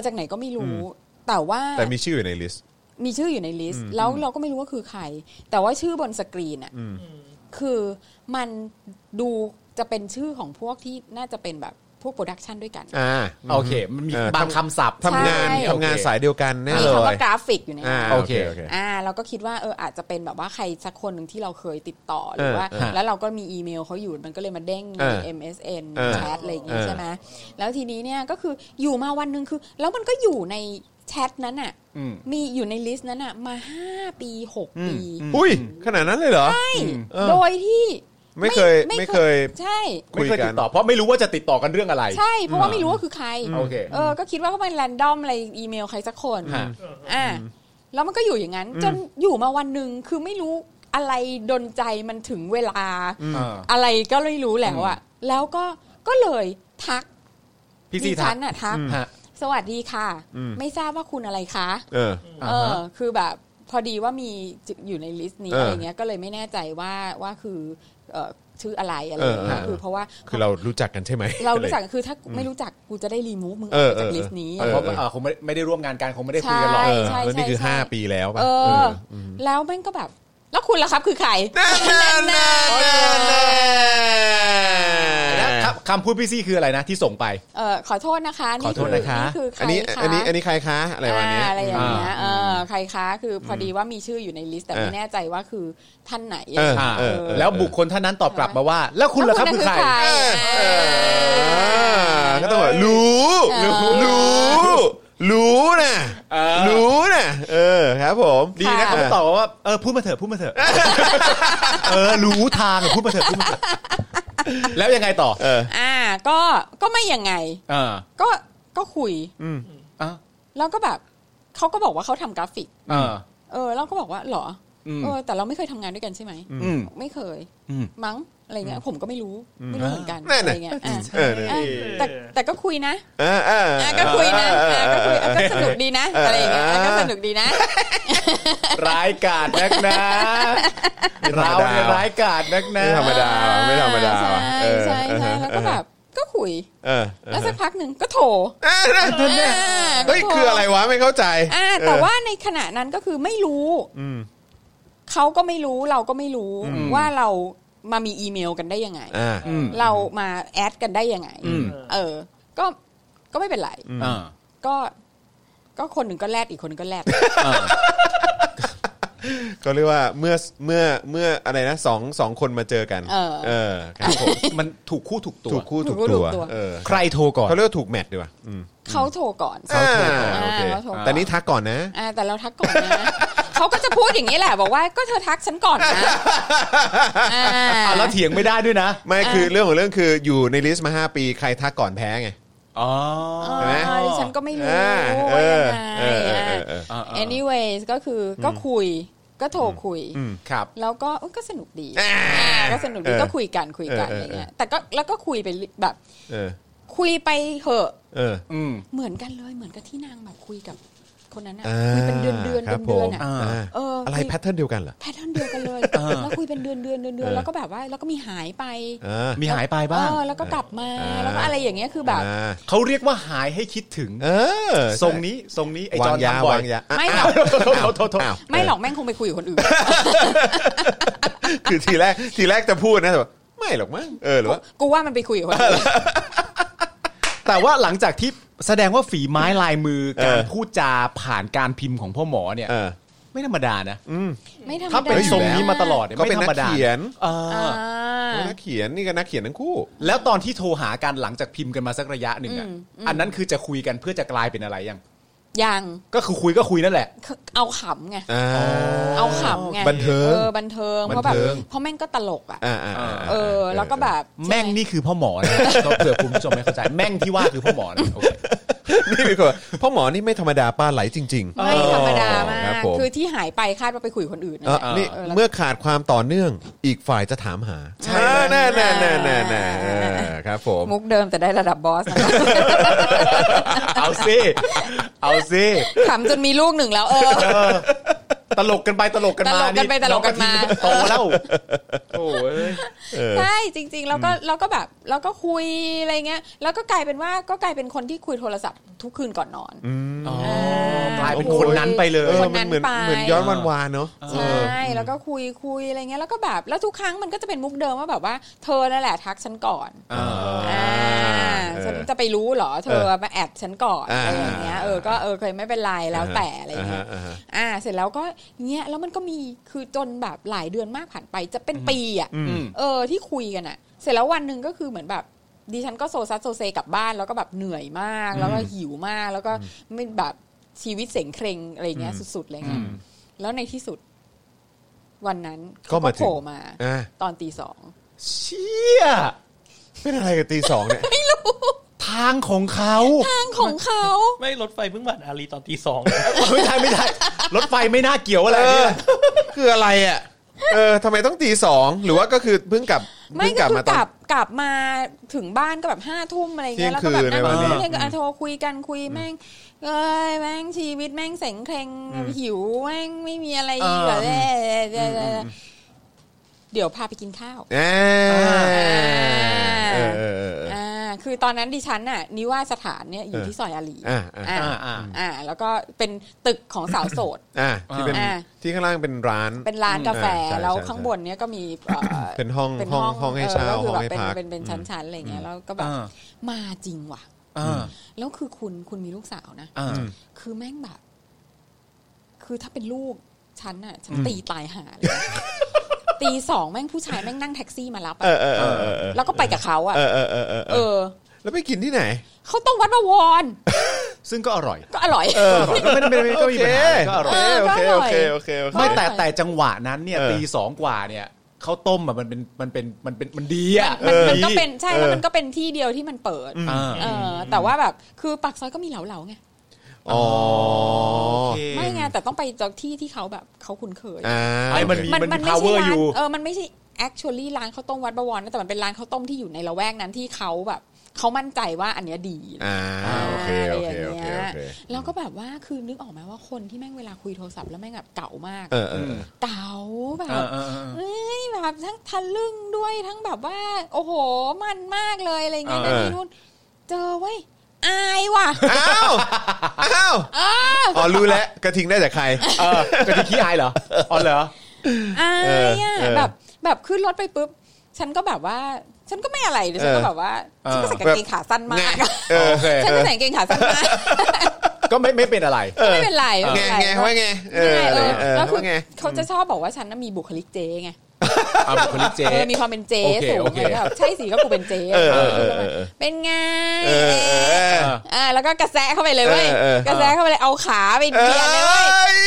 แต่มีชื่ออยู่ในลิสต์แล้วเราก็ไม่รู้ว่าคือใครแต่ว่าชื่อบนสกรีนอ่ะคือมันดูจะเป็นชื่อของพวกที่น่าจะเป็นแบบพวกโปรดักชันด้วยกันโอเคมันมีบางคำศัพท์ทำงานสายเดียวกันแน่เลยมีคำว่ากราฟิกอยู่ในนั้นโอเคเราก็คิดว่าอาจจะเป็นแบบว่าใครสักคนหนึ่งที่เราเคยติดต่อหรือว่าแล้วเราก็มีอีเมลเขาอยู่มันก็เลยมาเด้งใน MSN แชทอะไรอย่างงี้ใช่ไหมแล้วทีนี้เนี่ยก็คืออยู่มาวันนึงคือแล้วมันก็อยู่ในแชทนั้นน่ะมีอยู่ในลิสต์นั้นน่ะมา5 ปี6 ปีอุ้ยขนาดนั้นเลยเหรอใช่โดยที่ไม่เคยใช่ไม่เคยติดต่อเพราะไม่รู้ว่าจะติดต่อกันเรื่องอะไรใช่เพราะว่าไม่รู้ว่าคือใครโอเคก็คิดว่าเขาเป็นแรนดอมอะไรอีเมลใครสักคนแล้วมันก็อยู่อย่างนั้นจนอยู่มาวันนึงคือไม่รู้อะไรดลใจมันถึงเวลาอะไรก็ไม่รู้แล้วอ่ะแล้วก็เลยทักพี่ซีทักสวัสดีค่ะไม่ทราบว่าคุณอะไรคะคือแบบพอดีว่ามีอยู่ในลิสต์นี้อะไรเงี้ยก็เลยไม่แน่ใจว่าคือชื่ออะไรอะไรคือเพราะว่าคือเรารู้จักกันใช่ไหมเรารู้จักคือถ้าไม่รู้จักกูจะได้รีมูฟมึงออกจากลิสต์นี้เพราะคงไม่ได้ร่วมงานกันคงไม่ได้คุยกันหรอกแล้วนี่คือ5 ปีแล้วป่ะแล้วแม่งก็แบบแล้วคุณล่ะครับคือใครคำพูดพี่ซี่คืออะไรนะที่ส่งไปขอโทษนะคะขอโทษนะคะนี่คือใครคะอันนี้ใครคะอะไรวะเนี้ยอะไรอย่างเงี้ยใครคะคือพอดีว่ามีชื่ออยู่ในลิสต์แต่ไม่แน่ใจว่าคือท่านไหนแล้วบุคคลท่านนั้นตอบกลับมาว่าแล้วคุณล่ะครับคือใครก็ต้องแบบรู้นะครับผมดีนะเขาตอบว่าพูดมาเถอะรู้ทางพูดมาเถอะแล้วยังไงต่อก็ไม่ยังไงก็คุยแล้วก็แบบเขาก็บอกว่าเขาทำกราฟิกแล้วก็บอกว่าหรอแต่เราไม่เคยทำงานด้วยกันใช่ไหมไม่เคยมั้งอะไรเงี้ยผมก็ไม่รู้เหมือนกันอะไรเงี้ยแต่ก็คุยนะก็คุยนะก็คุยก็สนุกดีนะอะไรเงี้ยก็สนุกดีนะร้ายกาจนักนะเราเนี่ยร้ายกาจนักนะไม่ธรรมดาใช่แล้วก็แบบก็คุยแล้วสักพักหนึ่งก็โทรเฮ้ยคืออะไรวะไม่เข้าใจแต่ว่าในขณะนั้นก็คือไม่รู้เขาก็ไม่รู้เราก็ไม่รู้ว่าเรามามีอีเมลกันได้ยังไงเรามาแอดกันได้ยังไงก็ไม่เป็นไรก็คนหนึ่งก็แลดอีกคนนึงก็แลดก็เรียกว่าเมื่ออะไรนะสองคนมาเจอกันครับผมมันถูกคู่ถูกตัวใครโทรก่อนเขาเรียกว่าถูกแมทดีกว่าเขาโทรก่อนแต่นี่ทักก่อนนะแต่เราทักก่อนนะเขาก็จะพูดอย่างนี้แหละบอกว่าก็เธอทักฉันก่อนนะแล้วเถียงไม่ได้ด้วยนะไม่คือเรื่องของเรื่องคืออยู่ในลิสต์มา5 ปีใครทักก่อนแพ้ไงใช่ไหมฉันก็ไม่รู้ยังไงanyways ก็คือก็คุยก็โทรคุยครับแล้วก็สนุกดีก็สนุกดีก็คุยกันอะไรเงี้ยแต่ก็แล้วก็คุยไปแบบคุยไปเหอะเหมือนกันเลยเหมือนกับที่นางแบบคุยกับคนนั้นคุยเป็นเดือนอะไรแพทเทิร์นเดียวกันเหรอแพทเทิร์นเดียวกันเลยแล้วคุยเป็นเดือนแล้วก็แบบว่าแล้วก็มีหายไปมีหายไปบ้างแล้วก็กลับมาแล้วก็อะไรอย่างเงี้ยคือแบบเขาเรียกว่าหายให้คิดถึงทรงนี้ไอ้จอนทำบ่อยไม่หรอกไม่หรอกแม่งคงไปคุยกับคนอื่นคือทีแรกจะพูดนะแต่ไม่หรอกมั้งหรือว่ากูว่ามันไปคุยกับคนอื่นแต่ว่าหลังจากที่แสดงว่าฝีไม้ลายมือการพูดจาผ่านการพิมพ์ของพ่อหมอเนี่ยไม่ธรรมดานะไม่ธรรมดาถ้าเป็นทรงนี้มาตลอดก็เป็นนักเขียนนักเขียนนี่ก็นักเขียนทั้งคู่แล้วตอนที่โทรหากันหลังจากพิมพ์กันมาสักระยะหนึ่งอันนั้นคือจะคุยกันเพื่อจะกลายเป็นอะไรยังก็คือคุยนั่นแหละเอาขำไงเอาขำไงบันเทิงเพราะแบบเพราะแม่งก็ตลกแล้วก็แบบแม่งนี่คือพ่อหมอนะก็เผื่อคุณผู้ชมไม่เข้าใจแม่งที่ว่าคือพ่อหมอนะนี่เป็นคนพ่อหมอนี่ไม่ธรรมดาป้าไหลจริงๆไม่ธรรมดามากคือที่หายไปคาดว่าไปคุยคนอื่นนี่เมื่อขาดความต่อเนื่องอีกฝ่ายจะถามหาใช่แน่ครับผมมุกเดิมแต่ได้ระดับบอสเอาสิขำจนมีลูกหนึ่งแล้วตลกกันไปตลกกันมาโตแล้วโอ้ยใช่จริงๆแล้วก็แบบแล้วก็คุยอะไรเงี้ยแล้วก็กลายเป็นคนที่คุยโทรศัพท์ทุกคืนก่อนนอนกลายเป็นคนนั้นไปเลยคนนั้นไปเหมือนย้อนวานๆเนาะใช่แล้วก็คุยอะไรเงี้ยแล้วก็แบบแล้วทุกครั้งมันก็จะเป็นมุกเดิมว่าแบบว่าเธอนั่นแหละทักฉันก่อนฉันจะไปรู้เหรอเธอมาแอดฉันก่อนอะไรอย่างเงี้ยก็เคยไม่เป็นไรแล้วแต่อะไรเงี้ยเสร็จแล้วก็เงี้ยแล้วมันก็มีคือจนแบบหลายเดือนมากผ่านไปจะเป็นปีที่คุยกันเสร็จแล้ววันนึงก็คือเหมือนแบบดิฉันก็โซซัสโซเซกลับบ้านแล้วก็แบบเหนื่อยมากแล้วก็หิวมากแล้วก็ไม่แบบชีวิตเสงเคร่งอะไรเงี้ยสุดๆอะไรเงี้ยแล้วในที่สุดวันนั้นก็โผล่มาตอนตี 2 เชี่ยเป็นอะไรกับตี 2เนี่ยไม่รู้ทางของเขาไม่รถไฟเพิ่งผ่านอารีตอนตี 2 ไม่ใช่รถไฟไม่น่าเกี่ยวอะไรเนี่ยคืออะไรทำไมต้องตี 2หรือว่าก็คือเพิ่งกลับกลับมาถึงบ้านก็แบบ 5 ทุ่มอะไรเงี้ยแล้วก็แบบนั่งโทรคุยกันแม่งแม่งชีวิตแม่งเสงเคร่งหิวแม่งไม่มีอะไรแบบเดี๋ยวพาไปกินข้าวคือตอนนั้นดิฉันน่ะนิวาสถานเนี่ยอยู่ที่ซอยอารีแล้วก็เป็นตึกของสาวโสดที่เป็นที่ข้างล่างเป็นร้านกาแฟแล้วข้างบนเนี่ยก็มีเป็นห้องให้เช่าห้องให้พักเป็นชั้นๆอะไรเงี้ยแล้วก็แบบมาจริงว่ะแล้วคือคุณมีลูกสาวนะคือแม่งแบบคือถ้าเป็นลูกฉันน่ะฉันตีตายห่าเลยตี 2แม่งผู้ชายแม่งนั่งแท็กซี่มารับแล้วก็ไปกับเขาแล้วไปกินที่ไหนเขาต้องวัดประวรซึ่งก็อร่อยก็ไม่ก็มีปัญหาก็อร่อยโอเคไม่แต่จังหวะนั้นเนี่ยตี 2กว่าเนี่ยข้าวต้มมันดีมันก็เป็นใช่แล้วมันก็เป็นที่เดียวที่มันเปิดแต่ว่าแบบคือปากซอยก็มีเหลาไงไม่ไงแต่ต้องไปจากที่เขาแบบเขาคุ้นเคยมันมี power อยู่มันไม่ใช่ actually ร้านข้าวต้มวัดบวรนะแต่มันเป็นร้านข้าวต้มที่อยู่ในละแวกนั้นที่เขาแบบเขามั่นใจว่าอันเนี้ยดีโอเคแล้วก็แบบว่าคือนึกออกไหมว่าคนที่แม่งเวลาคุยโทรศัพท์แล้วแม่งแบบเก่ามากเก่าแบบแบบทั้งทะลึ่งด้วยทั้งแบบว่าโอ้โหมันมากเลยอะไรเงี้ยแต่ที่นู่นเจอเว้ยอายว่ะอ้าวอ๋อรู้แล้วกระทิงได้จากใครกระทิงขี้อายเหรออ๋อเหรออายอ่ะแบบขึ้นรถไปปุ๊บฉันก็แบบว่าฉันก็ไม่อะไรฉันก็แบบว่าฉันก็ใส่กางเกงขาสั้นมากฉันก็ใส่กางเกงขาสั้นมากก็ไม่เป็นอะไรไม่เป็นไรไงว่าไงแล้วคือเขาจะชอบบอกว่าฉันมีบุคลิกเจ๊ไงบุคลิกเจ๊มีความเป็นเจ๊สูงไงแบบใช่สิก็กูเป็นเจ๊เป็นไงแล้วก็กระแซะเข้าไปเลยเว้ยกระแซะเข้าไปเลยเอาขาไปเบียดเลยเว้ย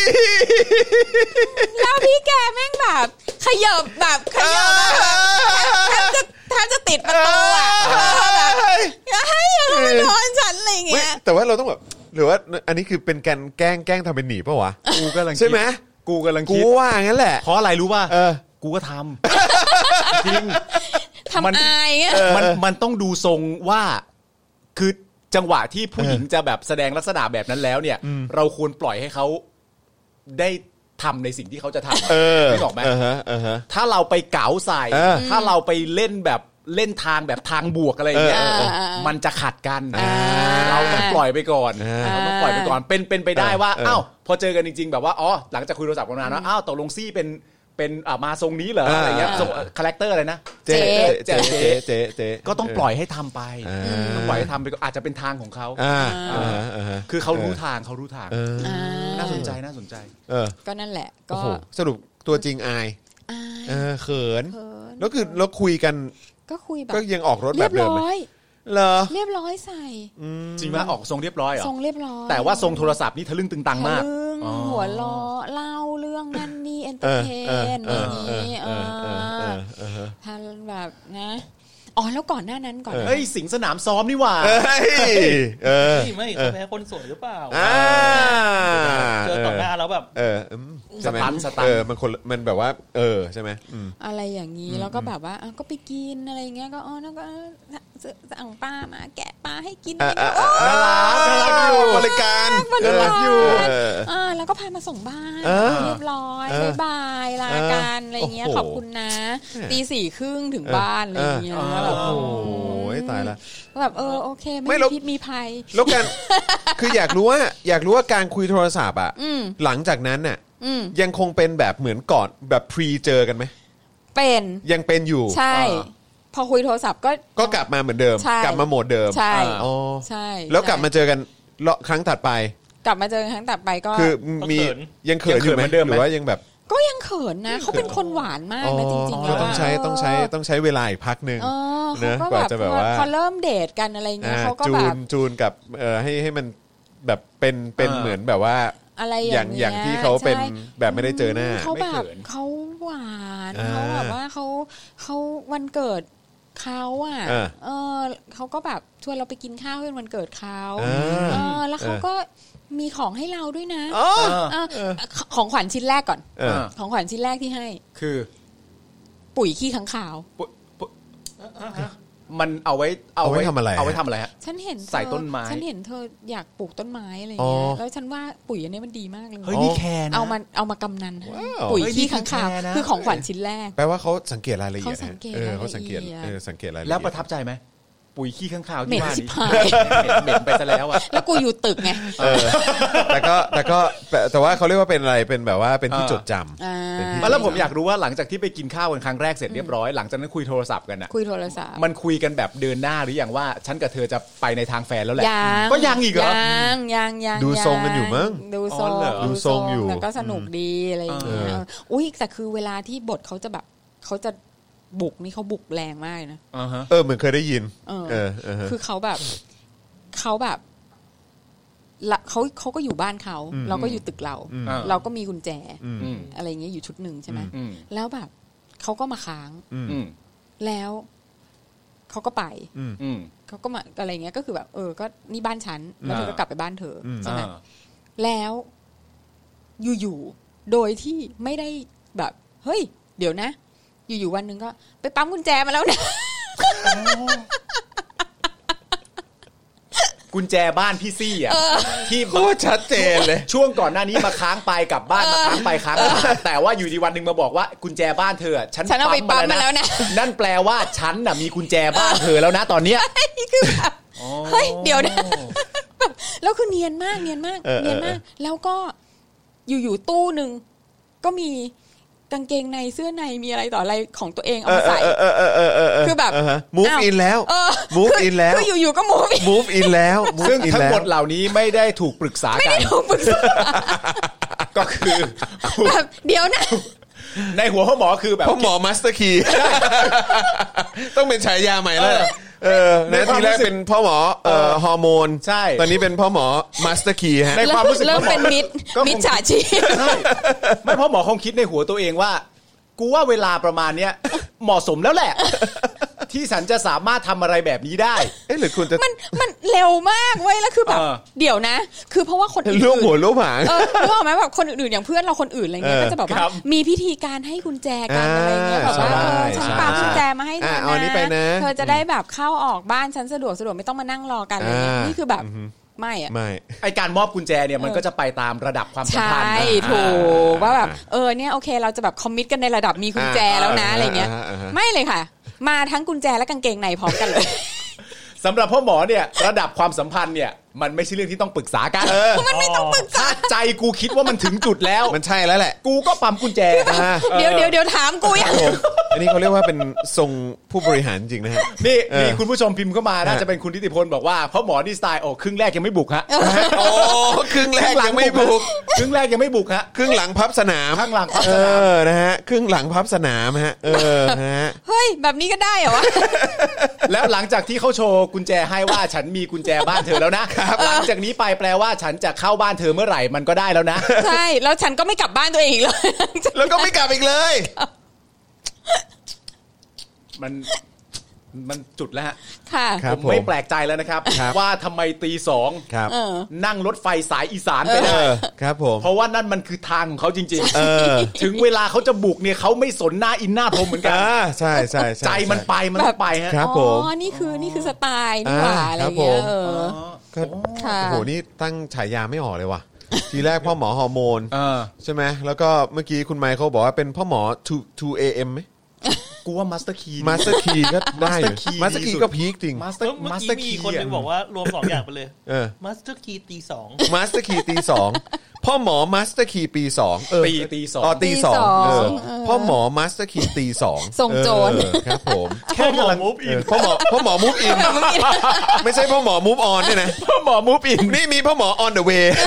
แล้วพี่แกแม่งแบบขยับแบบแทบจะติดประตูอ่ะแบบให้มาโดนฉันอะไรเงี้ยแต่ว่าเราต้องแบบหรือว่าอันนี้คือเป็นการแกล้งทำเป็นหนีป่ะวะกูกำลังใช่ไหมกูกำลังคิดว่างั้นแหละเพราะอะไรรู้ป่ะกูก็ทำจริงทำอายมันต้องดูทรงว่าคือจังหวะที่ผู้หญิงจะแบบแสดงลักษณะแบบนั้นแล้วเนี่ยเราควรปล่อยให้เขาได้ทำในสิ่งที่เขาจะทำไม่บอกไหมถ้าเราไปเก๋าใส่ถ้าเราไปเล่นแบบเล่นทางแบบทางบวกอะไรอย่างเงี้ยมันจะขัดกันเราต้องปล่อยไปก่อนเป็นไปได้ว่าอ้าวพอเจอกันจริงๆแบบว่าอ๋อหลังจากคุยโทรศัพท์กันนานนะอ้าวตกลงซี่เป็นมาทรงนี้เหรออะไรเงี้ยคาแรคเตอร์อะไรนะเจ๊ก็ต้องปล่อยให้ทำไปต้องปล่อยให้ทำไปอาจจะเป็นทางของเขาคือเขารู้ทางน่าสนใจก็นั่นแหละก็สรุปตัวจริงอายเขินแล้วคือเราคุยกันก็คุยแบบก็ยังออกรถแบบเดิมไหมเหรอเรียบร้อยใส่จริงไหมออกทรงเรียบร้อยเหรอทรงเรียบร้อยแต่ว่าทรงโทรศัพท์นี่ทะลึ่งตึงตังมากหัวล้อเล่าเรื่องนั่นนี่เอนเตอร์เทนอย่างนี้ท่านแบบนะอ๋อแล้วก่อนหน้านั้นก่อนเฮ้ยสิงสนามซ้อมนี่หว่าไม่เขาแพ้คนสวยหรือเปล่าเจอต่อหน้าแล้วแบบสตันมันคนมันแบบว่าใช่ไหมอะไรอย่างนี้แล้วก็แบบว่าก็ไปกินอะไรเงี้ยก็แล้วก็สั่งปลามาแกะปลาให้กินน่ารักอยู่บริการอยู่แล้วก็พามาส่งบ้านเรียบร้อยบ๊ายบายลากันอะไรเงี้ยขอบคุณนะ 4:30 ถึงบ้านอะไรเงี้ยโอ้โหตายละแบบโอเคไม่พิษมีภัยแล้วกันคืออยากรู้ว่าการคุยโทรศัพท์อ่ะหลังจากนั้นน่ะยังคงเป็นแบบเหมือนก่อนแบบพรีเจอกันไหมเป็นยังเป็นอยู่ใช่พอคุยโทรศัพท์ก็กลับมาเหมือนเดิมกลับมาโหมดเดิมใช่ใช่แล้วกลับมาเจอกันครั้งถัดไปกลับมาเจอครั้งถัดไปก็คือมียังเขินอยู่ไหมหรือว่ายังแบบก็ยังเขินนะเขาเป็นคนหวานมากนะจริงๆแล้วต้องใช้เวลาอีกพักนึงนะกว่าจะแบบว่าพอเริ่มเดทกันอะไรเงี้ยเขาก็แบบจูนกับให้มันแบบเป็นเหมือนแบบว่าอะไรอย่างที่เขาเป็นแบบไม่ได้เจอหน้าเขาแบบเขาหวานเขาแบบว่าเขาวันเกิดเขาเขาก็แบบชวนเราไปกินข้าวเป็นวันเกิดเขาแล้วเขาก็มีของให้เราด้วยนะของขวัญชิ้นแรกก่อนของขวัญชิ้นแรกที่ให้คือปุ๋ยขี้ค้างคาวมันเอาไว้ทำอะไรเอาไว้ทำอะไรฮะฉันเห็นใส่ต้นไม้ฉันเห็นเธออยากปลูกต้นไม้อะไรอย่างเงี้ยแล้วฉันว่าปุ๋ยอันนี้มันดีมากเลยเฮ้ยนี่แคร์นะเอามากำนันปุ๋ยขี้ค้างคาวคือของขวัญชิ้นแรกแปลว่าเขาสังเกตรายละเอียดเขาสังเกตรายละเอียดแล้วประทับใจไหมปุ๋ยขี้ข้างคาวที่ว่านี้เหม็นไปซะแล้วอ่ะแล้วกูอยู่ตึกไงแต่ว่าเขาเรียกว่าเป็นอะไรเป็นแบบว่าเป็นที่จดจำแล้วผมอยากรู้ว่าหลังจากที่ไปกินข้าวกันครั้งแรกเสร็จเรียบร้อยหลังจากนั้นคุยโทรศัพท์กันอ่ะคุยโทรศัพท์มันคุยกันแบบเดินหน้าหรือยังว่าฉันกับเธอจะไปในทางแฟนแล้วแหละก็ยังอีกเหรอยังดูทรงกันอยู่มั้งดูทรงอยู่แล้วก็สนุกดีอะไรอย่างเงี้ยอุ้ยแต่คือเวลาที่บทเขาจะแบบเขาจะบุกนี่เขาบุกแรงมากนะเหมือนเคยได้ยินคือเขาแบบเขาก็อยู่บ้านเขาเราก็อยู่ตึกเราก็มีกุญแจอะไรเงี้ยอยู่ชุดหนึ่งใช่ไหมแล้วแบบเขาก็มาค้างแล้วเขาก็ไปเขาก็มาอะไรเงี้ยก็คือแบบก็นี่บ้านฉันแล้วเธอก็กลับไปบ้านเธอใช่ไหมแล้วอยู่ๆโดยที่ไม่ได้แบบเฮ้ยเดี๋ยวนะอยู่ๆวันนึงก็ไปปั๊มกุญแจมาแล้วนะกุญแจบ้านพี่ซี่อ่ะที่โคตรชัดเจนเลยช่วงก่อนหน้านี้มาค้างไปกลับบ้านมาค้างไปค้างมาแต่ว่าอยู่ดีวันนึงมาบอกว่ากุญแจบ้านเธอฉันเอาไปปั๊มมาแล้วนะนั่นแปลว่าฉันน่ะมีกุญแจบ้านเธอแล้วนะตอนเนี้ยคือแบบเฮ้ยเดี๋ยวนะแล้วคือเนียนมากแล้วก็อยู่ๆตู้นึงก็มีกางเกงในเสื้อในมีอะไรต่ออะไรของตัวเองเอามาใส่คือแบบ move in แล้ว move in แล้วคืออยู่ๆก็ move in แล้วซึ่งทั้งหมดเหล่านี้ไม่ได้ถูกปรึกษากันก็คือแบบเดี๋ยวนะในหัวพ่อหมอคือแบบพ่อหมอมาสเตอร์คีย์ต้องเป็นฉายาใหม่แล้วในทีแรกเป็นพ่อหมอฮอร์โมนใช่ตอนนี้เป็นพ่อหมอมาสเตอร์คีย์ฮะในความรู้สึกเริ่มเป็นมิจฉาชีพไม่พ่อหมอคงคิดในหัวตัวเองว่ากูว่าเวลาประมาณเนี้ยเหมาะสมแล้วแหละที่ฉันจะสามารถทำอะไรแบบนี้ได้หรือคุณจะมันเร็วมากเว้ยแล้วคือแบบเดี๋ยวนะคือเพราะว่าคนอื่นลูกหัวลูกหางรู้ไหมแบบคนอื่นอย่างเพื่อนเราคนอื่นอะไรเงี้ยก็จะแบบว่ามีพิธีการให้กุญแจกันอะไรเงี้ยแบบว่าฉันปากุญแจมาให้เธอนะเธอจะได้แบบเข้าออกบ้านฉันสะดวกไม่ต้องมานั่งรอกันอะไรเงี้ยนี่คือแบบไม่ไอการมอบกุญแจเนี่ยมันก็จะไปตามระดับความสัมพันธ์ใช่ถูกว่าแบบเนี่ยโอเคเราจะแบบคอมมิตกันในระดับมีกุญแจแล้วนะอะไรเงี้ยไม่เลยค่ะมาทั้งกุญแจและกางเกงในพร้อมกันเลยสำหรับพ่อหมอเนี่ยระดับความสัมพันธ์เนี่ยมันไม่ใช่เรื่องที่ต้องปรึกษากันมันไม่ต้องปรึกษาใจกูคิดว่ามันถึงจุดแล้วมันใช่แล้วแหละกูก็ปั๊มกุญแจเดี๋ยวถามกูอย่างอันนี้เขาเรียกว่าเป็นทรงผู้บริหารจริงนะฮะนี่คุณผู้ชมพิมพ์เข้ามาน่าจะเป็นคุณทิติพลบอกว่าพ่อหมอนี่สไตล์ครึ่งแรกยังไม่บุกฮะครึ่งแรกยังไม่บุกครึ่งแรกยังไม่บุกฮะครึ่งหลังพับสนามข้างหลังพับสนามนะฮะครึ่งหลังพับสนามฮะเฮ้ยแบบนี้ก็ได้เหรอวะแล้วหลังจากที่เขาโชว์กุญแจให้ว่าฉันมีกุญแจบ้านเธอแล้วนะหลังจากนี้ไปแปลว่าฉันจะเข้าบ้านเธอเมื่อไหร่มันก็ได้แล้วนะใช่แล้วฉันก็ไม่กลับบ้านตัวเองอีกเลยแล้วก็ไม่กลับอีกเลยมันจุดแล้วฮะค่ะผมไม่แปลกใจแล้วนะครับว่าทำไมตีสองนั่งรถไฟสายอีสานไปได้ครับผมเพราะว่านั่นมันคือทางของเขาจริงๆถึงเวลาเขาจะบุกเนี่ยเขาไม่สนหน้าอินหน้าพรมเหมือนกันใช่ใช่ใจมันไปมันไปฮะครับผมนี่คือสไตล์นี่หว่าอะไรเงี้ยก็โอ้โหนี่ตั้งฉายาไม่ออกเลยว่ะทีแรกพ่อหมอฮอร์โมนใช่ไหมแล้วก็เมื่อกี้คุณไมค์เขาบอกว่าเป็นพ่อหมอ 2AM ไหมกูว่ามาสเตอร์คีย์ก็ได้มาสเตอร์คีย์ก็พีคจริงเมื่อกี้มีคนนึงบอกว่ารวม2อย่างไปเลยมาสเตอร์คีย์ตี2 มาสเตอร์คีย์ตี2พ่อหมอมาสเตอร์คีย์ปี2 ตี2 ตี2พ่อหมอมาสเตอร์คีย์ตี2 ส่งโจรครับผมแค่กำลังมูฟอินพ่อหมอมูฟอินไม่ใช่พ่อหมอมูฟออนเนี่ยนะพ่อหมอมูฟอินนี่มีพ่อหมอออนเดอะเวย์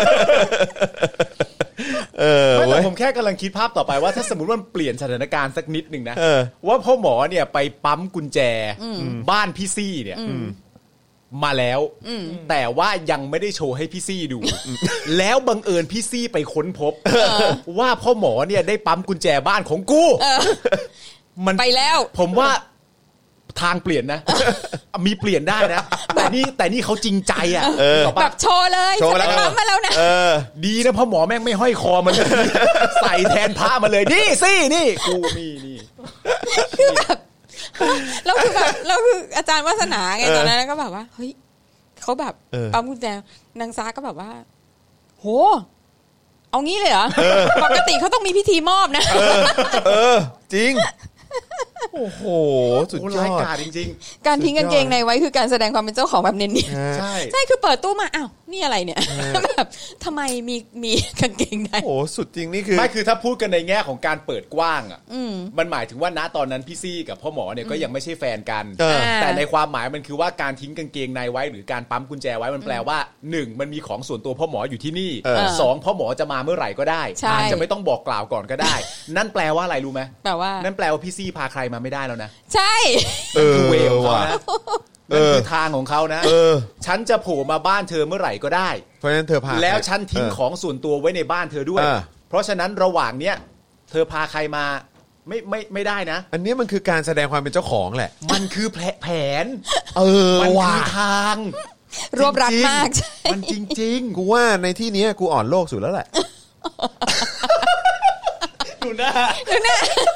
แต่ผมแค่กำลังคิดภาพต่อไปว่าถ้าสมมติว่าเปลี่ยนสถานการณ์สักนิดนึงนะว่าพ่อหมอเนี่ยไปปั๊มกุญแจบ้านพี่ซี่เนี่ยมาแล้วแต่ว่ายังไม่ได้โชว์ให้พี่ซี่ดูแล้วบังเอิญพี่ซี่ไปค้นพบว่าพ่อหมอเนี่ยได้ปั๊มกุญแจบ้านของกูมันไปแล้วผมว่าทางเปลี่ยนนะมีเปลี่ยนได้นะแต่นี่เขาจริงใจอ่ะแบบโชว์เลยโชว์แล้วมาแล้วนะดีนะพ่อหมอแม่งไม่ห้อยคอมันเลยใส่แทนพระมาเลยนี่สินี่กูมีนี่คือแบบเราคืออาจารย์วาสนาไงตอนนั้นก็แบบว่าเฮ้ยเขาแบบปั๊มกุญแจนางซาก็แบบว่าโหเอางี้เลยเหรอปกติเขาต้องมีพิธีมอบนะจริงโอ้โหสุดยอดจริงๆการทิ้งกางเกงในไว้คือการแสดงความเป็นเจ้าของแบบเนียนๆใช่คือเปิดตู้มาอ้าวนี่อะไรเนี่ยแบบทำไมมีกางเกงในโอ้สุดจริงนี่คือไม่คือถ้าพูดกันในแง่ของการเปิดกว้างอ่ะมันหมายถึงว่าณตอนนั้นพี่ซี่กับพ่อหมอเนี่ยก็ยังไม่ใช่แฟนกันแต่ในความหมายมันคือว่าการทิ้งกางเกงในไว้หรือการปั๊มกุญแจไว้มันแปลว่า1มันมีของส่วนตัวพ่อหมออยู่ที่นี่2พ่อหมอจะมาเมื่อไหร่ก็ได้อาจจะไม่ต้องบอกกล่าวก่อนก็ได้นั่นแปลว่าอะไรรู้ไหมแปลว่านั่นแปลว่าพี่ซี่พาใครมาไม่ได้แล้วนะใช่คือเวลว่ะนั่นคือทางของเขานะฉันจะโผล่มาบ้านเธอเมื่อไหร่ก็ได้เพราะฉะนั้นเธอพาแล้วฉันทิ้งของส่วนตัวไว้ในบ้านเธอด้วยเพราะฉะนั้นระหว่างเนี้ยเธอพาใครมาไม่ได้นะอันนี้มันคือการแสดงความเป็นเจ้าของแหละมันคือแผนมันคือทางรวบรัดมากมันจริงๆกูว่าในที่นี้กูอ่อนโลกสุดแล้วแหละดูหน้า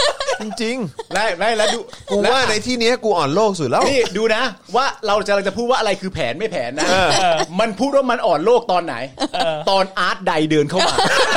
จริงแล้วดูๆกูว่าในที่นี้กูอ่อนโลกสุดแล้วนี่ดูนะว่าเราจะพูดว่าอะไรคือแผนไม่แผนนะมันพูดว่ามันอ่อนโลกตอนไหนตอนอาร์ตไดเดินเข้ามา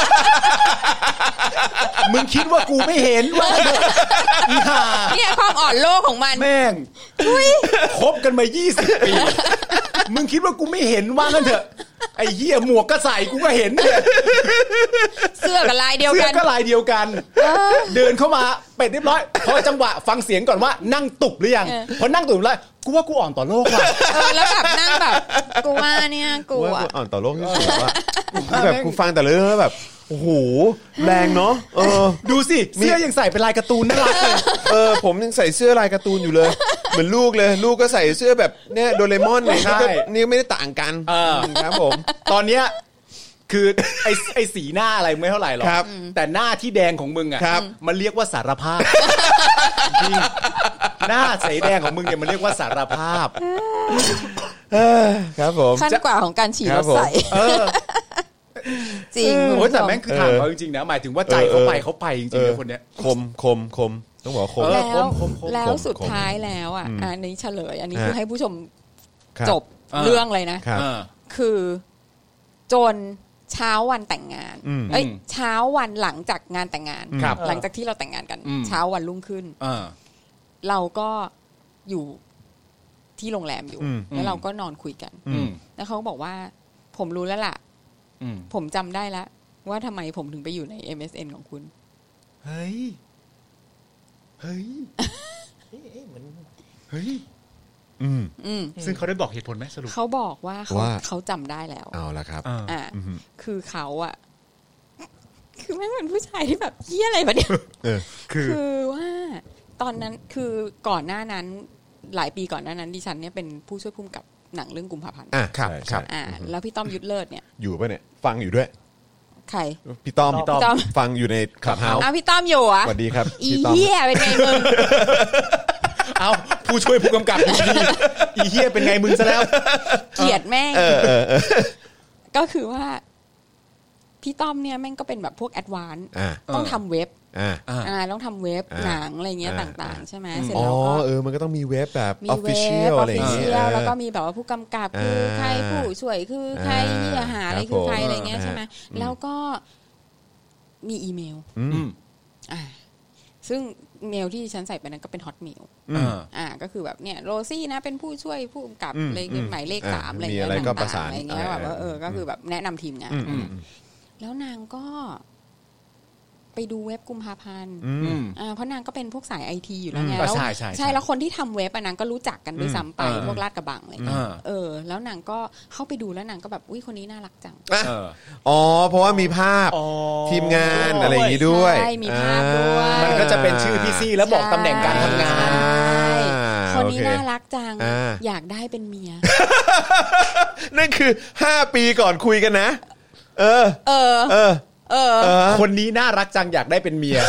มึงคิดว่ากูไม่เห็นว่าอีห่าเนี่ยความอ่อนโลกของมันแม่งคบกันมา20 ปีมึงคิดว่ากูไม่เห็นว่างั้นเถอะไอ้เหี้ยหมวกก็ใส่กูก็เห็นเนี่ยเสื้อกับลายเดียวกันเสื้อก็ลายเดียวกันเดินเข้ามาเป็ดเรียบร้อยพอจังหวะฟังเสียงก่อนว่านั่งตุบหรือยังพอนั่งตุบแล้วกูว่ากูอ่อนต่อโลกว่ะแล้วแบบนั่งแบบกูว่าเนี่ยกูอ่อนต่อโลกที่สุดว่าแบบกูฟังแต่เรื่องแล้วแบบโอ้โหแรงเนาะดูสิเสื้อยังใส่เป็นลายการ์ตูนน่ารักเลยผมยังใส่เสื้อลายการ์ตูนอยู่เลยเหมือนลูกเลยลูกก็ใส่เสื้อแบบเนี่ยโดเรมอนเนี่ยนี่ไม่ได้ต่างกันครับผมตอนเนี้ยคือไอ้สีหน้าอะไรไม่เท่าไหร่หรอกแต่หน้าที่แดงของมึงอ่ะมันเรียกว่าสารภาพจริงหน้าสีแดงของมึงเนี่ยมันเรียกว่าสารภาพครับผมขั้นกว่าของการฉีดรถใส่จริงโอ้แต่แม่งคือถามเขาจริงๆนะหมายถึงว่าใจเขาไปจริงๆนะคนเนี้ยคมต้องบอกคมแล้วสุดท้ายแล้วอ่ะอันนี้เฉลยอันนี้คือให้ผู้ชมจบเรื่องเลยนะคือจนเช้าวันแต่งงานเช้าวันหลังจากงานแต่งงานหลังจากที่เราแต่งงานกันเช้าวันรุ่งขึ้นเราก็อยู่ที่โรงแรมอยู่แล้วเราก็นอนคุยกันแล้วเขาบอกว่าผมรู้แล้วล่ะผมจำได้แล้วว่าทำไมผมถึงไปอยู่ใน MSN ของคุณเฮ้ยซึ่งเขาได้บอกเหตุผลไหมสรุปเขาบอกว่าเขาจำได้แล้วเอาละครับคือเขาอ่ะคือแม่งเป็นผู้ชายที่แบบเหี้ยอะไรแบบเนี้ยคือว่าตอนนั้นคือก่อนหน้านั้นหลายปีก่อนหน้านั้นดิฉันเนี่ยเป็นผู้ช่วยผู้กำกับหนังเรื่องกุมภาพันธ์ครับแล้วพี่ต้อมยุทธเลิศเนี่ยอยู่ป่ะเนี่ยฟังอยู่ด้วยใครพี่ต้อมฟังอยู่ในคลับเฮาส์พี่ต้อมอยู่อ่ะสวัสดีครับอีเหี้ยเป็นไงมึงเอาผู้ช่วยผู้กำกับอีเหี้ยเป็นไงมึงซะแล้วเกลียดแม่งก็คือว่าพี่ต้อมเนี่ยแม่งก็เป็นแบบพวกแอดวานซ์ต้องทำเว็บต้องทำเว็บหนังอะไรเงี้ยต่างๆใช่ไหมเสร็จแล้วก็มันก็ต้องมีเว็บแบบ official อะไรอย่างเงี้ยแล้วก็มีแบบว่าผู้กำกับคือใครผู้ช่วยคือใครเนื้อหาอะไรคือใครอะไรเงี้ยใช่ไหมแล้วก็มีอีเมลซึ่งเมลที่ฉันใส่ไปนั้นก็เป็นฮอตเมลก็คือแบบเนี่ยโรซี่นะเป็นผู้ช่วยผู้กำกับอะไรหมายเลข3อะไรเงี้ยต่างๆอะไรเงี้ยแบบว่าก็คือแบบแนะนำทีมงานแล้วนางก็ไปดูเว็บกุมภาพันธ์เพราะนางก็เป็นพวกสายไอทีอยู่แล้วไงแล้วใช่แล้วคนที่ทำเว็บนางก็รู้จักกันด้วยซ้ำไปพวกลาดกระบังอะไรเงี้ยแล้วนางก็เข้าไปดูแล้วนางก็แบบอุ้ยคนนี้น่ารักจังเพราะว่ามีภาพทีมงานอะไรอย่างนี้ด้วยใช่มีภาพด้วยมันก็จะเป็นชื่อพี่ซี่แล้วบอกตำแหน่งการทำงานคนนี้น่ารักจังอยากได้เป็นเมียนั่นคือ5 ปีก่อนคุยกันนะคนนี้น่ารักจังอยากได้เป็นเมีย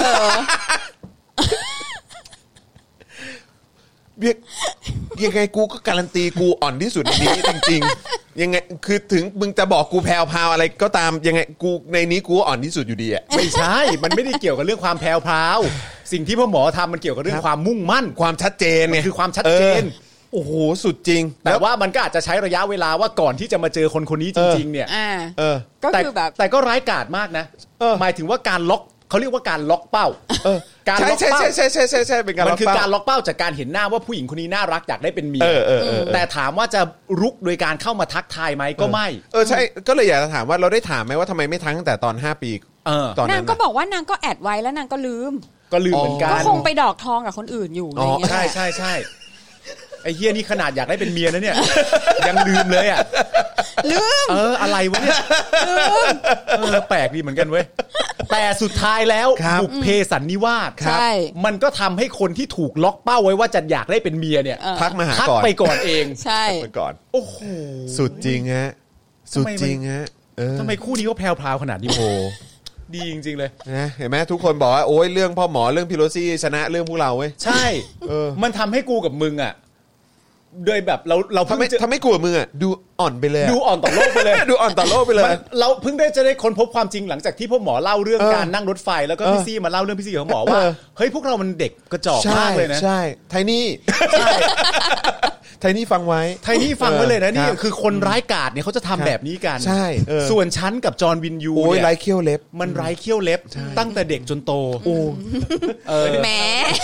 ยังไงกูก็การันตีกูอ่อนที่สุดในนี้จริงๆยังไงคือถึงมึงจะบอกกูแพรวพราวอะไรก็ตามยังไงกูในนี้กูอ่อนที่สุดอยู่ดีอ่ะไม่ใช่มันไม่ได้เกี่ยวกับเรื่องความแพรวพราวสิ่งที่พ่อหมอทำมันเกี่ยวกับเรื่องความมุ่งมั่นความชัดเจนเนี่ยคือความชัดเจนโอ้โหสุดจริงแต่ว่ามันก็อาจจะใช้ระยะเวลาว่าก่อนที่จะมาเจอคนนี้จริงๆเนี่ยก็คือแบบแต่ก็ร้ายกาจมากนะหมายถึงว่าการล็อกเขาเรียกว่าการล็อกเป้าการล็อกเป้าใช่เป็นการล็อกเป้ามันคือการล็อกเป้าจากการเห็นหน้าว่าผู้หญิงคนนี้น่ารักอยากได้เป็นเมียแต่ถามว่าจะรุกโดยการเข้ามาทักทายไหมก็ไม่ใช่ก็เลยอยากจะถามว่าเราได้ถามไหมว่าทำไมไม่ทักตั้งแต่ตอน5 ปีตอนนั้นนางก็บอกว่านางก็แอดไว้แล้วนางก็ลืมเหมือนกันก็คงไปดอกทองกับคนอื่นอยู่อะไรเงี้ยใช่ไอ้เหี้ยนี่ขนาดอยากได้เป็นเมียนะเนี่ยยังลืมเลยอ่ะลืมอะไรวะเนี่ยแปลกดีเหมือนกันเว้ยแต่สุดท้ายแล้วบุพเพสันนิวาสมันก็ทำให้คนที่ถูกล็อกเป้าไว้ว่าจะอยากได้เป็นเมียเนี่ยทักมาหาก่อนทักไปก่อนเองใช่ไปก่อนโอ้โหสุดจริงฮะสุดจริงฮะทำไมคู่นี้เขาแพรวๆขนาดนี้โหดีจริงๆเลยนะเห็นไหมทุกคนบอกว่าโอ้ยเรื่องพ่อหมอเรื่องพี่โรซี่ชนะเรื่องพวกเราเว้ยใช่มันทำให้กูกับมึงอ่ะโดยแบบเราทำให้กลัวมึงอ่ะดูอ่อนไปเลยดูอ่อนต่อโลกไปเลยดูอ่อนต่อโลกไปเลยเราเพิ่งจะได้ค้นพบความจริงหลังจากที่พ่อหมอเล่าเรื่องการนั่งรถไฟแล้วก็พี่ซี่มาเล่าเรื่องพี่ซี่ของหมอว่าเฮ้ยพวกเรามันเด็กกระจอกมากเลยนะใช่ไทนี่ไทนี่ฟังไว้ไทนี่ฟังไว้เลยนะนี่คือคนร้ายกาจเนี่ยเขาจะทำแบบนี้กันใช่ส่วนฉันกับจอห์นวินยูเนี่ยไร้เขี้ยวเล็บมันไร้เขี้ยวเล็บตั้งแต่เด็กจนโตแหม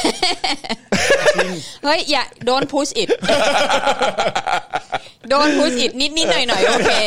เฮ้ยอย่า don't push it don't push it นิดหน่อยโอเค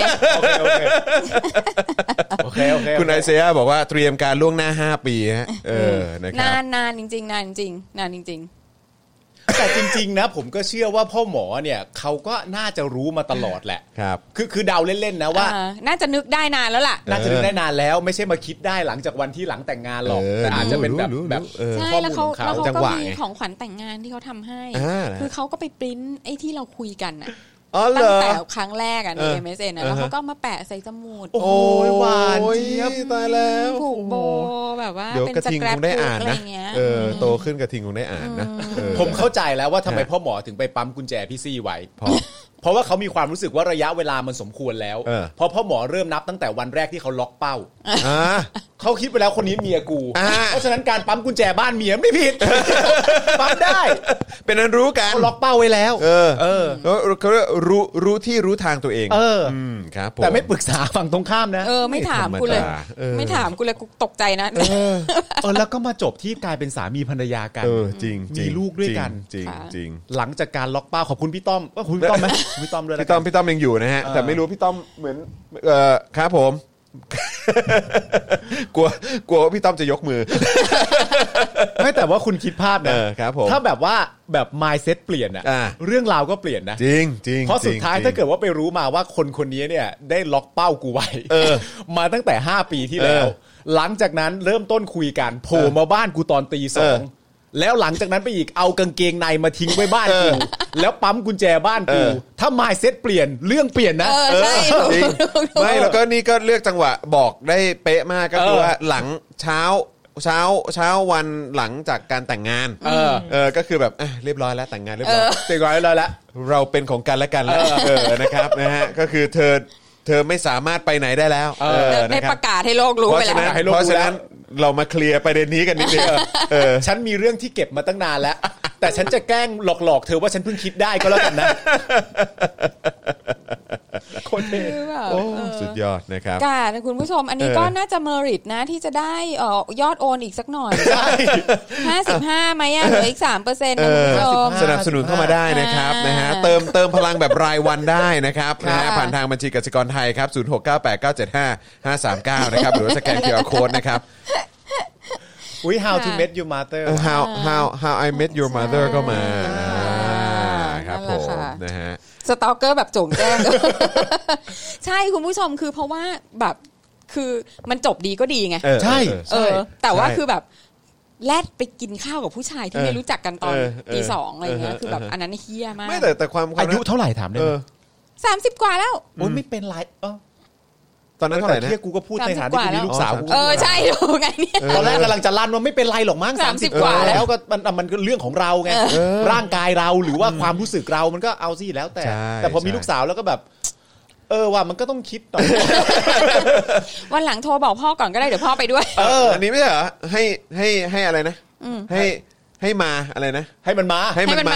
คุณไอเซียบอกว่าเตรียมการล่วงหน้า5ปีฮะนะครับนานจริงๆนานจริงแต่จริงๆนะผมก็เชื่อว่าพ่อหมอเนี่ยเขาก็น่าจะรู้มาตลอดแหละครับคือเดาเล่นๆนะว่าน่าจะนึกได้นานแล้วล่ะน่าจะนึกได้นานแล้วไม่ใช่มาคิดได้หลังจากวันที่หลังแต่งงานหรอกแต่อาจจะเป็นแบบใช่แล้วเขาก็มีของขวัญแต่งงานที่เขาทำให้คือเขาก็ไปปริ้นไอ้ที่เราคุยกันน่ะตั้งแต่ครั้งแรกอ่ะใน MSN นะแล้วเขาก็มาแปะใส่สมุดโอ้ยหวานเจี๊ยบตายแล้วผูกโบแบบว่าเป็นสแครปได้อ่านนะโตขึ้นกระทิงคงได้อ่านนะผมเข้าใจแล้วว่าทำไมพ่อหมอถึงไปปั๊มกุญแจพี่ซี่ไว้เพราะว่าเขามีความรู้สึกว่าระยะเวลามันสมควรแล้วเพราะพ่อหมอเริ่มนับตั้งแต่วันแรกที่เขาล็อกเป้าเขาคิดไปแล้วคนนี้เมียกูเพราะฉะนั้นการปั๊มกุญแจบ้านเมียไม่ผิดปั๊มได้เป็นอันรู้กันเขาล็อกเป้าไว้แล้วเขารู้ที่รู้ทางตัวเองครับแต่ไม่ปรึกษาฝั่งตรงข้ามนะไม่ถามกูเลยไม่ถามกูเลยกูตกใจนะแล้วก็มาจบที่กลายเป็นสามีภรรยากันจริงมีลูกด้วยกันจริงหลังจากการล็อกเป้าขอบคุณพี่ต้อมคุณพี่ต้อมไหมพี่ต้อมด้วยพี่ต้อมยังอยู่นะฮะแต่ไม่รู้พี่ต้อมเหมือนครับผมกลัวว่าพี่ต้อมจะยกมือไม่แต่ว่าคุณคิดภาพนะครับผมถ้าแบบว่าแบบ mindset เปลี่ยนอะเรื่องราวก็เปลี่ยนนะจริงจริงเพราะสุดท้ายถ้าเกิดว่าไปรู้มาว่าคนนี้เนี่ยได้ล็อกเป้ากูไว้มาตั้งแต่5ปีที่แล้วหลังจากนั้นเริ่มต้นคุยกันโผล่มาบ้านกูตอนตี 2แล้วหลังจากนั้นไปอีกเอากางเกงในมาทิ้งไว้บ้านกูแล้วปั๊มกุญแจบ้านกูถ้า mindset เปลี่ยนเรื่องเปลี่ยนนะใช่ไม่แล้วก็นี่ก็เลือกจังหวะบอกได้เป๊ะมากก็คือว่าหลังเช้าวันหลังจากการแต่งงานก็คือแบบเรียบร้อยแล้วแต่งงานเรียบร้อยแล้วเราเป็นของกันและกันแล้วนะครับนะฮะก็คือเธอไม่สามารถไปไหนได้แล้วได้ประกาศให้โลกรู้ไปแล้วเพราะฉะนั้นเรามาเคลียร์ประเด็นนี้กันนิดนึงฉันมีเรื่องที่เก็บมาตั้งนานแล้วแต่ฉันจะแกล้งหลอกเธอว่าฉันเพิ่งคิดได้ก็แล้วกันนะคนเท่สุดยอดนะครับค่ะคุณผู้ชมอันนี้ก็น่าจะเมริตนะที่จะได้ยอดโอนอีกสักหน่อย55ไหมเหลืออีก 3% นะคุณผู้ชมสนับสนุนเข้ามาได้นะครับนะฮะเติมพลังแบบรายวันได้นะครับนะฮะผ่านทางบัญชีกสิกรไทยครับ0698975539นะครับหรือว่าสแกน QR Code นะครับ How to Met Your Mother How I Met Your Mother ก็มาครับผมนะฮะสตอเกอร์แบบโจ่งแจ้งใช่คุณผู้ชมคือเพราะว่าแบบคือมันจบดีก็ดีไงใช่แต่ว่าคือแบบแลดไปกินข้าวกับผู้ชายที่ไม่รู้จักกันตอนตี 2อะไรเงี้ยคือแบบอันนั้นเฮี้ยมากไม่แต่ความอายุเท่าไหร่ถามได้ไหม 30 กว่าแล้วโอ้ยไม่เป็นไรตอนนั้นเท่าไหร่นะกูก็พูดในฐานะที่กูมีลูกสาวใช่ถูกไงเนี่ยตอนแรกกำลังจะลั่นว่าไม่เป็นไรหรอกมั้ง 30 กว่าแล้วก็มันก็เรื่องของเราไงร่างกายเราหรือว่าความรู้สึกเรามันก็เอาสิแล้วแต่พอมีลูกสาวแล้วก็แบบว่ามันก็ต้องคิดหน่อยวันหลังโทรบอกพ่อก่อนก็ได้เดี๋ยวพ่อไปด้วยอันนี้ไม่ใช่เหรอให้อะไรนะให้มาอะไรนะให้มันมา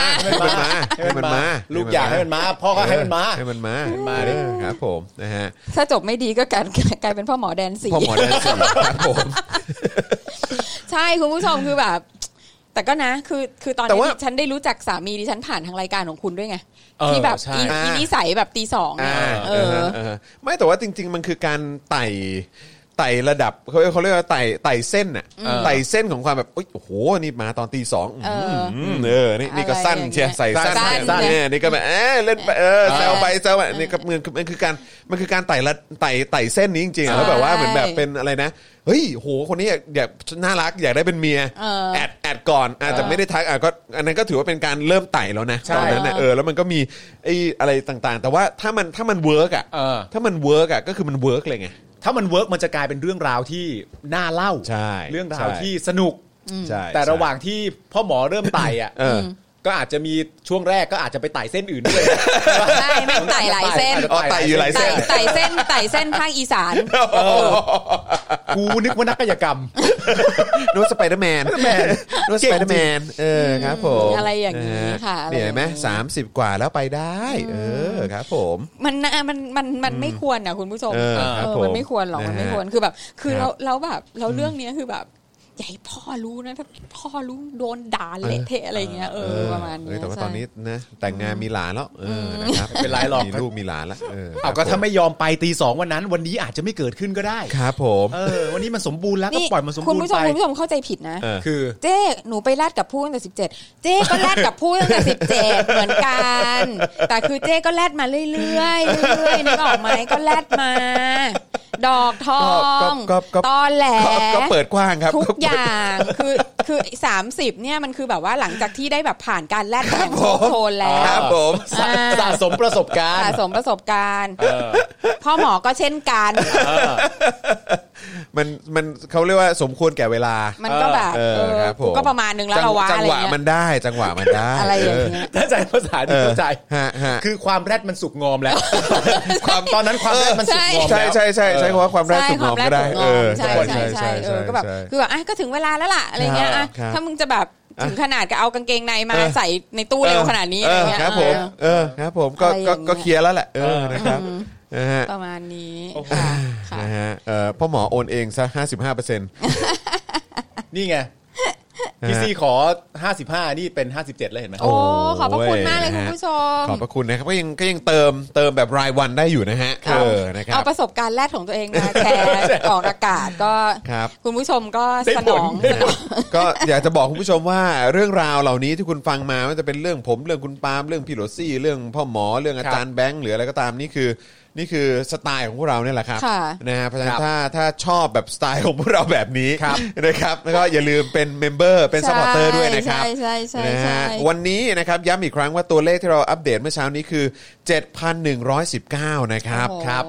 ลูกอยากให้มันมาพ่อก็ให้มันมาดิครับผมนะฮะถ้าจบไม่ดีก็กลายเป็นพ่อหมอแดน4 ครับผมใช่คุณผู้ชมคือแบบแต่ก็นะคือตอนนี้ฉันได้รู้จักสามีดิฉันผ่านทางรายการของคุณด้วยไงที่แบบอีนิสัยแบบตี 2เนี่ยไม่แต่ว่าจริงๆมันคือการไต่ระดับเขาเรียกว่าไต่เส้นน่ะไต่เส้นของความแบบโอ้โหนี่มาตอนตี 2นี่ก็สั้นเชียร์ใส่สั้นเนี่ยนี่ก็แบบเล่นแซวไปแซวนี่ก็มันคือการไต่เส้นนี้จริงๆแล้วแบบว่าเหมือนแบบเป็นอะไรนะเฮ้ยโหคนนี้อยากน่ารักอยากได้เป็นเมียแอดก่อนแต่ไม่ได้ทักก็อันนั้นก็ถือว่าเป็นการเริ่มไต่แล้วนะตอนนั้นน่ะแล้วมันก็มีไอ้อะไรต่างๆแต่ว่าถ้ามันเวิร์กอ่ะถ้ามันเวิร์กอ่ะก็คือมันเวิร์กเลยไงถ้ามันเวิร์กมันจะกลายเป็นเรื่องราวที่น่าเล่าเรื่องราวที่สนุกแต่ระหว่างที่พ่อหมอเริ่มไต่ก็อาจจะมีช่วงแรกก็อาจจะไปไต่เส้นอื่นด้วยใช่ไม่ไต่หลายเส้นไต่อยู่หลายเส้นไต่เส้นภาคอีสานกูนึกว่านักกายกรรมนู้นสไปเดอร์แมนนู้นสไปเดอร์แมนครับผมอะไรอย่างนี้ค่ะเนี่ยไหม30กว่าแล้วไปได้ครับผมมันไม่ควรนะคุณผู้ชมมันไม่ควรหรอกมันไม่ควรคือแบบคือเราแบบเราเรื่องนี้คือแบบอย่าให้พ่อรู้นะถ้าพ่อรู้โดนด่าเละเทะอะไรเงี้ยประมาณนี้แต่ว่าตอนนี้นะแต่งงานมีหลานแล้วนะครับเป็นไรหรอกมีลูกมีหลานแล้วเอาก็ถ้าไม่ยอมไปตี 2วันนั้นวันนี้อาจจะไม่เกิดขึ้นก็ได้ครับผมวันนี้มันสมบูรณ์แล้วก็ปล่อยมันสมบูรณ์ไปคุณผู้ชมเข้าใจผิดนะคือเจ๊หนูไปแลดกับผู้ตั้งแต่17เจ๊ก็แลดกับผู้ตั้งแต่17เหมือนกันแต่คือเจ๊ก็แลดมาเรื่อยๆนึกออกไหมก็แลดมาดอกทองตอแหลก็เปิดกว้างครับทุกอย่างคือ30เนี่ยมันคือแบบว่าหลังจากที่ได้แบบผ่านการแลดแข่งโชนแล้วครับผมสะสมประสบการณ์พ่อหมอก็เช่นกันมันเขาเรียกว่าสมควรแก่เวลามันก็แบบก็ประมาณนึงแล้วเราว่าจังหวะมันได้อะไรอย่างเงี้ยเข้าใจภาษาดีเข้าใจคือความแรดมันสุกงอมแล้วความตอนนั้นความแรดมันสุกงอมแล้วใช่ใช่เพราะว่าความแรดสุกงอมก็ได้ใช่ก็แบบคือแบบก็ถึงเวลาแล้วล่ะอะไรเงี้ยถ้ามึงจะแบบถึงขนาดก็เอากางเกงในมาใส่ในตู้เร็วขนาดนี้อะไรเงี้ยครับผมครับผมก็เคลียร์แล้วแหละนะครับประมาณนี้นะฮะพ่อหมอโอนเองซะ 55% นี่ไงพี่ซี่ขอ55นี่เป็น57แล้วเห็นไหมโอ้ขอบพระคุณมากเลยคุณผู้ชมขอบพระคุณนะครับก็ยังเติมแบบรายวันได้อยู่นะฮะนะครับเอาประสบการณ์แรกของตัวเองมาแชร์ออกอากาศก็คุณผู้ชมก็สนองก็อยากจะบอกคุณผู้ชมว่าเรื่องราวเหล่านี้ที่คุณฟังมาว่าจะเป็นเรื่องผมเรื่องคุณปาล์มเรื่องพี่โรซี่เรื่องพ่อหมอเรื่องอาจารย์แบงค์หรืออะไรก็ตามนี่คือสไตล์ของพวกเราเนี่ยแหละครับนะฮะเพราะฉะนั้นถ้าชอบแบบสไตล์ของพวกเราแบบนี้นะครับแล้วก็อย่าลืมเป็นเมมเบอร์เป็นซัพพอร์ตเตอร์ด้วยนะครับนะฮะวันนี้นะครับย้ำอีกครั้งว่าตัวเลขที่เราอัปเดตเมื่อเช้านี้คือ 7,119 นะครับ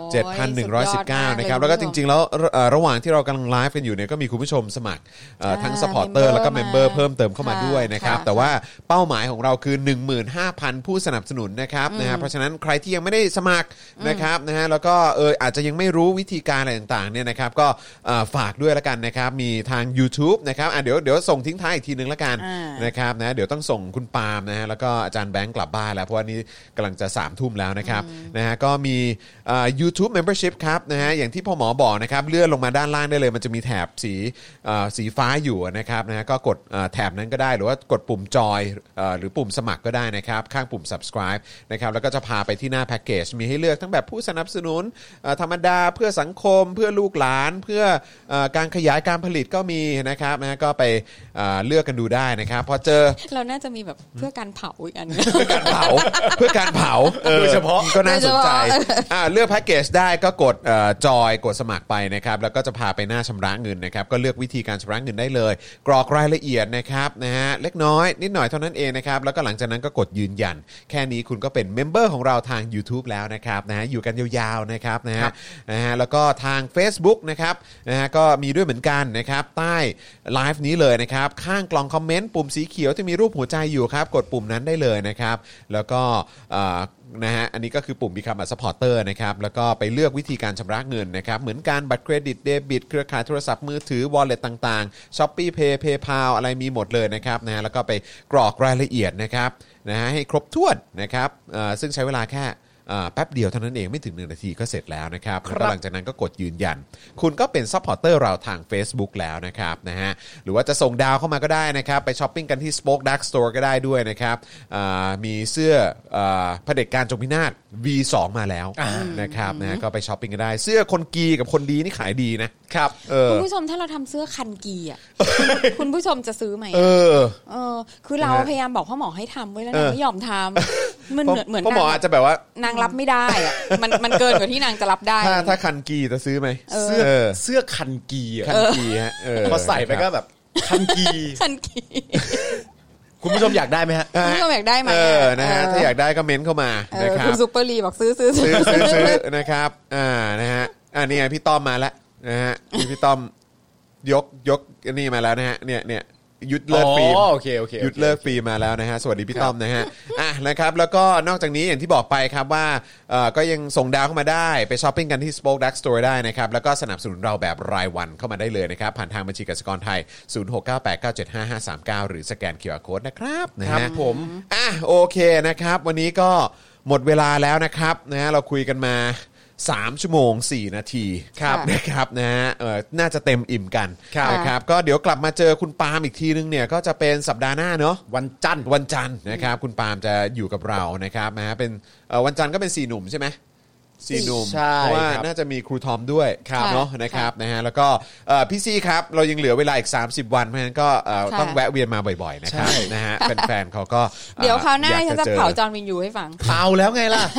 7,119 นะครับแล้วก็จริงๆแล้วระหว่างที่เรากำลังไลฟ์กันอยู่เนี่ยก็มีคุณผู้ชมสมัครทั้งซัพพอร์ตเตอร์แล้วก็เมมเบอร์เพิ่มเติมเข้ามาด้วยนะครับแต่ว่าเป้าหมายของเราคือ 15,000 ผู้สนับสนุนนะครับนะฮะเพราะฉะนั้นใครที่ยังไม่ได้สมัครนะครับนะฮะแล้วก็อาจจะยังไม่รู้วิธีการอะไรต่างๆเนี่ยนะครับก็ฝากด้วยละกันนะครับมีทาง YouTube นะครับเดี๋ยวส่งทิ้งท้ายอีกทีนึงละกันนะครับนะเดี๋ยวต้องส่งคุณปาล์มนะฮะแล้วก็อาจารย์แบงค์กลับบ้านแล้วเพราะว่านี้กำลังจะ3 ทุ่มแล้วนะครับนะฮะก็มีYouTube Membership ครับนะฮะอย่างที่พ่อหมอบอกนะครับเลื่อนลงมาด้านล่างได้เลยมันจะมีแถบสีฟ้าอยู่นะครับนะฮะก็กดแถบนั้นก็ได้หรือว่ากดปุ่มจอยหรือปุ่มสมัครก็ได้นะครับข้างปุ่ม subscribe นะครับแล้วก็จะพาไปที่หน้าแพ็กเกจมีให้เลือกทั้งแบบผู้สนับสนุนธรรมดาเพื่อสังคมเพื่อลูกหลานเพื่อการขยายการผลิตก็มีนะครับนะก็ไปเลือกกันดูได้นะครับพอเจอเราน่าจะมีแบบเพื่อการเผาอีกอันเพื่อการเผาโดยเฉพาะก็น่าสนใจเลือกแพ็กเกจได้ก็กดจอยกดสมัครไปนะครับแล้วก็จะพาไปหน้าชำระเงินนะครับก็เลือกวิธีการชำระเงินได้เลยกรอกรายละเอียดนะครับนะฮะเล็กน้อยนิดหน่อยเท่านั้นเองนะครับแล้วก็หลังจากนั้นก็กดยืนยันแค่นี้คุณก็เป็นเมมเบอร์ของเราทาง YouTube แล้วนะครับนะฮะอยู่กันยาวๆนะครับนะฮะแล้วก็ทาง Facebook นะครับนะฮะก็มีด้วยเหมือนกันนะครับใต้ไลฟ์นี้เลยนะครับข้างกล่องคอมเมนต์ปุ่มสีเขียวที่มีรูปหัวใจอยู่ครับกดปุ่มนั้นได้เลยนะครับแล้วก็นะฮะอันนี้ก็คือปุ่ม Become a Supporter นะครับแล้วก็ไปเลือกวิธีการชำระเงินนะครับเหมือนการบัตรเครดิตเดบิตเครือข่ายโทรศัพท์มือถือ Wallet ต่างๆ Shopee Pay PayPal อะไรมีหมดเลยนะครับนะฮะแล้วก็ไปกรอกรายละเอียดนะครับนะฮะให้ครบถ้วนนะครับซึ่งใช้เวลาแค่แป๊บเดียวเท่านั้นเองไม่ถึง1 นาทีก็เสร็จแล้วนะครับแล้วหลังจากนั้นก็กดยืนยันคุณก็เป็นซัพพอร์เตอร์เราทาง Facebook แล้วนะครับนะฮะหรือว่าจะส่งดาวเข้ามาก็ได้นะครับไปช้อปปิ้งกันที่ Spoke Dark Store ก็ได้ด้วยนะครับมีเสื้อเผด็จการจงพินาศ V2 มาแล้วนะครับนะก็ไปช้อปปิ้งกันได้เสื้อคนกีกับคนดีนี่ขายดีนะครับคุณผู้ชมถ้าเราทำเสื้อคันกีอ่ะคุณผู้ชมจะซื้อไหมคือเราพยายามบอกพ่อหมอให้ทำไว้แล้วนางไม่ยอมทำมันเหมือนพ่อหมออาจจะแบบว่านางรับไม่ได้อะมันเกินกว่าที่นางจะรับได้ถ้าคันกีจะซื้อไหมเสื้อคันกีอ่ะคันกีฮะพอใส่ไปก็แบบคันกีคุณผู้ชมอยากได้ไหมฮะคุณผู้ชมอยากได้ไหมนะฮะถ้าอยากได้ก็เม้นเข้ามานะครับคุณซุปเปอร์ลีบอกซื้อนะครับนะฮะนี่ไงพี่ต้อมมาแล้วนะฮะพี่ต้อมยกนี่มาแล้วนะฮะเนี่ยยุดเลิกฟิล์มโอเคยุดเลิกฟิล์มมาแล้วนะฮะสวัสดีพี่ต้อมนะฮะนะครับแล้วก็นอกจากนี้อย่างที่บอกไปครับว่าก็ยังส่งดาวเข้ามาได้ไปช้อปปิ้งกันที่ Spoke Dark Store ได้นะครับแล้วก็สนับสนุนเราแบบรายวันเข้ามาได้เลยนะครับผ่านทางบัญชีกสิกรไทย0698975539หรือสแกน QR Code นะครับนะฮะผมโอเคนะครับวันนี้ก็หมดเวลาแล้วนะครับนะฮะเราคุยกันมา3 ชั่วโมง 4 นาทีนะครับนะฮะน่าจะเต็มอิ่มกันนะครับก็เดี๋ยวกลับมาเจอคุณปาล์มอีกทีนึงเนี่ยก็จะเป็นสัปดาห์หน้าเนาะวันจันทร์นะครับคุณปาล์มจะอยู่กับเรานะครับนะฮะเป็นวันจันทร์ก็เป็น4 หนุ่มใช่ไหม4 หนุ่มเพราะว่าน่าจะมีครูทอมด้วยเนาะนะครับนะฮะแล้วก็พี่ซี่ครับเรายังเหลือเวลาอีก30 วันเพราะฉะนั้นก็ต้องแวะเวียนมาบ่อยๆนะครับนะฮะแฟนๆเขาก็เดี๋ยวคราวหน้าฉันจะเผาจอห์นวินยูให้ฟังเอาแล้วไงล่ะ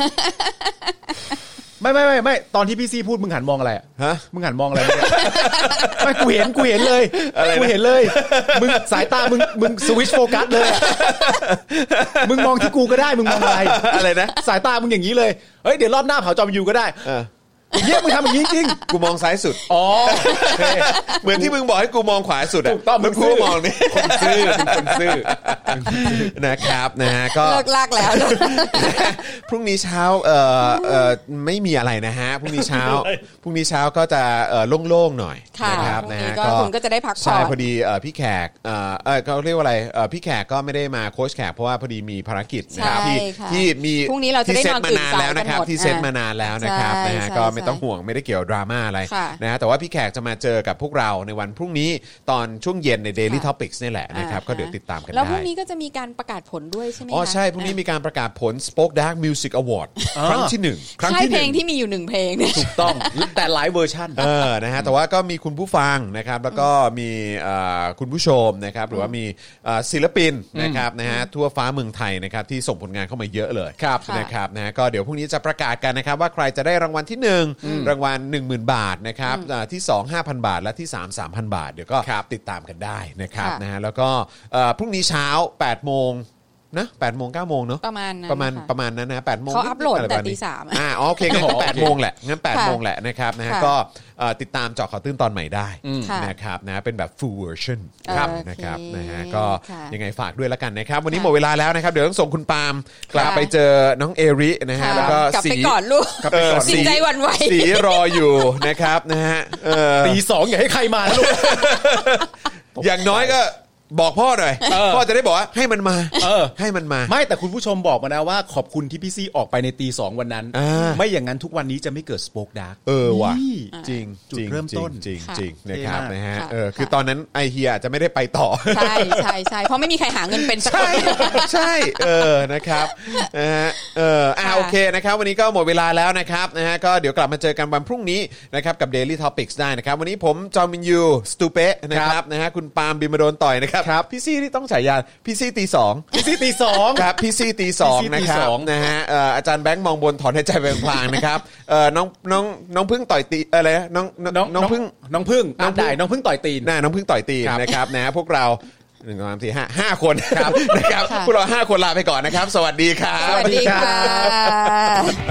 ไม่ตอนที่พี่ซี่พูดมึงหันมองอะไรฮะมึงหันมองอะไรไม่กูเห็นเลยกูเห็นเลยมึงสายตามึงสวิตช์โฟกัสเลยมึงมองที่กูก็ได้มึงมองอะไรนะสายตามึงอย่างนี้เลยเฮ้ยเดี๋ยวรอบหน้าเผาจอมยูก็ได้เยี่ยมมึงทำอย่างนี้จริงกูมองซ้ายสุดเหมือนที่มึงบอกให้กูมองขวาสุดถูกต้องมึงมองนี่คนซื่อนะครับนะฮะก็เลิกลากแล้วพรุ่งนี้เช้าไม่มีอะไรนะฮะพรุ่งนี้เช้าก็จะโล่งๆหน่อยนะครับนะฮะก็คุณก็จะได้พักผ่อนใช่พอดีพี่แขกเขาเรียกว่าอะไรพี่แขกก็ไม่ได้มาโค้ชแขกเพราะว่าพอดีมีภารกิจนะครับที่มีพรุ่งนี้เราจะได้นอนตื่นสายนะครับที่เซตมานานแล้วนะครับนะฮะก็ไม่ต้องห่วงไม่ได้เกี่ยวดราม่าอะไรนะฮะแต่ว่าพี่แขกจะมาเจอกับพวกเราในวันพรุ่งนี้ตอนช่วงเย็นใน Daily Topics นี่แหละนะครับก็เดี๋ยวติดตามกันได้แล้วพรุ่งนี้ก็จะมีการประกาศผลด้วยใช่ไหมใช่พรุ่งนี้มีการประกาศผล Spoke Dark Music Award ครั้งที่1ครั้งที่1 เพลงที่มีอยู่1เพลงถูกต้องแต่หลายเวอร์ชันนะฮะแต่ว่าก็มีคุณผู้ฟังนะครับแล้วก็มีคุณผู้ชมนะครับหรือว่ามีศิลปินนะครับนะฮะทั่วฟ้าเมืองไทยนะครับที่ส่งผลงานเข้ามาเยอะเลยนะครับนะฮะก็เดี๋ยวพรุ่งนี้จะประกาศกันนะครับว่าใครจะได้รางวัลที่1รางวัล 10,000 บาทนะครับที่2 5,000 บาทและที่3 3,000 บาทเดี๋ยวก็ติดตามกันได้นะครับนะฮะแล้วก็พรุ่งนี้เช้า8 โมงนะ8 โมง 9 โมงเนาะประมาณนั้นนะ8 โมงเขาอัปโหลดแต่ตี 3 โอเคงั้น8 โมงแหละงั้น8 โมงแหละนะครับนะฮะก็ติดตามเจาะข่าวตื้นตอนใหม่ได้นะครับนะเป็นแบบ full version นะครับนะฮะก็ยังไงฝากด้วยละกันนะครับวันนี้หมดเวลาแล้วนะครับเดี๋ยวต้องส่งคุณปาล์มกลับไปเจอน้องเอรินะฮะแล้วก็สีก่อนลูกสีใจหวั่นไหวสีรออยู่นะครับนะฮะตี 2อย่าให้ใครมานะลูกอย่างน้อยก็บอกพ่อหน่อยพ่อจะได้บอกว่าให้มันมาให้มันมาไม่แต่คุณผู้ชมบอกมานะว่าขอบคุณที่พี่ซี่ออกไปในตี 2วันนั้นไม่อย่างนั้นทุกวันนี้จะไม่เกิด Spoke Dark ว่ะจริงจุดเริ่มต้นจริงนะครับนะฮะคือตอนนั้นไอเฮียจะไม่ได้ไปต่อใช่เพราะไม่มีใครหาเงินเป็นสักคนใช่นะครับโอเคนะครับวันนี้ก็หมดเวลาแล้วนะครับนะฮะก็เดี๋ยวกลับมาเจอกันวันพรุ่งนี้นะครับกับ Daily Topics ได้นะครับวันนี้ผมจอมินยูสตูเป้นะครับนะฮะคุณปาล์มบิมโดนต่อยนะครับพี่ซี่ที่ต้องฉายาพี่ซี่ตี 2 พี่ซี่ตี 2 ครับพี่ซี่ตี 2นะครับนะฮะอาจารย์แบงค์มองบนถอนหายใจพลางๆนะครับน้องพึ่งต่อยตีอะไรน้องพึ่งน้องพึ่งต่อยตีนน้องพึ่งต่อยตีนนะครับนะพวกเรา1 2 3 4 5คนนะครับพวกเรา5คนลาไปก่อนนะครับสวัสดีครับสวัสดีค่ะ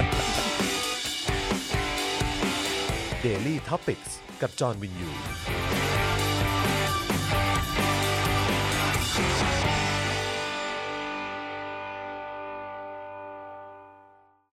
Daily Topics กับจอห์นวินยู